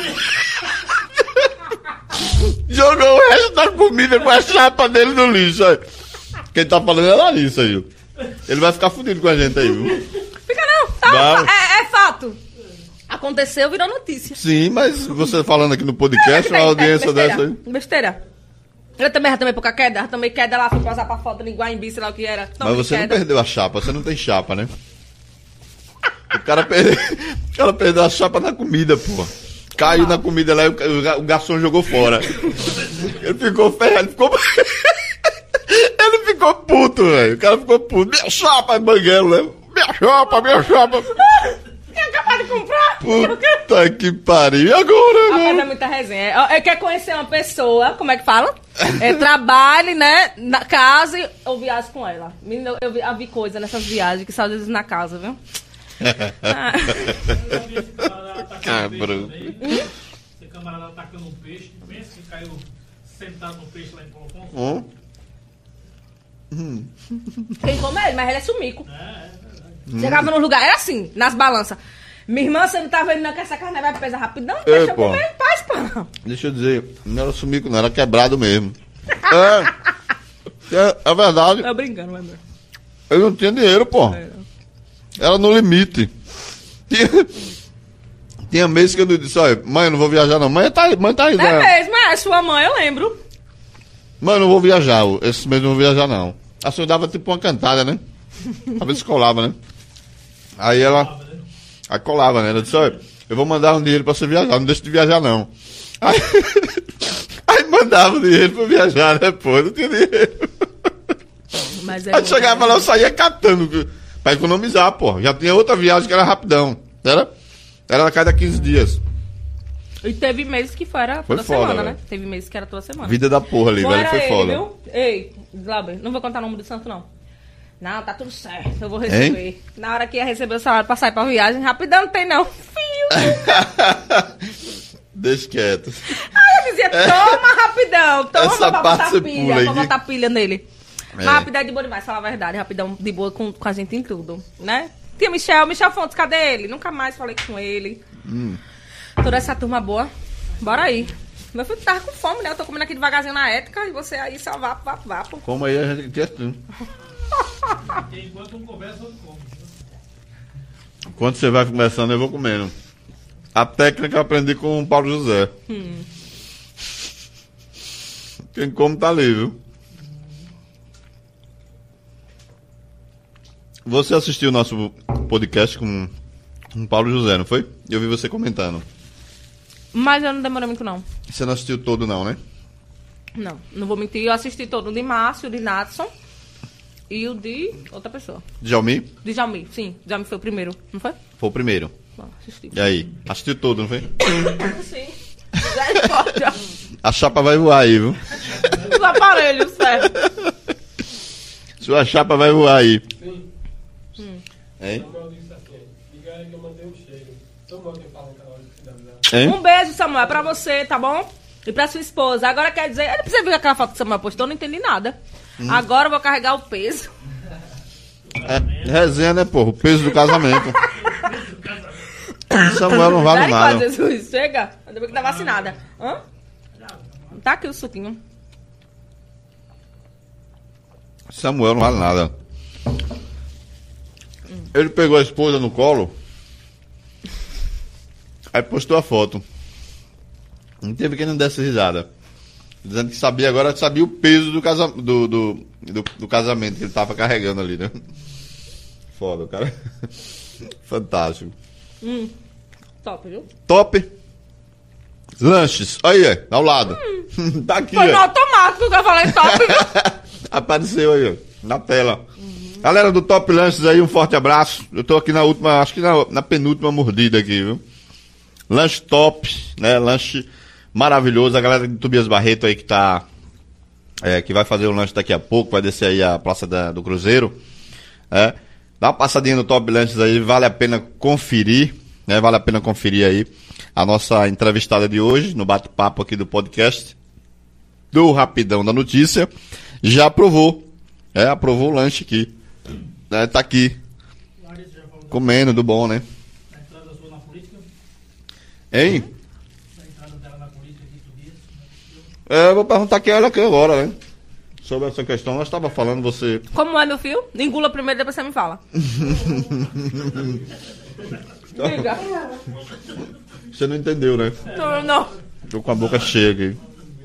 Jogou o resto da comida com a chapa dele no lixo. Aí. Quem tá falando é a Larissa aí. Ele vai ficar fudido com a gente aí, viu? Fica não, tá? É fato. Aconteceu, virou notícia. Sim, mas você falando aqui no podcast, uma audiência dessa aí. Besteira. Eu também já tomei pouca queda. Já tomei queda lá, fui passar pra foto em Guaimbi, sei lá o que era. Mas você não perdeu a chapa, você não tem chapa, né? O cara perdeu a chapa na comida, pô. Caiu na comida lá e o garçom jogou fora. Ele ficou ferrado, ele ficou puto, velho. O cara ficou puto. Minha chapa, banguelo, né? Minha chapa. Tinha acabado de comprar. Puta que pariu. E agora? Rapaz, é muita resenha. Quer conhecer uma pessoa, como é que fala? Trabalhe, né, na casa ou viaje com ela. Menina, eu vi coisa nessas viagens que só às vezes na casa, viu? Cabrão. Esse camarada atacando um peixe, pensa que caiu sentado no peixe lá em Colofão. Quem come é ele, mas ele é sumico. Chegava num lugar, era assim, nas balanças. Minha irmã, você não tá vendo não que essa carne vai pesar rapidão? Deixa eu pô. comer em paz, pô. Deixa eu dizer, não era sumico, não, era quebrado mesmo. É verdade. Eu brincando, mas... Eu não tinha dinheiro, pô. Era no limite. Tinha meses que eu disse, olha, mãe, eu não vou viajar não. Mãe tá aí, É mesmo, é sua mãe, eu lembro. Mãe, eu não vou viajar, esse mês eu não vou viajar não. A senhora dava tipo uma cantada, né? A vez colava, né? Aí ela... Aí colava, né? Ela disse, olha, eu vou mandar um dinheiro pra você viajar, não deixa de viajar não. Aí mandava o dinheiro pra viajar, né, pô? Não tinha dinheiro. Mas Aí chegava lá, eu saía catando pra economizar, pô. Já tinha outra viagem que era rapidão. Era a cada 15 dias. E teve meses que era toda foda, semana, velho. né? Teve meses que era toda semana. Vida da porra ali, Bom, velho, era foi ele, foda. Viu? Ei, Glauber, não vou contar o nome do santo, não. Não, tá tudo certo, eu vou receber. Hein? Na hora que ia receber o salário pra sair pra viagem, rapidão, não tem não. Fio. Deixa quieto. Aí eu dizia, toma rapidão, toma Essa pra parte botar você pilha, pula pra aí. botar pilha nele. É. Mas rapidão é de boa demais, falar a verdade, rapidão de boa com a gente em tudo, né? Tinha Michel Fontes, cadê ele? Nunca mais falei com ele. Toda essa turma boa, bora aí. Meu filho tava com fome, né? Eu tô comendo aqui devagarzinho na ética e você aí só vapo. Como aí a gente quer tudo. Porque enquanto um conversa, outro come. Quando você vai conversando, eu vou comendo. A técnica eu aprendi com o Paulo José. Quem come tá ali, viu? Você assistiu o nosso podcast com o Paulo José, não foi? Eu vi você comentando. Mas eu não demorei muito, não. Você não assistiu todo, não, né? Não vou mentir. Eu assisti todo o de Márcio, o de Natson e o de outra pessoa. Djalmi? De Jalmi, sim. Djalmi foi o primeiro, não foi? Foi o primeiro. Bom, assisti. E aí? Assistiu todo, não foi? Sim. Já é forte, ó. A chapa vai voar aí, viu? Os aparelhos, certo. Sua chapa vai voar aí. Hein? Hein? Um beijo, Samuel, pra você, tá bom? E pra sua esposa. Agora quer dizer... Eu não precisa ver aquela foto que o Samuel postou, não entendi nada. Agora eu vou carregar o peso. É resenha, né, porra? O peso do casamento. Samuel não vale Misericórdia, nada. Jesus, chega. Ainda bem que tá vacinada. Hã? Tá aqui o suquinho. Samuel não vale nada. Ele pegou a esposa no colo. Aí postou a foto. Não teve quem não desse risada. Dizendo que sabia agora, sabia o peso do casamento que ele tava carregando ali, né? Foda, cara. Fantástico. Top, viu? Top. Lanches. Aí, ao lado. Tá aqui, Foi no ó. automático que eu falei top, viu? Apareceu aí, ó, na tela. Galera do Top Lanches aí, um forte abraço. Eu tô aqui na última, acho que na penúltima mordida aqui, viu? Lanche top, né? Lanche maravilhoso. A galera de Tobias Barreto aí que tá... que vai fazer o lanche daqui a pouco, vai descer aí a Praça do Cruzeiro. Dá uma passadinha no Top Lanches aí, vale a pena conferir, né? Vale a pena conferir aí a nossa entrevistada de hoje, no bate-papo aqui do podcast do Rapidão da Notícia. Já aprovou, aprovou o lanche aqui. Tá aqui, comendo do bom, né? Hein? A entrada dela na política aqui por dia. Eu vou perguntar quem ela aqui agora, né? Sobre essa questão, nós estava falando, você... Como é, meu filho? Engula primeiro, depois você me fala. Diga. Você não entendeu, né? Não. Tô com a boca cheia aqui.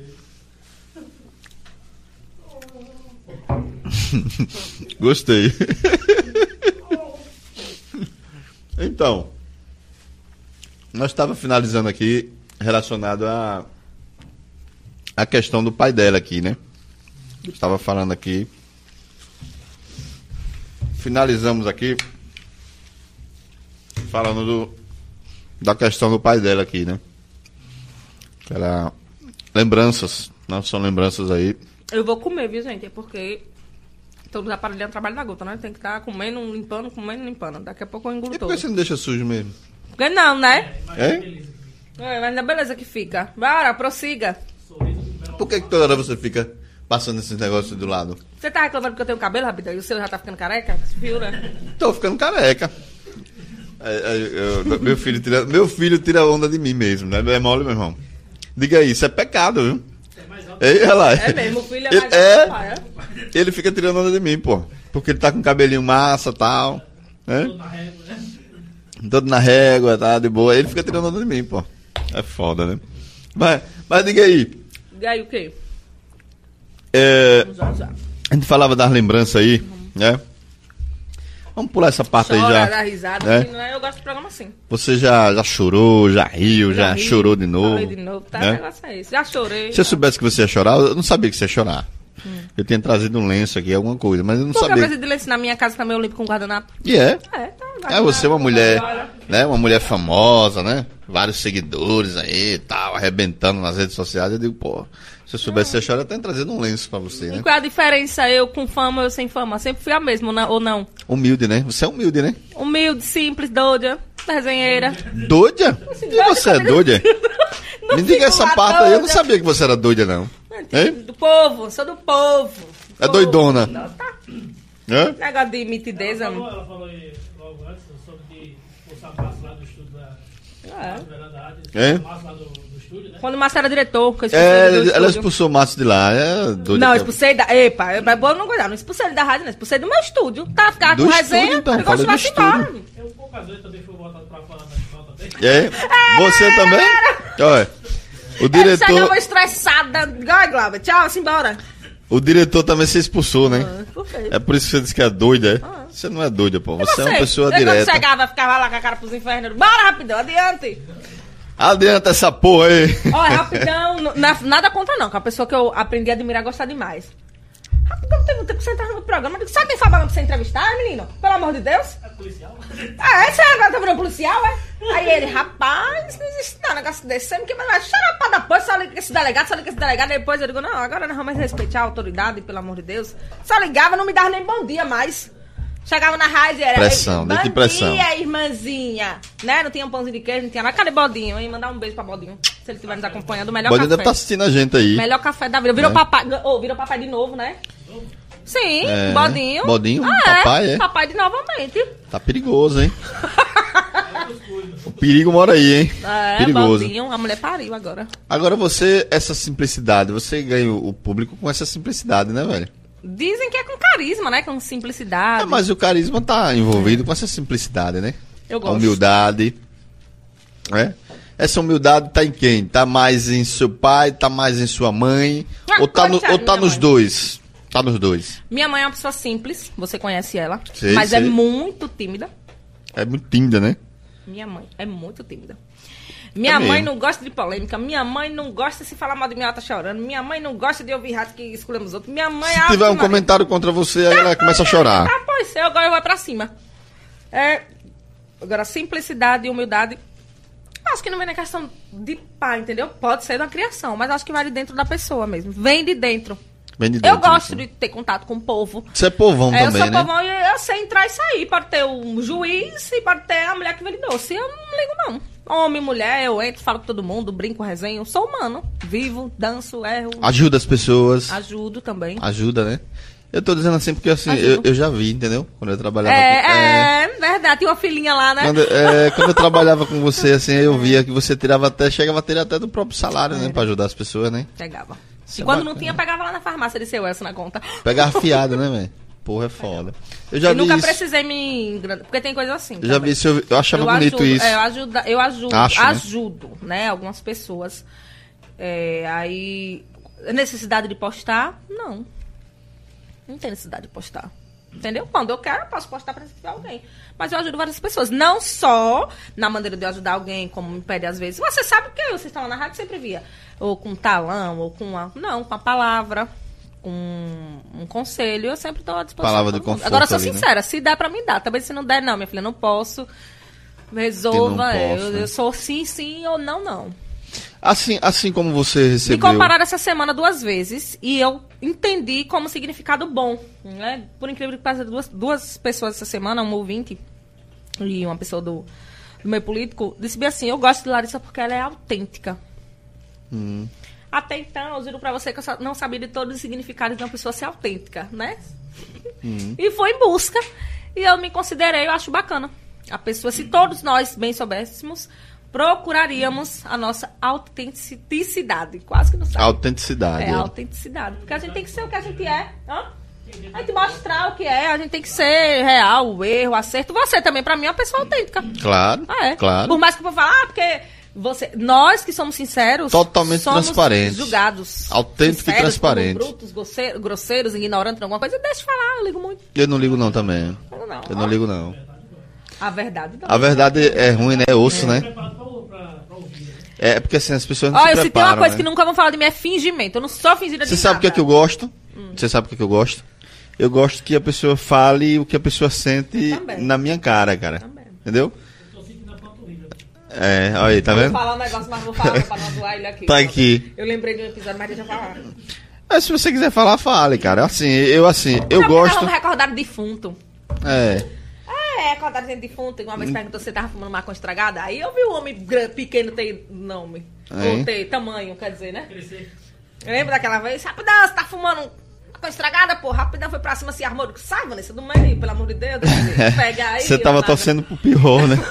Gostei. Então, nós estávamos finalizando aqui relacionado a questão do pai dela aqui, né? Estava falando aqui. Finalizamos aqui falando da questão do pai dela aqui, né? Aquela lembranças, não são lembranças aí. Eu vou comer, viu, gente? É porque todos os aparelhos trabalho da gota, né? Tem que estar comendo, limpando, comendo, limpando. Daqui a pouco eu engulo E por todo. que você não deixa sujo mesmo? Porque não, né? Hein? É, mas na beleza que fica. Bora, prossiga. Por que toda hora você fica passando esses negócios do lado? Você tá reclamando porque eu tenho cabelo, Rapidão? E o seu já tá ficando careca? Viu, né? Tô ficando careca. Meu filho tira onda de mim mesmo, né? É mole, meu irmão. Diga aí, isso é pecado, viu? Ei, olha lá. É mesmo, o filho é Ele, mais alto que o pai, é? ele fica tirando onda de mim, pô. Porque ele tá com cabelinho massa e tal. Né? Todo na régua, tá de boa. Ele fica tirando onda de mim, pô. É foda, né? Mas diga aí. E aí, o quê? A gente falava das lembranças aí, né? Vamos pular essa parte aí já. Dá risada, né? não é? Eu gosto de programa assim. Você já chorou, já riu, já ri, chorou de novo. Chorei de novo, tá? né? O negócio é esse. Já chorei. Se eu soubesse que você ia chorar, eu não sabia que você ia chorar. Eu tinha trazido um lenço aqui, alguma coisa, mas eu não Porque eu sabia. preciso de lenço na minha casa também, eu limpo com guardanapo. E é? É, tá. É, você é uma mulher, né? Uma mulher famosa, né? Vários seguidores aí e tal, arrebentando nas redes sociais. Eu digo, pô, se eu soubesse que você chora, eu tenho trazido um lenço pra você, né? E qual é a diferença eu com fama ou sem fama? Sempre fui a mesma, ou não? Humilde, né? Você é humilde, né? Humilde, simples, doida, desenheira. Doida? E você é doida? Me diga essa parte aí, eu não sabia que você era doida, não. Hein? Do povo, sou do povo. É doidona. Tá. Hã? Negócio de mitidez, Ela amor. falou aí logo antes sobre que forçar massa lá do estúdio da verdade. É? Massa lá do estúdio, né? Quando o Márcio era diretor, que eu expulsei ele do Ela estúdio. expulsou o Márcio de lá. É doida. Não, que- expulsei da... Epa, é bom não cuidar. Não expulsei ele da rádio, não. Expulsei do meu estúdio. Tá, ficava Do com estúdio, resenha. então, o negócio fala vai do embora. estúdio. Eu poucas vezes também fui voltado pra fora da escola também. É? Você também? Olha, o Ele diretor, chegava estressada. Ai, Glauber, tchau, simbora. o diretor também se expulsou, né? Por quê? É por isso que você disse que é doida, é? Você não é doida, pô. Você é uma pessoa Ele direta. quando chegava, ficava lá com a cara pros infernos. Bora, rapidão, adiante. Adianta essa porra aí. Olha, rapidão, nada contra não, que é uma pessoa que eu aprendi a admirar e gostar demais. Rapidão, teve um tempo que você entrar no meu programa. Eu digo, sabe quem foi pra você entrevistar, menino? Pelo amor de Deus. É policial. Ah, você agora tá virando policial, é? Aí ele, rapaz, não existe não, um negócio desse. Você me quer mandar chorar pra depois, só liga com esse delegado, só liga com esse delegado. Depois eu digo, não, agora nós vamos respeitar a autoridade, pelo amor de Deus. Só ligava, não me dava nem bom dia mais. Chegava na rádio e era... Pressão, bom de pressão. dia, irmãzinha. Né? Não tinha um pãozinho de queijo, não tinha nada. Cadê Bodinho? Hein? Mandar um beijo pra Bodinho. Se ele estiver nos acompanhando, o melhor Pode café. deve estar assistindo a gente aí. Melhor café da vida. Virou É. papai. Virou papai de novo, né? Sim, É. Bodinho. Bodinho, Ah, papai, é? Papai de novamente. Tá perigoso, hein? O perigo mora aí, hein? É, Perigoso. Bodinho. A mulher pariu agora. Agora você, essa simplicidade, você ganha o público com essa simplicidade, né, velho? Dizem que é com carisma, né? Com simplicidade. É, mas o carisma tá envolvido com essa simplicidade, né? Eu A gosto. humildade. Né? Essa humildade tá em quem? Tá mais em seu pai, tá mais em sua mãe? Ah, ou tá, coitado, ou tá minha nos mãe. dois? Tá nos dois. Minha mãe é uma pessoa simples, você conhece ela. Sei, mas é sei. muito tímida. É muito tímida, né? Minha mãe é muito tímida. Minha É mesmo. mãe não gosta de polêmica. Minha mãe não gosta de se falar mal de mim, ela tá chorando. Minha mãe não gosta de ouvir rato que escolhemos os outros. Minha mãe Se é tiver um Maria. comentário contra você, aí ela começa a chorar. Ah, pois é, agora eu vou pra cima. Agora, simplicidade e humildade. Acho que não vem na questão de pai, entendeu? Pode ser da criação, mas acho que vai de dentro da pessoa mesmo. Vem de dentro. Bem de dentro, Eu gosto né? de ter contato com o povo. Você é povão Eu também, sou né? povão e eu sei entrar e sair. Pode ter um juiz e pode ter a mulher que vende doce. Eu não ligo, não. Homem, mulher, eu entro, falo com todo mundo, brinco, resenho. Sou humano. Vivo, danço, erro. Ajuda as pessoas. Ajudo também. Ajuda, né? Eu tô dizendo assim porque assim, eu já vi, entendeu? Quando eu trabalhava Verdade, tem uma filhinha lá, né? Quando eu trabalhava com você, assim, eu via que você chegava a ter até do próprio salário, né? Pra ajudar as pessoas, né? Pegava. Isso E é quando bacana. não tinha, pegava lá na farmácia de seu Elcio na conta. Pegava fiado, né, velho? Porra, é foda. Eu já E vi nunca isso. precisei me... Porque tem coisa assim. Eu já também. vi isso, eu achava Eu bonito ajudo, isso. Eu ajudo, Acho, né? ajudo, né? Algumas pessoas. Aí, necessidade de postar? Não. Não tem necessidade de postar. Entendeu? Quando eu quero, eu posso postar para assistir alguém. Mas eu ajudo várias pessoas. Não só na maneira de eu ajudar alguém, como me pede às vezes. Você sabe o que? Vocês estão lá na rádio, sempre via. Ou com um talão, ou com uma... Não, com a palavra, com um conselho. Eu sempre estou à disposição. Palavra de de todo mundo. conforto Agora, eu sou ali, né? sincera. Se der para me dar. Também se não der, não. Minha filha, não posso. Resolva. Que não posso, né? Eu sou sim ou não. Assim como você Me recebeu... compararam essa semana 2 vezes e eu entendi como significado bom. Né? Por incrível que pareça, duas pessoas essa semana, um ouvinte e uma pessoa do meio político, disse bem assim, eu gosto de Larissa porque ela é autêntica. Até então, eu juro pra você que eu não sabia de todos os significados de uma pessoa ser autêntica, né? E foi em busca. E eu me considerei, eu acho bacana. A pessoa, se todos nós bem soubéssemos, procuraríamos a nossa autenticidade. Quase que não sabe. Autenticidade. É, autenticidade. Porque a gente tem que ser o que a gente é. Hã? A gente mostrar o que é, a gente tem que ser real, o erro, o acerto. Você também, pra mim, é uma pessoa autêntica. Claro, claro. Por mais que eu vou falar, porque nós que somos sinceros, Totalmente somos transparentes. julgados. Autêntico e sinceros, transparente. como brutos, grosseiros, ignorantes, alguma coisa. Deixa eu falar, eu ligo muito. Eu não ligo não também. Não. Eu não ligo não. A verdade não. A verdade é ruim, né? É osso, né? Preparado pra ouvir, né? É porque assim, as pessoas não Olha, se se tem uma preparam, coisa né? que nunca vão falar de mim é fingimento. Eu não sou fingida de Você sabe o que é nada. que eu gosto? Você sabe o que é que eu gosto? Eu gosto que a pessoa fale o que a pessoa sente Também. na minha cara. Também. Entendeu? Eu tô sentindo na panturrilha. É, olha aí, tá Eu vendo? vou falar um negócio, mas vou falar pra não zoar ele aqui. Tá aqui. Eu lembrei de um episódio, mas deixa eu falar. Mas se você quiser falar, fale, cara. Eu Não, gosto. Vamos recordar o defunto. É. Recordar o defunto. Uma vez perguntou se você tava fumando maconha estragada. Aí eu vi o homem pequeno ter nome. Hein? Ou ter tamanho, quer dizer, né? Crescer. Lembra daquela vez? Rapidão, você tá fumando maconha estragada, pô. Rapidão foi pra cima, se armou. Sai, Vanessa, do meio, pelo amor de Deus. Pega aí. Você tava ô, torcendo pro pior, né?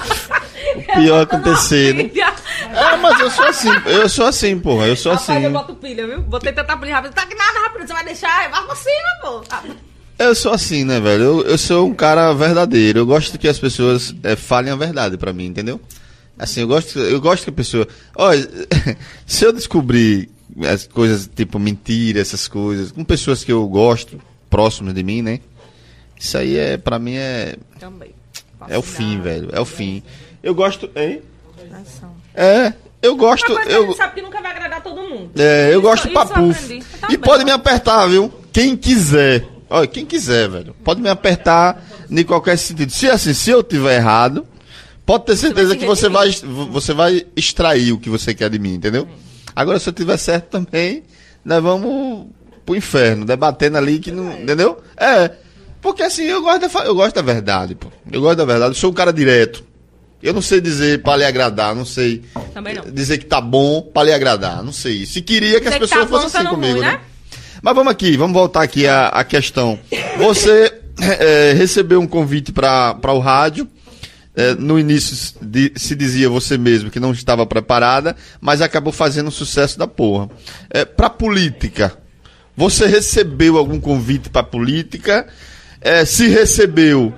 O pior acontecer, né? É, mas eu sou assim, porra. Eu sou Rapaz, assim. eu boto pilha, viu? Botei tanta pilha rápido. Tá que nada rápido, você vai deixar? Vai pra cima, pô. Eu sou assim, né, velho? Eu sou um cara verdadeiro. Eu gosto que as pessoas falem a verdade pra mim, entendeu? Assim, eu gosto que a pessoa... Olha, se eu descobrir as coisas, tipo, mentira, essas coisas, com pessoas que eu gosto, próximas de mim, né? Isso aí, pra mim, Também. é o fim, velho. É o fim. Eu gosto... Hein? Nação. Eu gosto... Uma coisa que a gente sabe que nunca vai agradar todo mundo. Eu gosto de Isso eu papuf. aprendi. Tá E bem. pode me apertar, viu? Quem quiser. Olha, quem quiser, velho. Pode me apertar em qualquer sentido. Se eu tiver errado, pode ter certeza que você vai extrair o que você quer de mim, entendeu? Agora, se eu tiver certo também, nós vamos pro inferno, debatendo ali que não... Entendeu? Porque assim, eu gosto da verdade, pô. Eu gosto da verdade. Eu sou um cara direto. Eu não sei dizer pra lhe agradar, não sei Também não. dizer que tá bom pra lhe agradar, não sei. Se queria que as Dizer que pessoas tá bom fossem assim pelo comigo, ruim, né? né? Mas vamos voltar aqui à questão. Você recebeu um convite para o rádio. No início se dizia você mesmo que não estava preparada, mas acabou fazendo sucesso da porra. Pra política, você recebeu algum convite pra política? Se recebeu,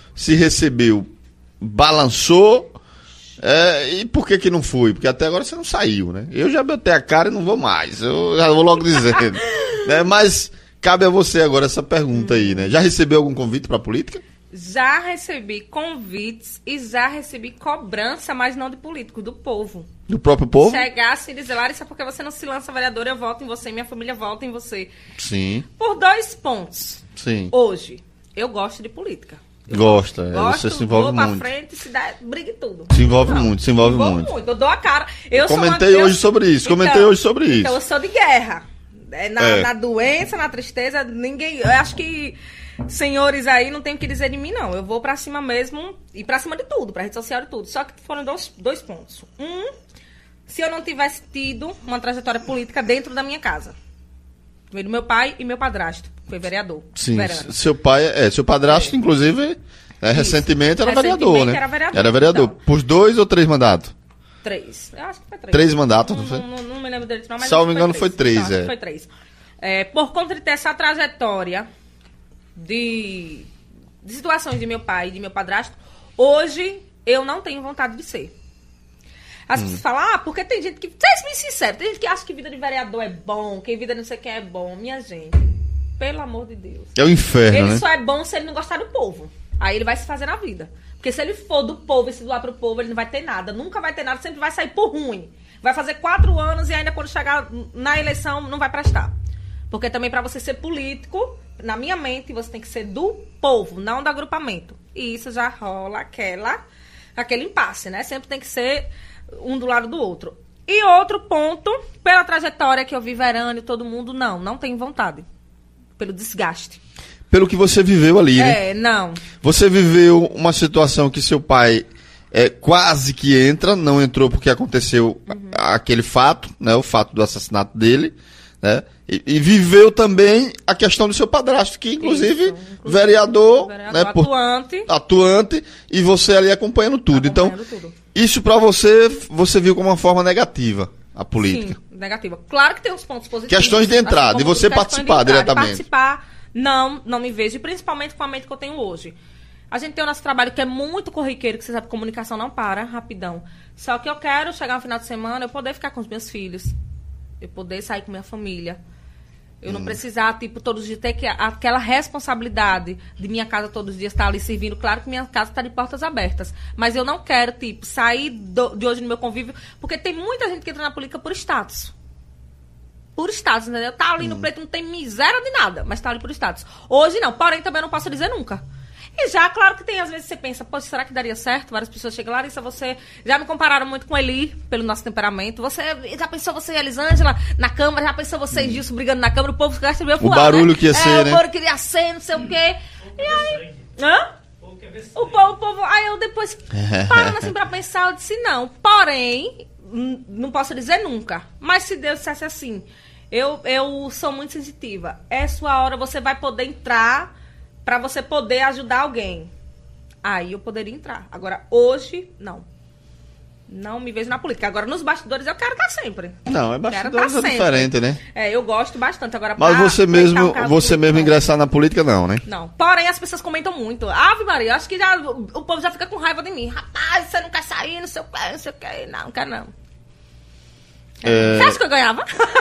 balançou. E por que não foi? Porque até agora você não saiu, né? Eu já botei a cara e não vou mais. Eu já vou logo dizendo. Né? Mas cabe a você agora essa pergunta aí, né? Já recebeu algum convite pra política? Já recebi convites e já recebi cobrança, mas não de político, do povo. Do próprio povo? Chegasse e dizer, Larissa, porque você não se lança vereadora, eu voto em você, minha família vota em você. Sim, Por 2 pontos. sim. Hoje, eu gosto de política. Gosta, Gosto, você se envolve vou pra muito. frente, se der, briga e tudo. Se envolve muito. Eu dou a cara. Comentei hoje sobre isso. Então, eu sou de guerra. Na doença, na tristeza, ninguém... Eu acho que senhores aí não tem o que dizer de mim, não. Eu vou pra cima mesmo, e pra cima de tudo, pra rede social e tudo. Só que foram dois pontos. Se eu não tivesse tido uma trajetória política dentro da minha casa. Do meu pai e meu padrasto. Foi vereador. Sim, Verano. seu padrasto, inclusive, recentemente era vereador, né? Era vereador. Então. Por 2 ou 3 mandatos? 3. Eu acho que foi 3. 3 mandatos, não foi? Não me lembro direito, não, mas. Salvo engano, foi 3, Acho que foi 3. Por conta de ter essa trajetória de situações de meu pai e de meu padrasto, hoje eu não tenho vontade de ser. As pessoas falam, porque tem gente que. Vocês me sinceros, tem gente que acha que vida de vereador é bom, que vida de não sei quem é bom. Minha gente, pelo amor de Deus. É o inferno, Ele né? só é bom se ele não gostar do povo. Aí ele vai se fazer na vida. Porque se ele for do povo e se doar pro povo, ele não vai ter nada. Nunca vai ter nada, sempre vai sair por ruim. Vai fazer 4 anos e ainda quando chegar na eleição não vai prestar. Porque também para você ser político, na minha mente, você tem que ser do povo, não do agrupamento. E isso já rola aquele impasse, né? Sempre tem que ser um do lado do outro. E outro ponto, pela trajetória que eu vi Verano e todo mundo, não tenho vontade. Pelo desgaste. Pelo que você viveu ali, né? Não. Você viveu uma situação que seu pai quase que entra, não entrou porque aconteceu aquele fato, né? O fato do assassinato dele, né? E viveu também a questão do seu padrasto, que inclusive vereador, né? Atuante, e você ali acompanhando tudo. Tudo. Isso pra você viu como uma forma negativa, a política. Sim, negativa. Claro que tem uns pontos positivos. Questões de entrada, e você participar diretamente. Não me vejo, e principalmente com a mente que eu tenho hoje. A gente tem o nosso trabalho que é muito corriqueiro, que você sabe, comunicação não para, rapidão. Só que eu quero chegar no final de semana, eu poder ficar com os meus filhos, eu poder sair com minha família. Eu não precisar, todos os dias ter aquela responsabilidade de minha casa todos os dias estar ali servindo. Claro que minha casa está de portas abertas. Mas eu não quero, sair de hoje no meu convívio, porque tem muita gente que entra na política por status. Por status, entendeu? Tá ali no pleito, não tem miséria de nada, mas tá ali por status. Hoje não, porém também não posso dizer nunca. E já, claro que tem, às vezes você pensa, poxa, será que daria certo? Várias pessoas chegam lá, Larissa, você... Já me compararam muito com Eli, pelo nosso temperamento. Você já pensou você e a Elisângela na Câmara? Já pensou você e Gilson brigando na Câmara? O povo fica meio voar, o barulho que ia ser, né? O barulho queria ser, não sei o quê. E aí... Hã? O povo... Aí eu depois, parando assim pra pensar, eu disse, não. Porém, não posso dizer nunca. Mas se Deus dissesse assim, eu sou muito sensitiva. É sua hora, você vai poder entrar... Pra você poder ajudar alguém. Aí eu poderia entrar. Agora, hoje, não. Não me vejo na política. Agora, nos bastidores, eu quero estar sempre. Não, bastidores é diferente, né? Eu gosto bastante. Agora, mas você mesmo ingressar na política, não, né? Não. Porém, as pessoas comentam muito. Ave Maria, acho que o povo já fica com raiva de mim. Rapaz, você não quer sair, não sei o que, não sei o que. Não quero não. Você acha que eu ganhava?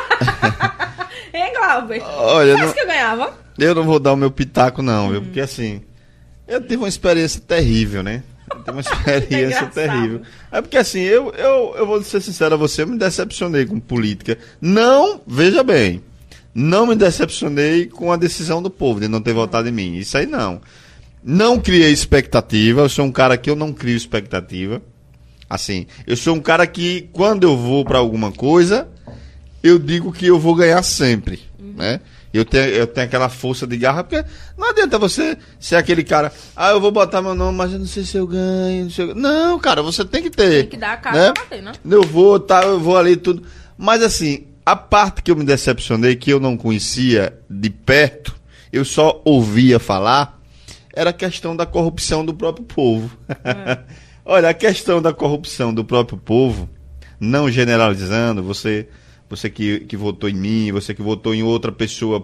Hein, Glauber? Olha, você acha que eu ganhava? Eu não vou dar o meu pitaco, não, viu? Porque, assim, eu tive uma experiência terrível, né? Eu tive uma experiência terrível. É porque, assim, eu vou ser sincero a você, eu me decepcionei com política. Não, veja bem, não me decepcionei com a decisão do povo de não ter votado em mim. Isso aí, não. Não criei expectativa, eu sou um cara que eu não crio expectativa. Assim, eu sou um cara que, quando eu vou pra alguma coisa, eu digo que eu vou ganhar sempre, né? Eu tenho aquela força de garra, porque não adianta você ser aquele cara, eu vou botar meu nome, mas eu não sei se eu ganho, não sei. Não, cara, você tem que ter. Tem que dar a cara pra bater, né? Eu vou ali tudo. Mas assim, a parte que eu me decepcionei, que eu não conhecia de perto, eu só ouvia falar, era a questão da corrupção do próprio povo. Olha, a questão da corrupção do próprio povo, não generalizando, você que votou em mim, você que votou em outra pessoa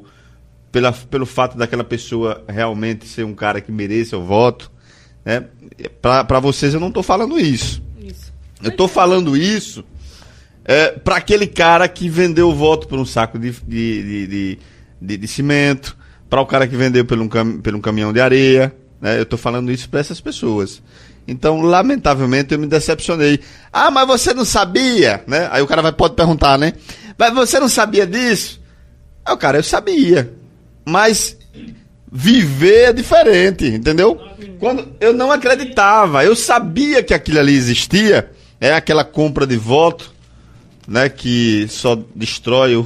pelo fato daquela pessoa realmente ser um cara que mereça o voto, né? Para vocês eu não estou falando isso. Eu estou falando isso para aquele cara que vendeu o voto por um saco de cimento, para o cara que vendeu por um caminhão de areia, né? Eu estou falando isso para essas pessoas. Então, lamentavelmente, eu me decepcionei. Mas você não sabia, né? Aí o cara pode perguntar, né? Mas você não sabia disso? Aí o cara, eu sabia. Mas viver é diferente, entendeu? Quando eu não acreditava, eu sabia que aquilo ali existia, aquela compra de voto, né? Que só destrói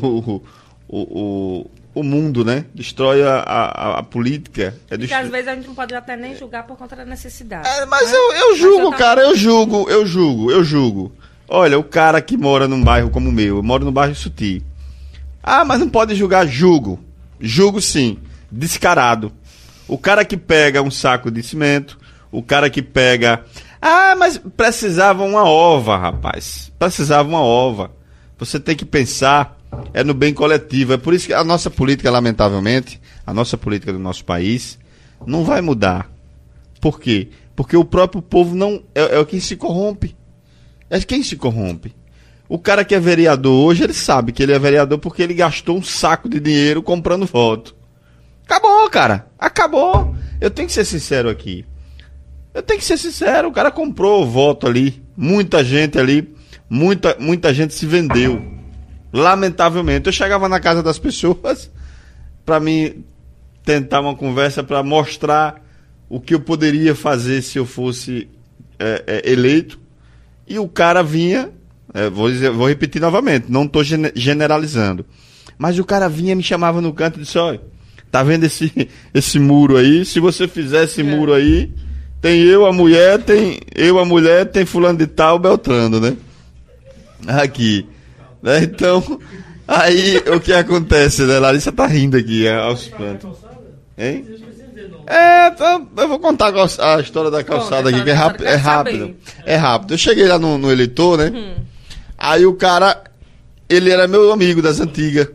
o mundo, né? Destrói a política. Porque às vezes a gente não pode até nem julgar por conta da necessidade. Mas eu julgo, cara, eu julgo. Olha, o cara que mora num bairro como o meu, eu moro no bairro Suti. Mas não pode julgar, julgo. Julgo sim. Descarado. O cara que pega um saco de cimento, o cara que pega... Ah, mas precisava uma ova, rapaz. Precisava uma ova. Você tem que pensar no bem coletivo. É por isso que a nossa política, lamentavelmente, a nossa política do nosso país, não vai mudar. Por quê? Porque o próprio povo não... É quem se corrompe. É quem se corrompe. O cara que é vereador hoje, ele sabe que ele é vereador porque ele gastou um saco de dinheiro comprando voto. Acabou, cara. Acabou. Eu tenho que ser sincero aqui. Eu tenho que ser sincero. O cara comprou o voto ali. Muita gente ali. Muita gente se vendeu. Lamentavelmente. Eu chegava na casa das pessoas para mim tentar uma conversa para mostrar o que eu poderia fazer se eu fosse eleito. E o cara vinha... vou repetir novamente. Não estou generalizando. Mas o cara vinha, me chamava no canto e disse, olha... Tá vendo esse muro aí? Se você fizer esse muro aí, tem a mulher, tem fulano de tal, Beltrano, né? Aqui. Né? Então, aí o que acontece, né? Larissa tá rindo aqui, aos prantos. Hein? Eu vou contar a história da calçada aqui, que é rápido. É rápido. Eu cheguei lá no eleitor, né? Aí o cara, ele era meu amigo das antigas.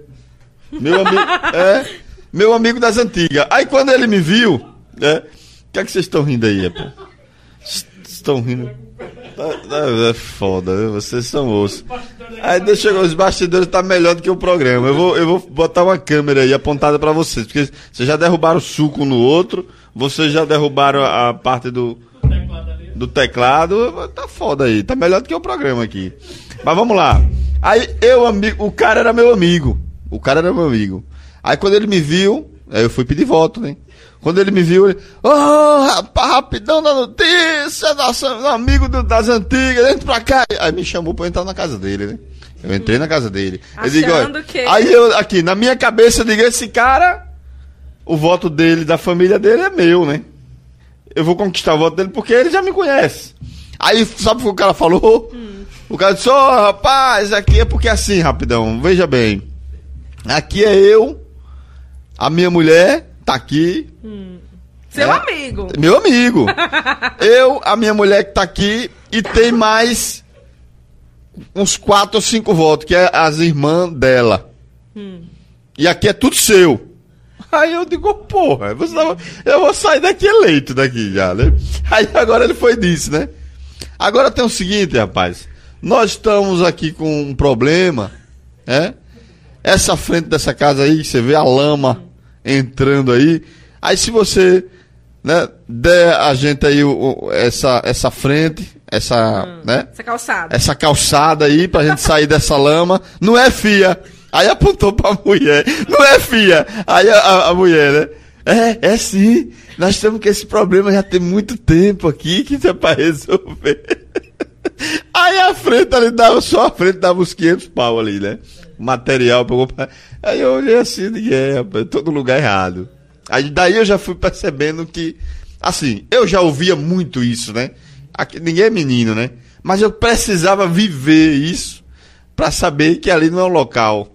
Meu amigo das antigas. Aí quando ele me viu, o que é que vocês estão rindo aí, rapaz? Estão rindo. É foda, viu? Vocês são osso. Aí chegou, os bastidores tá melhor do que o programa. Eu vou botar uma câmera aí apontada pra vocês, porque vocês já derrubaram o suco no outro, vocês já derrubaram a parte do teclado. Tá foda aí, tá melhor do que o programa aqui. Mas vamos lá. Aí o cara era meu amigo. Aí quando ele me viu, eu fui pedir voto, né? Quando ele me viu, ele... rapaz, rapidão da notícia, nosso amigo das antigas, entra pra cá. Aí me chamou pra eu entrar na casa dele, né? Eu entrei na casa dele. Aí eu, aqui, na minha cabeça, eu digo, esse cara, o voto dele, da família dele é meu, né? Eu vou conquistar o voto dele porque ele já me conhece. Aí, sabe o que o cara falou? O cara disse, rapaz, aqui é porque assim, rapidão, veja bem. Aqui é eu... A minha mulher tá aqui. Seu amigo. Meu amigo. A minha mulher que tá aqui e tem mais uns 4 ou 5 votos, que é as irmãs dela. E aqui é tudo seu. Aí eu digo, porra, eu vou sair daqui eleito daqui já, né? Aí agora ele foi disso, né? Agora tem o seguinte, rapaz. Nós estamos aqui com um problema, né? Essa frente dessa casa aí, você vê a lama entrando aí. Aí se você, né, der a gente aí essa frente, né? Essa calçada aí pra gente sair dessa lama. Não é, fia? Aí apontou pra mulher. Não é, fia? Aí a mulher, né? É sim. Nós temos que esse problema já tem muito tempo aqui que é pra resolver. Aí a frente ali dava uns 500 pau ali, né? Material pra comprar. Aí eu olhei assim e disse, rapaz, tô no lugar errado. Aí daí eu já fui percebendo que, assim, eu já ouvia muito isso, né? Aqui, ninguém é menino, né? Mas eu precisava viver isso pra saber que ali não é um local.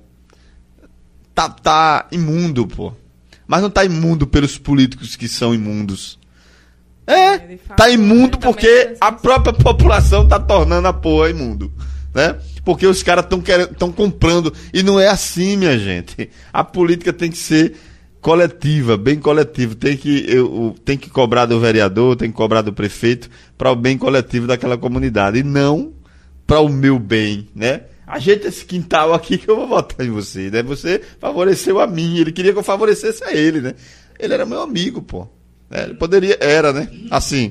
Tá imundo, pô. Mas não tá imundo pelos políticos que são imundos. Tá imundo porque a própria população tá tornando a porra imundo, né? Porque os caras estão comprando. E não é assim, minha gente. A política tem que ser coletiva, bem coletiva. Tem que cobrar do vereador, tem que cobrar do prefeito para o bem coletivo daquela comunidade. E não para o meu bem, né? Ajeita esse quintal aqui que eu vou votar em você, né? Você favoreceu a mim. Ele queria que eu favorecesse a ele, né? Ele era meu amigo, pô. Ele era, né? Assim...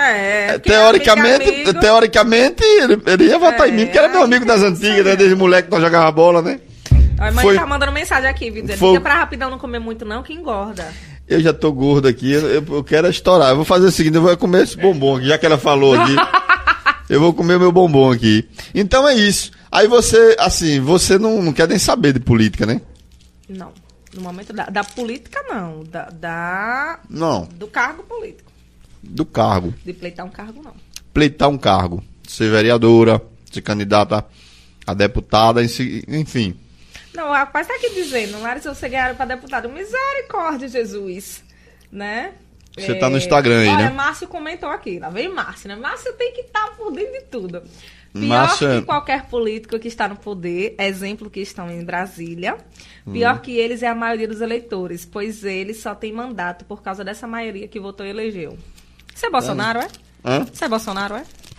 teoricamente ele ia votar em mim, porque era meu amigo das antigas, né? Desde moleque que nós jogava bola, né? A mãe tá mandando mensagem aqui, viu? Liga pra Rapidão não comer muito não, que engorda. Eu já tô gordo aqui, eu quero estourar. Eu vou fazer o seguinte, eu vou comer esse bombom aqui, já que ela falou aqui. Eu vou comer o meu bombom aqui. Então é isso. Aí você, assim, você não quer nem saber de política, né? Não. No momento da política, não. Não. Do cargo político. Do cargo. De pleitar um cargo, não. Pleitar um cargo. Ser vereadora, ser candidata a deputada, enfim. Não, o rapaz tá aqui dizendo, Lari, se você ganhar para deputado, misericórdia, Jesus, né? Você tá no Instagram aí, olha, né? Márcio comentou aqui, lá vem Márcio, né? Márcio tem que estar por dentro de tudo. Pior Márcio que qualquer político que está no poder, exemplo que estão em Brasília, pior que eles é a maioria dos eleitores, pois eles só têm mandato por causa dessa maioria que votou e elegeu. Você é Bolsonaro, é? Hã? Você é Bolsonaro, é?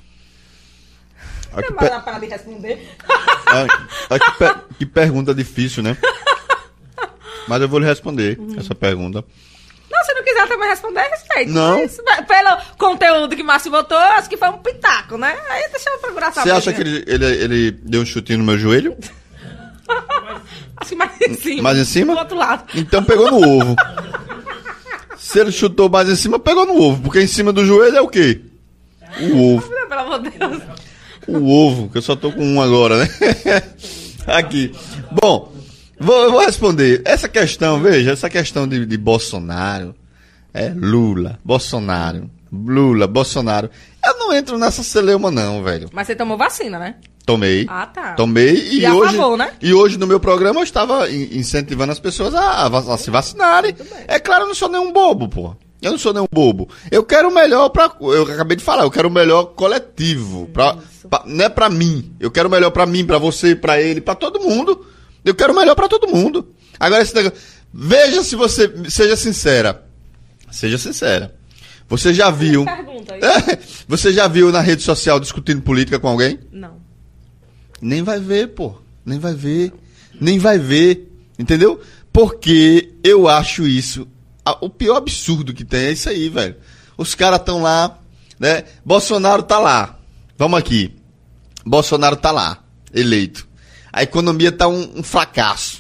Olha Não que, vai dar para de responder. que pergunta difícil, né? Mas eu vou lhe responder essa pergunta. Não, se não quiser também responder, respeito. Não. Mas, pelo conteúdo que Márcio botou, acho que foi um pitaco, né? Aí deixa eu procurar saber. Você acha que ele deu um chutinho no meu joelho? Acho que mais em cima. Mais em cima? Do outro lado. Então pegou no ovo. Se ele chutou mais em cima, pegou no ovo. Porque em cima do joelho é o quê? O ovo. Pelo amor de Deus. O ovo, que eu só tô com um agora, né? Aqui. Bom, eu vou responder. Essa questão, veja, essa questão de Bolsonaro, Lula, Bolsonaro, Bolsonaro. Eu não entro nessa celeuma não, velho. Mas você tomou vacina, né? Tomei. Ah, tá. Tomei E a favor, né? E hoje no meu programa eu estava incentivando as pessoas a se vacinarem. É claro, eu não sou nenhum bobo, pô. Eu não sou nenhum bobo. Eu quero o melhor eu acabei de falar, eu quero o melhor coletivo. Não é pra mim. Eu quero o melhor pra mim, pra você, pra ele, pra todo mundo. Eu quero o melhor pra todo mundo. Agora esse negócio. Veja se você. Seja sincera. Seja sincera. Você já viu. Pergunta aí. Você já viu na rede social discutindo política com alguém? Não. Nem vai ver, pô. Nem vai ver. Nem vai ver. Entendeu? Porque eu acho isso. O pior absurdo que tem é isso aí, velho. Os caras estão lá, né? Bolsonaro tá lá. Vamos aqui. Bolsonaro tá lá, eleito. A economia tá um fracasso.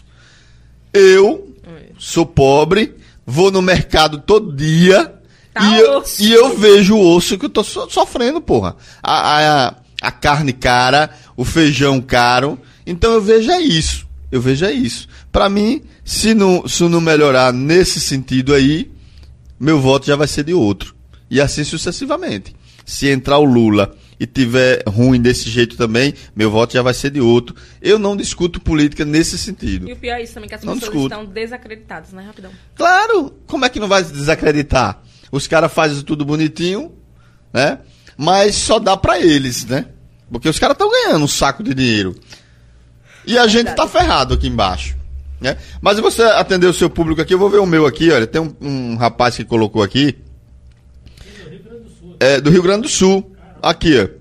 Eu sou pobre, vou no mercado todo dia e eu vejo o osso que eu tô sofrendo, porra. A carne cara, o feijão caro. Então eu vejo isso. Eu vejo isso. Pra mim, se não melhorar nesse sentido aí, meu voto já vai ser de outro. E assim sucessivamente. Se entrar o Lula e tiver ruim desse jeito também, meu voto já vai ser de outro. Eu não discuto política nesse sentido. E o pior é isso também, que as Não pessoas discuto. estão desacreditadas, né, rapidão? Claro! Como é que não vai se desacreditar? Os caras fazem tudo bonitinho, né? Mas só dá pra eles, né? Porque os caras estão ganhando um saco de dinheiro. E a gente tá ferrado aqui embaixo. Né? Mas você atender o seu público aqui, eu vou ver o meu aqui, olha. Tem um rapaz que colocou aqui. Do Rio Grande do Sul. Aqui, ó.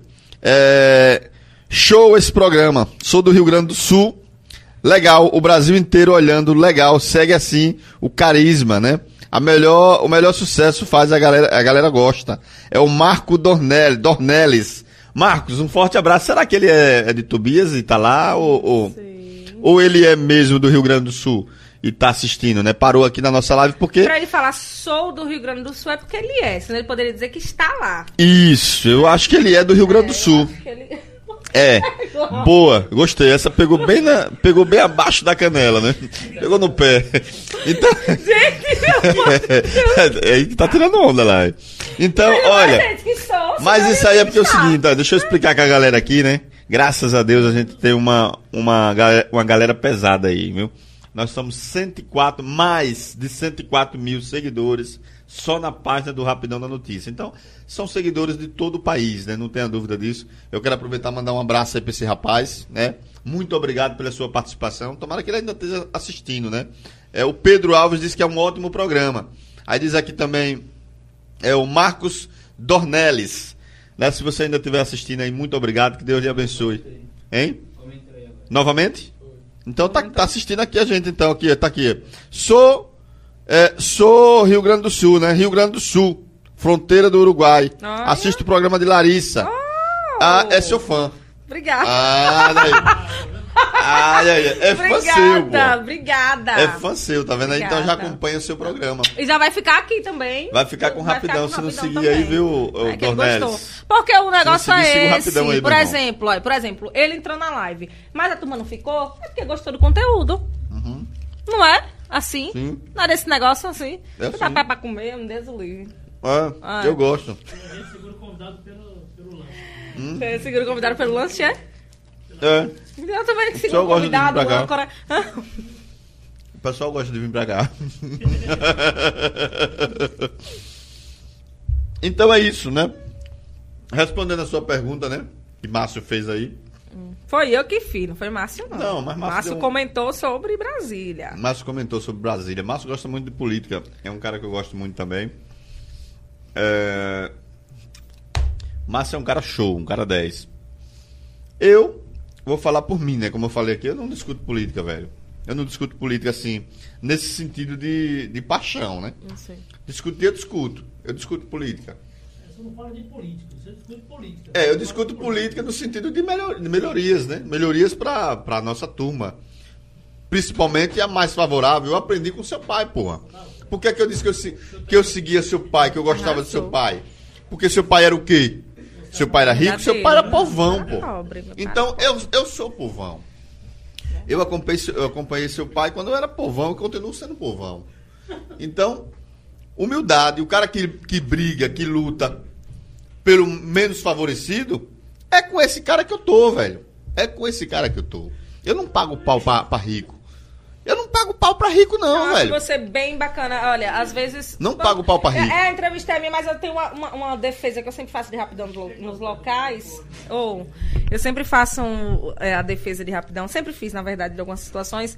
Show esse programa. Sou do Rio Grande do Sul. Legal, o Brasil inteiro olhando, legal. Segue assim o carisma, né? O melhor sucesso faz a galera gosta. É o Marco Dornelles. Marcos, um forte abraço. Será que ele é de Tobias e tá lá? Ou ele é mesmo do Rio Grande do Sul e tá assistindo, né? Parou aqui na nossa live porque... Pra ele falar sou do Rio Grande do Sul é porque ele é. Senão ele poderia dizer que está lá. Isso, eu acho que ele é do Rio Grande do Sul. Eu acho que ele... Boa, gostei. Essa pegou bem abaixo da canela, né? Pegou no pé. Então... Gente, aí que tá tirando onda lá. Então, olha... Mas isso aí é porque é o seguinte, ó, deixa eu explicar com a galera aqui, né? Graças a Deus a gente tem uma galera pesada aí, viu? Nós somos mais de 104 mil seguidores só na página do Rapidão da Notícia. Então, são seguidores de todo o país, né? Não tenha dúvida disso. Eu quero aproveitar e mandar um abraço aí pra esse rapaz, né? Muito obrigado pela sua participação. Tomara que ele ainda esteja assistindo, né? O Pedro Alves disse que é um ótimo programa. Aí diz aqui também, o Marcos Dornelles. Né? Se você ainda estiver assistindo aí, muito obrigado, que Deus lhe abençoe. Hein? Novamente? Então tá assistindo aqui a gente, então, aqui, tá aqui. Sou Rio Grande do Sul, né? Rio Grande do Sul, fronteira do Uruguai. Olha. Assisto o programa de Larissa. É seu fã. Obrigada. É fã seu, pô. Obrigada. É fã seu, tá vendo aí? Então já Obrigada. acompanha o seu programa. E já vai ficar aqui também. Vai ficar com Vai Rapidão, ficar com se não Rapidão seguir aí, também. viu, o Que ele Dornelles? gostou. Porque o negócio seguir, siga o é Rapidão esse. aí, Por meu exemplo, ele entrou na live, mas a turma não ficou, é porque gostou do conteúdo. Não é? Assim? Sim. Não é desse negócio assim? É Você tá assim. pra comer, me Deus o livre. Eu gosto. Seguro convidado pelo lanche. Você segura o convidado pelo lanche, é? É. Eu também que sigo pessoal o gosta de vir convidado, pra cá. âncora. O pessoal gosta de vir pra cá. Então é isso, né? Respondendo a sua pergunta, né? Que Márcio fez aí. Foi eu que fiz, não foi Márcio, não. Não, mas Márcio deu um- comentou sobre Brasília. Márcio comentou sobre Brasília. Márcio gosta muito de política. É um cara que eu gosto muito também. Márcio é um cara show, um cara 10. Eu vou falar por mim, né? Como eu falei aqui, eu não discuto política, velho. Eu não discuto política assim, nesse sentido de paixão, né? Não sei. Discutir, eu discuto. Eu discuto política. Você não fala de política, você discute política. Eu discuto política no sentido de melhorias, né? Melhorias para a nossa turma. Principalmente a mais favorável. Eu aprendi com seu pai, porra. Por que eu disse que eu seguia seu pai, que eu gostava do seu pai? Porque seu pai era o quê? Seu pai era rico, seu pai era povão, pô. Então, eu sou povão. Eu acompanhei seu pai quando eu era povão e continuo sendo povão. Então, humildade. O cara que briga, que luta pelo menos favorecido, é com esse cara que eu tô, velho. É com esse cara que eu tô. Eu não pago pau pra rico. Eu não pago pau pra rico, não, Eu velho. acho você bem bacana. Olha, às vezes... Não pago pau pra rico. A entrevista é minha, mas eu tenho uma defesa que eu sempre faço de rapidão nos locais. Eu sempre faço a defesa de rapidão. Sempre fiz, na verdade, de algumas situações.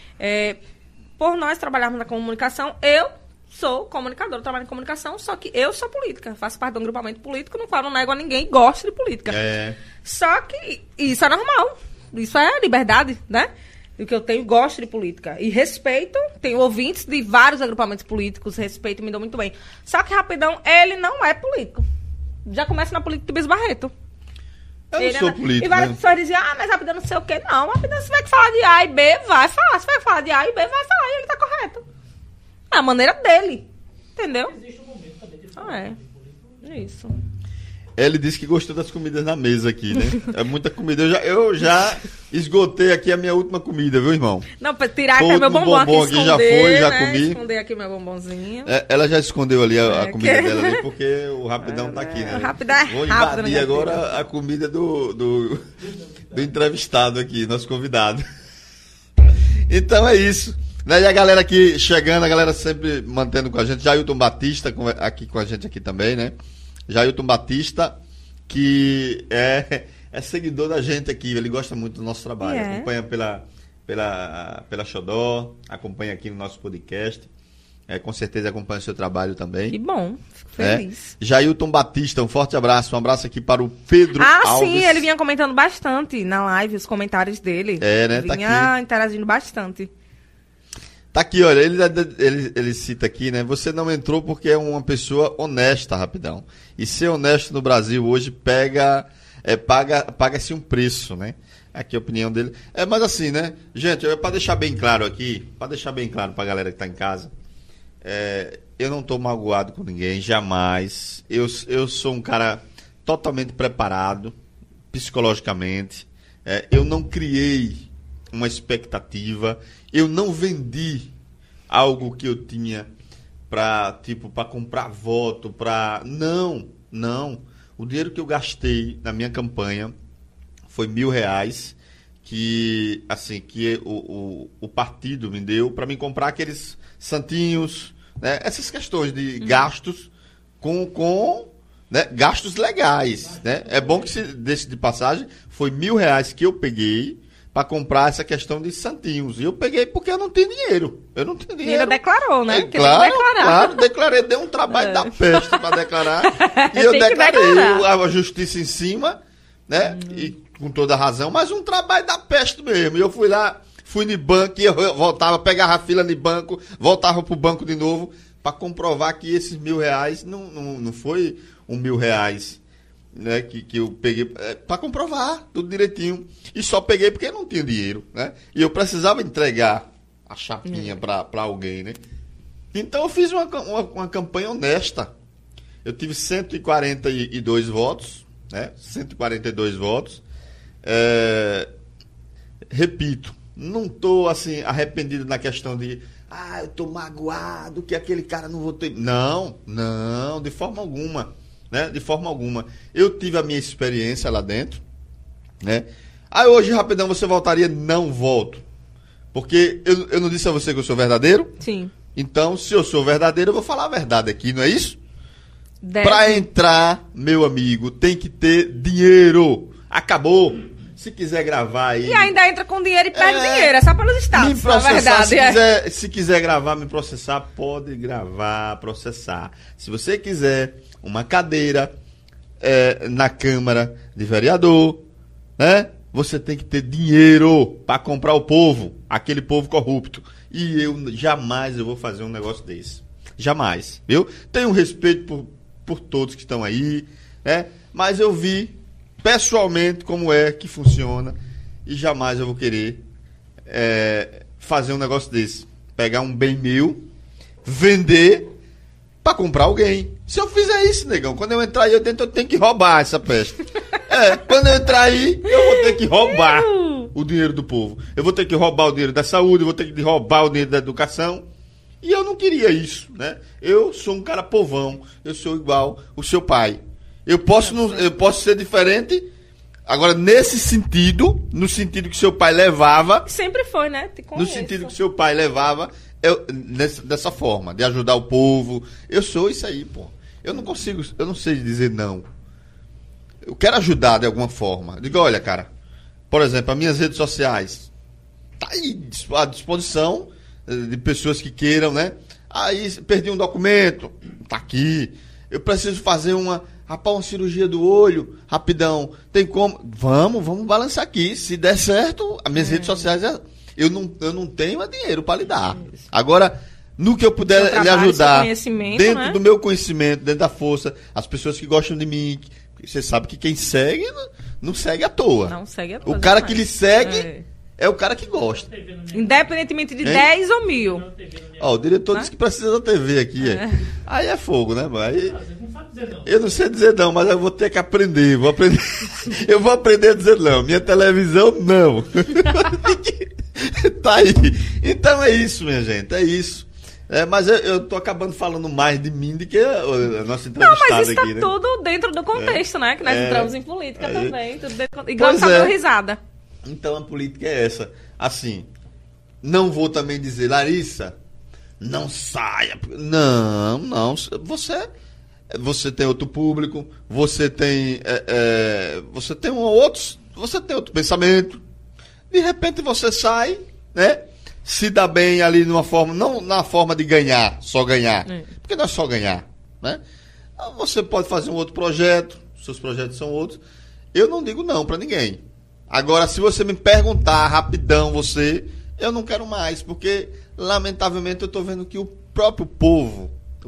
Por nós trabalharmos na comunicação, eu sou comunicadora, trabalho em comunicação, só que eu sou política. Faço parte de um grupamento político, não nego a ninguém, gosto de política. Só que isso é normal. Isso é liberdade, né? O que eu tenho, gosto de política. E respeito, tenho ouvintes de vários agrupamentos políticos, respeito e me dou muito bem. Só que Rapidão, ele não é político. Já começa na política de Bis Barreto. Eu não sou político, E várias né? pessoas diziam, mas Rapidão não sei o quê. Não, Rapidão, se vai falar de A e B, vai falar. Se vai falar de A e B, vai falar. E ele tá correto. É a maneira dele. Entendeu? Existe um momento também de falar É. de política. Isso. Ele disse que gostou das comidas na mesa aqui, né? É muita comida. Eu já esgotei aqui a minha última comida, viu, irmão? Não, pra tirar Foi aqui meu no bombom aqui, bombom aqui, já esconder, foi, já né? comi. Esconder aqui meu bombonzinho. Ela já escondeu ali a comida que- dela ali, porque o Rapidão tá aqui, né? O Rapidão é Vou rápido, invadir né, agora a comida do entrevistado aqui, nosso convidado. Então é isso. Né? E a galera aqui chegando, a galera sempre mantendo com a gente. Jailton Batista aqui com a gente aqui também, né? Jailton Batista, que é seguidor da gente aqui. Ele gosta muito do nosso trabalho. É. Acompanha pela Xodó, acompanha aqui no nosso podcast. Com certeza acompanha o seu trabalho também. Que bom, fico feliz. Jailton Batista, um forte abraço. Um abraço aqui para o Pedro Alves. Sim, ele vinha comentando bastante na live, os comentários dele. Né? Tá Vinha aqui. interagindo bastante. Tá aqui, olha, ele cita aqui, né? Você não entrou porque é uma pessoa honesta, Rapidão. E ser honesto no Brasil hoje paga-se um preço, né? Aqui a opinião dele. Mas assim, né? Gente, para deixar bem claro aqui, para deixar bem claro pra galera que tá em casa, eu não tô magoado com ninguém, jamais. Eu sou um cara totalmente preparado, psicologicamente. Eu não criei uma expectativa, eu não vendi algo que eu tinha para comprar voto, não. O dinheiro que eu gastei na minha campanha foi R$1.000 que o partido me deu para me comprar aqueles santinhos, né? Essas questões de gastos com né? Gastos legais, né? É bom que se deixe de passagem, foi R$1.000 que eu peguei para comprar essa questão de santinhos. E eu peguei porque eu não tenho dinheiro. Eu não tenho E dinheiro. ele declarou, né? Porque Claro, tem que declarar. claro, declarei. Dei um trabalho da peste para declarar. E eu Tem que declarei. declarar. A justiça em cima, né? E com toda razão, mas um trabalho da peste mesmo. E eu fui lá, fui no banco, e eu voltava, pegava a fila no banco, voltava pro banco de novo, para comprovar que esses R$1.000 não foi R$1.000, né, que eu peguei para comprovar tudo direitinho. E só peguei porque eu não tinha dinheiro, né? E eu precisava entregar a chapinha para alguém, né? Então eu fiz uma campanha honesta. Eu tive 142 votos, né? 142 votos. Repito, não estou assim arrependido na questão de eu estou magoado que aquele cara não votou. Não, de forma alguma. Né? De forma alguma. Eu tive a minha experiência lá dentro, né? Aí hoje, rapidão, você voltaria? Não volto. Porque eu não disse a você que eu sou verdadeiro? Sim. Então, se eu sou verdadeiro, eu vou falar a verdade aqui, não é isso? Deve. Pra entrar, meu amigo, tem que ter dinheiro. Acabou. Se quiser gravar aí... E ainda entra com dinheiro e perde dinheiro. É só pelos Me estados, na processar, verdade. se quiser gravar, me processar, pode gravar, processar. Se você quiser uma cadeira na Câmara de Vereador, né? Você tem que ter dinheiro para comprar o povo, aquele povo corrupto. E eu jamais vou fazer um negócio desse. Jamais, viu? Tenho respeito por todos que estão aí, né? Mas eu vi pessoalmente como é que funciona e jamais eu vou querer fazer um negócio desse. Pegar um bem meu, vender pra comprar alguém. Se eu fizer isso, negão, quando eu entrar aí dentro, eu tenho que roubar essa peste. Quando eu entrar aí, eu vou ter que roubar o dinheiro do povo. Eu vou ter que roubar o dinheiro da saúde, eu vou ter que roubar o dinheiro da educação. E eu não queria isso, né? Eu sou um cara povão, eu sou igual o seu pai. Eu posso ser diferente, agora nesse sentido, no sentido que seu pai levava... Sempre foi, né? No sentido que seu pai levava, dessa forma, de ajudar o povo. Eu sou isso aí, pô. Eu não sei dizer não. Eu quero ajudar de alguma forma. Digo, olha, cara, por exemplo, as minhas redes sociais, tá aí à disposição de pessoas que queiram, né? Aí, perdi um documento, tá aqui. Eu preciso fazer uma cirurgia do olho, rapidão. Tem como? Vamos balançar aqui. Se der certo, as minhas redes sociais, eu não tenho dinheiro para lhe dar. Agora, no que eu puder lhe ajudar, dentro, né, do meu conhecimento, dentro da força, as pessoas que gostam de mim, você sabe que quem segue, não segue à toa. Não segue à toa. O cara que lhe segue é o cara que gosta. Independentemente de 10 ou 1000. Ó, o diretor disse que precisa da TV aqui. Aí é fogo, né, mano? Aí, eu não sei dizer não, mas eu vou ter que aprender. Eu vou aprender a dizer não. Minha televisão, não. Tá aí. Então é isso, minha gente. É isso. Mas eu tô acabando falando mais de mim do que a nossa entrevistada aqui. Não, mas isso tá né? tudo dentro do contexto, né? Que nós entramos em política também. Tudo dentro... Igual só deu risada. Então a política é essa. Assim, não vou também dizer, Larissa, não saia. Não. Você tem outro público, você tem outro pensamento. De repente você sai, né? Se dá bem ali numa forma, não na forma de ganhar, só ganhar. Porque não é só ganhar, né? Você pode fazer um outro projeto, seus projetos são outros. Eu não digo não pra ninguém. Agora, se você me perguntar rapidão, eu não quero mais, porque lamentavelmente eu tô vendo que o próprio povo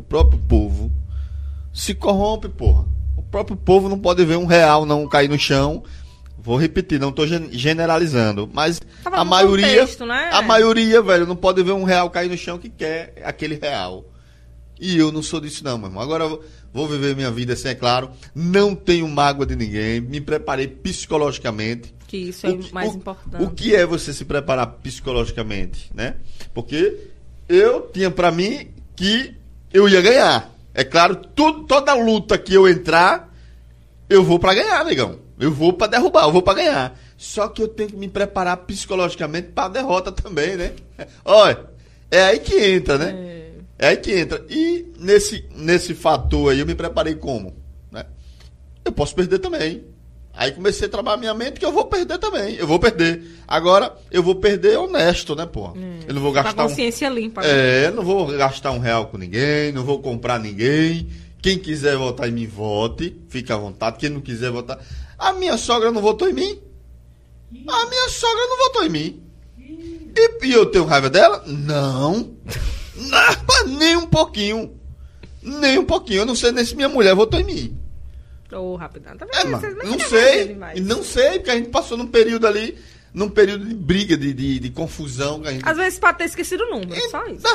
se corrompe, porra. O próprio povo não pode ver R$1 não cair no chão. Vou repetir, não estou generalizando, mas a maioria, contexto, né? A maioria, velho, não pode ver R$1 cair no chão que quer aquele real. E eu não sou disso não, meu irmão. Agora eu vou viver minha vida assim, é claro. Não tenho mágoa de ninguém. Me preparei psicologicamente. Que isso é o mais importante. O que é você se preparar psicologicamente, né? Porque eu tinha pra mim que eu ia ganhar. É claro, toda luta que eu entrar, eu vou pra ganhar, negão. Eu vou pra derrubar, eu vou pra ganhar. Só que eu tenho que me preparar psicologicamente pra derrota também, né? Olha, é aí que entra, né? É aí que entra. E nesse fator aí, eu me preparei como? Né? Eu posso perder também. Aí comecei a trabalhar minha mente que eu vou perder também. Eu vou perder. Agora, eu vou perder honesto, né, pô? Eu não vou gastar. Com a consciência limpa. Não vou gastar R$1 com ninguém, não vou comprar ninguém. Quem quiser votar em mim, vote. Fique à vontade. Quem não quiser votar. A minha sogra não votou em mim. A minha sogra não votou em mim. E eu tenho raiva dela? Não. Nem um pouquinho. Nem um pouquinho. Eu não sei nem se minha mulher votou em mim. Rapidão. Tá Não sei, porque a gente passou num período ali, num período de briga, de confusão. Às vezes pode ter esquecido o número, só isso.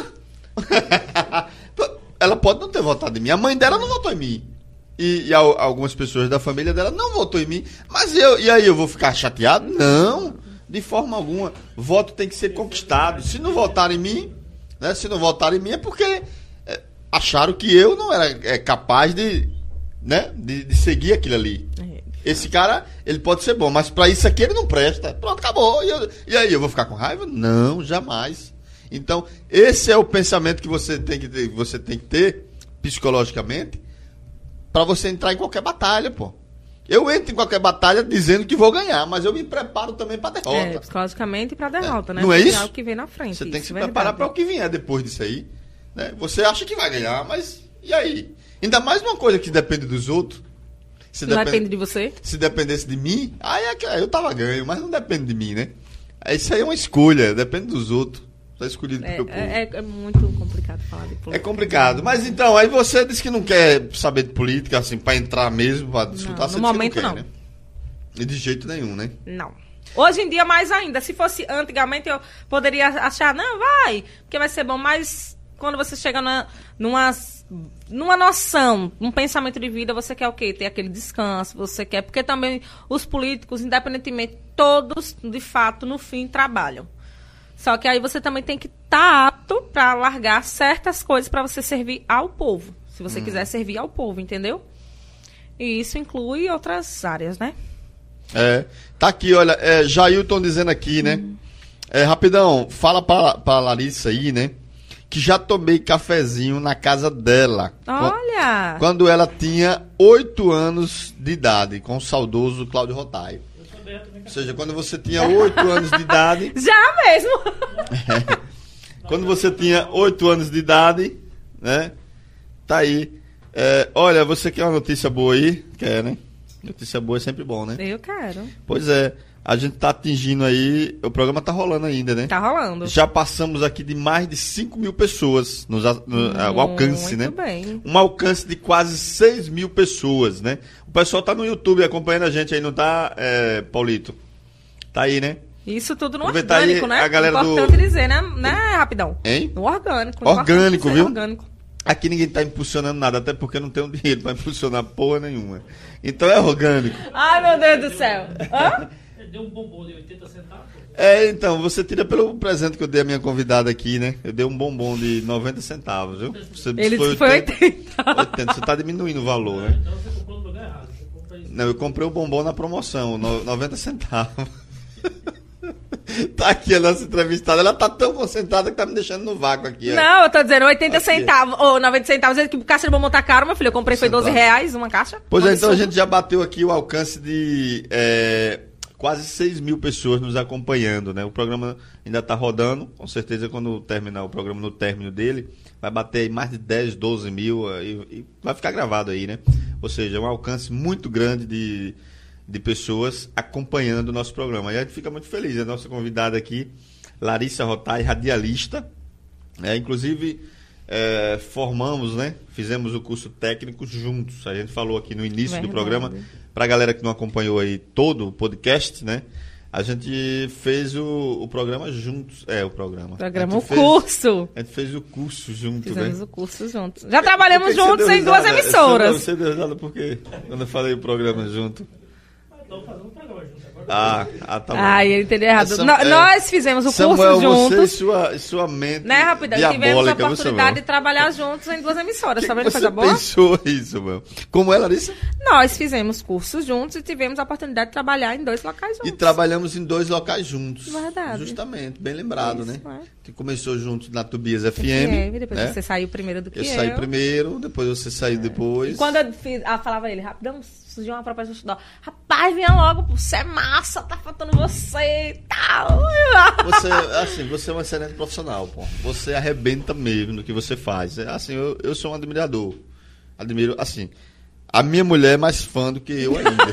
Ela pode não ter votado em mim. A mãe dela não votou em mim. E algumas pessoas da família dela não votou em mim. Mas e aí eu vou ficar chateado? Não, de forma alguma. Voto tem que ser conquistado. Se não votarem em mim, né? Se não votarem em mim é porque acharam que eu não era capaz de seguir aquilo ali. esse cara, ele pode ser bom, mas pra isso aqui ele não presta. Pronto, acabou. E aí, eu vou ficar com raiva? Não, jamais. Então, esse é o pensamento que você tem que ter psicologicamente pra você entrar em qualquer batalha, pô. Eu entro em qualquer batalha dizendo que vou ganhar, mas eu me preparo também pra derrota. Psicologicamente e pra derrota, né? Não é Porque isso? o que vem na frente. Você tem que isso, se verdade. preparar para o que vier depois disso aí. Né? Você acha que vai ganhar, mas e aí? Ainda mais uma coisa que depende dos outros. Se Não depende de você? Se dependesse de mim, aí eu tava ganho, mas não depende de mim, né? Isso aí é uma escolha, depende dos outros. Tá escolhido pelo povo. É muito complicado falar de política. É complicado. Mas então, aí você disse que não quer saber de política, assim, pra entrar mesmo, pra disputar. No você momento, disse que não. quer, né? E de jeito nenhum, né? Não. Hoje em dia, mais ainda. Se fosse antigamente, eu poderia achar, não, vai, porque vai ser bom. Mas quando você chega numa noção, num pensamento de vida, você quer o quê? Ter aquele descanso, você quer... Porque também os políticos, independentemente, todos, de fato, no fim, trabalham. Só que aí você também tem que estar apto para largar certas coisas para você servir ao povo. Se você quiser servir ao povo, entendeu? E isso inclui outras áreas, né? Tá aqui, olha, Jailton dizendo aqui, né? Rapidão, fala pra Larissa aí, né? Que já tomei cafezinho na casa dela. Olha! Quando ela tinha 8 anos de idade, com o saudoso Cláudio Rotaio. Ou seja, quando você tinha 8 anos de idade... Já mesmo! Quando você tinha 8 anos de idade, né? Tá aí. Olha, você quer uma notícia boa aí? Quer, né? Notícia boa é sempre bom, né? Eu quero. Pois é. A gente tá atingindo aí... O programa tá rolando ainda, né? Tá rolando. Já passamos aqui de mais de 5 mil pessoas no alcance, né? Muito bem. Um alcance de quase 6 mil pessoas, né? O pessoal tá no YouTube acompanhando a gente aí, não tá, Paulito? Tá aí, né? Isso tudo no Aproveitar orgânico, aí né? a galera Importante dizer, né, Rapidão? Hein? No orgânico. Orgânico, dizer, viu? Orgânico. Aqui ninguém tá impulsionando nada, até porque não tem um dinheiro pra impulsionar porra nenhuma. Então é orgânico. Ai, meu Deus do céu. Hã? Deu um bombom de 80 centavos. Então, você tira pelo presente que eu dei à minha convidada aqui, né? Eu dei um bombom de 90 centavos, viu? Você Ele disse que foi 80. 80. Você tá diminuindo o valor, né? Então você comprou no lugar errado. Você compra isso. Não, eu comprei o bombom na promoção, 90 centavos. Tá aqui a nossa entrevistada, ela tá tão concentrada que tá me deixando no vácuo aqui. Ó. Não, eu tô dizendo 80 Aqui. centavos, ou 90 centavos, que caixa de bombom tá caro, meu filho. Eu comprei, foi 12 reais uma caixa. Pois Um é, então a absurdo. gente já bateu aqui o alcance de quase 6 mil pessoas nos acompanhando, né? O programa ainda tá rodando, com certeza quando terminar o programa, no término dele, vai bater aí mais de 10, 12 mil e vai ficar gravado aí, né? Ou seja, um alcance muito grande de pessoas acompanhando o nosso programa. E a gente fica muito feliz. A nossa convidada aqui, Larissa Rotaio, radialista. Inclusive, formamos, né? Fizemos o curso técnico juntos. A gente falou aqui no início do programa, para a galera que não acompanhou aí todo o podcast, né? A gente fez o programa juntos. O programa. Curso. A gente fez o curso junto, Fizemos né? o curso juntos. Já trabalhamos juntos em duas emissoras. Você deu risada por quê? Quando eu falei o programa junto. Estão fazendo um programa junto agora. Tá bom. Ele entendeu errado. Nós fizemos o Samuel, curso juntos. Você e sua mente Né, Rapidão? Tivemos a diabólica, oportunidade de trabalhar juntos em duas emissoras. Tá vendo que coisa boa? Pensou isso, meu? Como é, Larissa? Nós fizemos cursos juntos e tivemos a oportunidade de trabalhar em 2 locais juntos. E trabalhamos em 2 locais juntos. Verdade. Justamente, bem lembrado, Isso, né? Que começou juntos na Tubias FM. Depois né? você saiu primeiro do que eu. saí primeiro, depois você saiu depois. E quando eu falava a ele, Rapidão, surgiu uma proposta de estudar. Rapaz, vinha logo, você é massa, tá faltando você e tal. Você é um excelente profissional, pô. Você arrebenta mesmo no que você faz. Assim, eu sou um admirador. Admiro, assim... A minha mulher é mais fã do que eu ainda.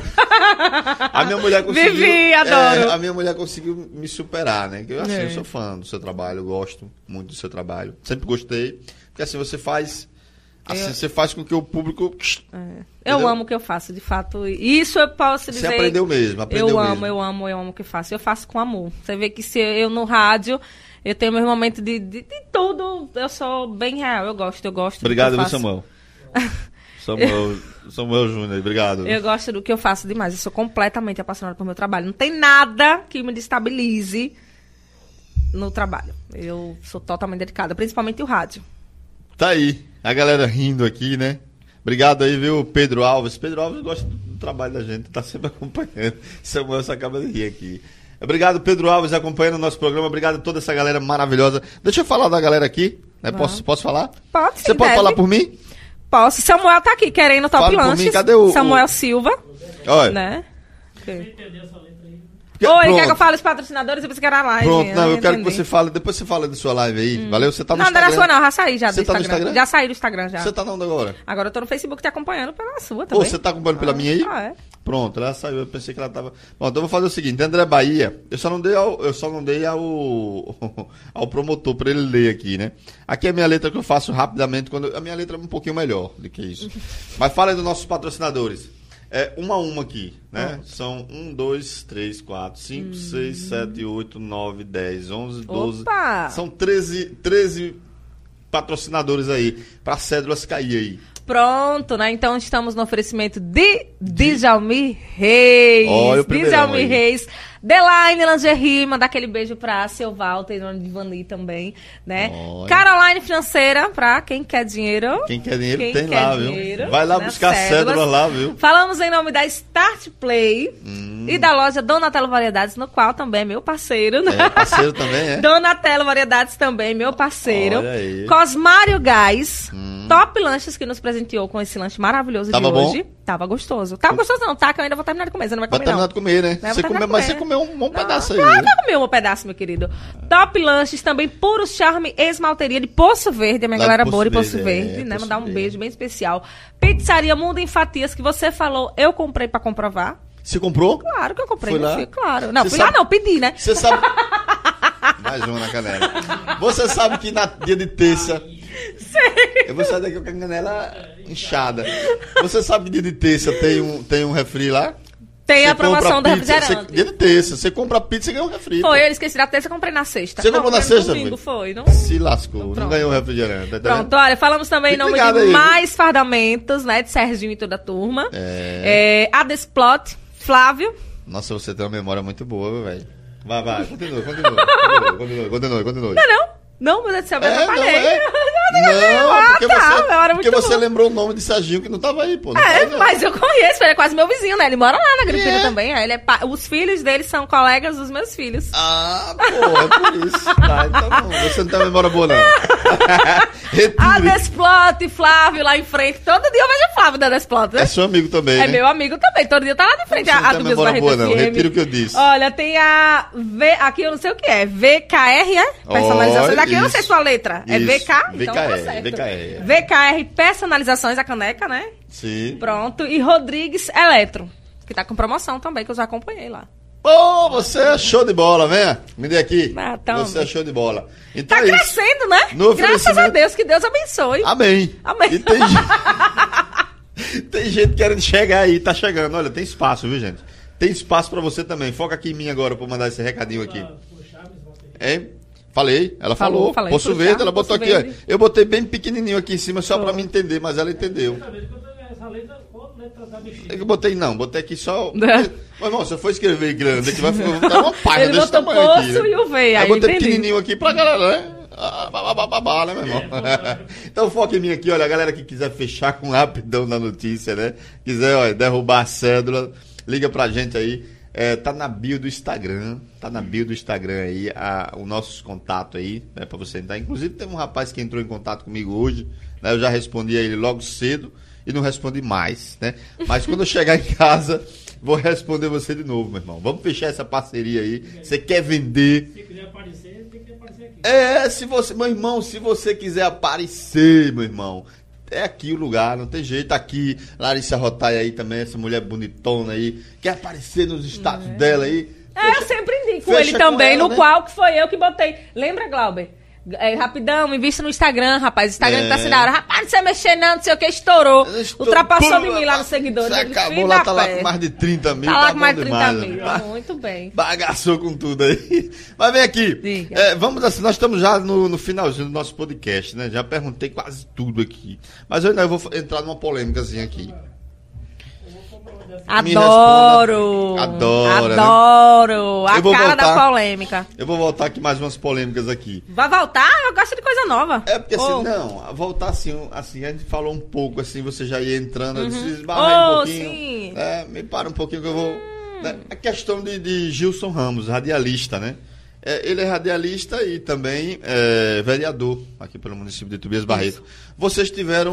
A minha mulher conseguiu... Vivi, adoro. A minha mulher conseguiu me superar, né? Eu sou fã do seu trabalho, eu gosto muito do seu trabalho. Sempre gostei. Porque assim, você faz... Assim, você faz com que o público... Eu amo o que eu faço, de fato. Isso eu posso dizer... Você aprendeu mesmo, Eu amo o que eu faço. Eu faço com amor. Você vê que se eu no rádio... Eu tenho meus momentos de tudo. Eu sou bem real. Eu gosto. Obrigado, do que eu faço. Samuel. Samuel Júnior, obrigado. Eu gosto do que eu faço demais. Eu sou completamente apaixonada por meu trabalho. Não tem nada que me destabilize no trabalho. Eu sou totalmente dedicada, principalmente o rádio. Tá aí, a galera rindo aqui, né? Obrigado aí, viu, Pedro Alves. Pedro Alves gosta do trabalho da gente, tá sempre acompanhando. Samuel se acaba de rir aqui. Obrigado, Pedro Alves, acompanhando o nosso programa. Obrigado a toda essa galera maravilhosa. Deixa eu falar da galera aqui. Né? Posso falar? Pode sim, Você pode falar por mim? Posso. Samuel tá aqui querendo Top Fala por Lanches. mim, cadê o- Samuel Silva. Olha. Né? Entendeu essa letra aí? Oi, Pronto. quer que eu fale os patrocinadores e você quer a live? Pronto, não, eu quero que entendi. você fale. Depois você fala da sua live aí. Valeu? Você tá no Não, não era Instagram. sua não, já saí já Você do tá no Instagram. Instagram? Já saí do Instagram já. Você tá onde agora? Agora eu tô no Facebook te acompanhando pela sua Pô, também. você tá acompanhando pela minha aí? Ah, é. Pronto, ela saiu. Eu pensei que ela tava. Bom, então eu vou fazer o seguinte: André Bahia, eu só não dei ao ao promotor pra ele ler aqui, né? Aqui é a minha letra que eu faço rapidamente. A minha letra é um pouquinho melhor do que isso. Mas fala aí dos nossos patrocinadores. É uma a uma aqui, né? São 1, 2, 3, 4, 5, 6, 7, 8, 9, 10, 11, 12. Opa! São 13 patrocinadores aí, pra cédulas cair aí. Pronto, né? Então estamos no oferecimento de Djalmi Reis. Olha o primeirão Djalmi aí. Reis. Deline Lingerie, mandar aquele beijo pra seu Walter e de Vani também, né? Olha. Caroline Financeira, pra quem quer dinheiro. Quem quer dinheiro Quem tem quer lá, dinheiro, viu? Vai lá né? buscar cédulas lá, viu? Falamos em nome da Start Play e da loja Donatello Variedades, no qual também é meu parceiro, né? É parceiro também, é? Donatello Variedades também, meu parceiro. Olha aí. Cosmário Gás, Top Lanches, que nos presenteou com esse lanche maravilhoso Tava de bom? hoje. Tava gostoso. Tava gostoso não, tá? Que eu ainda vou terminar de comer, você não vai Vai comer terminar não. de comer, né? Vai Você terminar comeu, de mas comer. você comeu um bom pedaço aí. Claro viu? que eu comi um pedaço, meu querido. Top Lanches, também Puro Charme Esmalteria de Poço Verde, a minha Lá de galera Poço boa de Poço Verde, Verde, é, né? Poço Mandar um Verde. beijo bem especial. Pizzaria Mundo em Fatias, que você falou, eu comprei pra comprovar. Você comprou? Claro que eu comprei, Foi meu lá? filho, claro. Não, Você fui sabe- lá não, pedi, né? Você sabe... Mais uma na canela. Você sabe que na dia de terça... Eu vou sair daqui com a canela inchada. Você sabe que dia de terça tem um refri lá? Tem Você a promoção do compra pizza, refrigerante. dia de terça. Você compra pizza e ganha um refri. Foi, pô. eu esqueci da terça, eu comprei na sexta. Você comprou na foi no sexta, domingo, foi? foi, não? Se lascou. Não Pronto. ganhou um refrigerante. Tá Pronto, entendendo? olha, falamos também em Fique nome ligado de aí, viu? Mais Fardamentos, né? De Serginho e toda a turma. Adesplot, Flávio. Nossa, você tem uma memória muito boa, viu, velho. Vai. Continua. Não, meu Deus do céu, eu Não, atrapalhei. porque tá, você, meu, era porque muito você bom. lembrou o nome de Serginho que não tava aí, pô. Não É, faz, não. mas eu conheço, ele é quase meu vizinho, né? Ele mora lá na Gripina É. também. Aí ele é os filhos dele são colegas dos meus filhos. Ah, pô, é por isso. Tá, então não, você não tem uma memória boa, não. Retire. Adesplot, Flávio lá em frente. Todo dia eu vejo o Flávio da Adesplot, né? É seu amigo também, É né? meu amigo também. Todo dia tá lá de frente Você não a tem do memória Barreto boa, não. FM. Retiro o que eu disse. Olha, tem a aqui eu não sei o que é. VKR, é? Personalizações. Olha, Aqui eu não sei isso. sua letra. É Isso. VK? Então tá VKR, certo. VKR. VKR Personalizações, a caneca, né? Sim. Pronto. E Rodrigues Eletro, que tá com promoção também, que eu já acompanhei lá. Pô, você é show de bola, venha. Me dê aqui. Ah, toma. Você é show de bola. Então Tá é isso. crescendo, né? No Graças a oferecimento- Deus, que Deus abençoe. Amém. Amém. E tem gente querendo chegar aí, tá chegando. Olha, tem espaço, viu, gente? Tem espaço pra você também. Foca aqui em mim agora pra mandar esse recadinho aqui. Hein? Falei, ela falou. Falei, Poço pro Verde, Thiago, ela botou Poço aqui, ó. Verde. Eu botei bem pequenininho aqui em cima só pra me entender, mas ela entendeu. Essa letra, qual letra tá mexida? Eu botei aqui só. Mas, irmão, se eu for escrever grande, aqui vai ficar uma página Ele desse botou tamanho aqui. Poço né? e o V, aí eu botei entendi. pequenininho aqui pra galera, né? Né, meu irmão? Então foca em mim aqui, olha, a galera que quiser fechar com rapidão na notícia, né? Quiser, olha, derrubar a cédula, liga pra gente aí. Tá na bio do Instagram, aí, o nossos contatos aí, né, pra você entrar. Inclusive teve um rapaz que entrou em contato comigo hoje, né? Eu já respondi a ele logo cedo e não respondi mais, né? Mas quando eu chegar em casa, vou responder você de novo, meu irmão. Vamos fechar essa parceria aí. Você quer vender? Se quiser aparecer, tem que aparecer aqui. Meu irmão, se você quiser aparecer, meu irmão, é aqui o lugar, não tem jeito. Aqui, Larissa Rotai aí também, essa mulher bonitona aí, quer aparecer nos status dela aí. Eu sempre indico fecha ele com também, ela, no né? qual que foi eu que botei. Lembra, Glauber? Rapidão, invista no Instagram, rapaz. Instagram tá sendo da hora. Rapaz, não sei mexer não, não sei o que, estourou. Ultrapassou de mim lá nos seguidores. Você Eu disse, acabou filho lá, da tá lá pé. com mais de 30 mil. Tá lá com mais bom de 30 demais, mil. né? Muito bem. Bagaçou com tudo aí. Mas vem aqui. Diga. Vamos assim, nós estamos já no finalzinho do nosso podcast, né? Já perguntei quase tudo aqui. Mas eu vou entrar numa polêmicazinha aqui. Adoro! Adora, né? Adoro! A Eu vou cara voltar. da polêmica. Eu vou voltar aqui mais umas polêmicas aqui. Vai voltar? Eu gosto de coisa nova. É porque assim, Oh. não, voltar assim, a gente falou um pouco, assim, você já ia entrando, eu disse, esbarrei um pouquinho. Sim. Me para um pouquinho que eu vou. Né? A questão de Gilson Ramos, radialista, né? Ele é radialista e também vereador aqui pelo município de Tobias Barreto. Vocês tiveram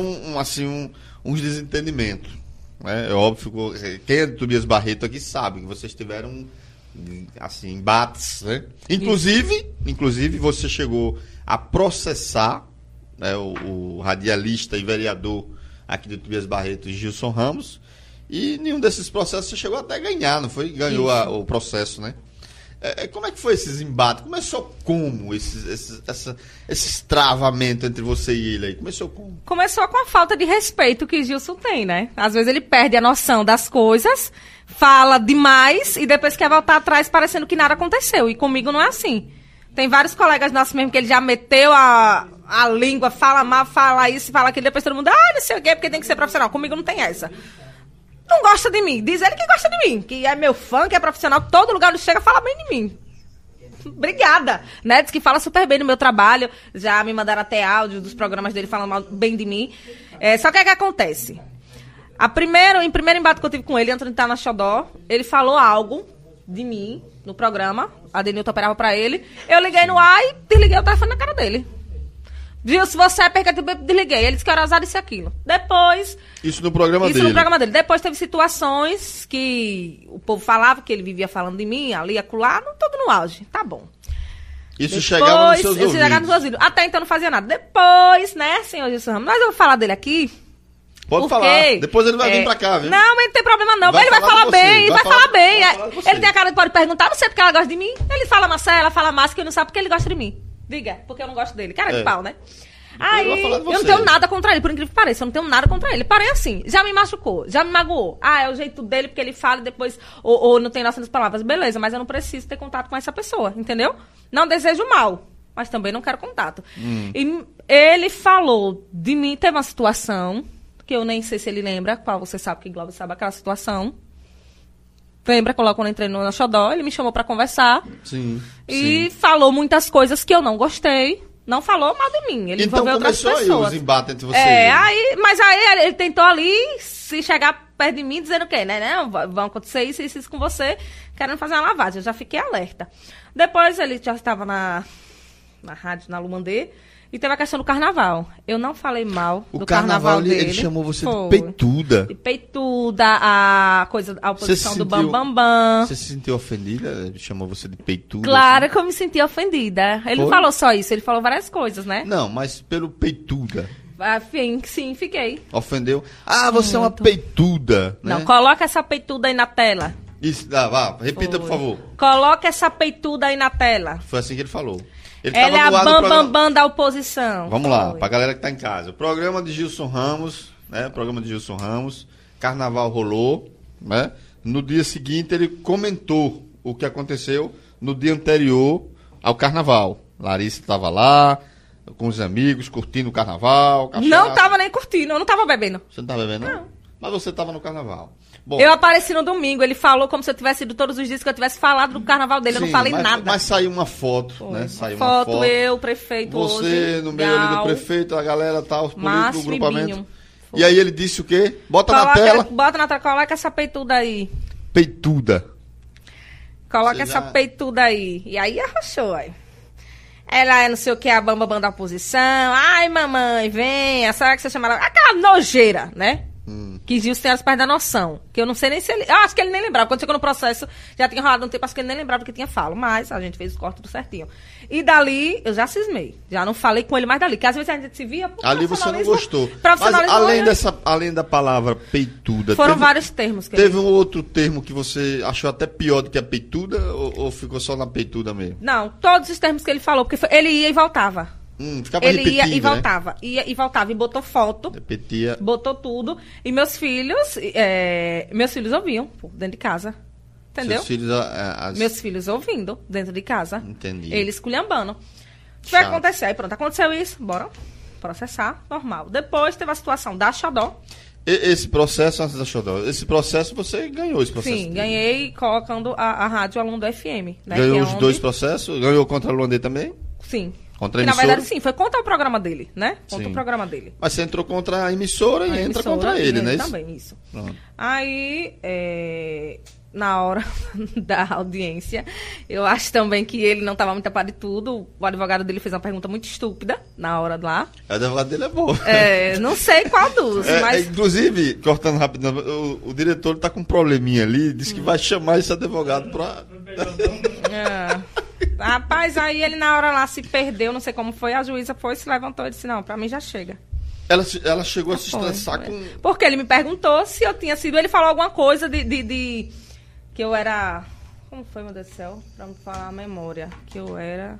uns desentendimentos. Né? É óbvio que quem é de Tobias Barreto aqui sabe que vocês tiveram assim, embates. Né? Inclusive, você chegou a processar, né, o radialista e vereador aqui de Tobias Barreto, Gilson Ramos, e nenhum desses processos você chegou até a ganhar, não foi? Ganhou o processo, né? Como é que foi esses embates? Começou como esse travamento entre você e ele aí? Começou como? Começou com a falta de respeito que Gilson tem, né? Às vezes ele perde a noção das coisas, fala demais e depois quer voltar atrás parecendo que nada aconteceu. E comigo não é assim. Tem vários colegas nossos mesmo que ele já meteu a língua, fala mal, fala isso, fala aquilo, depois todo mundo, não sei o quê, porque tem que ser profissional. Comigo não tem essa. Não gosta de mim. Diz ele que gosta de mim, que é meu fã, que é profissional, todo lugar onde chega fala bem de mim. Obrigada, né? Diz que fala super bem do meu trabalho. Já me mandaram até áudio dos programas dele falando mal, bem de mim. Só que o que acontece? Em primeiro embate que eu tive com ele, antes de estar na Xodó, ele falou algo de mim no programa. A Denilton operava pra ele. Eu liguei no ar e desliguei o telefone na cara dele. Viu, se você é perca, desliguei. Ele disse que era usar isso e aquilo. Depois... Isso no programa dele? Isso no programa dele. Depois teve situações que o povo falava, que ele vivia falando de mim, ali, acolá, tudo no auge. Tá bom. Isso chegava nos seus ouvidos. Chegava nos meus ouvidos. Até então não fazia nada. Depois, né, senhor Gilson Ramos, mas eu vou falar dele aqui. Pode falar. Depois ele vai vir pra cá, viu? Não, mas não tem problema não. Ele vai falar bem, vai falar bem. Ele tem a cara de pode perguntar, não sei porque ela gosta de mim. Ele fala Marcela, fala Márcia, que eu não sabe porque ele gosta de mim. Diga, porque eu não gosto dele. Cara de pau, né? Aí, eu não tenho nada contra ele, por incrível que pareça, eu não tenho nada contra ele. Parei assim, já me machucou, já me magoou. É o jeito dele, porque ele fala e depois, ou não tem noção das palavras. Beleza, mas eu não preciso ter contato com essa pessoa, entendeu? Não desejo mal, mas também não quero contato. E ele falou de mim, teve uma situação, que eu nem sei se ele lembra, qual você sabe, que Glauber sabe aquela situação. Lembra, quando eu entrei no Xodó, ele me chamou pra conversar. Sim. E falou muitas coisas que eu não gostei. Não falou mal de mim. Ele então envolveu outras pessoas. Então começou aí os embates entre vocês. Mas aí ele tentou ali se chegar perto de mim dizendo o quê, né? Não, vão acontecer isso com você, querendo fazer uma lavagem. Eu já fiquei alerta. Depois ele já estava na rádio, na Lumandê, e teve a questão do carnaval. Eu não falei mal do carnaval dele. Ele chamou você de peituda. De peituda, a oposição do Bambambam. Você se sentiu ofendida? Ele chamou você de peituda? Claro assim? que eu me senti ofendida. Ele não falou só isso, ele falou várias coisas, né? Não, mas pelo peituda. Sim, fiquei. Ofendeu? Você é uma peituda, né? Não, coloca essa peituda aí na tela. Isso, vá, repita, por favor. Coloca essa peituda aí na tela. Foi assim que ele falou. Ela é a bambambam da oposição. Vamos lá, pra galera que tá em casa. O programa de Gilson Ramos, né? Carnaval rolou, né? No dia seguinte ele comentou o que aconteceu no dia anterior ao carnaval. Larissa estava lá, com os amigos, curtindo o carnaval. Cachaça. Não tava nem curtindo, eu não tava bebendo. Você não tava bebendo, não? Mas você tava no carnaval. Bom, eu apareci no domingo, ele falou como se eu tivesse ido todos os dias que eu tivesse falado do carnaval dele, eu não falei nada. Mas saiu uma foto, né? Saiu uma foto, eu, o prefeito você, hoje. No meio ali do prefeito, a galera tal, os políticos, o grupamento. Foi. E aí ele disse o quê? Bota na tela. Bota na tela, coloca essa peituda aí. Peituda. Coloca essa peituda aí. E aí arrochou, aí. Ela é não sei o que, a bambambam da oposição. Ai, mamãe, venha. Sabe que você chama ela? Aquela nojeira, né? Que Gilson tem as pernas da noção. Que eu não sei nem se ele... Eu acho que ele nem lembrava. Quando chegou no processo, já tinha rolado um tempo, acho que ele nem lembrava do que tinha falo. Mas a gente fez o corte tudo certinho. E dali, eu já cismei. Já não falei com ele mais dali. Porque às vezes a gente se via... Ali você não gostou. Mas além da palavra peituda... Foram vários termos. Que teve um outro termo que você achou até pior do que a peituda? Ou ficou só na peituda mesmo? Não, todos os termos que ele falou. Porque ele ia e voltava. Ficava ele repetindo, ia e voltava, né? ia e voltava e botou foto, repetia, botou tudo, e meus filhos ouviam dentro de casa, entendeu? Seus filhos, meus filhos ouvindo dentro de casa, entendi. Eles esculhambando. O que vai acontecer? Aí pronto, aconteceu isso, bora processar, normal. Depois teve a situação da Xodó. Esse processo, antes da Xodó, esse processo você ganhou esse processo? Sim, ganhei colocando a rádio Aluno do FM. Né, ganhou que é os dois processos? Ganhou contra a Luandê também? Sim. Contra a na emissora? verdade, sim, foi contra o programa dele, né? Contra Sim. o programa dele. Mas você entrou contra a emissora e entra contra ele, né? Também, isso. Pronto. Aí, na hora da audiência, eu acho também que ele não estava muito a par de tudo. O advogado dele fez uma pergunta muito estúpida na hora lá. O advogado dele é bom. Não sei qual dos, mas... Inclusive, cortando rapidinho, o diretor está com um probleminha ali, disse que vai chamar esse advogado para... Rapaz, aí ele na hora lá se perdeu, não sei como foi, a juíza foi, se levantou e disse, não, pra mim já chega. Ela chegou a se estressar com... Porque ele me perguntou se eu tinha sido, ele falou alguma coisa de que eu era... Como foi, meu Deus do céu? Pra me falar a memória. Que eu era...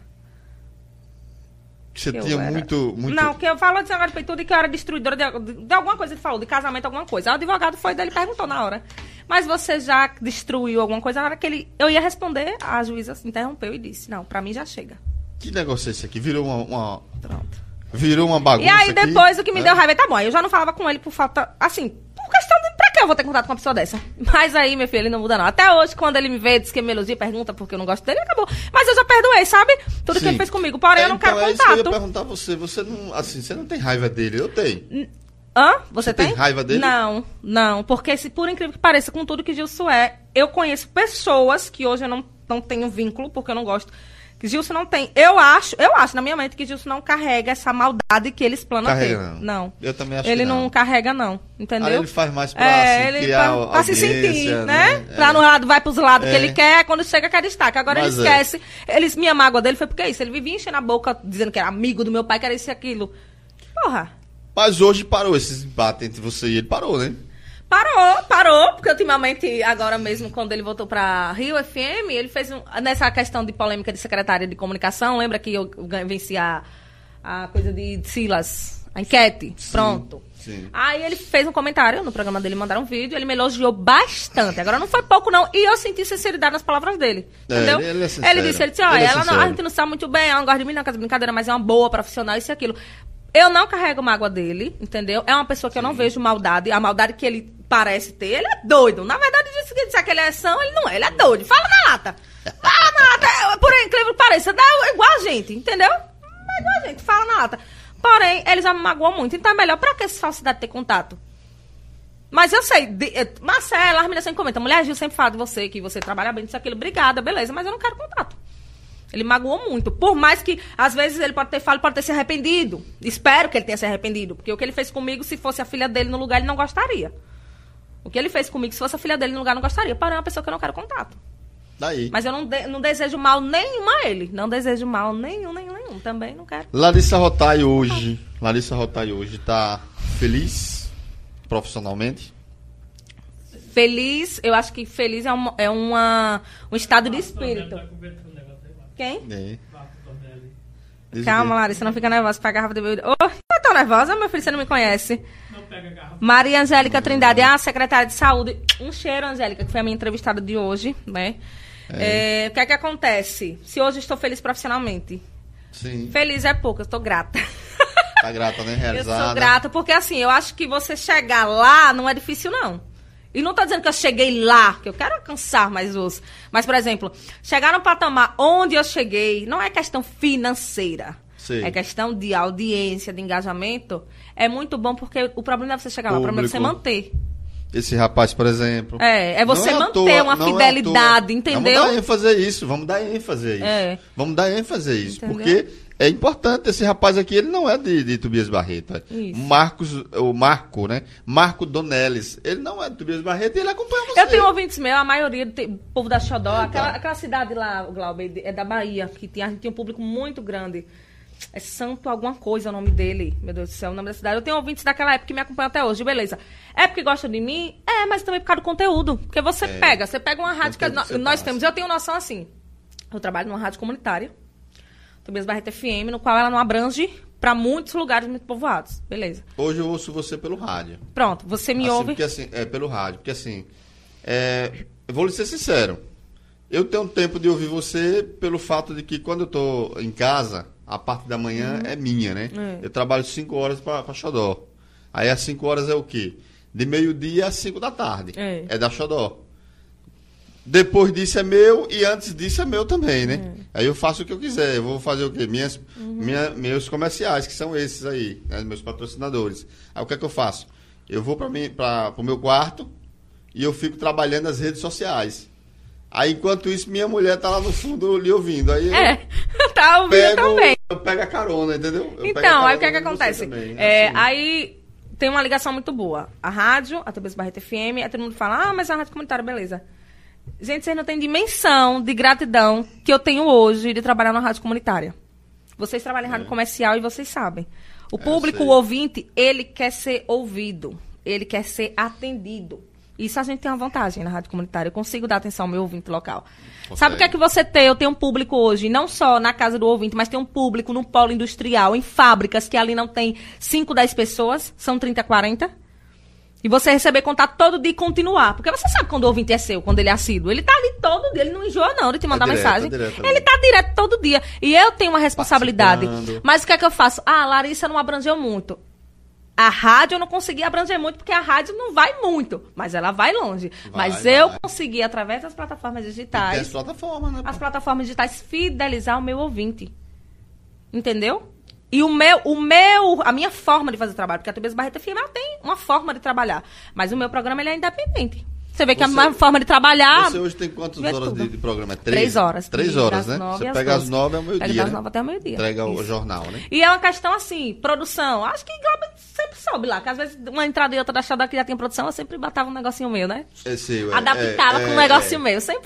Que você tinha muito... Não, que eu falo de Sangara de Peitudo e que eu era destruidora de alguma coisa, ele falou, de casamento, alguma coisa. Aí o advogado foi dele e perguntou na hora. Mas você já destruiu alguma coisa? Na hora que eu ia responder, a juíza se interrompeu e disse, não, pra mim já chega. Que negócio é esse aqui? Virou uma... Pronto. Virou uma bagunça. E aí depois aqui, o que me deu raiva, tá bom, eu já não falava com ele por falta, assim, por questão de pra que eu vou ter contato com uma pessoa dessa? Mas aí, meu filho, ele não muda não. Até hoje, quando ele me vê, diz que me elogia, pergunta porque eu não gosto dele, acabou. Mas eu já perdoei, sabe? Tudo que ele fez comigo, porém eu não quero então, contato. Isso que eu ia perguntar a você, você não tem raiva dele, eu tenho. Hã? Você tem raiva dele? Não, porque se por incrível que pareça, com tudo que Gilson é, eu conheço pessoas que hoje eu não tenho vínculo, porque eu não gosto. Que Gilson não tem. Eu acho na minha mente que Gilson não carrega essa maldade que ele explana ter. Não. Eu também acho ele que não. Ele não carrega, não. Entendeu? Aí ele faz mais pra criar pra se sentir, né? É. Pra no lado, vai pros lados que ele quer, quando chega quer destaque. Agora Mas ele esquece. Minha mágoa dele foi porque isso. Ele vivia enchendo a boca, dizendo que era amigo do meu pai, que era isso e aquilo. Porra. Mas hoje parou esse embate entre você e ele, parou, né? Parou, porque ultimamente, agora mesmo, quando ele voltou pra Rio FM, ele fez nessa questão de polêmica de secretária de comunicação, lembra que eu venci a coisa de Silas, a enquete? Sim, pronto. Sim. Aí ele fez um comentário no programa dele, mandaram um vídeo, ele me elogiou bastante. Agora não foi pouco, não. E eu senti sinceridade nas palavras dele. Entendeu? Ele é sincero. Ele disse, olha, a gente não sabe muito bem, ela não gosta de mim, não, com as brincadeiras, mas é uma boa profissional, isso e aquilo. Eu não carrego mágoa dele, entendeu? É uma pessoa que eu não vejo maldade. A maldade que ele parece ter, ele é doido. Na verdade, se que ele é são, ele não é. Ele é doido. Fala na lata. Fala na lata. Por incrível que pareça, dá igual a gente, entendeu? É igual a gente, fala na lata. Porém, ele já me magoou muito. Então é melhor pra que essa falsidade ter contato? Mas eu sei, Marcela, as meninas sempre comentam, mulher Gil sempre fala de você, que você trabalha bem, isso, aquilo. Obrigada, beleza, mas eu não quero contato. Ele magoou muito. Por mais que, às vezes, ele pode ter se arrependido. Espero que ele tenha se arrependido. Porque o que ele fez comigo, se fosse a filha dele no lugar, ele não gostaria. O que ele fez comigo, se fosse a filha dele no lugar, não gostaria. Porém, é uma pessoa que eu não quero contato. Daí. Mas eu não desejo mal nenhum a ele. Não desejo mal nenhum. Também não quero. Larissa Rotai hoje tá feliz profissionalmente? Feliz, eu acho que feliz é um estado de espírito. Quem? Calma, Larissa, não fica nervosa. Pega a garrafa de bebida. Eu tô nervosa, meu filho, você não me conhece. Não pega a garrafa. Maria Angélica Trindade, a secretária de saúde. Um cheiro, Angélica, que foi a minha entrevistada de hoje, né? O que é que acontece? Se hoje estou feliz profissionalmente. Sim. Feliz é pouco, eu estou grata. Tá grata, né? Realizada. Eu sou grata, porque assim, eu acho que você chegar lá não é difícil, não. E não tô dizendo que eu cheguei lá, que eu quero alcançar mais os. Mas, por exemplo, chegar no patamar onde eu cheguei não é questão financeira. Sim. É questão de audiência, de engajamento. É muito bom, porque o problema não é você chegar lá, o problema é você manter. Esse rapaz, por exemplo. É você manter uma fidelidade, entendeu? Vamos dar ênfase a isso, vamos dar ênfase a isso. Vamos dar ênfase a isso, Entendeu? porque é importante. Esse rapaz aqui, ele não é de Tobias Barreto. O Marco, né? Marco Donelis. Ele não é de Tobias Barreto e ele acompanha você. Eu tenho ouvintes meus, a maioria do povo da Xodó, aquela cidade lá, Glauber, é da Bahia, que a gente tem um público muito grande. É Santo alguma coisa o nome dele, meu Deus do céu, o nome da cidade. Eu tenho ouvintes daquela época que me acompanham até hoje, beleza. É porque gosta de mim? É, mas também por causa do conteúdo. Porque você pega uma rádio que nós temos. Eu tenho noção assim, eu trabalho numa rádio comunitária, Tobias Barreto FM, no qual ela não abrange para muitos lugares muito povoados, beleza. Hoje eu ouço você pelo rádio. Pronto, você me ouve... Porque assim, pelo rádio, porque assim, eu vou lhe ser sincero, eu tenho tempo de ouvir você pelo fato de que quando eu tô em casa, a parte da manhã é minha, né? Eu trabalho 5 horas para Xodó. Aí às 5 horas é o quê? De meio-dia às 5 da tarde. É. Da Xodó. Depois disso é meu e antes disso é meu também, né? Aí eu faço o que eu quiser. Eu vou fazer o quê? Meus comerciais, que são esses aí, né? Meus patrocinadores. Aí o que é que eu faço? Eu vou para o meu quarto e eu fico trabalhando nas redes sociais. Aí, enquanto isso, minha mulher tá lá no fundo lhe ouvindo. Aí tá ouvindo também. Eu pego a carona, entendeu? Então, aí o que é que acontece? Assim. Aí tem uma ligação muito boa. A rádio, a TBS Barreto FM, aí todo mundo fala, mas a rádio comunitária, beleza. Gente, vocês não têm dimensão de gratidão que eu tenho hoje de trabalhar na rádio comunitária. Vocês trabalham em rádio comercial e vocês sabem. O público, o ouvinte, ele quer ser ouvido. Ele quer ser atendido. Isso a gente tem uma vantagem na rádio comunitária. Eu consigo dar atenção ao meu ouvinte local. Sabe o que é que você tem? Eu tenho um público hoje, não só na casa do ouvinte, mas tem um público no polo industrial, em fábricas, que ali não tem 5, 10 pessoas, são 30, 40. E você receber contato todo dia e continuar. Porque você sabe quando o ouvinte é seu, quando ele é assíduo. Ele tá ali todo dia, ele não enjoa não de te mandar mensagem. Ele tá direto todo dia. E eu tenho uma responsabilidade. Mas o que é que eu faço? Larissa não abrangeu muito. A rádio eu não consegui abranger muito, porque a rádio não vai muito. Mas ela vai longe. Mas eu consegui, através das plataformas digitais... As plataformas, né? As plataformas digitais, fidelizar o meu ouvinte. Entendeu? E a minha forma de fazer trabalho, porque a TBS Barreto FM ela tem uma forma de trabalhar. Mas o meu programa ele é independente. Você vê que a minha forma de trabalhar... Você hoje tem quantas horas de programa? 3 horas. 3 horas, né? Você pega às 9 ao meio-dia. Pega das 9 até ao meio-dia. Entrega o jornal, né? E é uma questão assim, produção. Acho que Globo sempre soube lá, que às vezes uma entrada e outra da Xodó que já tem produção, eu sempre botava um negocinho meu, né? Adaptava com um negocinho meu. Sempre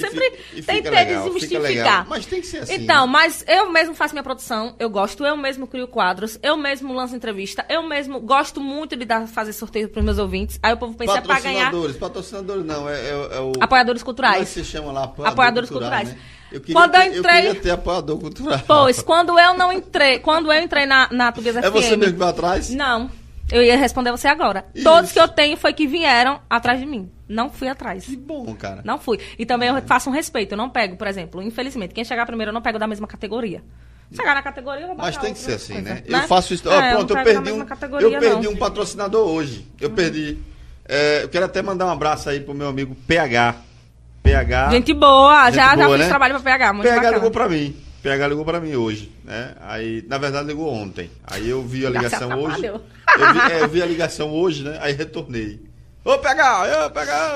tentei desmistificar. Mas tem que ser assim. Então, mas eu mesmo faço minha produção, eu gosto, eu mesmo crio quadros, eu mesmo lanço entrevista, eu mesmo gosto muito de fazer sorteio para os meus ouvintes. Aí o povo pensa para ganhar... Patrocinadores não, o... Apoiadores culturais. Como é que se chama lá? Apoiadores culturais. Né? Eu queria ter apoiador cultural. Pois, quando eu entrei na TBS FM... É você mesmo que vai atrás? Não. Eu ia responder você agora. Isso. Todos que eu tenho foi que vieram atrás de mim. Não fui atrás. Que bom, cara. Não fui. E também eu faço um respeito. Eu não pego, por exemplo, infelizmente, quem chegar primeiro eu não pego da mesma categoria. Chegar na categoria, eu vou botar. Mas tem que ser assim, coisa, né? Eu faço isso. Pronto, eu perdi um patrocinador hoje. Eu perdi. Eu quero até mandar um abraço aí pro meu amigo PH. Gente boa, já boa, fiz né? trabalho pra PH, muito PH bacana. ligou pra mim. PH ligou pra mim hoje, né? Aí, na verdade, ligou ontem. Aí eu vi a ligação hoje. Eu vi a ligação hoje, né? Aí retornei. Ô, PH!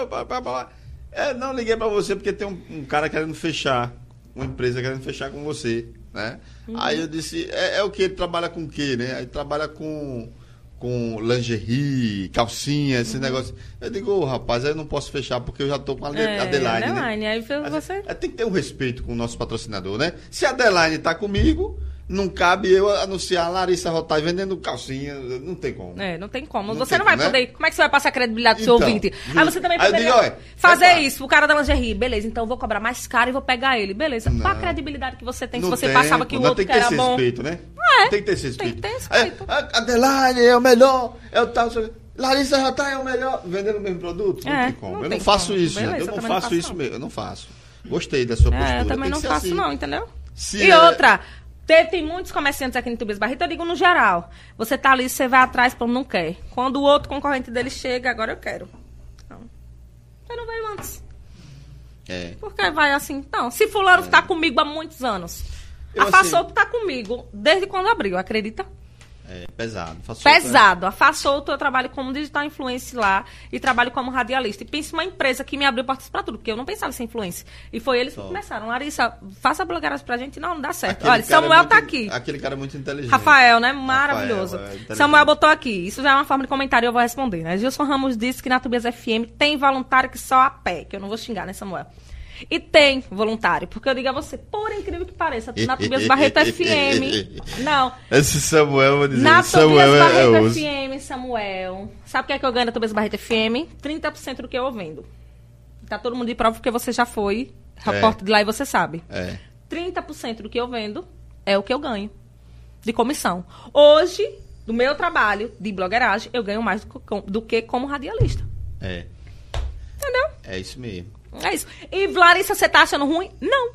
Não, liguei pra você porque tem um cara querendo fechar, uma empresa querendo fechar com você, né? Aí eu disse, o que? Ele trabalha com o quê, né? Aí trabalha com lingerie, calcinha, esse negócio. Eu digo, rapaz, aí eu não posso fechar porque eu já tô com a Adeline, né? Aí você... Tem que ter um respeito com o nosso patrocinador, né? Se a Adeline tá comigo, não cabe eu anunciar a Larissa Rotai vendendo calcinha, não tem como. Não tem como. Você não vai poder... Como é que você vai passar a credibilidade do seu ouvinte? Justo. Aí você também poderia fazer isso, o cara da lingerie, beleza, então eu vou cobrar mais caro e vou pegar ele, beleza. Qual a credibilidade que você tem se você passava que o outro que era bom? Respeito, né? Tem que ter esse respeito. Tem que ter respeito. Adeline é o melhor, é o tal... Larissa Rotai é o melhor. Vendendo o mesmo produto? Não tem como. Eu não faço isso, né? Eu não faço isso mesmo. Eu não faço. Gostei da sua postura. Eu também não faço não, entendeu? Se e outra... Tem muitos comerciantes aqui no TBS Barreto, eu digo no geral. Você tá ali, você vai atrás, pô, não quer. Quando o outro concorrente dele chega, agora eu quero. Não. Eu não veio antes. Porque vai assim. Não, se fulano tá comigo há muitos anos. A Façolto tá comigo desde quando abriu, acredita? Pesado. Pesado. A Façolto eu trabalho como digital influencer lá e trabalho como radialista. E penso uma empresa que me abriu portas pra tudo, porque eu não pensava em ser influencer. E foi eles que começaram. Larissa, faça blogueiras pra gente. Não dá certo. Olha, Samuel tá aqui. Aquele cara é muito inteligente. Rafael, né? Maravilhoso. Samuel botou aqui. Isso já é uma forma de comentário e eu vou responder, né? Gilson Ramos disse que na TBS FM tem voluntário que só a pé. Que eu não vou xingar, né, Samuel? E tem voluntário, porque eu digo a você, por incrível que pareça, na TBS Barreto FM. Não. Esse Samuel, eu vou dizer, na Samuel TBS Barreto FM, Samuel. Sabe o que é que eu ganho na TBS Barreto FM? 30% do que eu vendo. Tá todo mundo de prova porque você já foi repórter de lá e você sabe. 30% do que eu vendo é o que eu ganho de comissão. Hoje, do meu trabalho de blogueiragem, eu ganho mais do que como radialista. Entendeu? É isso mesmo. É isso. E, Larissa, você tá achando ruim? Não.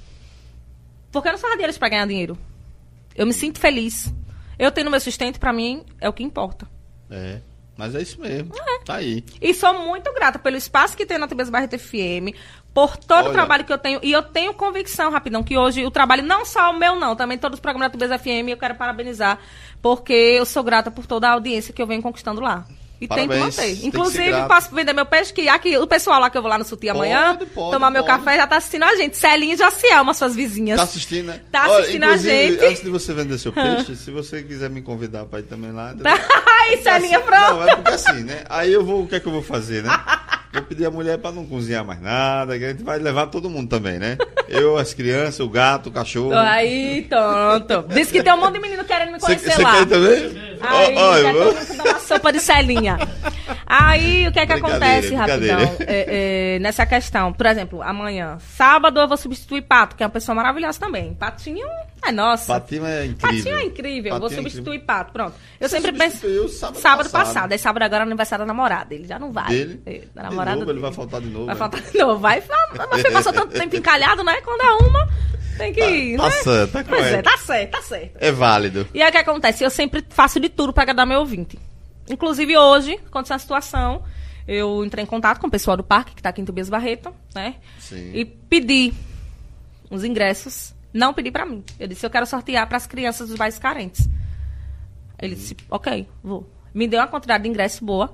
Porque eu não sou radialista pra ganhar dinheiro. Eu me sinto feliz. Eu tendo meu sustento, pra mim, é o que importa. Mas é isso mesmo. Tá aí. E sou muito grata pelo espaço que tem na TBS Barreto FM, por todo Olha. o trabalho que eu tenho. E eu tenho convicção, rapidão, que hoje o trabalho, não só o meu, não, também todos os programas da TBS FM, eu quero parabenizar, porque eu sou grata por toda a audiência que eu venho conquistando lá. E tento Parabéns, manter. tem que ser Inclusive, grato. posso vender meu peixe, que aqui, o pessoal lá que eu vou lá no Suti amanhã, Pode, tomar meu pode. café, já tá assistindo a gente. Celinha e Jocielma, suas vizinhas. Tá assistindo, né? Tá Olha, assistindo a inclusive, gente. antes de você vender seu peixe, se você quiser me convidar pra ir também lá... Ai, Celinha, pronto. Não, é porque assim, né? Aí eu vou, o que é que eu vou fazer, né? Vou pedir a mulher pra não cozinhar mais nada, que a gente vai levar todo mundo também, né? Eu, as crianças, o gato, o cachorro. Aí, tonto. Diz que tem um monte de menino querendo me conhecer Você lá. quer ir também? Aí, Ó, quer eu vou- todo mundo dar uma sopa de Celinha. Aí, o que é que acontece, Brincadeira. rapidão? Nessa questão, por exemplo, amanhã, sábado eu vou substituir Pato, que é uma pessoa maravilhosa também. Patinho é nossa. Patinho é incrível. Patinho é incrível. Vou Patinho é substituir Pato, pronto. Eu Você sempre penso... substituiu sábado Sábado passado. passado. Aí sábado agora é aniversário da namorada. Ele já não vai. Dele? Da De namorada novo, ele dele. vai faltar de novo. Vai né? faltar de novo. Vai, mas você passou tanto tempo encalhado, né? Quando é uma, tem que ir, Tá né? certo, tá Pois é, correto. tá certo, tá certo. É válido. E aí o que acontece? Eu sempre faço de tudo pra agradar meu ouvinte. Inclusive hoje, aconteceu uma situação, eu entrei em contato com o pessoal do parque, que tá aqui em Tobias Barreto, né? Sim. E pedi os ingressos. Não pedi pra mim. Eu disse, eu quero sortear pras crianças dos bairros carentes. Ele disse, ok, vou. Me deu uma quantidade de ingressos boa.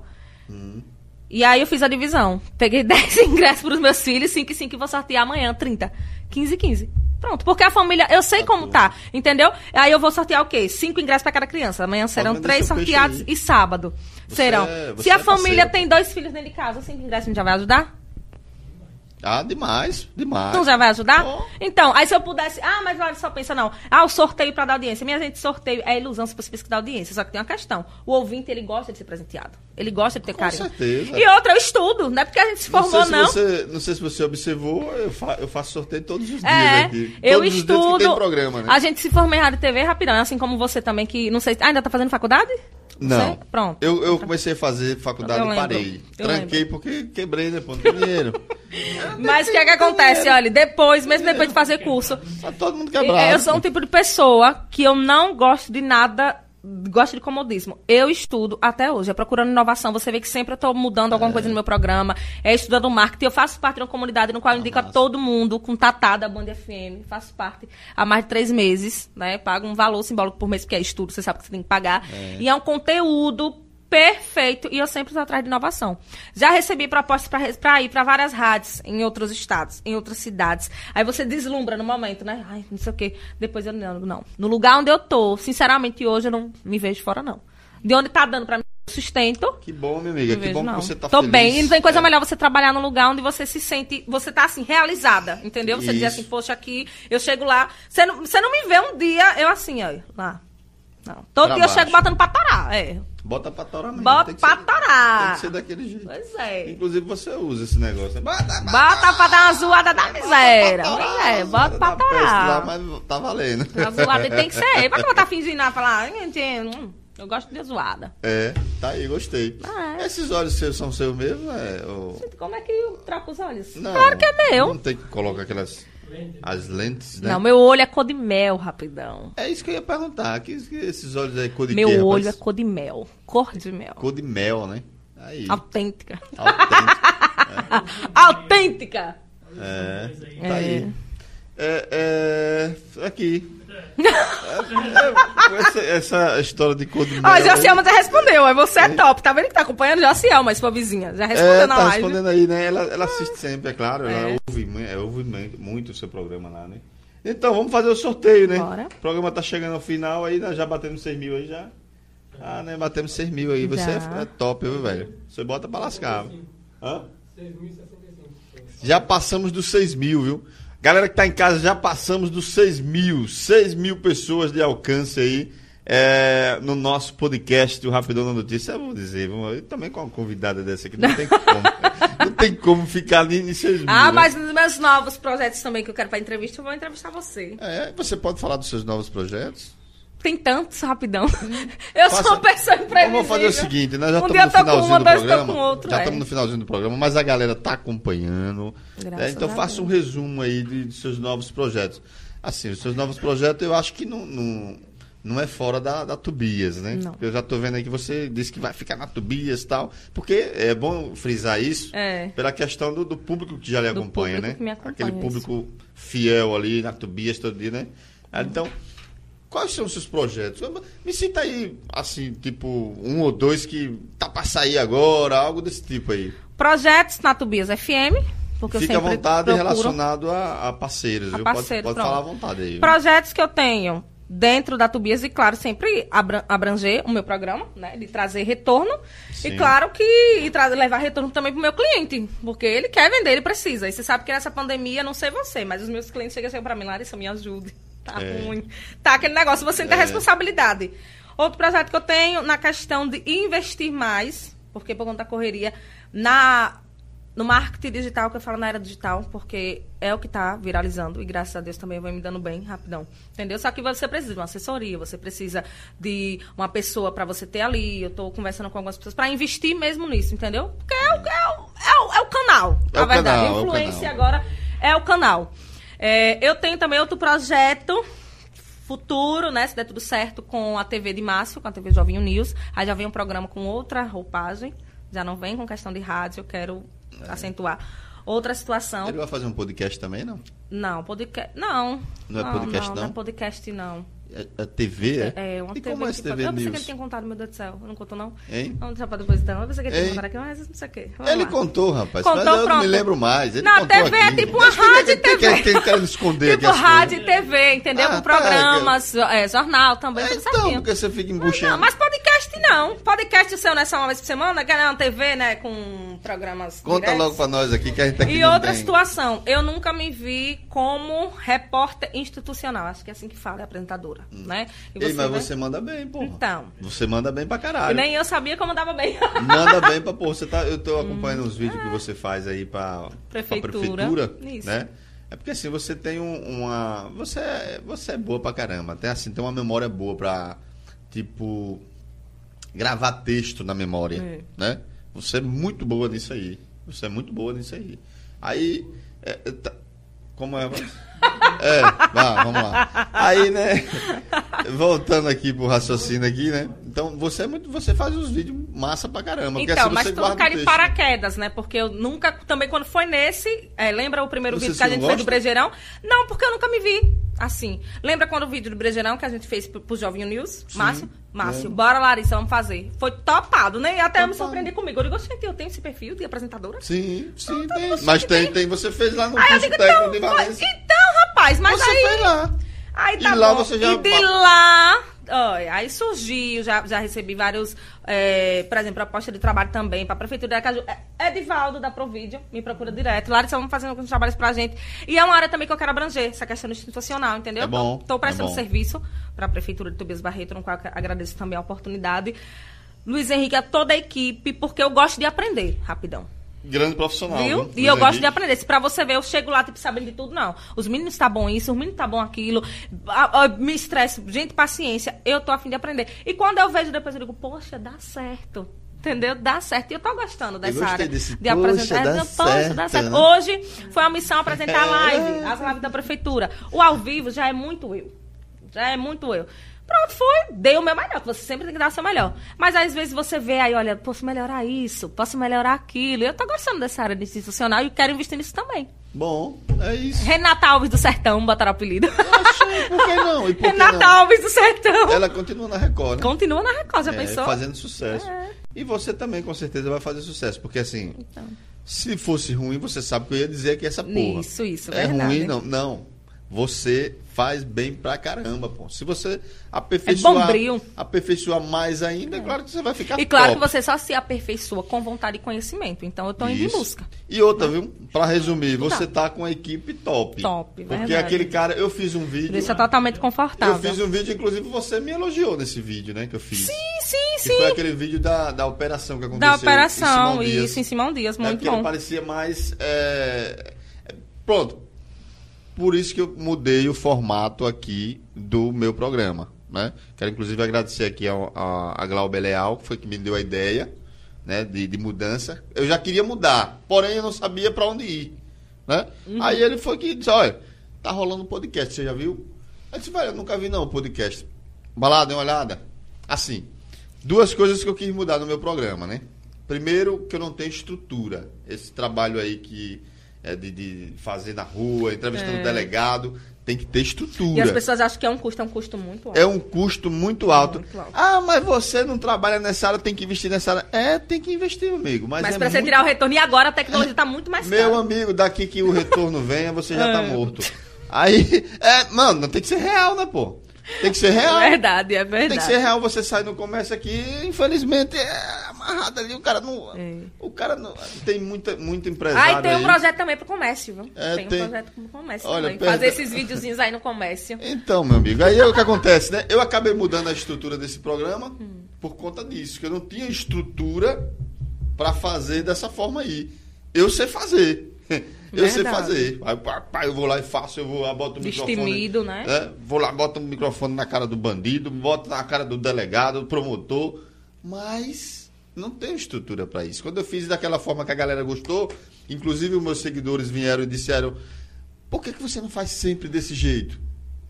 E aí eu fiz a divisão. Peguei 10 ingressos pros meus filhos, 5 e 5 e vou sortear amanhã, 30. 15 e 15. Pronto, porque a família, eu sei como tá, entendeu? Aí eu vou sortear o quê? 5 ingressos pra cada criança. Amanhã serão vender 3 seu peixe sorteados aí. e sábado serão. você Se a é família parceira. tem 2 filhos dentro de casa, 5 ingressos já vai ajudar? Ah, demais, demais. Não já vai ajudar? Oh. Então, aí se eu pudesse... Ah, mas olha, só pensa não. Ah, o sorteio pra dar audiência. Minha gente, sorteio é ilusão se você pesquisar audiência. Só que tem uma questão. O ouvinte, ele gosta de ser presenteado. Ele gosta de ter Com carinho. certeza. E outra, eu estudo. Não é porque a gente se formou, não. Não sei se você observou, eu faço sorteio todos os dias É, aqui. eu Todos os dias que estudo. tem programa, né? A gente se forma em rádio e TV rapidão, assim como você também, que não sei. Ainda tá fazendo faculdade? Não. Sei? Pronto. Eu comecei a fazer faculdade Eu e lembro. parei. Eu Tranquei porque quebrei, né? Pô, não tem dinheiro. Mas o que é que acontece? Olha, depois, mesmo depois de fazer curso, Tá todo mundo quebrado. eu sou um tipo de pessoa que eu não gosto de nada, gosto de comodismo. Eu estudo até hoje, é procurando inovação. Você vê que sempre eu tô mudando alguma coisa no meu programa, é estudando marketing. Eu faço parte de uma comunidade no qual eu indico a todo mundo, com Tatá da Band FM, faço parte há mais de 3 meses, né? Pago um valor simbólico por mês, porque é estudo, você sabe que você tem que pagar. E é um conteúdo perfeito, e eu sempre estou atrás de inovação. Já recebi propostas para ir para várias rádios em outros estados, em outras cidades. Aí você deslumbra no momento, né? Ai, não sei o quê. Depois eu não. No lugar onde eu tô, sinceramente, hoje eu não me vejo fora, não. De onde tá dando para mim sustento, Que bom, minha amiga. não Que vejo, bom não. que você tá Tô feliz. bem, e não tem coisa É. melhor você trabalhar num lugar onde você se sente, você tá assim, realizada, entendeu? Você diz Isso. assim, poxa, aqui, eu chego lá, você não me vê um dia, eu assim, ó, lá. Não. Todo dia eu baixo. chego botando pra torar, Bota pra torar mesmo. Bota tem que pra ser- torar. Tem que ser daquele jeito. Pois é. Inclusive você usa esse negócio. Né? Bota Bota pra dar uma zoada da miséria. Pois é, bota pra Tá peste lá, torar. mas tá valendo. A zoada tem que ser. Pra que eu tá fingindo lá, falar, eu gosto de zoada. É, tá aí, gostei. Ah, é. Esses olhos seus são seus mesmo? Como é que eu troco os olhos? Não, Claro que é meu. Não tem que colocar aquelas... As lentes, né? Não, meu olho é cor de mel, rapidão. É isso que eu ia perguntar. Que esses olhos aí, cor de Meu quê, olho é rapaz? cor de mel. Cor de mel. Cor de mel, né? Aí. Autêntica. Autêntico. Autêntica! É, tá aí. Aqui. Essa história de cor de mel. Ó, Jacielma já respondeu. Aí você é top. Tá vendo que tá acompanhando? Jacielma, sua vizinha. Já respondeu na tá live. respondendo aí, né? Ela assiste sempre, é claro. É. Ela ouve muito o seu programa lá, né? Então, vamos fazer o sorteio, né? Bora. O programa tá chegando ao final aí, nós já batemos 6 mil aí já. Ah, né? Batemos 6 mil aí. Você Já. é top, viu, velho? Você bota pra lascar. Hã? Já passamos dos 6 mil, viu? Galera que tá em casa, já passamos dos 6 mil. 6 mil pessoas de alcance aí no nosso podcast do Rapidão da Notícia. Eu vou dizer, eu também com uma convidada dessa aqui, não tem como. Não tem como ficar ali em 6 mil. Ah, né? mas nos meus novos projetos também que eu quero pra entrevista, eu vou entrevistar você. Você pode falar dos seus novos projetos? Tem tantos, rapidão. Eu sou uma pessoa imprevisível. Vamos fazer o seguinte, nós já Um estamos dia no eu tô com finalzinho uma, do dois eu tô programa. com outro, Já é. estamos no finalzinho do programa, mas a galera tá acompanhando. Graças Então a faça um Deus. resumo aí de seus novos projetos. Assim, os seus novos projetos eu acho que não não é fora da Tobias, né? Não. Eu já tô vendo aí que você disse que vai ficar na Tobias e tal. Porque é bom frisar isso pela questão do público que já lhe acompanha, né? Que me acompanha, aquele público fiel ali na Tobias todo dia, né? Então, quais são os seus projetos? Me cita aí, assim, tipo, um ou dois que tá pra sair agora, algo desse tipo aí. Projetos na Tobias FM, porque Fica eu à sempre vontade procuro relacionado a parceiros, viu? parceiros, pode pronto. falar à vontade aí. Viu? Projetos que eu tenho dentro da Tobias e, claro, sempre abranger o meu programa, né? De trazer retorno. Sim. E, claro, levar retorno também pro meu cliente. Porque ele quer vender, ele precisa. E você sabe que nessa pandemia, não sei você, mas os meus clientes chegam pra mim, Larissa, me ajude. Tá ruim. Tá aquele negócio, você não tem responsabilidade. Outro projeto que eu tenho na questão de investir mais, porque por conta da correria, no marketing digital, que eu falo na era digital, porque é o que está viralizando, e graças a Deus também vai me dando bem, rapidão. Entendeu? Só que você precisa de uma assessoria, você precisa de uma pessoa para você ter ali, eu estou conversando com algumas pessoas, para investir mesmo nisso, entendeu? Porque é o canal, na verdade. A influência agora é o canal. Eu tenho também outro projeto futuro, né? Se der tudo certo, com a TV de Márcio, com a TV Jovinho News. Aí já vem um programa com outra roupagem, já não vem com questão de rádio, eu quero acentuar outra situação. Ele vai fazer um podcast também, não? Não, podcast... Não. Não é podcast, não? Não é podcast, não. É TV, É uma e TV. como é esse TV eu pensei News? que ele tinha contado, meu Deus do céu. Eu não contou, não? Hein? Vamos deixar pra depois, então. Eu pensei que ele tinha Hein? contado aqui, mas não sei o quê. Vamos Ele lá. contou, rapaz. Contou, mas eu não pronto. me lembro mais. Ele Na contou TV é aqui. tipo uma rádio e TV. Quem quer esconder Tipo aqui as rádio e coisas? TV, entendeu? Ah, Com programas, jornal também, tudo Então, certinho. porque você fica embuchando. Não, mas podcast não. Podcast o seu não é só uma vez por semana, que é uma TV, né, com programas Conta diretos. logo pra nós aqui, que a gente aqui E não outra tem. situação, eu nunca me vi como repórter institucional, acho que é assim que fala, é apresentadora, né? E Ei, mas vê- você manda bem, pô. Então. Você manda bem pra E caralho. nem eu sabia como dava bem. Manda bem pra, pô, eu tô acompanhando os vídeos que você faz aí pra prefeitura, Isso. né? É porque assim, você tem você é boa pra caramba. Tem uma memória boa pra, tipo, gravar texto na memória, né? Você é muito boa nisso aí. Aí, como é? Vamos lá. Aí, né? Voltando aqui pro raciocínio aqui, né? Então, você faz uns vídeos massa pra caramba. Porque Então, assim, mas você tu não guarda o cai de texto. paraquedas, né? Porque eu nunca, também quando foi nesse, lembra o primeiro Você vídeo que a não gente fez gosta? do Brejeirão? Não, porque eu nunca me vi assim. Lembra quando o vídeo do Brejeirão que a gente fez pro Jovinho News? Sim, Márcio, lembro. bora Larissa, vamos fazer. Foi topado, né? E até eu me Topado. surpreendi comigo. Eu digo, gente, eu tenho esse perfil de apresentadora? Sim, tem. você Mas que tem. Você fez lá no Aí eu curso digo, técnico então, de Valência. rapaz, mas Você aí... fez lá. Aí tá E lá bom. você já- E de lá, aí surgiu, já recebi vários, por exemplo, proposta de trabalho também para a Prefeitura de Aracaju. Edivaldo da Provídeo me procura direto. Larissa, vamos fazendo alguns trabalhos pra gente. E é uma área também que eu quero abranger, essa questão institucional, entendeu? É bom, Estou prestando é bom. serviço para a Prefeitura de Tobias Barreto, no qual eu agradeço também a oportunidade. Luiz Henrique, a toda a equipe, porque eu gosto de aprender, rapidão. Grande profissional. Viu? Luiz E eu gosto de Henrique. aprender. Se pra você ver, eu chego lá, tipo, sabendo de tudo, não. Os meninos tá bom isso, os meninos tá bom aquilo. Me estresse. Gente, paciência. Eu tô a fim de aprender. E quando eu vejo depois, eu digo, poxa, dá certo. Entendeu? Dá certo. E eu tô gostando dessa gostei área desse, de poxa, apresentar. dá Poxa, dá certo, certo. né? Hoje foi a missão apresentar a live, as lives da prefeitura. O ao vivo já é muito eu. Pronto, dei o meu melhor, que você sempre tem que dar o seu melhor. Mas às vezes você vê aí, olha, posso melhorar isso, posso melhorar aquilo. Eu tô gostando dessa área de institucional e quero investir nisso também. Bom, é isso. Renata Alves do Sertão, botaram o apelido. Achei, por que não? E por que Renata não? Alves do Sertão. Ela continua na Record, né? Continua na Record, já pensou? Fazendo sucesso. É. E você também, com certeza, vai fazer sucesso. Porque assim, Então. se fosse ruim, você sabe que eu ia dizer que essa porra. Isso, É verdade. ruim, não. Não. Você faz bem pra caramba, pô. Se você aperfeiçoar, bombril. aperfeiçoar mais ainda, é claro que você vai ficar E claro top. que você só se aperfeiçoa com vontade e conhecimento. Então eu tô indo em Isso. busca. E outra, viu? Pra resumir, você tá com a equipe top. Top, Porque verdade. aquele cara, eu fiz um vídeo. Deixa totalmente confortável. Eu fiz um vídeo, inclusive você me elogiou nesse vídeo, né? Que eu fiz. Sim, Que foi aquele vídeo da operação que aconteceu. Da operação, em Simão Dias. isso, em Simão Dias, É muito porque bom. ele parecia mais. Pronto. Por isso que eu mudei o formato aqui do meu programa, né? Quero inclusive agradecer aqui a Glauber Leal, que foi que me deu a ideia, né, de mudança. Eu já queria mudar, porém eu não sabia para onde ir, né? Aí ele foi que disse, olha, tá rolando um podcast, você já viu? Eu disse, velho, eu nunca vi não o podcast. Balada, dê uma olhada. Assim, duas coisas que eu quis mudar no meu programa, né? Primeiro, que eu não tenho estrutura. Esse trabalho aí que é de fazer na rua, entrevistando o delegado, tem que ter estrutura. E as pessoas acham que é um custo muito alto. É um custo muito alto. Muito alto. Ah, mas você não trabalha nessa área, tem que investir nessa área. Tem que investir, amigo. Mas para você tirar o retorno, e agora a tecnologia está muito mais cara. Meu amigo, daqui que o retorno venha, você já tá morto. Aí, mano, não tem que ser real, né, pô? Tem que ser real. É verdade. Tem que ser real, você sai no comércio aqui, infelizmente, amarrado ali, o cara não... O cara não... Tem muito empresário e tem um aí. projeto também pro comércio, viu? Tem Um projeto pro comércio Olha, também. Fazer esses videozinhos aí no comércio. Então, meu amigo, aí é o que acontece, né? Eu acabei mudando a estrutura desse programa por conta disso, que eu não tinha estrutura para fazer dessa forma aí. Eu sei fazer. Eu sei fazer. Aí eu vou lá e faço, boto o microfone. Destemido, né? Vou lá, boto o microfone na cara do bandido, boto na cara do delegado, do promotor, mas não tenho estrutura para isso. Quando eu fiz daquela forma que a galera gostou, inclusive os meus seguidores vieram e disseram: por que você não faz sempre desse jeito?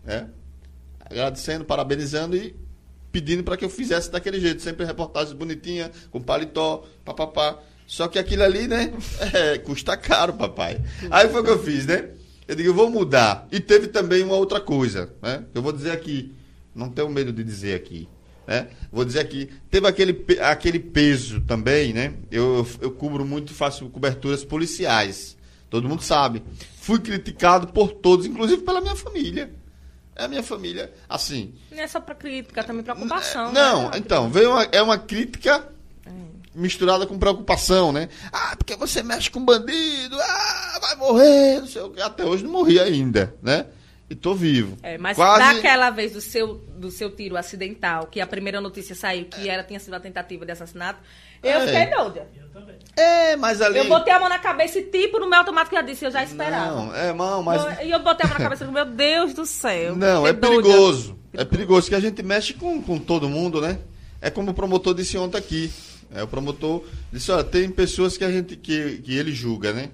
Agradecendo, parabenizando e pedindo para que eu fizesse daquele jeito, sempre reportagens bonitinhas, com paletó, papapá. Só que aquilo ali, né, custa caro, papai. Aí foi o que eu fiz, né? Eu digo, eu vou mudar. E teve também uma outra coisa, né? Eu vou dizer aqui, não tenho medo de dizer aqui, né? Vou dizer aqui, teve aquele peso também, né? Eu cubro muito, faço coberturas policiais. Todo mundo sabe. Fui criticado por todos, inclusive pela minha família. A minha família, assim... Não é só para crítica, também preocupação. Não, né? Então, é uma crítica... misturada com preocupação, né? Porque você mexe com bandido, vai morrer, não sei o que. Até hoje não morri ainda, né? E tô vivo. Mas quase... daquela vez do seu tiro acidental, que a primeira notícia saiu, que tinha sido a tentativa de assassinato, eu fiquei doida. Eu também. Mas ali... Eu botei a mão na cabeça e no meu automático já disse, eu já esperava. Mas... E eu botei a mão na cabeça e meu Deus do céu. Não, é perigoso. É perigoso, que a gente mexe com todo mundo, né? É como o promotor disse ontem aqui. O promotor disse, olha, tem pessoas que ele julga, né?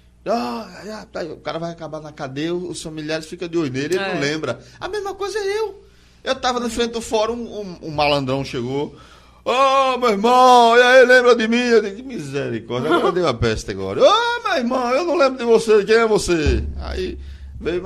O cara vai acabar na cadeia, os familiares ficam de olho nele, ele não lembra. A mesma coisa é eu. Eu tava na frente do fórum, um malandrão chegou. Meu irmão, e aí, lembra de mim? Eu digo, que misericórdia, agora eu dei uma peste agora. Meu irmão, eu não lembro de você, quem é você? Aí veio,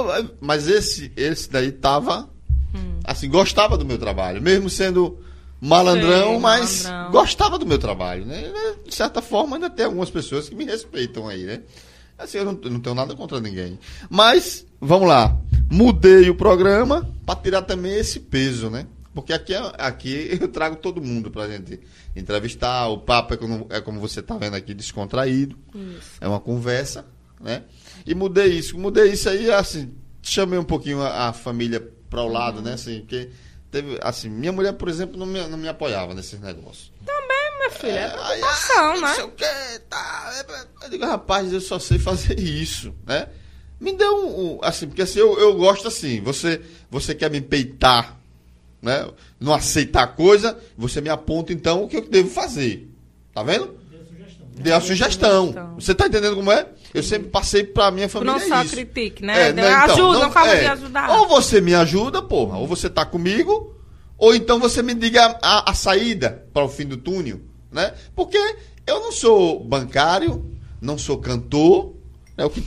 mas esse daí tava, assim, gostava do meu trabalho, mesmo sendo... malandrão, mas gostava do meu trabalho, né? De certa forma, ainda tem algumas pessoas que me respeitam aí, né? Assim, eu não tenho nada contra ninguém. Mas, vamos lá. Mudei o programa para tirar também esse peso, né? Porque aqui eu trago todo mundo pra gente entrevistar. O papo é como você tá vendo aqui, descontraído. Isso. É uma conversa, né? E mudei isso aí, assim, chamei um pouquinho a família para o lado, né? Assim, porque... assim, minha mulher, por exemplo, não me apoiava nesses negócios. Também, minha filha, é preocupação, né? Não sei o que, tá. Eu digo, rapaz, eu só sei fazer isso, né? Me deu assim, porque assim, eu gosto assim, você quer me peitar, né? Não aceitar a coisa, você me aponta então o que eu devo fazer. Tá vendo? Dê a sugestão. Você tá entendendo como é? Eu sempre passei pra minha família isso. Não só isso. Critique, né? Ajuda, forma de ajudar. Ou você me ajuda, porra, ou você tá comigo, ou então você me diga a saída para o fim do túnel, né? Porque eu não sou bancário, não sou cantor, né? O que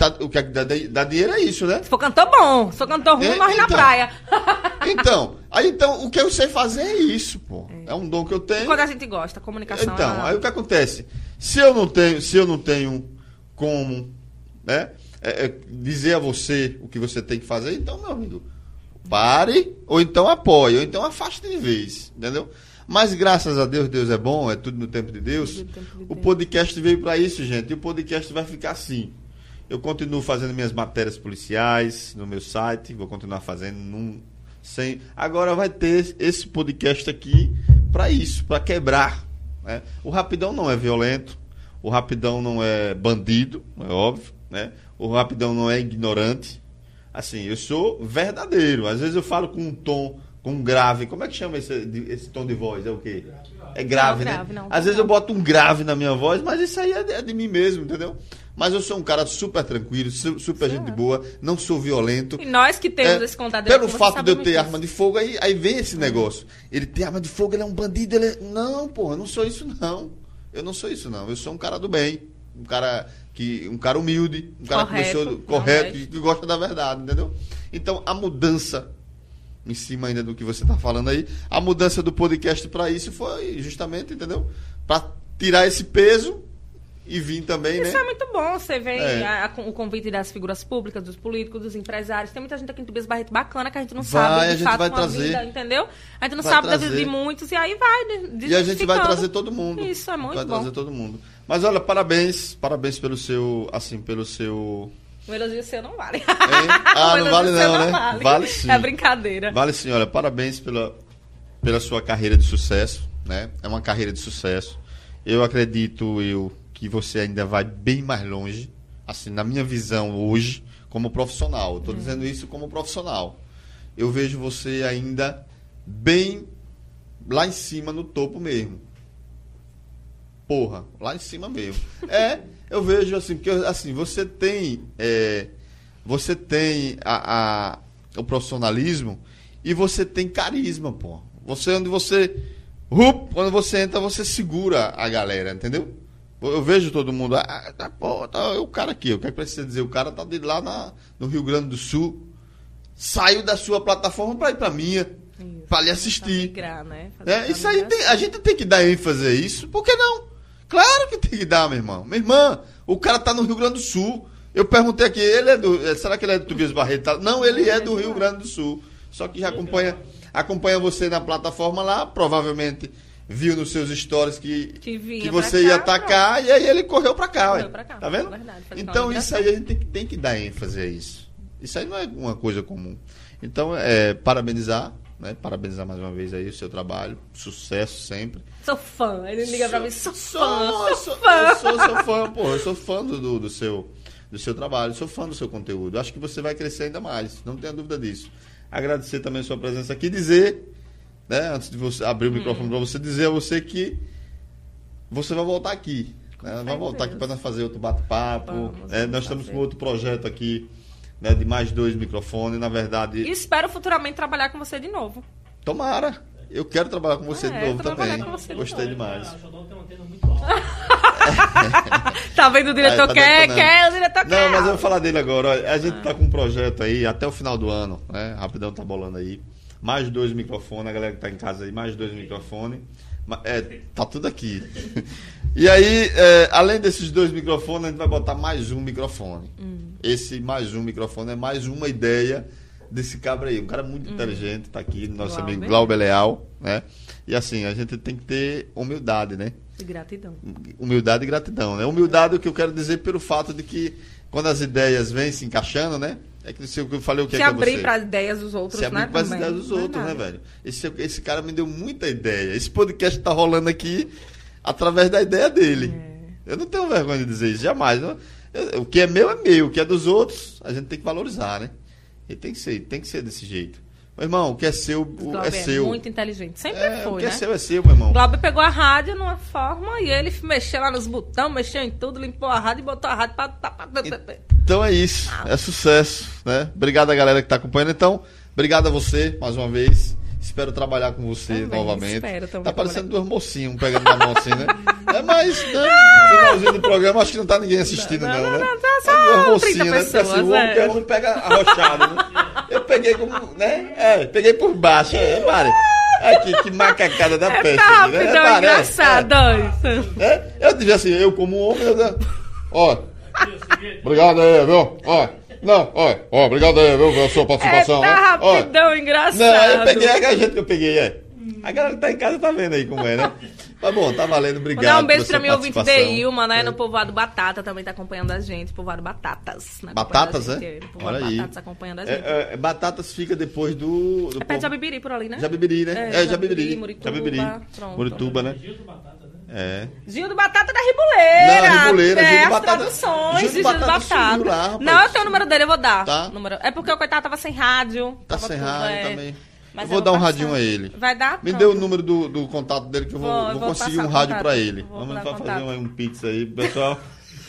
dá dinheiro é isso, né? Se for cantor bom, se for cantor ruim, morre na praia. Então, o que eu sei fazer é isso, pô. É um dom que eu tenho. E quando a gente gosta, comunicação. Então, aí o que acontece? Se eu não tenho como, né, dizer a você o que você tem que fazer, então, meu amigo, pare, ou então apoie, ou então afaste de vez, entendeu? Mas graças a Deus, Deus é bom, é tudo no tempo de Deus. O podcast veio para isso, gente, e o podcast vai ficar assim. Eu continuo fazendo minhas matérias policiais no meu site, vou continuar fazendo agora vai ter esse podcast aqui para isso, para quebrar, né? O Rapidão não é violento, o Rapidão não é bandido, é óbvio, né? O Rapidão não é ignorante. Assim, eu sou verdadeiro. Às vezes eu falo com um tom, com um grave. Como é que chama esse tom de voz? É o quê? É grave, né? Às vezes eu boto um grave na minha voz, mas isso aí é de mim mesmo, entendeu? Mas eu sou um cara super tranquilo, super gente boa, não sou violento. E nós que temos esse contato... Pelo fato de eu ter arma de fogo, aí vem esse negócio. Ele tem arma de fogo, ele é um bandido, ele é... Não, porra, eu não sou isso não. Eu não sou isso não. Eu sou um cara do bem, um cara humilde, um cara correto, que gosta da verdade, entendeu? Então, a mudança, em cima ainda do que você está falando aí, a mudança do podcast para isso foi justamente, entendeu? Para tirar esse peso e vir também, Isso né? é muito bom. Você vê o convite das figuras públicas, dos políticos, dos empresários. Tem muita gente aqui em Tobias Barreto bacana que a gente não sabe, a de gente fato, vai uma trazer. vida, entendeu? A gente não Vai sabe da vida trazer. de muitos e aí vai E a gente vai desmistificando. trazer todo mundo. Isso, é muito vai bom. trazer todo mundo. Mas olha, parabéns pelo seu, O elogio seu não vale. Ah, O não elogio vale seu não, né? Vale sim. É brincadeira. Vale sim, olha, parabéns pela sua carreira de sucesso, né? É uma carreira de sucesso. Eu acredito que você ainda vai bem mais longe, assim, na minha visão hoje, como profissional. Estou dizendo isso como profissional. Eu vejo você ainda bem lá em cima, no topo mesmo. Porra, lá em cima mesmo. Eu vejo assim, porque assim, você tem o profissionalismo e você tem carisma, pô. Quando você entra, você segura a galera, entendeu? Eu vejo todo mundo, o cara aqui, o que é que precisa dizer? O cara tá de lá no Rio Grande do Sul, saiu da sua plataforma para ir para minha, para lhe assistir. Migrar, né? Isso aí a gente tem que dar ênfase a isso, por que não? Claro que tem que dar, meu irmão. Minha irmã, o cara tá no Rio Grande do Sul. Eu perguntei aqui, será que ele é do Tobias Barreto? Não, ele é do Rio Grande do Sul. Só que já acompanha você na plataforma lá, provavelmente viu nos seus stories que você ia atacar e aí ele correu pra cá. Tá vendo? Verdade, então isso aí a gente tem que dar ênfase a isso. Isso aí não é uma coisa comum. Então, parabenizar, né? Parabenizar mais uma vez aí o seu trabalho. Sucesso sempre. Sou fã. Ele liga pra mim, sou fã. Eu sou fã, pô. Eu sou fã do seu trabalho, sou fã do seu conteúdo. Acho que você vai crescer ainda mais, não tenha dúvida disso. Agradecer também a sua presença aqui, dizer, né, antes de você abrir o microfone para você, dizer a você que você vai voltar aqui. Né? Vai voltar aqui para nós fazer outro bate-papo. Nós estamos com outro projeto aqui, né, de mais 2 microfones, na verdade. E espero futuramente trabalhar com você de novo. Tomara. Eu quero trabalhar com você de novo também. Gostei demais. Tá vendo o diretor? Quer, o diretor quer. Não, mas eu vou falar dele agora. Olha, a gente tá com um projeto aí até o final do ano, né? Rapidão tá bolando aí. Mais 2 microfones, a galera que tá em casa aí, mais 2 microfones. Tá tudo aqui. E aí, além desses 2 microfones, a gente vai botar mais um microfone. Esse mais um microfone é mais uma ideia desse cabra aí. Um cara muito inteligente, tá aqui, nosso amigo Glauber Leal, né? E assim, a gente tem que ter humildade, né? E gratidão. Humildade e gratidão, né? Humildade é o que eu quero dizer pelo fato de que quando as ideias vêm se encaixando, né? É que eu falei o que se é que abrir você... para as ideias dos outros, né? Se abrir para as ideias dos outros, né, velho? Esse cara me deu muita ideia. Esse podcast tá rolando aqui através da ideia dele. Eu não tenho vergonha de dizer isso, jamais. O que é meu, o que é dos outros, a gente tem que valorizar, né? E tem que ser desse jeito. Meu irmão, o que é seu, é seu. É muito inteligente. Sempre foi, o que né? é seu, meu irmão. O Glauber pegou a rádio numa forma e ele mexeu lá nos botões, mexeu em tudo, limpou a rádio e botou a rádio pra... Então é isso. É sucesso, né? Obrigado a galera que tá acompanhando. Então, obrigado a você, mais uma vez. Espero trabalhar com você novamente. Espero também. Tá parecendo 2 mocinhos, um pegando na mão assim, né? Mas, no finalzinho do programa, acho que não tá ninguém assistindo, não, né? Tá só 2 mocinhos, né? Porque assim, o homem que é homem pega arrochado, né? Eu peguei como, né? Peguei por baixo. Mari, aqui, que macacada da peste. Tá aqui, né? rapidão, engraçado. Eu devia assim, eu como homem, ó. Obrigado aí, viu? Ó. Não, ó, obrigado aí, viu, pela sua participação. Tá rapidão, engraçado. Não, eu peguei a gente que eu peguei, A galera que tá em casa tá vendo aí como é, né? Mas bom, tá valendo, obrigado. Vou dar um beijo pra mim, ouvinte de Ilma, né? No Povoado Batata também tá acompanhando a gente. Povoado Batatas. Batatas, Povoado Olha aí. Batatas acompanhando a gente. Batatas fica depois do perto de Jabibiri por ali, né? Jabibiri, né? Jabibiri. Murituba, né? Gil do Batata da Ribuleira. Não, Ribuleira, Gil do as Batata. Traduções de Gil do Batata sumiu lá, Batata. rapaz. Não, eu tenho o número dele, eu vou dar. Tá. É porque o coitado tava sem rádio. Tá sem rádio também. Mas eu vou dar um radinho a ele. Vai dar? Me dê o número do contato dele que eu vou conseguir um rádio pra ele. Vamos fazer um pix aí, pessoal.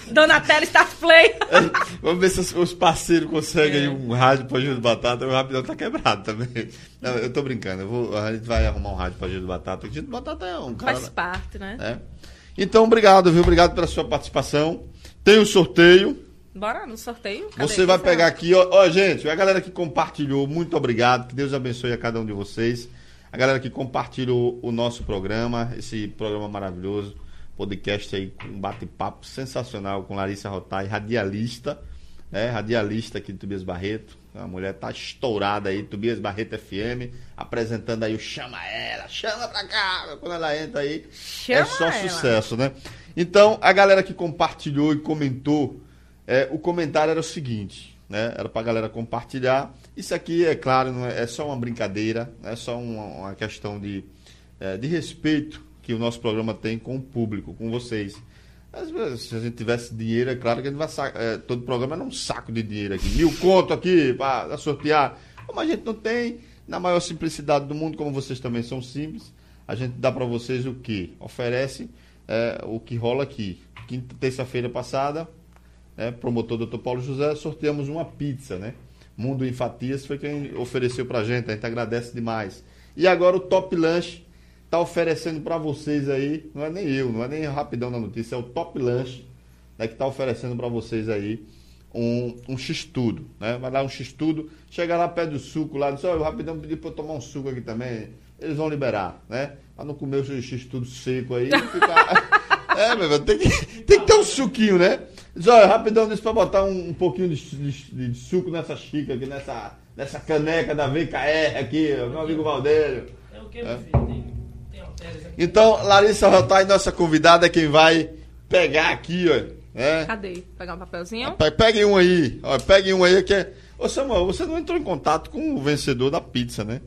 Donatello Start Play. Vamos ver se os parceiros conseguem aí um rádio pra Gil do Batata. O Rapidão tá quebrado também. Não, eu tô brincando. A gente vai arrumar um rádio pra Gil do Batata. O Gil do Batata é um cara... Faz parte, né? É. Então, obrigado, viu? Obrigado pela sua participação. Tem o sorteio. Bora no sorteio. Cadê? Você vai pegar aqui, ó, gente, a galera que compartilhou, muito obrigado, que Deus abençoe a cada um de vocês. A galera que compartilhou o nosso programa, esse programa maravilhoso, podcast aí, um bate-papo sensacional com Larissa Rotai, radialista, né? Radialista aqui de Tobias Barreto. A mulher tá estourada aí, Tobias Barreto FM, apresentando aí o Chama Ela, chama pra cá, quando ela entra aí, Chama é só ela. sucesso, né? Então, a galera que compartilhou e comentou, o comentário era o seguinte, né? Era pra galera compartilhar. Isso aqui, é claro, não é só uma brincadeira, é só uma questão de respeito que o nosso programa tem com o público, com vocês. Às vezes, se a gente tivesse dinheiro, é claro que a gente vai todo programa é um saco de dinheiro aqui. 1.000 conto aqui para sortear. Como a gente não tem, na maior simplicidade do mundo, como vocês também são simples, a gente dá para vocês o que? Oferece o que rola aqui. Terça-feira passada, promotor Dr. Paulo José, sorteamos uma pizza, né? Mundo em Fatias foi quem ofereceu pra gente, a gente agradece demais. E agora o Top Lanche tá oferecendo para vocês aí, não é nem eu, não é nem Rapidão na Notícia, é o Top Lanche, né, que tá oferecendo para vocês aí um X-Tudo, né? Vai dar um X-Tudo, chega lá, pede o suco lá, diz, o Rapidão pediu para eu tomar um suco aqui também, eles vão liberar, né? Para não comer o X-Tudo seco aí, ficar... meu velho, tem que ter um suquinho, né? Diz, Rapidão disse para botar um pouquinho de suco nessa xícara aqui, nessa caneca da VKR aqui, meu amigo Valdério. É o que, meu filho? Então, Larissa Rotai, nossa convidada, é quem vai pegar aqui, ó. Cadê? Pegar um papelzinho? Peguem um aí, ó, peguem um aí que é... Ô Samuel, você não entrou em contato com o vencedor da pizza, né?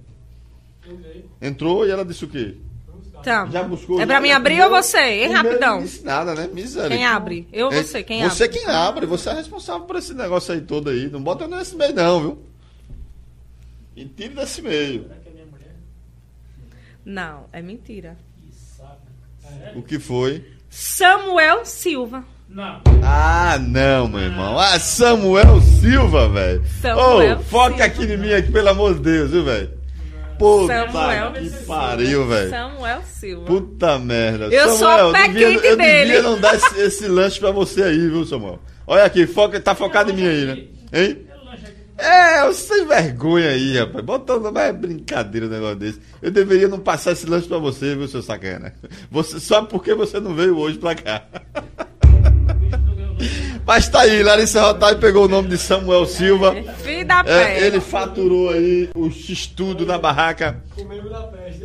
Entrou e ela disse o quê? Então, Já buscou? é pra mim abrir ou você, hein, Rapidão? Não disse nada, né? Miséria. Quem abre? Eu ou você? Quem abre? Você quem abre, você é responsável por esse negócio aí todo aí. Não bota nesse meio não, viu? E tira desse meio. Será que é minha mulher? Não, é mentira. Que saco. O que foi? Samuel Silva. Não. Ah, não, meu irmão. Ah, Samuel Silva, velho. Samuel Foca Silva. aqui em mim, aqui, pelo amor de Deus, viu, velho? Puta Samuel que Silva. pariu, velho. Samuel Silva. Puta merda. Eu sou a pé quente eu dele. devia não dar esse lanche pra você aí, viu, Samuel? Olha aqui, tá focado em mim aí, né? Hein? Eu sem vergonha aí, rapaz. Botando mais brincadeira um negócio desse. Eu deveria não passar esse lanche pra você, viu, seu sacana? Só porque você não veio hoje pra cá. Mas tá aí, Larissa Rotai pegou o nome de Samuel Silva. Filho da pé. Ele faturou aí o X-Tudo na barraca. Comemos da peste.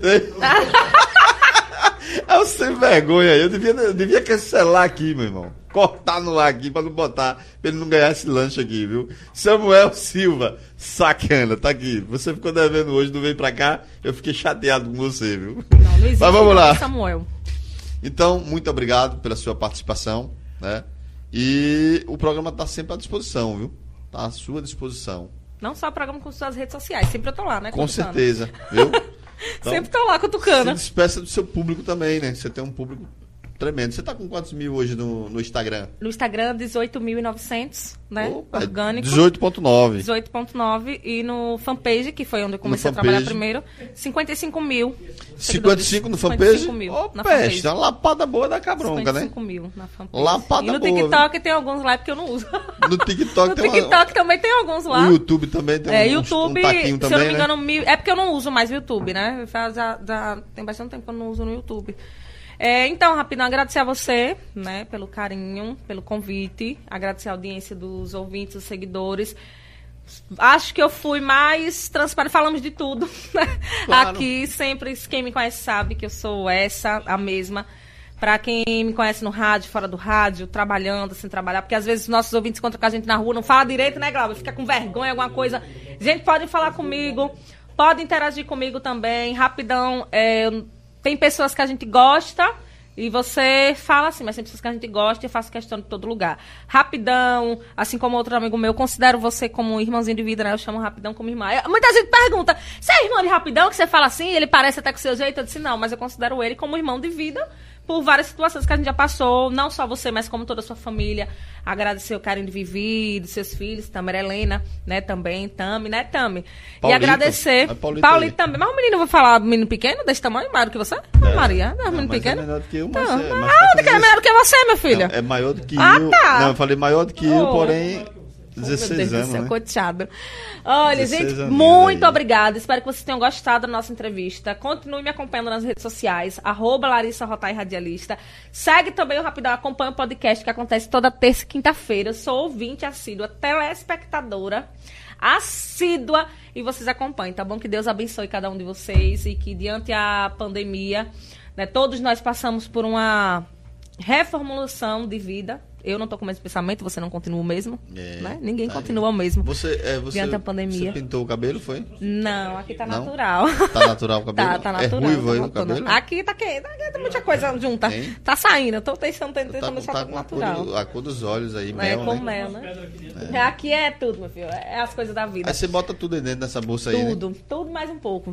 Eu sem vergonha aí. Eu devia cancelar aqui, meu irmão. Cortar no ar aqui pra não botar, pra ele não ganhar esse lanche aqui, viu? Samuel Silva, sacana, tá aqui. Você ficou devendo hoje, não veio pra cá. Eu fiquei chateado com você, viu? Não existe. Mas vamos lá. Samuel. Então, muito obrigado pela sua participação, né? E o programa tá sempre à disposição, viu? Tá à sua disposição. Não só o programa com suas redes sociais. Sempre eu tô lá, né? Com cutucando. certeza, viu? Então, Sempre tô lá cutucando. se despeça do seu público também, né? Você tem um público tremendo. Você tá com quantos mil hoje no Instagram? No Instagram, 18.900, né? Opa, Orgânico. 18.9. 18.9. E no fanpage, que foi onde eu comecei a fanpage. trabalhar primeiro, 55 mil. 55 no fanpage? 55 mil Ô, na peste, fanpage. uma lapada boa da cabronca, né? 55 mil na fanpage. Lapada e no boa, TikTok tem alguns lá porque eu não uso. No TikTok No tem TikTok também tem alguns lá. O YouTube também tem YouTube, um taquinho se eu também, não me engano, né? é porque eu não uso mais o YouTube, né? Já tem bastante tempo que eu não uso no YouTube. Então, rapidão, agradecer a você, né, pelo carinho, pelo convite, agradecer a audiência dos ouvintes, dos seguidores. Acho que eu fui mais transparente, falamos de tudo, né? Claro. Aqui, sempre, quem me conhece sabe que eu sou a mesma. Para quem me conhece no rádio, fora do rádio, trabalhando, sem trabalhar, porque às vezes os nossos ouvintes encontram com a gente na rua, não fala direito, né, Glauber? Fica com vergonha, alguma coisa. Gente, pode falar comigo, pode interagir comigo também, rapidão. Tem pessoas que a gente gosta e você fala assim, mas tem pessoas que a gente gosta e eu faço questão de todo lugar. Rapidão, assim como outro amigo meu, eu considero você como um irmãozinho de vida, né? Eu chamo Rapidão como irmã. Muita gente pergunta, você é irmão de Rapidão, que você fala assim, ele parece até com o seu jeito? Eu disse, não, mas eu considero ele como irmão de vida, por várias situações que a gente já passou, não só você, mas como toda a sua família. Agradecer o carinho de Vivi, dos seus filhos, Tamara Helena, né, também, Tami, né, Tami? Paulito. E agradecer, É Paulito também. Mas o menino, vai falar, menino pequeno, desse tamanho, maior do que você? Maria, não, menino mas pequeno. é menor do que eu, Então, mas onde que é menor do que você, meu filho? Não, é maior do que Ah, eu. tá. Não, eu falei maior do que eu, Oh. porém Meu 16 Deus do anos, céu, né? coteado. Olha, 16 gente, aninhos muito aí. obrigada. Espero que vocês tenham gostado da nossa entrevista. Continue me acompanhando nas redes sociais, @Larissa Rotai Radialista. Segue também o Rapidão, acompanha o podcast que acontece toda terça e quinta-feira. Eu sou ouvinte assídua, telespectadora assídua, e vocês acompanhem, tá bom? Que Deus abençoe cada um de vocês e que diante a pandemia, né, todos nós passamos por uma reformulação de vida. Eu não tô com o mesmo pensamento, você não continua o mesmo, né? Ninguém continua o mesmo. Você diante da pandemia. Você pintou o cabelo, foi? Não, aqui tá Não? natural. Tá natural o cabelo? Tá natural. É ruivo aí tá o voltando. cabelo? Aqui tá quente, tem muita coisa junta. Hein? Tá saindo, eu tô tentando Tá deixar tudo com natural. a cor dos olhos aí, É, mel, com né? mel, né? Aqui é tudo, meu filho. É as coisas da vida. Aí você bota tudo aí dentro dessa bolsa aí, né? Tudo mais um pouco.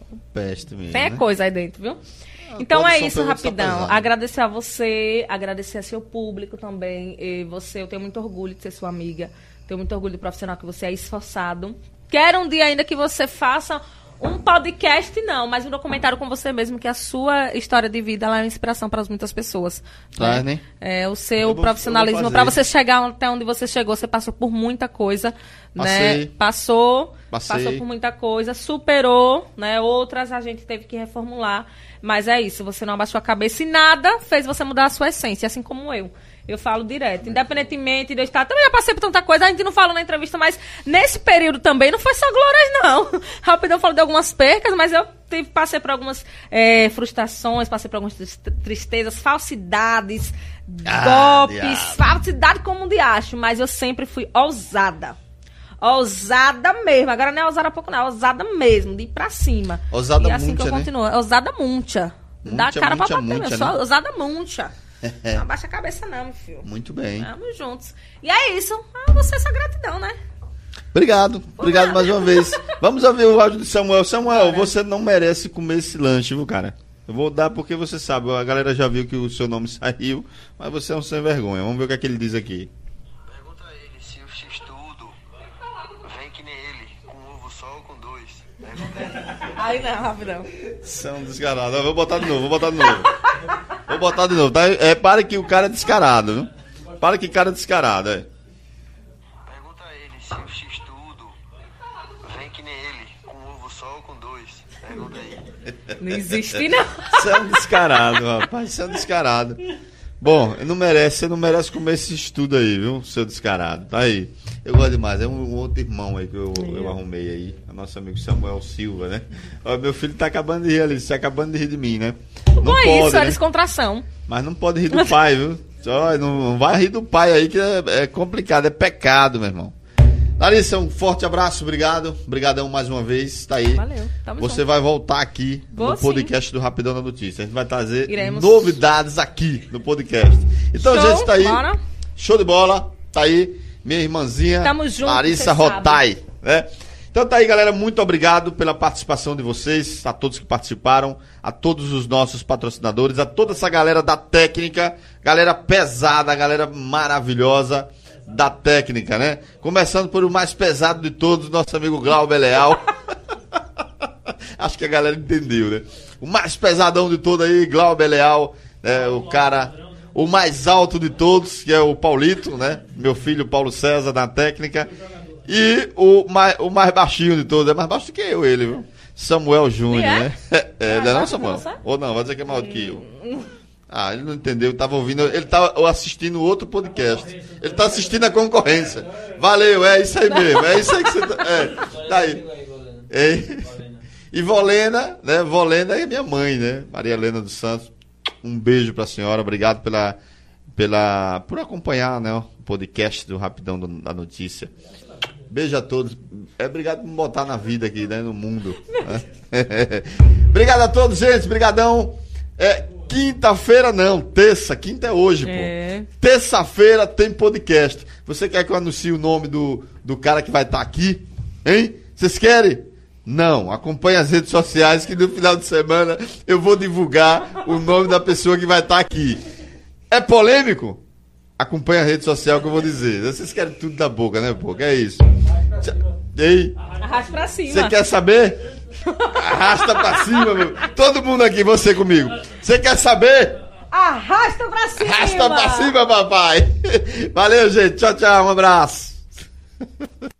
Peste mesmo, Tem né? coisa aí dentro, viu? Então todos é são isso, perguntas rapidão. pesadas. Agradecer a você, agradecer a seu público também. E você, eu tenho muito orgulho de ser sua amiga. Tenho muito orgulho do profissional que você é esforçado. Quero um dia ainda que você faça um podcast, não, mas um documentário com você mesmo, que a sua história de vida ela é uma inspiração para muitas pessoas. Tá, né? É, o Eu seu vou profissionalismo, fazer. para você chegar até onde você chegou, você passou por muita coisa, né? Passou por muita coisa, superou, né? Outras a gente teve que reformular, mas é isso, você não abaixou a cabeça e nada fez você mudar a sua essência, assim como eu. Eu falo direto, independentemente de eu estar... Também já passei por tanta coisa, a gente não falou na entrevista, mas nesse período também não foi só glórias, não. Rapidão falou de algumas percas, mas eu passei por algumas frustrações, passei por algumas tristezas, falsidades, golpes, diabo. falsidade como um diacho, mas eu sempre fui ousada. Ousada mesmo. Agora não é ousada pouco, não. É ousada mesmo, de ir pra cima. Ousada e assim muncha, que eu né? continuo. É ousada muncha. Dá Muncha, cara pra muncha, bater, muncha, meu. Só né? ousada muncha. Não abaixa a cabeça não, meu filho. Muito bem. Vamos juntos. E é isso. A você essa gratidão, né? Obrigado mais uma vez. Vamos ouvir o áudio de Samuel. Samuel, você não merece comer esse lanche, viu, cara? Eu vou dar porque você sabe, a galera já viu que o seu nome saiu, mas você é um sem vergonha. Vamos ver o que é que ele diz aqui. Pergunta a ele se o X-Tudo vem que nem ele, com um ovo só ou com dois. Pergunta a ele. Aí não, rapidão. São descarados. Eu vou botar de novo. Tá? Para que o cara é descarado, viu? Para que cara é descarado, é. Pergunta a ele se o X-Tudo vem que nem ele, com um ovo só ou com dois. Pergunta aí. Não existe, não. Você é um descarado, rapaz. Você é um descarado. Bom, você não merece comer esse estudo aí, viu, seu descarado. Tá aí. Eu gosto demais. É um outro irmão aí que eu arrumei aí. É nosso amigo Samuel Silva, né? Ó, meu filho tá acabando de rir ali. Você tá acabando de rir de mim, né? Não Bom, é pode, isso, é né? descontração. Mas não pode rir do pai, viu? Só, não vai rir do pai aí, que é complicado, é pecado, meu irmão. Larissa, um forte abraço, obrigado. Obrigadão mais uma vez, tá aí. Valeu, tamo Você junto. vai voltar aqui Vou no sim. podcast do Rapidão da Notícia. A gente vai trazer Iremos. novidades aqui no podcast. Então, Show, gente, tá aí. bora. Show de bola, tá aí. Minha irmãzinha, Tamo junto, Larissa cê Rotai, né? Então tá aí, galera, muito obrigado pela participação de vocês, a todos que participaram, a todos os nossos patrocinadores, a toda essa galera da técnica, galera pesada, galera maravilhosa da técnica, né? Começando por o mais pesado de todos, nosso amigo Glauber Leal. Acho que a galera entendeu, né? O mais pesadão de todo aí, Glauber Leal, o cara, o mais alto de todos, que é o Paulito, né? Meu filho Paulo César na técnica. E o mais baixinho de todos, é mais baixo do que eu, ele, viu? Samuel Júnior, né? Não é não, Samuel? Ou não, vai dizer que é maior do que eu. Ah, ele não entendeu, tava ouvindo, ele tava assistindo outro podcast. Ele tá assistindo a concorrência. Valeu, é isso aí mesmo, é isso aí que você tá. Tá aí. E Volena, né? Volena é minha mãe, né? Maria Helena dos Santos. Um beijo pra senhora, obrigado por acompanhar, né, o podcast do Rapidão da Notícia. Beijo a todos. Obrigado por me botar na vida aqui, né? No mundo. Obrigado a todos, gente. Obrigadão. Quinta-feira não, terça. Quinta é hoje, pô. Terça-feira tem podcast. Você quer que eu anuncie o nome do cara que vai estar aqui? Hein? Vocês querem? Não, acompanhe as redes sociais que no final de semana eu vou divulgar o nome da pessoa que vai estar aqui. É polêmico? Acompanhe a rede social que eu vou dizer. Vocês querem tudo da boca, né, pô? É isso. Ei, Arrasta pra cima. você quer saber? Arrasta pra cima, meu. Todo mundo aqui, você comigo. Você quer saber? Arrasta pra cima. Arrasta pra cima, papai. Valeu, gente. Tchau, tchau. Um abraço.